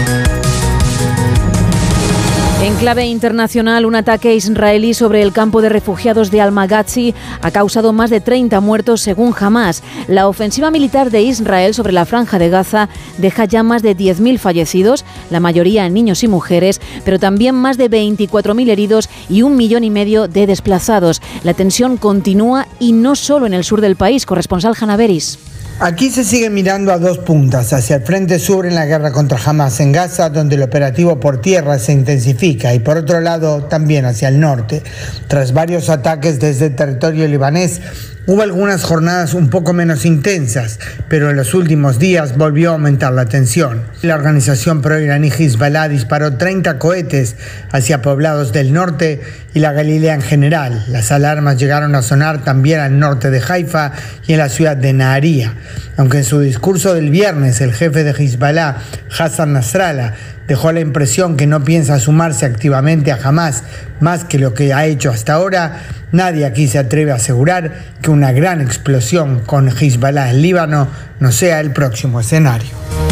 En clave internacional, un ataque israelí sobre el campo de refugiados de Al-Maghazi ha causado más de 30 muertos según Hamás. La ofensiva militar de Israel sobre la franja de Gaza deja ya más de 10.000 fallecidos, la mayoría en niños y mujeres, pero también más de 24.000 heridos y 1,5 millones de desplazados. La tensión continúa y no solo en el sur del país. Corresponsal Hanna Beris. Aquí se sigue mirando a dos puntas, hacia el frente sur en la guerra contra Hamás en Gaza, donde el operativo por tierra se intensifica, y por otro lado también hacia el norte. Tras varios ataques desde el territorio libanés, hubo algunas jornadas un poco menos intensas, pero en los últimos días volvió a aumentar la tensión. La organización pro-iraní Hezbollah disparó 30 cohetes hacia poblados del norte y la Galilea en general. Las alarmas llegaron a sonar también al norte de Haifa y en la ciudad de Nahariya. Aunque en su discurso del viernes el jefe de Hezbollah, Hassan Nasrallah, dejó la impresión que no piensa sumarse activamente a Hamás más que lo que ha hecho hasta ahora, nadie aquí se atreve a asegurar que una gran explosión con Hezbollah en Líbano no sea el próximo escenario.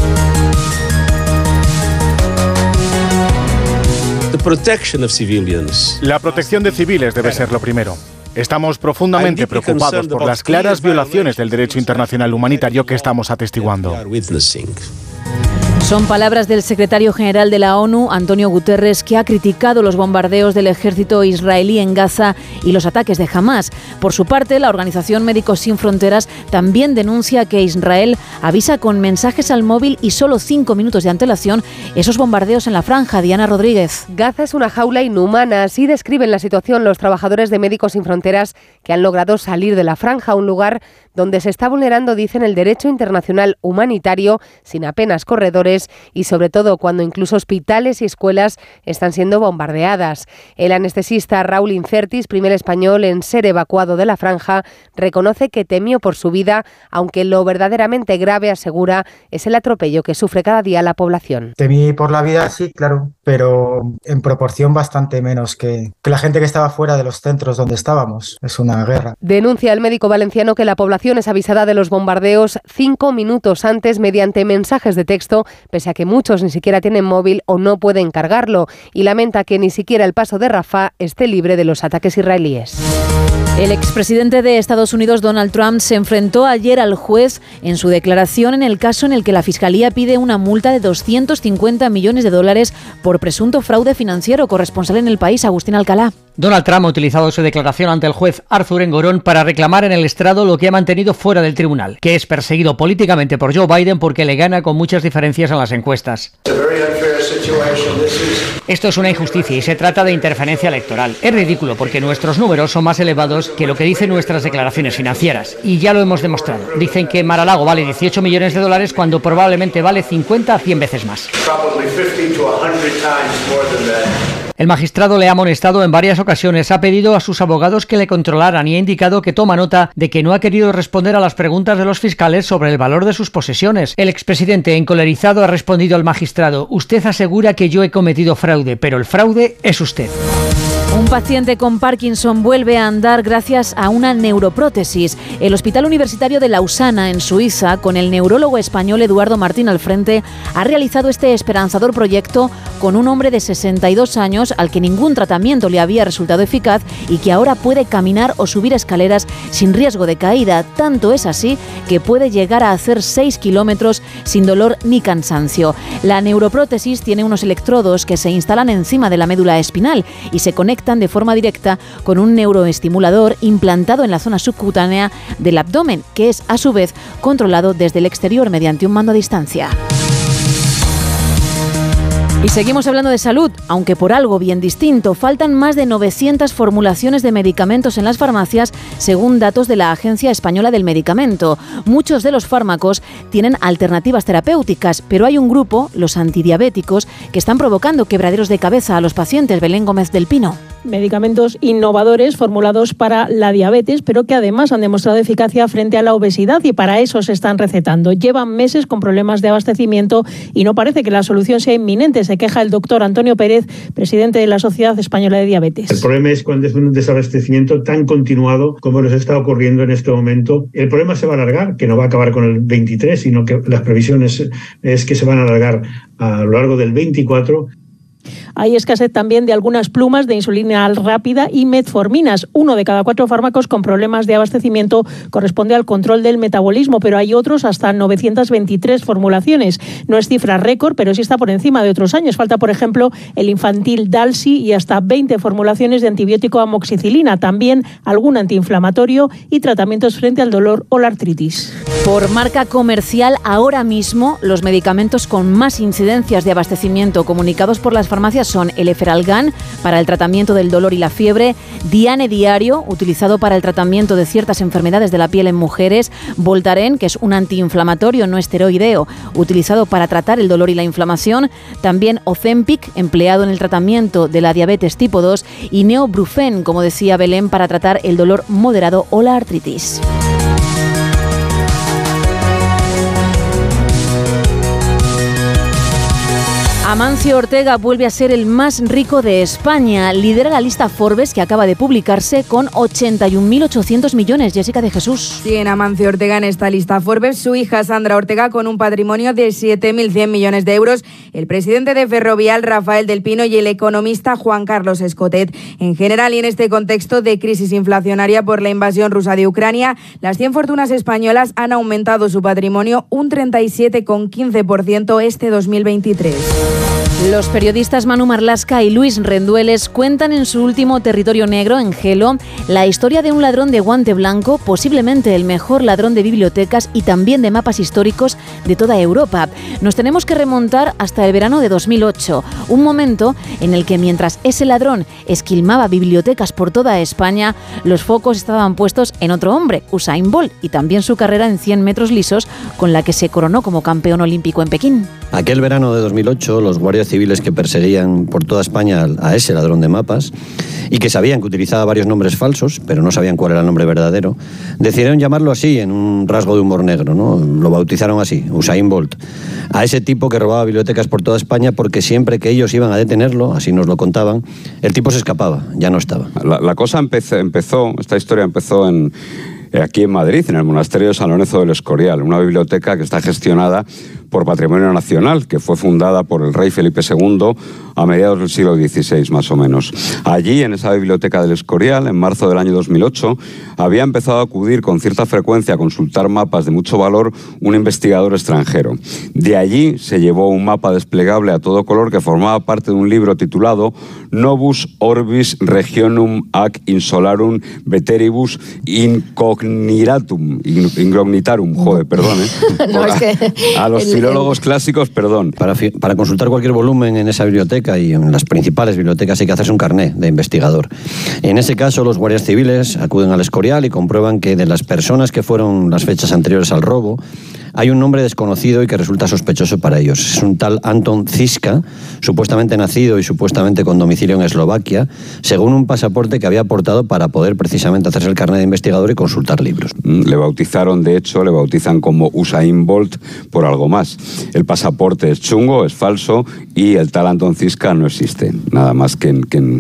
La protección de civiles debe ser lo primero. Estamos profundamente preocupados por las claras violaciones del derecho internacional humanitario que estamos atestiguando. Son palabras del secretario general de la ONU, Antonio Guterres, que ha criticado los bombardeos del ejército israelí en Gaza y los ataques de Hamás. Por su parte, la organización Médicos Sin Fronteras también denuncia que Israel avisa con mensajes al móvil y solo 5 minutos de antelación esos bombardeos en la franja. Diana Rodríguez. Gaza es una jaula inhumana, así describen la situación los trabajadores de Médicos Sin Fronteras que han logrado salir de la franja, un lugar donde se está vulnerando, dicen, el derecho internacional humanitario, sin apenas corredores y sobre todo cuando incluso hospitales y escuelas están siendo bombardeadas. El anestesista Raúl Incertis, primer español en ser evacuado de la franja, reconoce que temió por su vida, aunque lo verdaderamente grave, asegura, es el atropello que sufre cada día la población. Temí por la vida, sí, claro, pero en proporción bastante menos que la gente que estaba fuera de los centros donde estábamos. Es una guerra. Denuncia el médico valenciano que la población es avisada de los bombardeos 5 minutos antes mediante mensajes de texto, pese a que muchos ni siquiera tienen móvil o no pueden cargarlo, y lamenta que ni siquiera el paso de Rafah esté libre de los ataques israelíes. El expresidente de Estados Unidos, Donald Trump, se enfrentó ayer al juez en su declaración en el caso en el que la Fiscalía pide una multa de $250 millones por presunto fraude financiero. Corresponsal en El País, Agustín Alcalá. Donald Trump ha utilizado su declaración ante el juez Arthur Engoron para reclamar en el estrado lo que ha mantenido fuera del tribunal, que es perseguido políticamente por Joe Biden porque le gana con muchas diferencias en las encuestas. Esto es una injusticia y se trata de interferencia electoral. Es ridículo porque nuestros números son más elevados que lo que dicen nuestras declaraciones financieras. Y ya lo hemos demostrado. Dicen que Mar-a-Lago vale $18 millones cuando probablemente vale 50 a 100 veces más. El magistrado le ha amonestado en varias ocasiones, ha pedido a sus abogados que le controlaran y ha indicado que toma nota de que no ha querido responder a las preguntas de los fiscales sobre el valor de sus posesiones. El expresidente, encolerizado, ha respondido al magistrado: usted asegura que yo he cometido fraude, pero el fraude es usted. Un paciente con Parkinson vuelve a andar gracias a una neuroprótesis. El Hospital Universitario de Lausana, en Suiza, con el neurólogo español Eduardo Martín al frente, ha realizado este esperanzador proyecto con un hombre de 62 años al que ningún tratamiento le había resultado eficaz y que ahora puede caminar o subir escaleras sin riesgo de caída. Tanto es así que puede llegar a hacer 6 kilómetros sin dolor ni cansancio. La neuroprótesis tiene unos electrodos que se instalan encima de la médula espinal y se conectan de forma directa con un neuroestimulador implantado en la zona subcutánea del abdomen, que es a su vez controlado desde el exterior mediante un mando a distancia. Y seguimos hablando de salud, aunque por algo bien distinto. Faltan más de 900 formulaciones de medicamentos en las farmacias, según datos de la Agencia Española del Medicamento. Muchos de los fármacos tienen alternativas terapéuticas, pero hay un grupo, los antidiabéticos, que están provocando quebraderos de cabeza a los pacientes. Belén Gómez del Pino. Medicamentos innovadores formulados para la diabetes, pero que además han demostrado eficacia frente a la obesidad y para eso se están recetando. Llevan meses con problemas de abastecimiento y no parece que la solución sea inminente, se queja el doctor Antonio Pérez, presidente de la Sociedad Española de Diabetes. El problema es cuando es un desabastecimiento tan continuado como nos está ocurriendo en este momento. El problema se va a alargar, que no va a acabar con el 23, sino que las previsiones es que se van a alargar a lo largo del 24. Hay escasez también de algunas plumas de insulina rápida y metforminas. 1 de cada 4 fármacos con problemas de abastecimiento corresponde al control del metabolismo, pero hay otros hasta 923 formulaciones. No es cifra récord, pero sí está por encima de otros años. Falta, por ejemplo, el infantil Dalsi y hasta 20 formulaciones de antibiótico amoxicilina. También algún antiinflamatorio y tratamientos frente al dolor o la artritis. Por marca comercial, ahora mismo los medicamentos con más incidencias de abastecimiento comunicados por las farmacias son el Efferalgan para el tratamiento del dolor y la fiebre, Diane Diario, utilizado para el tratamiento de ciertas enfermedades de la piel en mujeres, Voltaren, que es un antiinflamatorio no esteroideo, utilizado para tratar el dolor y la inflamación, también Ozempic, empleado en el tratamiento de la diabetes tipo 2, y Neobrufen, como decía Belén, para tratar el dolor moderado o la artritis. Amancio Ortega vuelve a ser el más rico de España. Lidera la lista Forbes que acaba de publicarse con 81.800 millones. Jessica de Jesús. Sí, en Amancio Ortega en esta lista Forbes, su hija Sandra Ortega con un patrimonio de 7.100 millones de euros, el presidente de Ferrovial Rafael del Pino y el economista Juan Carlos Escotet. En general y en este contexto de crisis inflacionaria por la invasión rusa de Ucrania, las 100 fortunas españolas han aumentado su patrimonio un 37,15% este 2023. Los periodistas Manu Marlasca y Luis Rendueles cuentan en su último Territorio Negro, en Gelo, la historia de un ladrón de guante blanco, posiblemente el mejor ladrón de bibliotecas y también de mapas históricos de toda Europa. Nos tenemos que remontar hasta el verano de 2008, un momento en el que mientras ese ladrón esquilmaba bibliotecas por toda España, los focos estaban puestos en otro hombre, Usain Bolt, y también su carrera en 100 metros lisos, con la que se coronó como campeón olímpico en Pekín. Aquel verano de 2008, los guardias civiles que perseguían por toda España a ese ladrón de mapas y que sabían que utilizaba varios nombres falsos, pero no sabían cuál era el nombre verdadero, decidieron llamarlo así en un rasgo de humor negro, ¿no? Lo bautizaron así, Usain Bolt, a ese tipo que robaba bibliotecas por toda España porque siempre que ellos iban a detenerlo, así nos lo contaban, el tipo se escapaba, ya no estaba. La cosa empezó, esta historia empezó aquí en Madrid, en el monasterio de San Lorenzo del Escorial, una biblioteca que está gestionada por Patrimonio Nacional, que fue fundada por el rey Felipe II a mediados del siglo XVI, más o menos. Allí, en esa biblioteca del Escorial, en marzo del año 2008, había empezado a acudir con cierta frecuencia a consultar mapas de mucho valor un investigador extranjero. De allí se llevó un mapa desplegable a todo color que formaba parte de un libro titulado Novus Orbis Regionum ac Insolarum Veteribus Incognitarum. A los filólogos clásicos, perdón. Para consultar cualquier volumen en esa biblioteca y en las principales bibliotecas hay que hacerse un carné de investigador. En ese caso, los guardias civiles acuden al Escorial y comprueban que de las personas que fueron las fechas anteriores al robo, hay un nombre desconocido y que resulta sospechoso para ellos. Es un tal Anton Ziska, supuestamente nacido y supuestamente con domicilio en Eslovaquia, según un pasaporte que había aportado para poder precisamente hacerse el carnet de investigador y consultar libros. Le bautizan como Usain Bolt por algo más. El pasaporte es chungo, es falso y el tal Anton Ziska no existe, nada más que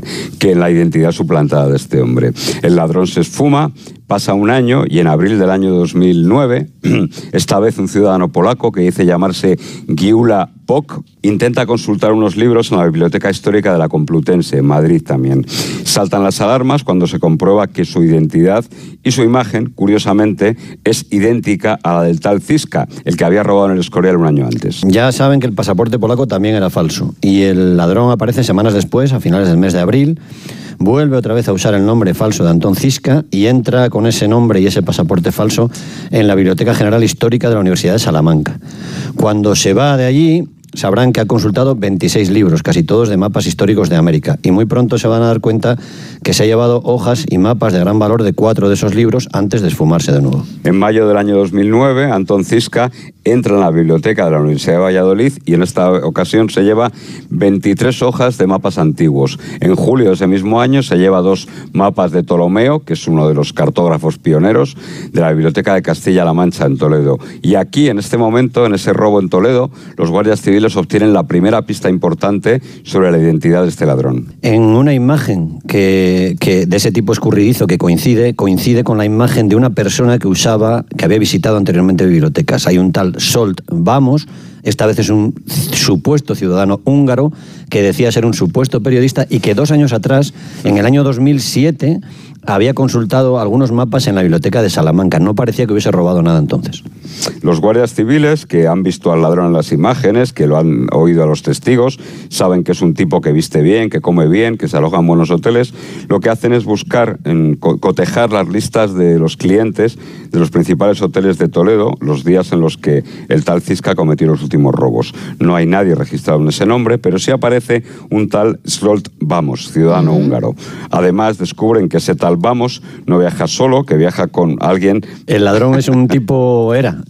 en la identidad suplantada de este hombre. El ladrón se esfuma. Pasa un año y en abril del año 2009, esta vez un ciudadano polaco que dice llamarse Gyula Pok intenta consultar unos libros en la Biblioteca Histórica de la Complutense, en Madrid también. Saltan las alarmas cuando se comprueba que su identidad y su imagen, curiosamente, es idéntica a la del tal Ziska, el que había robado en el Escorial un año antes. Ya saben que el pasaporte polaco también era falso y el ladrón aparece semanas después, a finales del mes de abril. Vuelve otra vez a usar el nombre falso de Anton Ziska y entra con ese nombre y ese pasaporte falso en la Biblioteca General Histórica de la Universidad de Salamanca. Cuando se va de allí, sabrán que ha consultado 26 libros, casi todos de mapas históricos de América, y muy pronto se van a dar cuenta que se ha llevado hojas y mapas de gran valor de 4 de esos libros antes de esfumarse de nuevo. En mayo del año 2009, Anton Ziska entra en la biblioteca de la Universidad de Valladolid y en esta ocasión se lleva 23 hojas de mapas antiguos. En julio de ese mismo año se lleva 2 mapas de Ptolomeo, que es uno de los cartógrafos pioneros de la Biblioteca de Castilla-La Mancha en Toledo. Y aquí, en este momento, en ese robo en Toledo, los guardias civiles obtienen la primera pista importante sobre la identidad de este ladrón. En una imagen que de ese tipo escurridizo que coincide con la imagen de una persona que había visitado anteriormente bibliotecas. Hay un tal Zsolt Bamos, esta vez es un supuesto ciudadano húngaro que decía ser un supuesto periodista y que 2 años atrás, en el año 2007, había consultado algunos mapas en la biblioteca de Salamanca. No parecía que hubiese robado nada entonces. Los guardias civiles que han visto al ladrón en las imágenes, que lo han oído a los testigos, saben que es un tipo que viste bien, que come bien, que se aloja en buenos hoteles. Lo que hacen es buscar, cotejar las listas de los clientes de los principales hoteles de Toledo los días en los que el tal Ziska cometió los últimos robos. No hay nadie registrado en ese nombre, pero sí aparece un tal Zsolt Bamos, ciudadano húngaro. Además, descubren que ese tal Bamos no viaja solo, que viaja con alguien. El ladrón es un tipo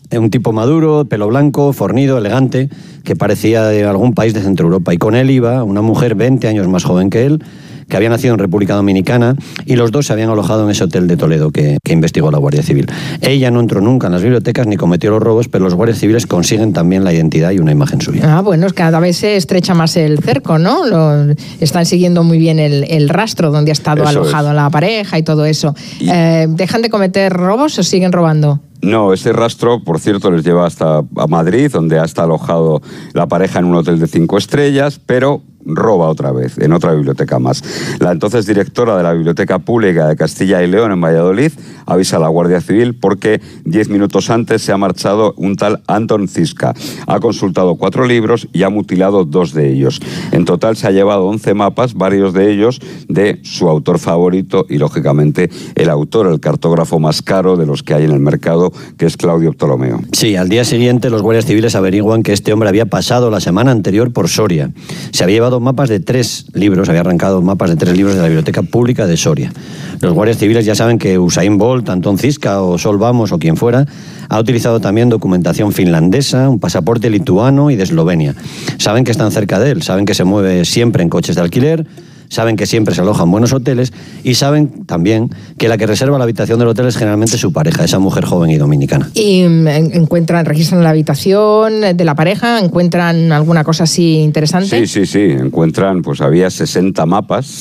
maduro, pelo blanco, fornido, elegante, que parecía de algún país de Centro Europa. Y con él iba una mujer 20 años más joven que él, que había nacido en República Dominicana, y los dos se habían alojado en ese hotel de Toledo que investigó la Guardia Civil. Ella no entró nunca en las bibliotecas ni cometió los robos, pero los guardias civiles consiguen también la identidad y una imagen suya. Bueno, cada vez se estrecha más el cerco, ¿no? Están siguiendo muy bien el rastro donde ha estado alojado la pareja y todo eso. ¿Dejan de cometer robos o siguen robando? No, ese rastro, por cierto, les lleva hasta a Madrid, donde ha estado alojado la pareja en un hotel de 5 estrellas, pero roba otra vez, en otra biblioteca más. La entonces directora de la Biblioteca Pública de Castilla y León en Valladolid avisa a la Guardia Civil porque 10 minutos antes se ha marchado un tal Anton Ziska. Ha consultado 4 libros y ha mutilado 2 de ellos. En total se ha llevado 11 mapas, varios de ellos de su autor favorito y, lógicamente, el autor, el cartógrafo más caro de los que hay en el mercado, que es Claudio Ptolomeo. Sí, al día siguiente los guardias civiles averiguan que este hombre había pasado la semana anterior por Soria. Se había llevado mapas de 3 libros, había arrancado mapas de 3 libros de la Biblioteca Pública de Soria. Los guardias civiles ya saben que Usain Bolt, Anton Ziska o Zsolt Bamos o quien fuera, ha utilizado también documentación finlandesa, un pasaporte lituano y de Eslovenia. Saben que están cerca de él, saben que se mueve siempre en coches de alquiler, saben que siempre se aloja en buenos hoteles y saben también que la que reserva la habitación del hotel es generalmente su pareja, esa mujer joven y dominicana. ¿Y registran la habitación de la pareja? ¿Encuentran alguna cosa así interesante? Sí, encuentran, pues había 60 mapas,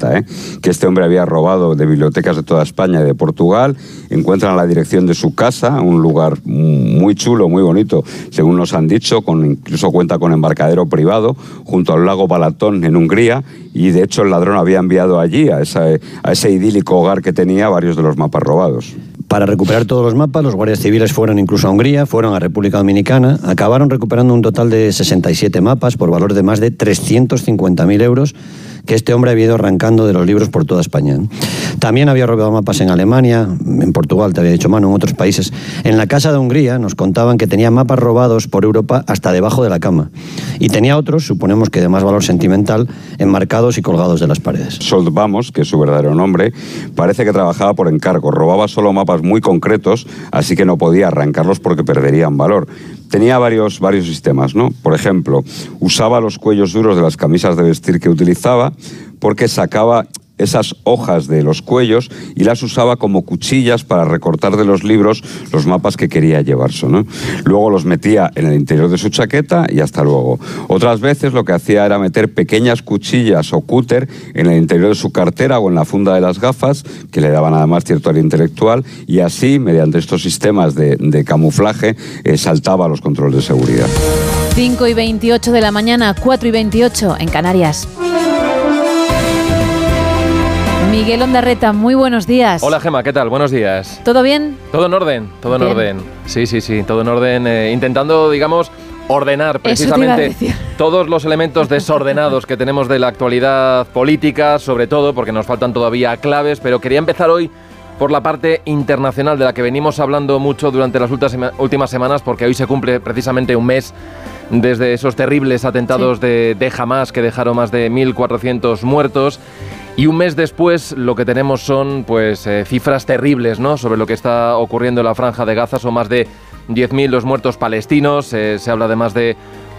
que este hombre había robado de bibliotecas de toda España y de Portugal. Encuentran la dirección de su casa, un lugar muy chulo, muy bonito, según nos han dicho, incluso cuenta con embarcadero privado, junto al lago Balatón en Hungría, y de hecho el ladrón había enviado allí, a ese idílico hogar que tenía, varios de los mapas robados. Para recuperar todos los mapas, los guardias civiles fueron incluso a Hungría, fueron a República Dominicana, acabaron recuperando un total de 67 mapas por valor de más de 350.000 euros que este hombre había ido arrancando de los libros por toda España. También había robado mapas en Alemania, en Portugal, te había dicho Manu, en otros países. En la Casa de Hungría nos contaban que tenía mapas robados por Europa hasta debajo de la cama. Y tenía otros, suponemos que de más valor sentimental, enmarcados y colgados de las paredes. Sold Vamos, que es su verdadero nombre, parece que trabajaba por encargo. Robaba solo mapas muy concretos, así que no podía arrancarlos porque perderían valor. Tenía varios sistemas, ¿no? Por ejemplo, usaba los cuellos duros de las camisas de vestir que utilizaba porque sacaba esas hojas de los cuellos y las usaba como cuchillas para recortar de los libros los mapas que quería llevarse, ¿no? Luego los metía en el interior de su chaqueta y hasta luego. Otras veces lo que hacía era meter pequeñas cuchillas o cúter en el interior de su cartera o en la funda de las gafas, que le daban además cierto área intelectual, y así, mediante estos sistemas de camuflaje, saltaba los controles de seguridad. 5:28 de la mañana, 4:28 en Canarias. Miguel Ondarreta, muy buenos días. Hola Gemma, ¿qué tal? Buenos días. ¿Todo bien? Todo en orden, todo en orden. Sí, todo en orden. Intentando, digamos, ordenar precisamente todos los elementos desordenados que tenemos de la actualidad política, sobre todo porque nos faltan todavía claves, pero quería empezar hoy por la parte internacional de la que venimos hablando mucho durante las últimas semanas, porque hoy se cumple precisamente un mes desde esos terribles atentados de Hamás que dejaron más de 1.400 muertos. Y un mes después lo que tenemos son pues cifras terribles, ¿no?, sobre lo que está ocurriendo en la Franja de Gaza. Son más de 10.000 los muertos palestinos, se habla de más de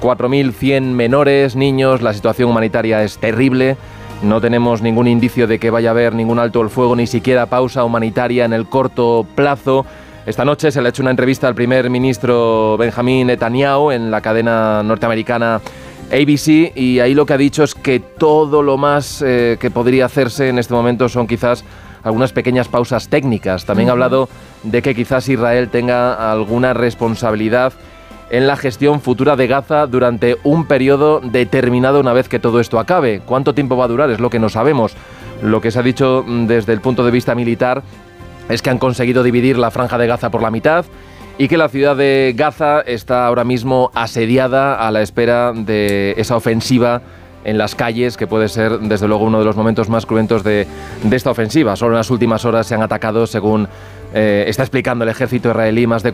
4.100 menores, niños. La situación humanitaria es terrible. No tenemos ningún indicio de que vaya a haber ningún alto el fuego, ni siquiera pausa humanitaria en el corto plazo. Esta noche se le ha hecho una entrevista al primer ministro Benjamín Netanyahu en la cadena norteamericana ABC, y ahí lo que ha dicho es que todo lo más que podría hacerse en este momento son quizás algunas pequeñas pausas técnicas. También ha hablado de que quizás Israel tenga alguna responsabilidad en la gestión futura de Gaza durante un periodo determinado una vez que todo esto acabe. ¿Cuánto tiempo va a durar? Es lo que no sabemos. Lo que se ha dicho desde el punto de vista militar es que han conseguido dividir la Franja de Gaza por la mitad y que la ciudad de Gaza está ahora mismo asediada a la espera de esa ofensiva en las calles, que puede ser desde luego uno de los momentos más cruentos de esta ofensiva. Solo en las últimas horas se han atacado, según está explicando el ejército israelí, más de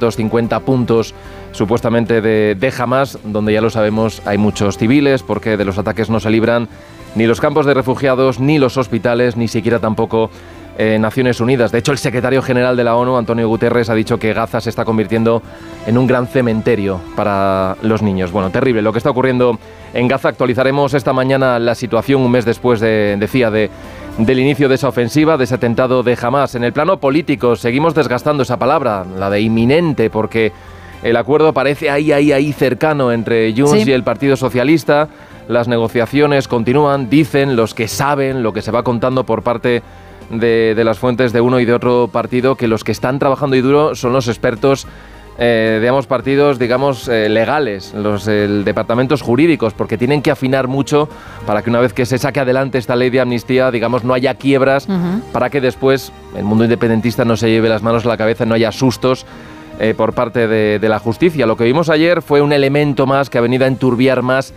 450 puntos supuestamente de Hamás, donde ya lo sabemos hay muchos civiles, porque de los ataques no se libran ni los campos de refugiados, ni los hospitales, ni siquiera tampoco Naciones Unidas. De hecho, el secretario general de la ONU, Antonio Guterres, ha dicho que Gaza se está convirtiendo en un gran cementerio para los niños. Bueno, terrible lo que está ocurriendo en Gaza. Actualizaremos esta mañana la situación un mes después del inicio de esa ofensiva, de ese atentado de Hamás. En el plano político seguimos desgastando esa palabra, la de inminente, porque el acuerdo parece ahí cercano entre Junts y el Partido Socialista. Las negociaciones continúan, dicen los que saben lo que se va contando por parte de las fuentes de uno y de otro partido, que los que están trabajando y duro son los expertos de ambos partidos, digamos, legales, los departamentos jurídicos, porque tienen que afinar mucho para que una vez que se saque adelante esta ley de amnistía, digamos, no haya quiebras, para que después el mundo independentista no se lleve las manos a la cabeza, no haya sustos por parte de la justicia. Lo que vimos ayer fue un elemento más que ha venido a enturbiar más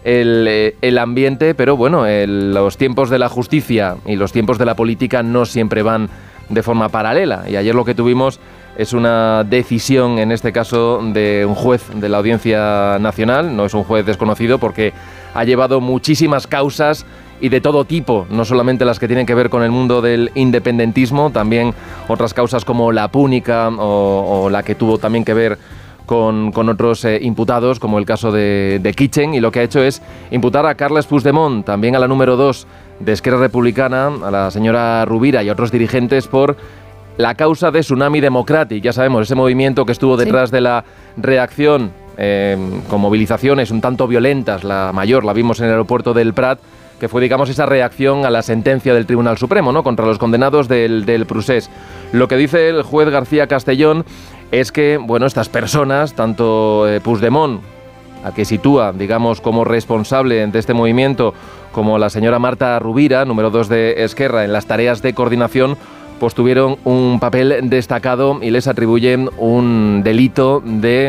el ambiente, pero bueno, los tiempos de la justicia y los tiempos de la política no siempre van de forma paralela, y ayer lo que tuvimos es una decisión, en este caso, de un juez de la Audiencia Nacional. No es un juez desconocido porque ha llevado muchísimas causas y de todo tipo, no solamente las que tienen que ver con el mundo del independentismo, también otras causas como la púnica o la que tuvo también que ver con otros imputados, como el caso de Kitchen, y lo que ha hecho es imputar a Carles Puigdemont, también a la número 2 de Esquerra Republicana, a la señora Rovira y a otros dirigentes, por la causa de Tsunami Democratic. Ya sabemos, ese movimiento que estuvo detrás de la reacción con movilizaciones un tanto violentas, la mayor la vimos en el aeropuerto del Prat, que fue, digamos, esa reacción a la sentencia del Tribunal Supremo, ¿no?, contra los condenados del Procés. Lo que dice el juez García Castellón es que, bueno, estas personas, tanto Puigdemont, a que sitúa, digamos, como responsable de este movimiento, como la señora Marta Rovira, número 2 de Esquerra, en las tareas de coordinación, pues tuvieron un papel destacado y les atribuyen un delito de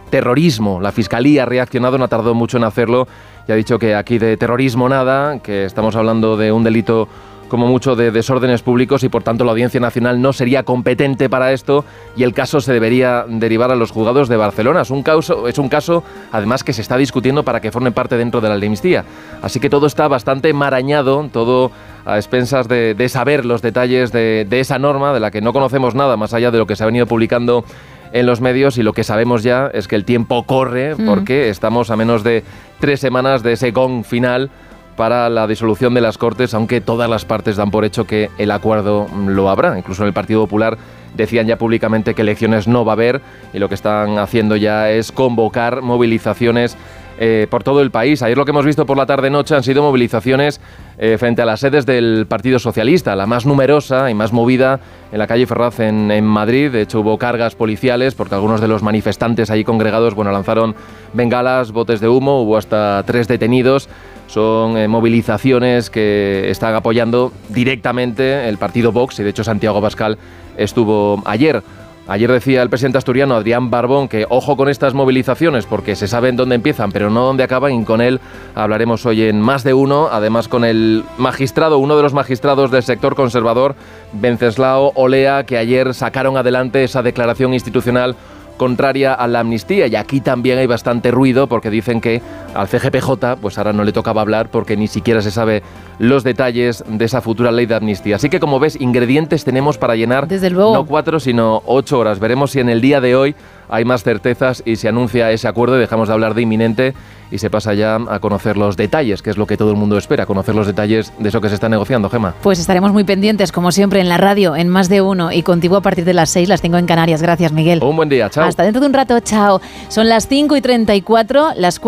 terrorismo. La Fiscalía ha reaccionado, no ha tardado mucho en hacerlo y ha dicho que aquí de terrorismo nada, que estamos hablando de un delito como mucho de desórdenes públicos y por tanto la Audiencia Nacional no sería competente para esto y el caso se debería derivar a los juzgados de Barcelona. Es un caso además que se está discutiendo para que forme parte dentro de la amnistía. Así que todo está bastante marañado, todo a expensas de saber los detalles de esa norma de la que no conocemos nada más allá de lo que se ha venido publicando en los medios, y lo que sabemos ya es que el tiempo corre porque estamos a menos de 3 semanas de ese gong final para la disolución de las Cortes, aunque todas las partes dan por hecho que el acuerdo lo habrá. Incluso en el Partido Popular decían ya públicamente que elecciones no va a haber y lo que están haciendo ya es convocar movilizaciones por todo el país. Ayer lo que hemos visto por la tarde-noche han sido movilizaciones frente a las sedes del Partido Socialista, la más numerosa y más movida en la calle Ferraz en Madrid. De hecho, hubo cargas policiales porque algunos de los manifestantes allí congregados lanzaron bengalas, botes de humo, hubo hasta 3 detenidos. Son movilizaciones que están apoyando directamente el partido Vox y de hecho Santiago Abascal estuvo ayer. Ayer decía el presidente asturiano Adrián Barbón que ojo con estas movilizaciones porque se saben dónde empiezan pero no dónde acaban, y con él hablaremos hoy en Más de Uno, además con el magistrado, uno de los magistrados del sector conservador, Venceslao Olea, que ayer sacaron adelante esa declaración institucional contraria a la amnistía, y aquí también hay bastante ruido porque dicen que al CGPJ pues ahora no le tocaba hablar porque ni siquiera se sabe los detalles de esa futura ley de amnistía. Así que como ves, ingredientes tenemos para llenar desde luego no 4 sino 8 horas. Veremos si en el día de hoy hay más certezas y se anuncia ese acuerdo y dejamos de hablar de inminente y se pasa ya a conocer los detalles, que es lo que todo el mundo espera, conocer los detalles de eso que se está negociando, Gemma. Pues estaremos muy pendientes, como siempre, en la radio, en Más de Uno, y contigo a partir de las 6, las 5 en Canarias. Gracias, Miguel. Un buen día, chao. Hasta dentro de un rato, chao. Son las 5:34, las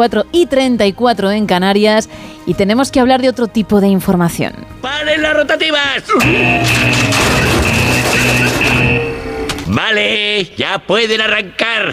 4:34 en Canarias, y tenemos que hablar de otro tipo de información. ¡Paren las rotativas! Vale, ya pueden arrancar.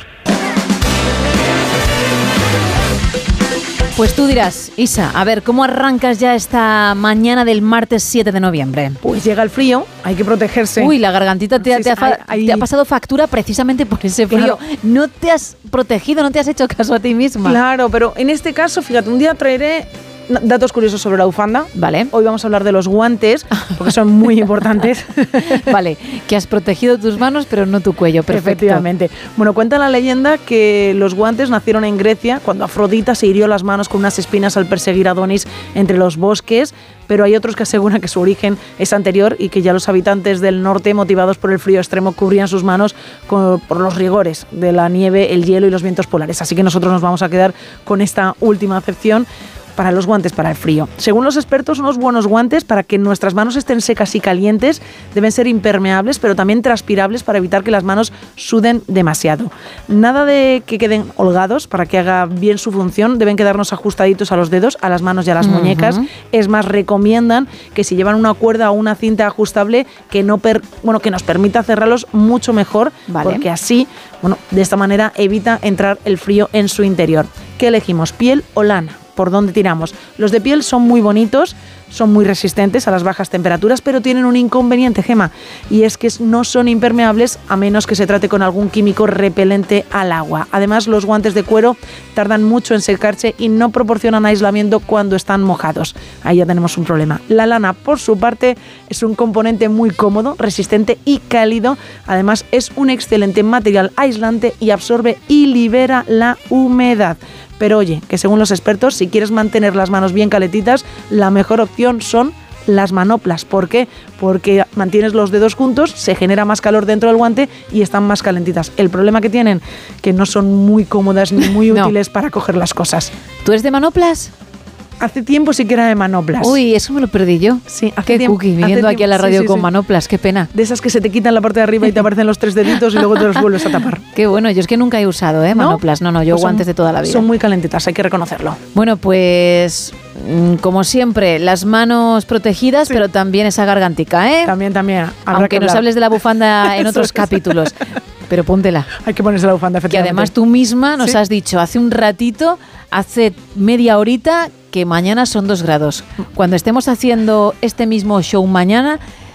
Pues tú dirás, Isa, a ver, ¿cómo arrancas ya esta mañana del martes 7 de noviembre? Pues llega el frío, hay que protegerse. Uy, la gargantita te ha pasado factura precisamente por ese frío. Claro. No te has protegido, no te has hecho caso a ti misma. Claro, pero en este caso, fíjate, un día traeré datos curiosos sobre la bufanda. Vale. Hoy vamos a hablar de los guantes, porque son muy importantes. Vale, que has protegido tus manos, pero no tu cuello. Perfecto. Efectivamente. Bueno, cuenta la leyenda que los guantes nacieron en Grecia, cuando Afrodita se hirió las manos con unas espinas al perseguir a Adonis entre los bosques, pero hay otros que aseguran que su origen es anterior y que ya los habitantes del norte, motivados por el frío extremo, cubrían sus manos por los rigores de la nieve, el hielo y los vientos polares. Así que nosotros nos vamos a quedar con esta última acepción para los guantes para el frío. Según los expertos, unos buenos guantes para que nuestras manos estén secas y calientes deben ser impermeables, pero también transpirables para evitar que las manos suden demasiado. Nada de que queden holgados, para que haga bien su función, deben quedarnos ajustaditos a los dedos, a las manos y a las muñecas. Es más, recomiendan que si llevan una cuerda o una cinta ajustable que nos permita cerrarlos mucho mejor, vale, porque así, de esta manera evita entrar el frío en su interior. ¿Qué elegimos? ¿Piel o lana? ¿Por dónde tiramos? Los de piel son muy bonitos, son muy resistentes a las bajas temperaturas, pero tienen un inconveniente, Gema, y es que no son impermeables a menos que se trate con algún químico repelente al agua. Además, los guantes de cuero tardan mucho en secarse y no proporcionan aislamiento cuando están mojados. Ahí ya tenemos un problema. La lana, por su parte, es un componente muy cómodo, resistente y cálido. Además, es un excelente material aislante y absorbe y libera la humedad. Pero oye, que según los expertos, si quieres mantener las manos bien calentitas, la mejor opción son las manoplas. ¿Por qué? Porque mantienes los dedos juntos, se genera más calor dentro del guante y están más calentitas. El problema que tienen, que no son muy cómodas ni muy útiles para coger las cosas. ¿Tú eres de manoplas? Hace tiempo sí que era de manoplas. Uy, eso me lo perdí yo. Sí, qué cookie, viniendo aquí a la radio con manoplas, qué pena. De esas que se te quitan la parte de arriba y te aparecen los 3 deditos y luego te los vuelves a tapar. Qué bueno, yo es que nunca he usado manoplas. No, yo pues guantes de toda la vida. Son muy calentitas, hay que reconocerlo. Bueno, pues como siempre, las manos protegidas, pero también esa gargantica, ¿eh? También. Aunque nos hables de la bufanda en otros capítulos. Pero póntela. Hay que ponerse la bufanda, efectivamente. Que además tú misma nos has dicho hace un ratito, hace media horita, que mañana son 2 grados. Cuando estemos haciendo este mismo show mañana,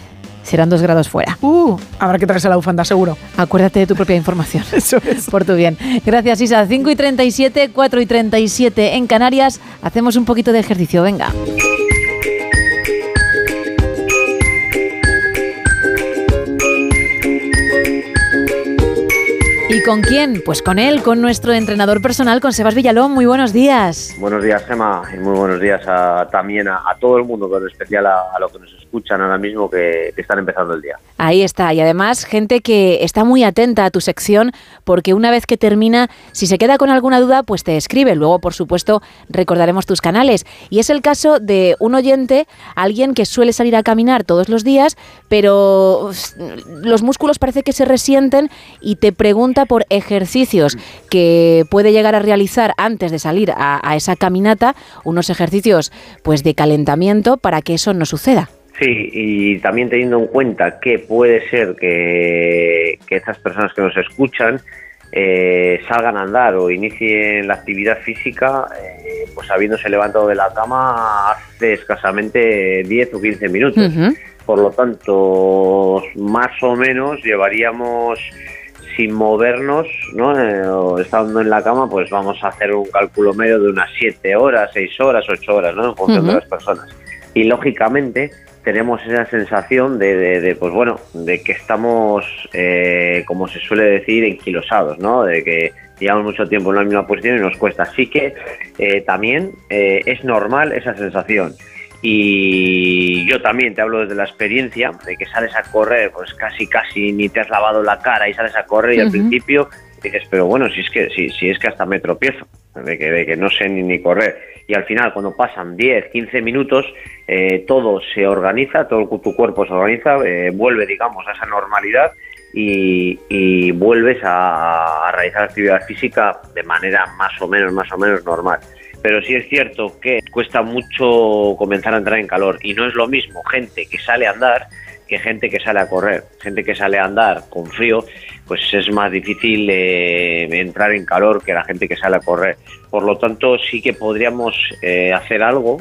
serán 2 grados fuera. Habrá que traerse la bufanda, seguro. Acuérdate de tu propia información. Eso es. Por tu bien. Gracias, Isa. 5:37, 4:37 en Canarias. Hacemos un poquito de ejercicio, venga. ¿Y con quién? Pues con él, con nuestro entrenador personal, con Sebas Villalón. Muy buenos días. Buenos días, Gemma, y muy buenos días también a todo el mundo, pero en especial a los que nos escuchan ahora mismo que están empezando el día. Ahí está, y además gente que está muy atenta a tu sección, porque una vez que termina, si se queda con alguna duda, pues te escribe. Luego, por supuesto, recordaremos tus canales. Y es el caso de un oyente, alguien que suele salir a caminar todos los días, pero los músculos parece que se resienten y te pregunta por ejercicios que puede llegar a realizar antes de salir a esa caminata, unos ejercicios pues de calentamiento para que eso no suceda. Sí, y también teniendo en cuenta que puede ser que estas personas que nos escuchan salgan a andar o inicien la actividad física pues habiéndose levantado de la cama hace escasamente 10 o 15 minutos. Uh-huh. Por lo tanto, más o menos llevaríamos, sin movernos, ¿no? Estando en la cama, pues vamos a hacer un cálculo medio de unas 7 horas, 6 horas, 8 horas, ¿no? En función de las personas. Y lógicamente tenemos esa sensación de pues bueno, de que estamos, como se suele decir, enquilosados, ¿no? De que llevamos mucho tiempo en la misma posición y nos cuesta. Así que también es normal esa sensación. Y yo también te hablo desde la experiencia de que sales a correr, pues casi ni te has lavado la cara y sales a correr y al principio dices, pero bueno, si es que hasta me tropiezo, de que no sé ni correr. Y al final, cuando pasan 10, 15 minutos, todo se organiza, todo tu cuerpo se organiza, vuelve, digamos, a esa normalidad y vuelves a realizar actividad física de manera más o menos normal. Pero sí es cierto que cuesta mucho comenzar a entrar en calor y no es lo mismo gente que sale a andar que gente que sale a correr. Gente que sale a andar con frío, pues es más difícil entrar en calor que la gente que sale a correr. Por lo tanto, sí que podríamos hacer algo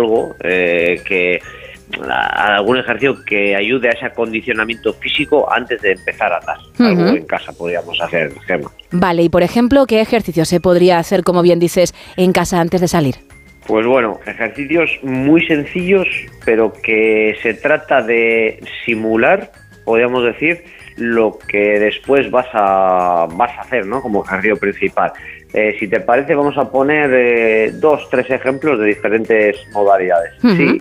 que algún ejercicio que ayude a ese acondicionamiento físico antes de empezar a andar. Algo en casa podríamos hacer, Gemma. Vale, y por ejemplo, ¿qué ejercicio se podría hacer, como bien dices, en casa antes de salir? Pues bueno, ejercicios muy sencillos, pero que se trata de simular, podríamos decir, lo que después vas a hacer, ¿no? Como ejercicio principal. Si te parece, vamos a poner 2-3 ejemplos de diferentes modalidades. Sí.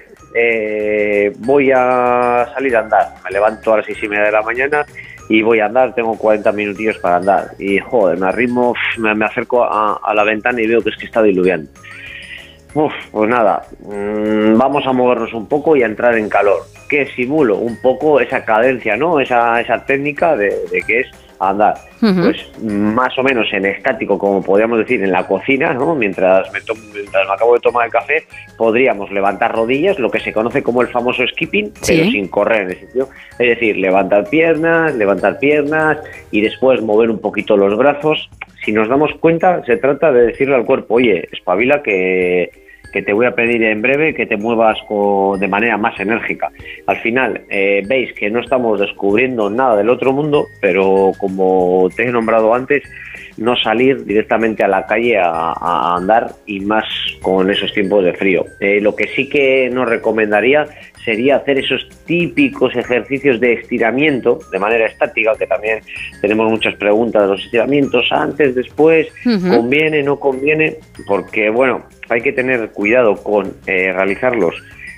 Voy a salir a andar, me levanto a las 6:30 de la mañana y voy a andar, tengo 40 minutillos para andar y joder, me arrimo, me acerco a la ventana y veo que está diluviando. Pues nada, vamos a movernos un poco y a entrar en calor. Que simulo un poco esa cadencia, ¿no? Esa técnica de que es andar. Pues más o menos en estático, como podríamos decir, en la cocina, ¿no? Mientras me acabo de tomar el café, podríamos levantar rodillas, lo que se conoce como el famoso skipping, pero sin correr en ese sitio. Es decir, levantar piernas y después mover un poquito los brazos. Si nos damos cuenta, se trata de decirle al cuerpo, oye, espabila que te voy a pedir en breve que te muevas de manera más enérgica. Al final, veis que no estamos descubriendo nada del otro mundo, pero como te he nombrado antes, no salir directamente a la calle a andar y más con esos tiempos de frío. Lo que sí que nos recomendaría sería hacer esos típicos ejercicios de estiramiento de manera estática, que también tenemos muchas preguntas de los estiramientos antes, después, ¿conviene, no conviene? Porque, bueno, hay que tener cuidado con realizarlos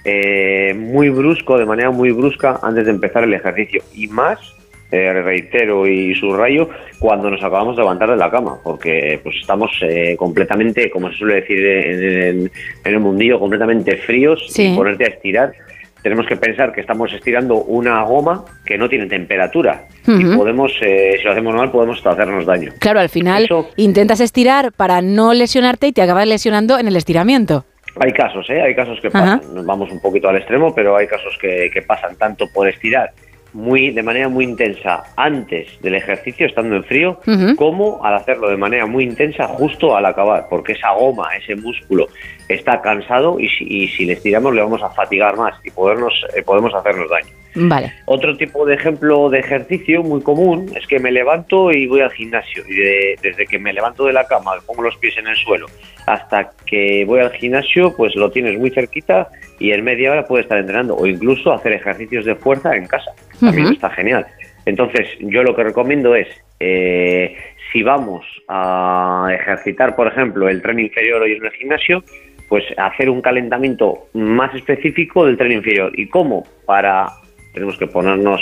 de manera muy brusca antes de empezar el ejercicio. Y más, reitero y subrayo, cuando nos acabamos de levantar de la cama, porque pues estamos completamente, como se suele decir en el mundillo, completamente fríos, y ponerte a estirar. Tenemos que pensar que estamos estirando una goma que no tiene temperatura y podemos, si lo hacemos mal, podemos hasta hacernos daño. Claro, al final intentas estirar para no lesionarte y te acabas lesionando en el estiramiento. Hay casos que pasan. Nos vamos un poquito al extremo, pero hay casos que pasan tanto por estirar de manera muy intensa antes del ejercicio, estando en frío, como al hacerlo de manera muy intensa justo al acabar, porque esa goma, ese músculo está cansado y si le estiramos le vamos a fatigar más y podemos hacernos daño. Vale. Otro tipo de ejemplo de ejercicio muy común es que me levanto y voy al gimnasio. Y desde que me levanto de la cama, pongo los pies en el suelo, hasta que voy al gimnasio, pues lo tienes muy cerquita y en media hora puedes estar entrenando. O incluso hacer ejercicios de fuerza en casa. También está genial. Entonces, yo lo que recomiendo es, si vamos a ejercitar, por ejemplo, el tren inferior hoy en el gimnasio, pues hacer un calentamiento más específico del tren inferior. ¿Y cómo? Tenemos que ponernos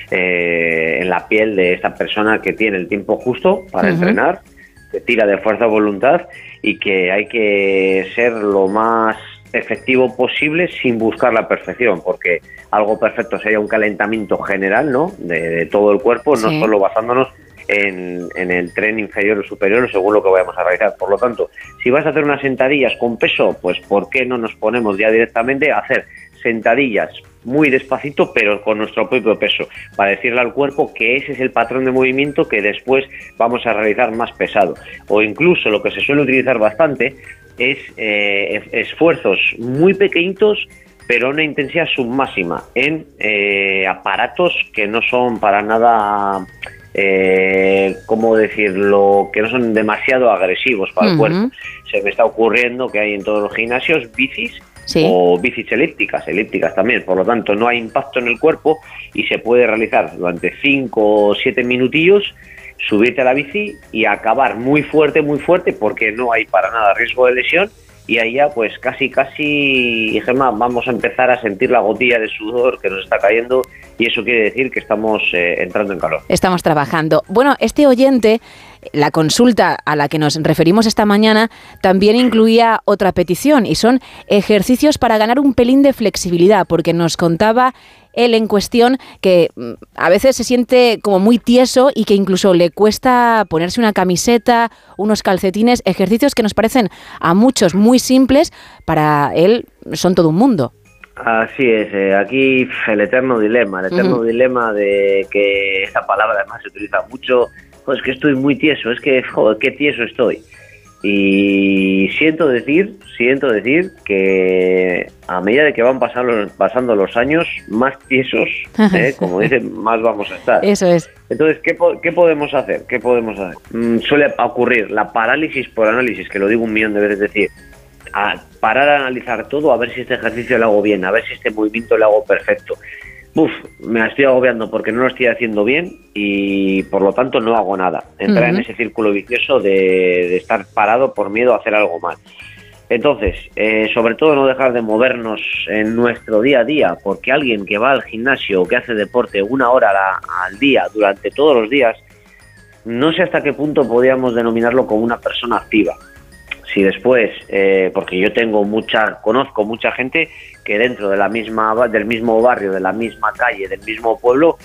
en la piel de esta persona que tiene el tiempo justo para entrenar, que tira de fuerza de voluntad y que hay que ser lo más efectivo posible sin buscar la perfección, porque algo perfecto sería un calentamiento general, ¿no? De todo el cuerpo, no solo basándonos en el tren inferior o superior según lo que vayamos a realizar. Por lo tanto, si vas a hacer unas sentadillas con peso, pues ¿por qué no nos ponemos ya directamente a hacer sentadillas muy despacito pero con nuestro propio peso, para decirle al cuerpo que ese es el patrón de movimiento que después vamos a realizar más pesado? O incluso lo que se suele utilizar bastante es esfuerzos muy pequeñitos pero a una intensidad submáxima en aparatos que no son para nada, ¿cómo decirlo?, que no son demasiado agresivos para el cuerpo. Se me está ocurriendo que hay en todos los gimnasios bicis o bicis elípticas también, por lo tanto no hay impacto en el cuerpo y se puede realizar durante 5 o 7 minutillos, subirte a la bici y acabar muy fuerte porque no hay para nada riesgo de lesión. Y ahí ya pues casi, Gemma, vamos a empezar a sentir la gotilla de sudor que nos está cayendo y eso quiere decir que estamos entrando en calor. Estamos trabajando. Bueno, este oyente, la consulta a la que nos referimos esta mañana también incluía otra petición y son ejercicios para ganar un pelín de flexibilidad, porque nos contaba él en cuestión que a veces se siente como muy tieso y que incluso le cuesta ponerse una camiseta, unos calcetines, ejercicios que nos parecen a muchos muy simples, para él son todo un mundo. Así es, aquí el eterno dilema de que esa palabra además se utiliza mucho, pues que estoy muy tieso, es que, joder, qué tieso estoy. Y siento decir que a medida de que van pasando los años, más tiesos, como dicen, más vamos a estar. Eso es. Entonces, ¿qué podemos hacer? Suele ocurrir la parálisis por análisis, que lo digo 1.000.000 de veces, decir, a parar a analizar todo, a ver si este ejercicio lo hago bien, a ver si este movimiento lo hago perfecto. Me estoy agobiando porque no lo estoy haciendo bien y por lo tanto no hago nada. Entrar en ese círculo vicioso de estar parado por miedo a hacer algo mal. Entonces, sobre todo no dejar de movernos en nuestro día a día, porque alguien que va al gimnasio o que hace deporte 1 hora al día durante todos los días, no sé hasta qué punto podríamos denominarlo como una persona activa. Si después, porque yo conozco mucha gente que dentro de del mismo barrio, de la misma calle, del mismo pueblo,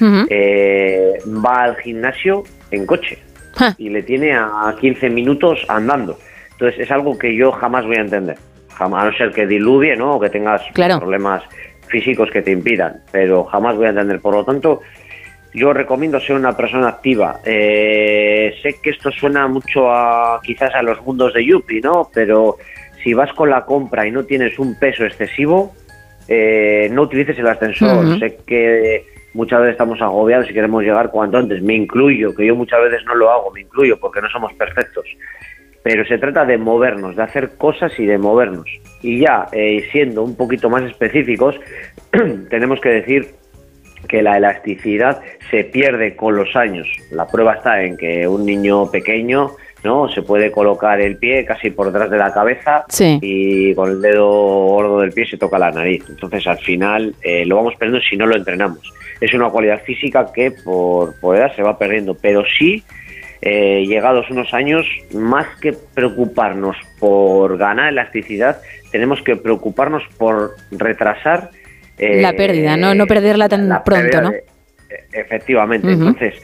va al gimnasio en coche y le tiene a 15 minutos andando. Entonces es algo que yo jamás voy a entender, a no ser que diluvie, ¿no?, o que tengas problemas físicos que te impidan, pero jamás voy a entender. Por lo tanto, yo recomiendo ser una persona activa. Sé que esto suena mucho quizás a los mundos de Yuppie, ¿no? Pero si vas con la compra y no tienes un peso excesivo, no utilices el ascensor. Sé que muchas veces estamos agobiados y queremos llegar cuanto antes. Me incluyo, que yo muchas veces no lo hago, porque no somos perfectos. Pero se trata de movernos, de hacer cosas y de movernos. Y ya, siendo un poquito más específicos, tenemos que decir que la elasticidad se pierde con los años. La prueba está en que un niño pequeño, ¿no?, se puede colocar el pie casi por detrás de la cabeza y con el dedo gordo del pie se toca la nariz. Entonces, al final, lo vamos perdiendo si no lo entrenamos. Es una cualidad física que por edad se va perdiendo, pero sí, llegados unos años, más que preocuparnos por ganar elasticidad, tenemos que preocuparnos por retrasar la pérdida, no perderla tan pronto, ¿no? Efectivamente. Entonces,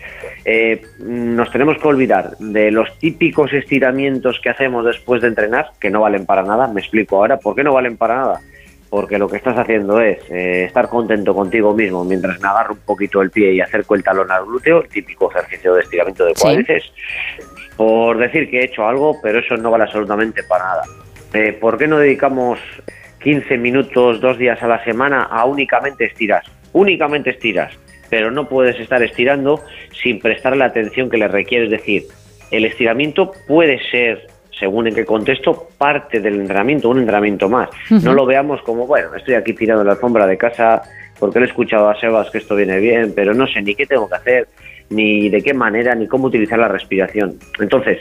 nos tenemos que olvidar de los típicos estiramientos que hacemos después de entrenar, que no valen para nada. Me explico ahora. ¿Por qué no valen para nada? Porque lo que estás haciendo es estar contento contigo mismo mientras me agarro un poquito el pie y acerco el talón al glúteo, el típico ejercicio de estiramiento de cuádriceps, por decir que he hecho algo, pero eso no vale absolutamente para nada. ¿Por qué no dedicamos 15 minutos 2 días a la semana a únicamente estirar? únicamente estiras, pero no puedes estar estirando sin prestarle la atención que le requiere. Es decir, el estiramiento puede ser, según en qué contexto, parte del entrenamiento, un entrenamiento más. No lo veamos como, bueno, estoy aquí tirando en la alfombra de casa porque le he escuchado a Sebas que esto viene bien, pero no sé ni qué tengo que hacer, ni de qué manera, ni cómo utilizar la respiración. Entonces,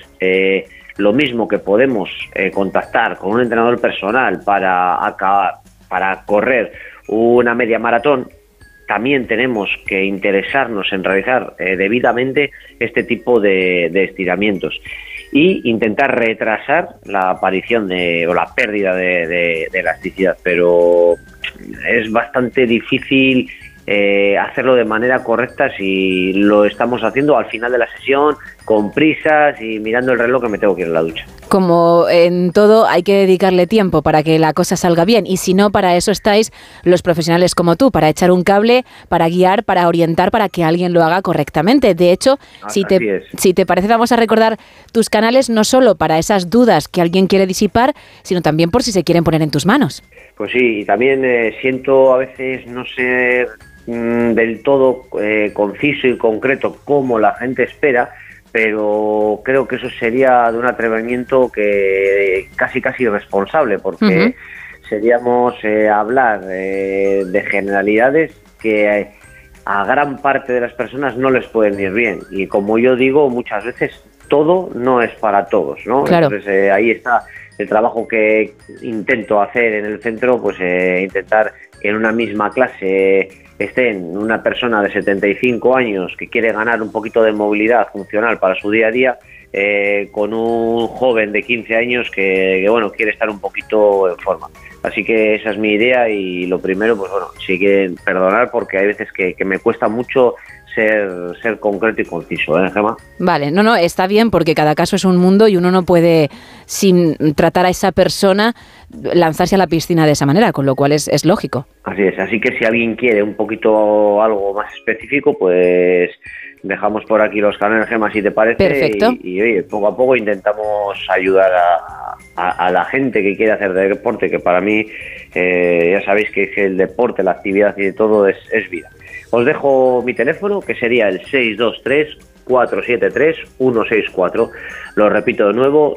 lo mismo que podemos contactar con un entrenador personal para correr una media maratón, también tenemos que interesarnos en realizar debidamente este tipo de estiramientos y intentar retrasar la aparición o la pérdida de elasticidad, pero es bastante difícil hacerlo de manera correcta si lo estamos haciendo al final de la sesión, con prisas y mirando el reloj que me tengo que ir a la ducha. Como en todo, hay que dedicarle tiempo para que la cosa salga bien, y si no, para eso estáis los profesionales como tú, para echar un cable, para guiar, para orientar, para que alguien lo haga correctamente. De hecho, si te parece, vamos a recordar tus canales, no solo para esas dudas que alguien quiere disipar, sino también por si se quieren poner en tus manos. Pues sí, y también siento a veces no ser del todo conciso y concreto como la gente espera, pero creo que eso sería de un atrevimiento que casi irresponsable, porque seríamos hablar de generalidades que a gran parte de las personas no les pueden ir bien, y como yo digo muchas veces, todo no es para todos, ¿no? Claro. Entonces ahí está el trabajo que intento hacer en el centro, pues intentar que en una misma clase estén una persona de 75 años que quiere ganar un poquito de movilidad funcional para su día a día, con un joven de 15 años que bueno, quiere estar un poquito en forma. Así que esa es mi idea, y lo primero, pues bueno, sí que perdonar porque hay veces que me cuesta mucho ser concreto y conciso, Gemma. Vale, no, está bien, porque cada caso es un mundo y uno no puede, sin tratar a esa persona, lanzarse a la piscina de esa manera, con lo cual es lógico. Así es, así que si alguien quiere un poquito algo más específico, pues dejamos por aquí los canales, Gemma, si te parece. Perfecto. Y oye, poco a poco intentamos ayudar a la gente que quiere hacer deporte, que para mí, ya sabéis que el deporte, la actividad y de todo es vida. Os dejo mi teléfono, que sería el 623-473-164. Lo repito de nuevo,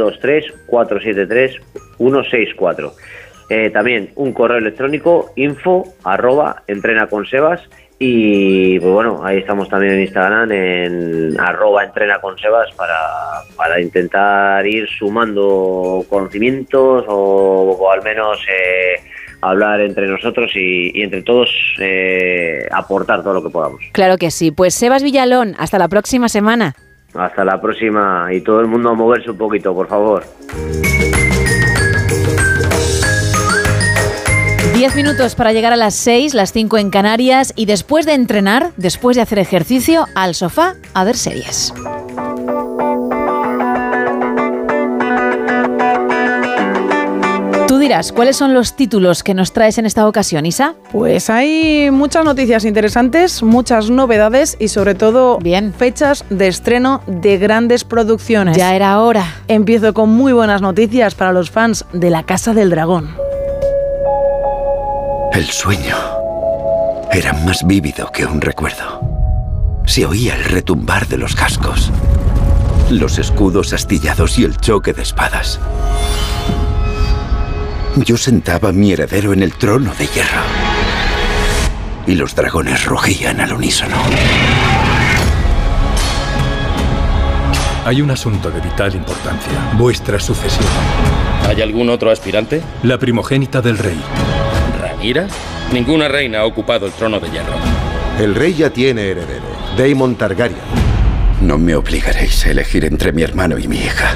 623-473-164. También un correo electrónico, info@entrenaconsebas. Y pues bueno, ahí estamos también en Instagram, en @entrenaconsebas, para intentar ir sumando conocimientos o al menos hablar entre nosotros y entre todos aportar todo lo que podamos. Claro que sí. Pues Sebas Villalón, hasta la próxima semana. Hasta la próxima, y todo el mundo a moverse un poquito, por favor. 10 minutos para llegar a las 6, las 5 en Canarias, y después de entrenar, después de hacer ejercicio, al sofá a ver series. Tú dirás, ¿cuáles son los títulos que nos traes en esta ocasión, Isa? Pues hay muchas noticias interesantes, muchas novedades y sobre todo fechas de estreno de grandes producciones. Ya era hora. Empiezo con muy buenas noticias para los fans de La Casa del Dragón. El sueño era más vívido que un recuerdo. Se oía el retumbar de los cascos, los escudos astillados y el choque de espadas. Yo sentaba a mi heredero en el trono de hierro y los dragones rugían al unísono. Hay un asunto de vital importancia: vuestra sucesión. ¿Hay algún otro aspirante? La primogénita del rey. ¿Rhaenyra? Ninguna reina ha ocupado el trono de hierro. El rey ya tiene heredero, Daemon Targaryen. No me obligaréis a elegir entre mi hermano y mi hija.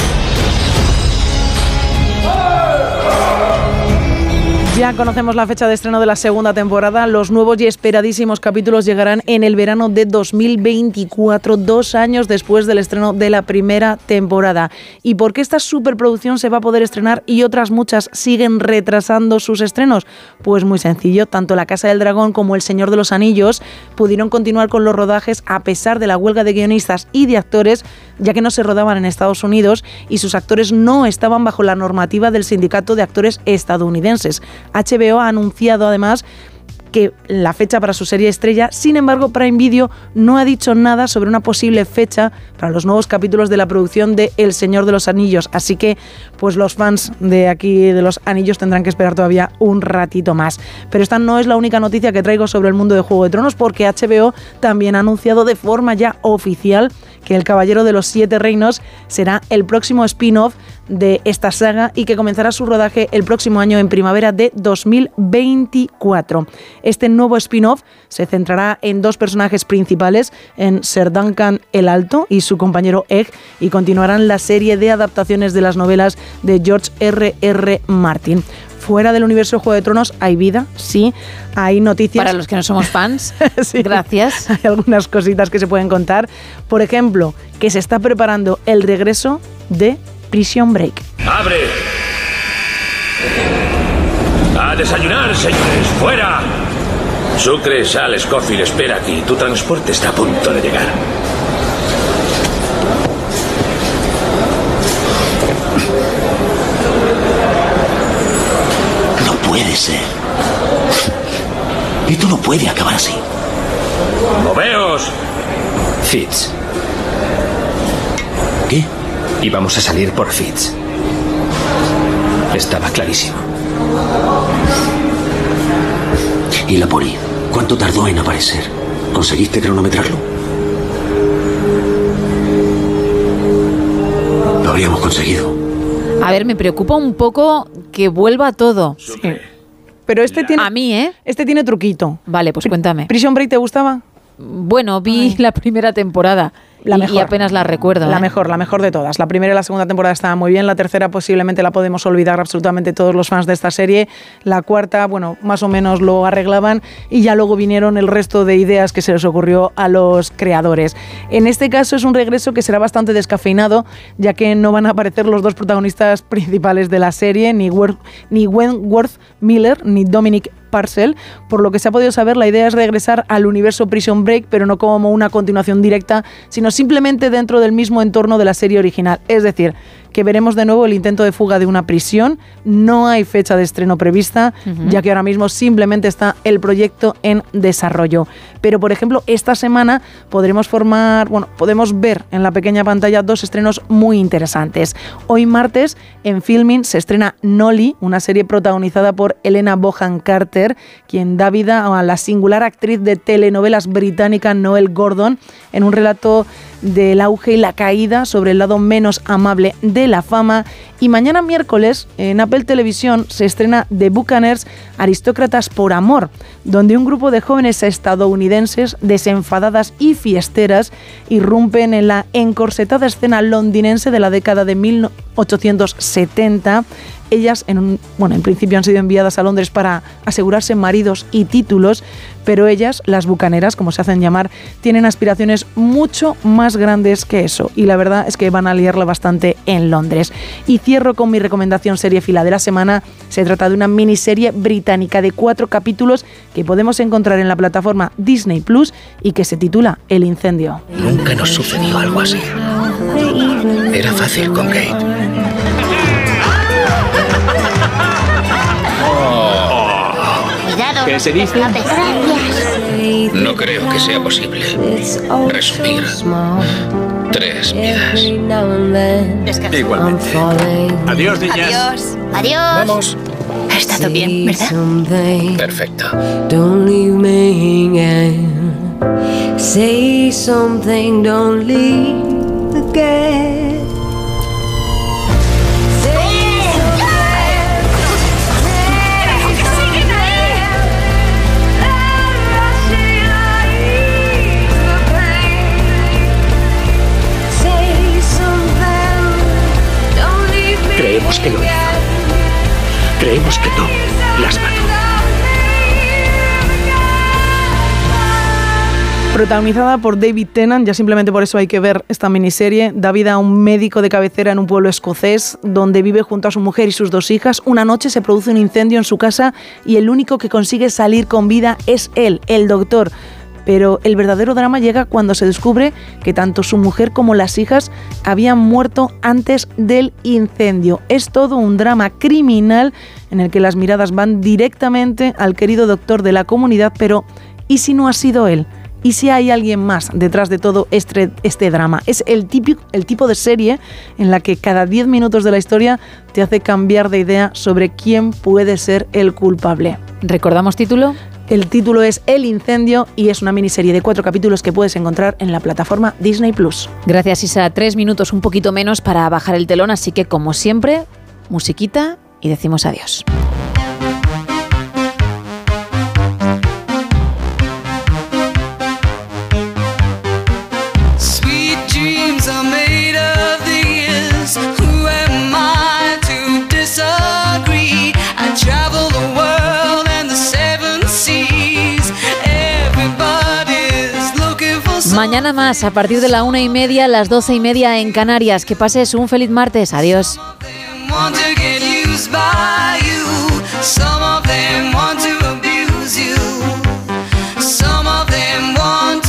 Ya conocemos la fecha de estreno de la segunda temporada. Los nuevos y esperadísimos capítulos llegarán en el verano de 2024, 2 años después del estreno de la primera temporada. ¿Y por qué esta superproducción se va a poder estrenar y otras muchas siguen retrasando sus estrenos? Pues muy sencillo, tanto La Casa del Dragón como El Señor de los Anillos pudieron continuar con los rodajes a pesar de la huelga de guionistas y de actores, ya que no se rodaban en Estados Unidos y sus actores no estaban bajo la normativa del Sindicato de Actores Estadounidenses. HBO ha anunciado además que la fecha para su serie estrella. Sin embargo, Prime Video no ha dicho nada sobre una posible fecha para los nuevos capítulos de la producción de El Señor de los Anillos. Así que, pues los fans de aquí de los Anillos tendrán que esperar todavía un ratito más. Pero esta no es la única noticia que traigo sobre el mundo de Juego de Tronos, porque HBO también ha anunciado de forma ya oficial que El Caballero de los Siete Reinos será el próximo spin-off de esta saga y que comenzará su rodaje el próximo año en primavera de 2024. Este nuevo spin-off se centrará en dos personajes principales, en Ser Duncan el Alto y su compañero Egg, y continuarán la serie de adaptaciones de las novelas de George R.R. Martin. Fuera del universo de Juego de Tronos hay vida, sí, hay noticias. Para los que no somos fans, sí, gracias. Hay algunas cositas que se pueden contar. Por ejemplo, que se está preparando el regreso de Prison Break. ¡Abre! ¡A desayunar, señores! ¡Fuera! Sucre, Sal, Scofield, espera aquí. Tu transporte está a punto de llegar. No puede ser. Esto no puede acabar así. ¡Moveos! Fitz. ¿Qué? Íbamos a salir por Fitz. Estaba clarísimo. ¿Y la poli? ¿Cuánto tardó en aparecer? ¿Conseguiste cronometrarlo? Lo habríamos conseguido. A ver, me preocupa un poco que vuelva todo. Sí. Pero este tiene... A mí, ¿eh? Este tiene truquito. Vale, pues cuéntame. ¿Prison Break te gustaba? Bueno, vi la primera temporada. La mejor. Y apenas la recuerdo. La mejor de todas. La primera y la segunda temporada estaban muy bien. La tercera posiblemente la podemos olvidar absolutamente todos los fans de esta serie. La cuarta, bueno, más o menos lo arreglaban y ya luego vinieron el resto de ideas que se les ocurrió a los creadores. En este caso es un regreso que será bastante descafeinado, ya que no van a aparecer los dos protagonistas principales de la serie, ni Wentworth Miller ni Dominic Purcell. Por lo que se ha podido saber, la idea es regresar al universo Prison Break, pero no como una continuación directa, sino simplemente dentro del mismo entorno de la serie original. Es decir, que veremos de nuevo el intento de fuga de una prisión. No hay fecha de estreno prevista, ya que ahora mismo simplemente está el proyecto en desarrollo. Pero, por ejemplo, esta semana podemos ver en la pequeña pantalla dos estrenos muy interesantes. Hoy martes, en Filmin, se estrena Nolly, una serie protagonizada por Helena Bonham Carter, quien da vida a la singular actriz de telenovelas británica Noel Gordon, en un relato del auge y la caída sobre el lado menos amable de la fama. Y mañana miércoles en Apple Televisión se estrena The Buccaneers, Aristócratas por Amor, donde un grupo de jóvenes estadounidenses desenfadadas y fiesteras irrumpen en la encorsetada escena londinense de la década de 1870. Ellas en principio han sido enviadas a Londres para asegurarse maridos y títulos, pero ellas, las bucaneras, como se hacen llamar, tienen aspiraciones mucho más grandes que eso, y la verdad es que van a liarla bastante en Londres. Y cierro con mi recomendación seriéfila de la semana. Se trata de una miniserie británica de 4 capítulos que podemos encontrar en la plataforma Disney Plus y que se titula El Incendio. Nunca nos sucedió algo así. Era fácil con Kate. ¿Qué se dice? No creo que sea posible resumir 3 vidas. Igualmente. Adiós, niñas. Adiós. Vamos. Ha estado bien, ¿verdad? Perfecto. Don't leave me hanging. Say something, don't leave again. Creemos que lo hizo. Creemos que Tom las mató. Protagonizada por David Tennant, ya simplemente por eso hay que ver esta miniserie, da vida a un médico de cabecera en un pueblo escocés donde vive junto a su mujer y sus 2 hijas. Una noche se produce un incendio en su casa y el único que consigue salir con vida es él, el doctor. Pero el verdadero drama llega cuando se descubre que tanto su mujer como las hijas habían muerto antes del incendio. Es todo un drama criminal en el que las miradas van directamente al querido doctor de la comunidad, pero ¿y si no ha sido él? ¿Y si hay alguien más detrás de todo este drama? Es el tipo de serie en la que cada 10 minutos de la historia te hace cambiar de idea sobre quién puede ser el culpable. ¿Recordamos título? El título es El incendio y es una miniserie de 4 capítulos que puedes encontrar en la plataforma Disney+. Gracias, Isa. 3 minutos, un poquito menos para bajar el telón, así que como siempre, musiquita y decimos adiós. Mañana más, a partir de la 1:30, las 12:30 en Canarias. Que pases un feliz martes. Adiós.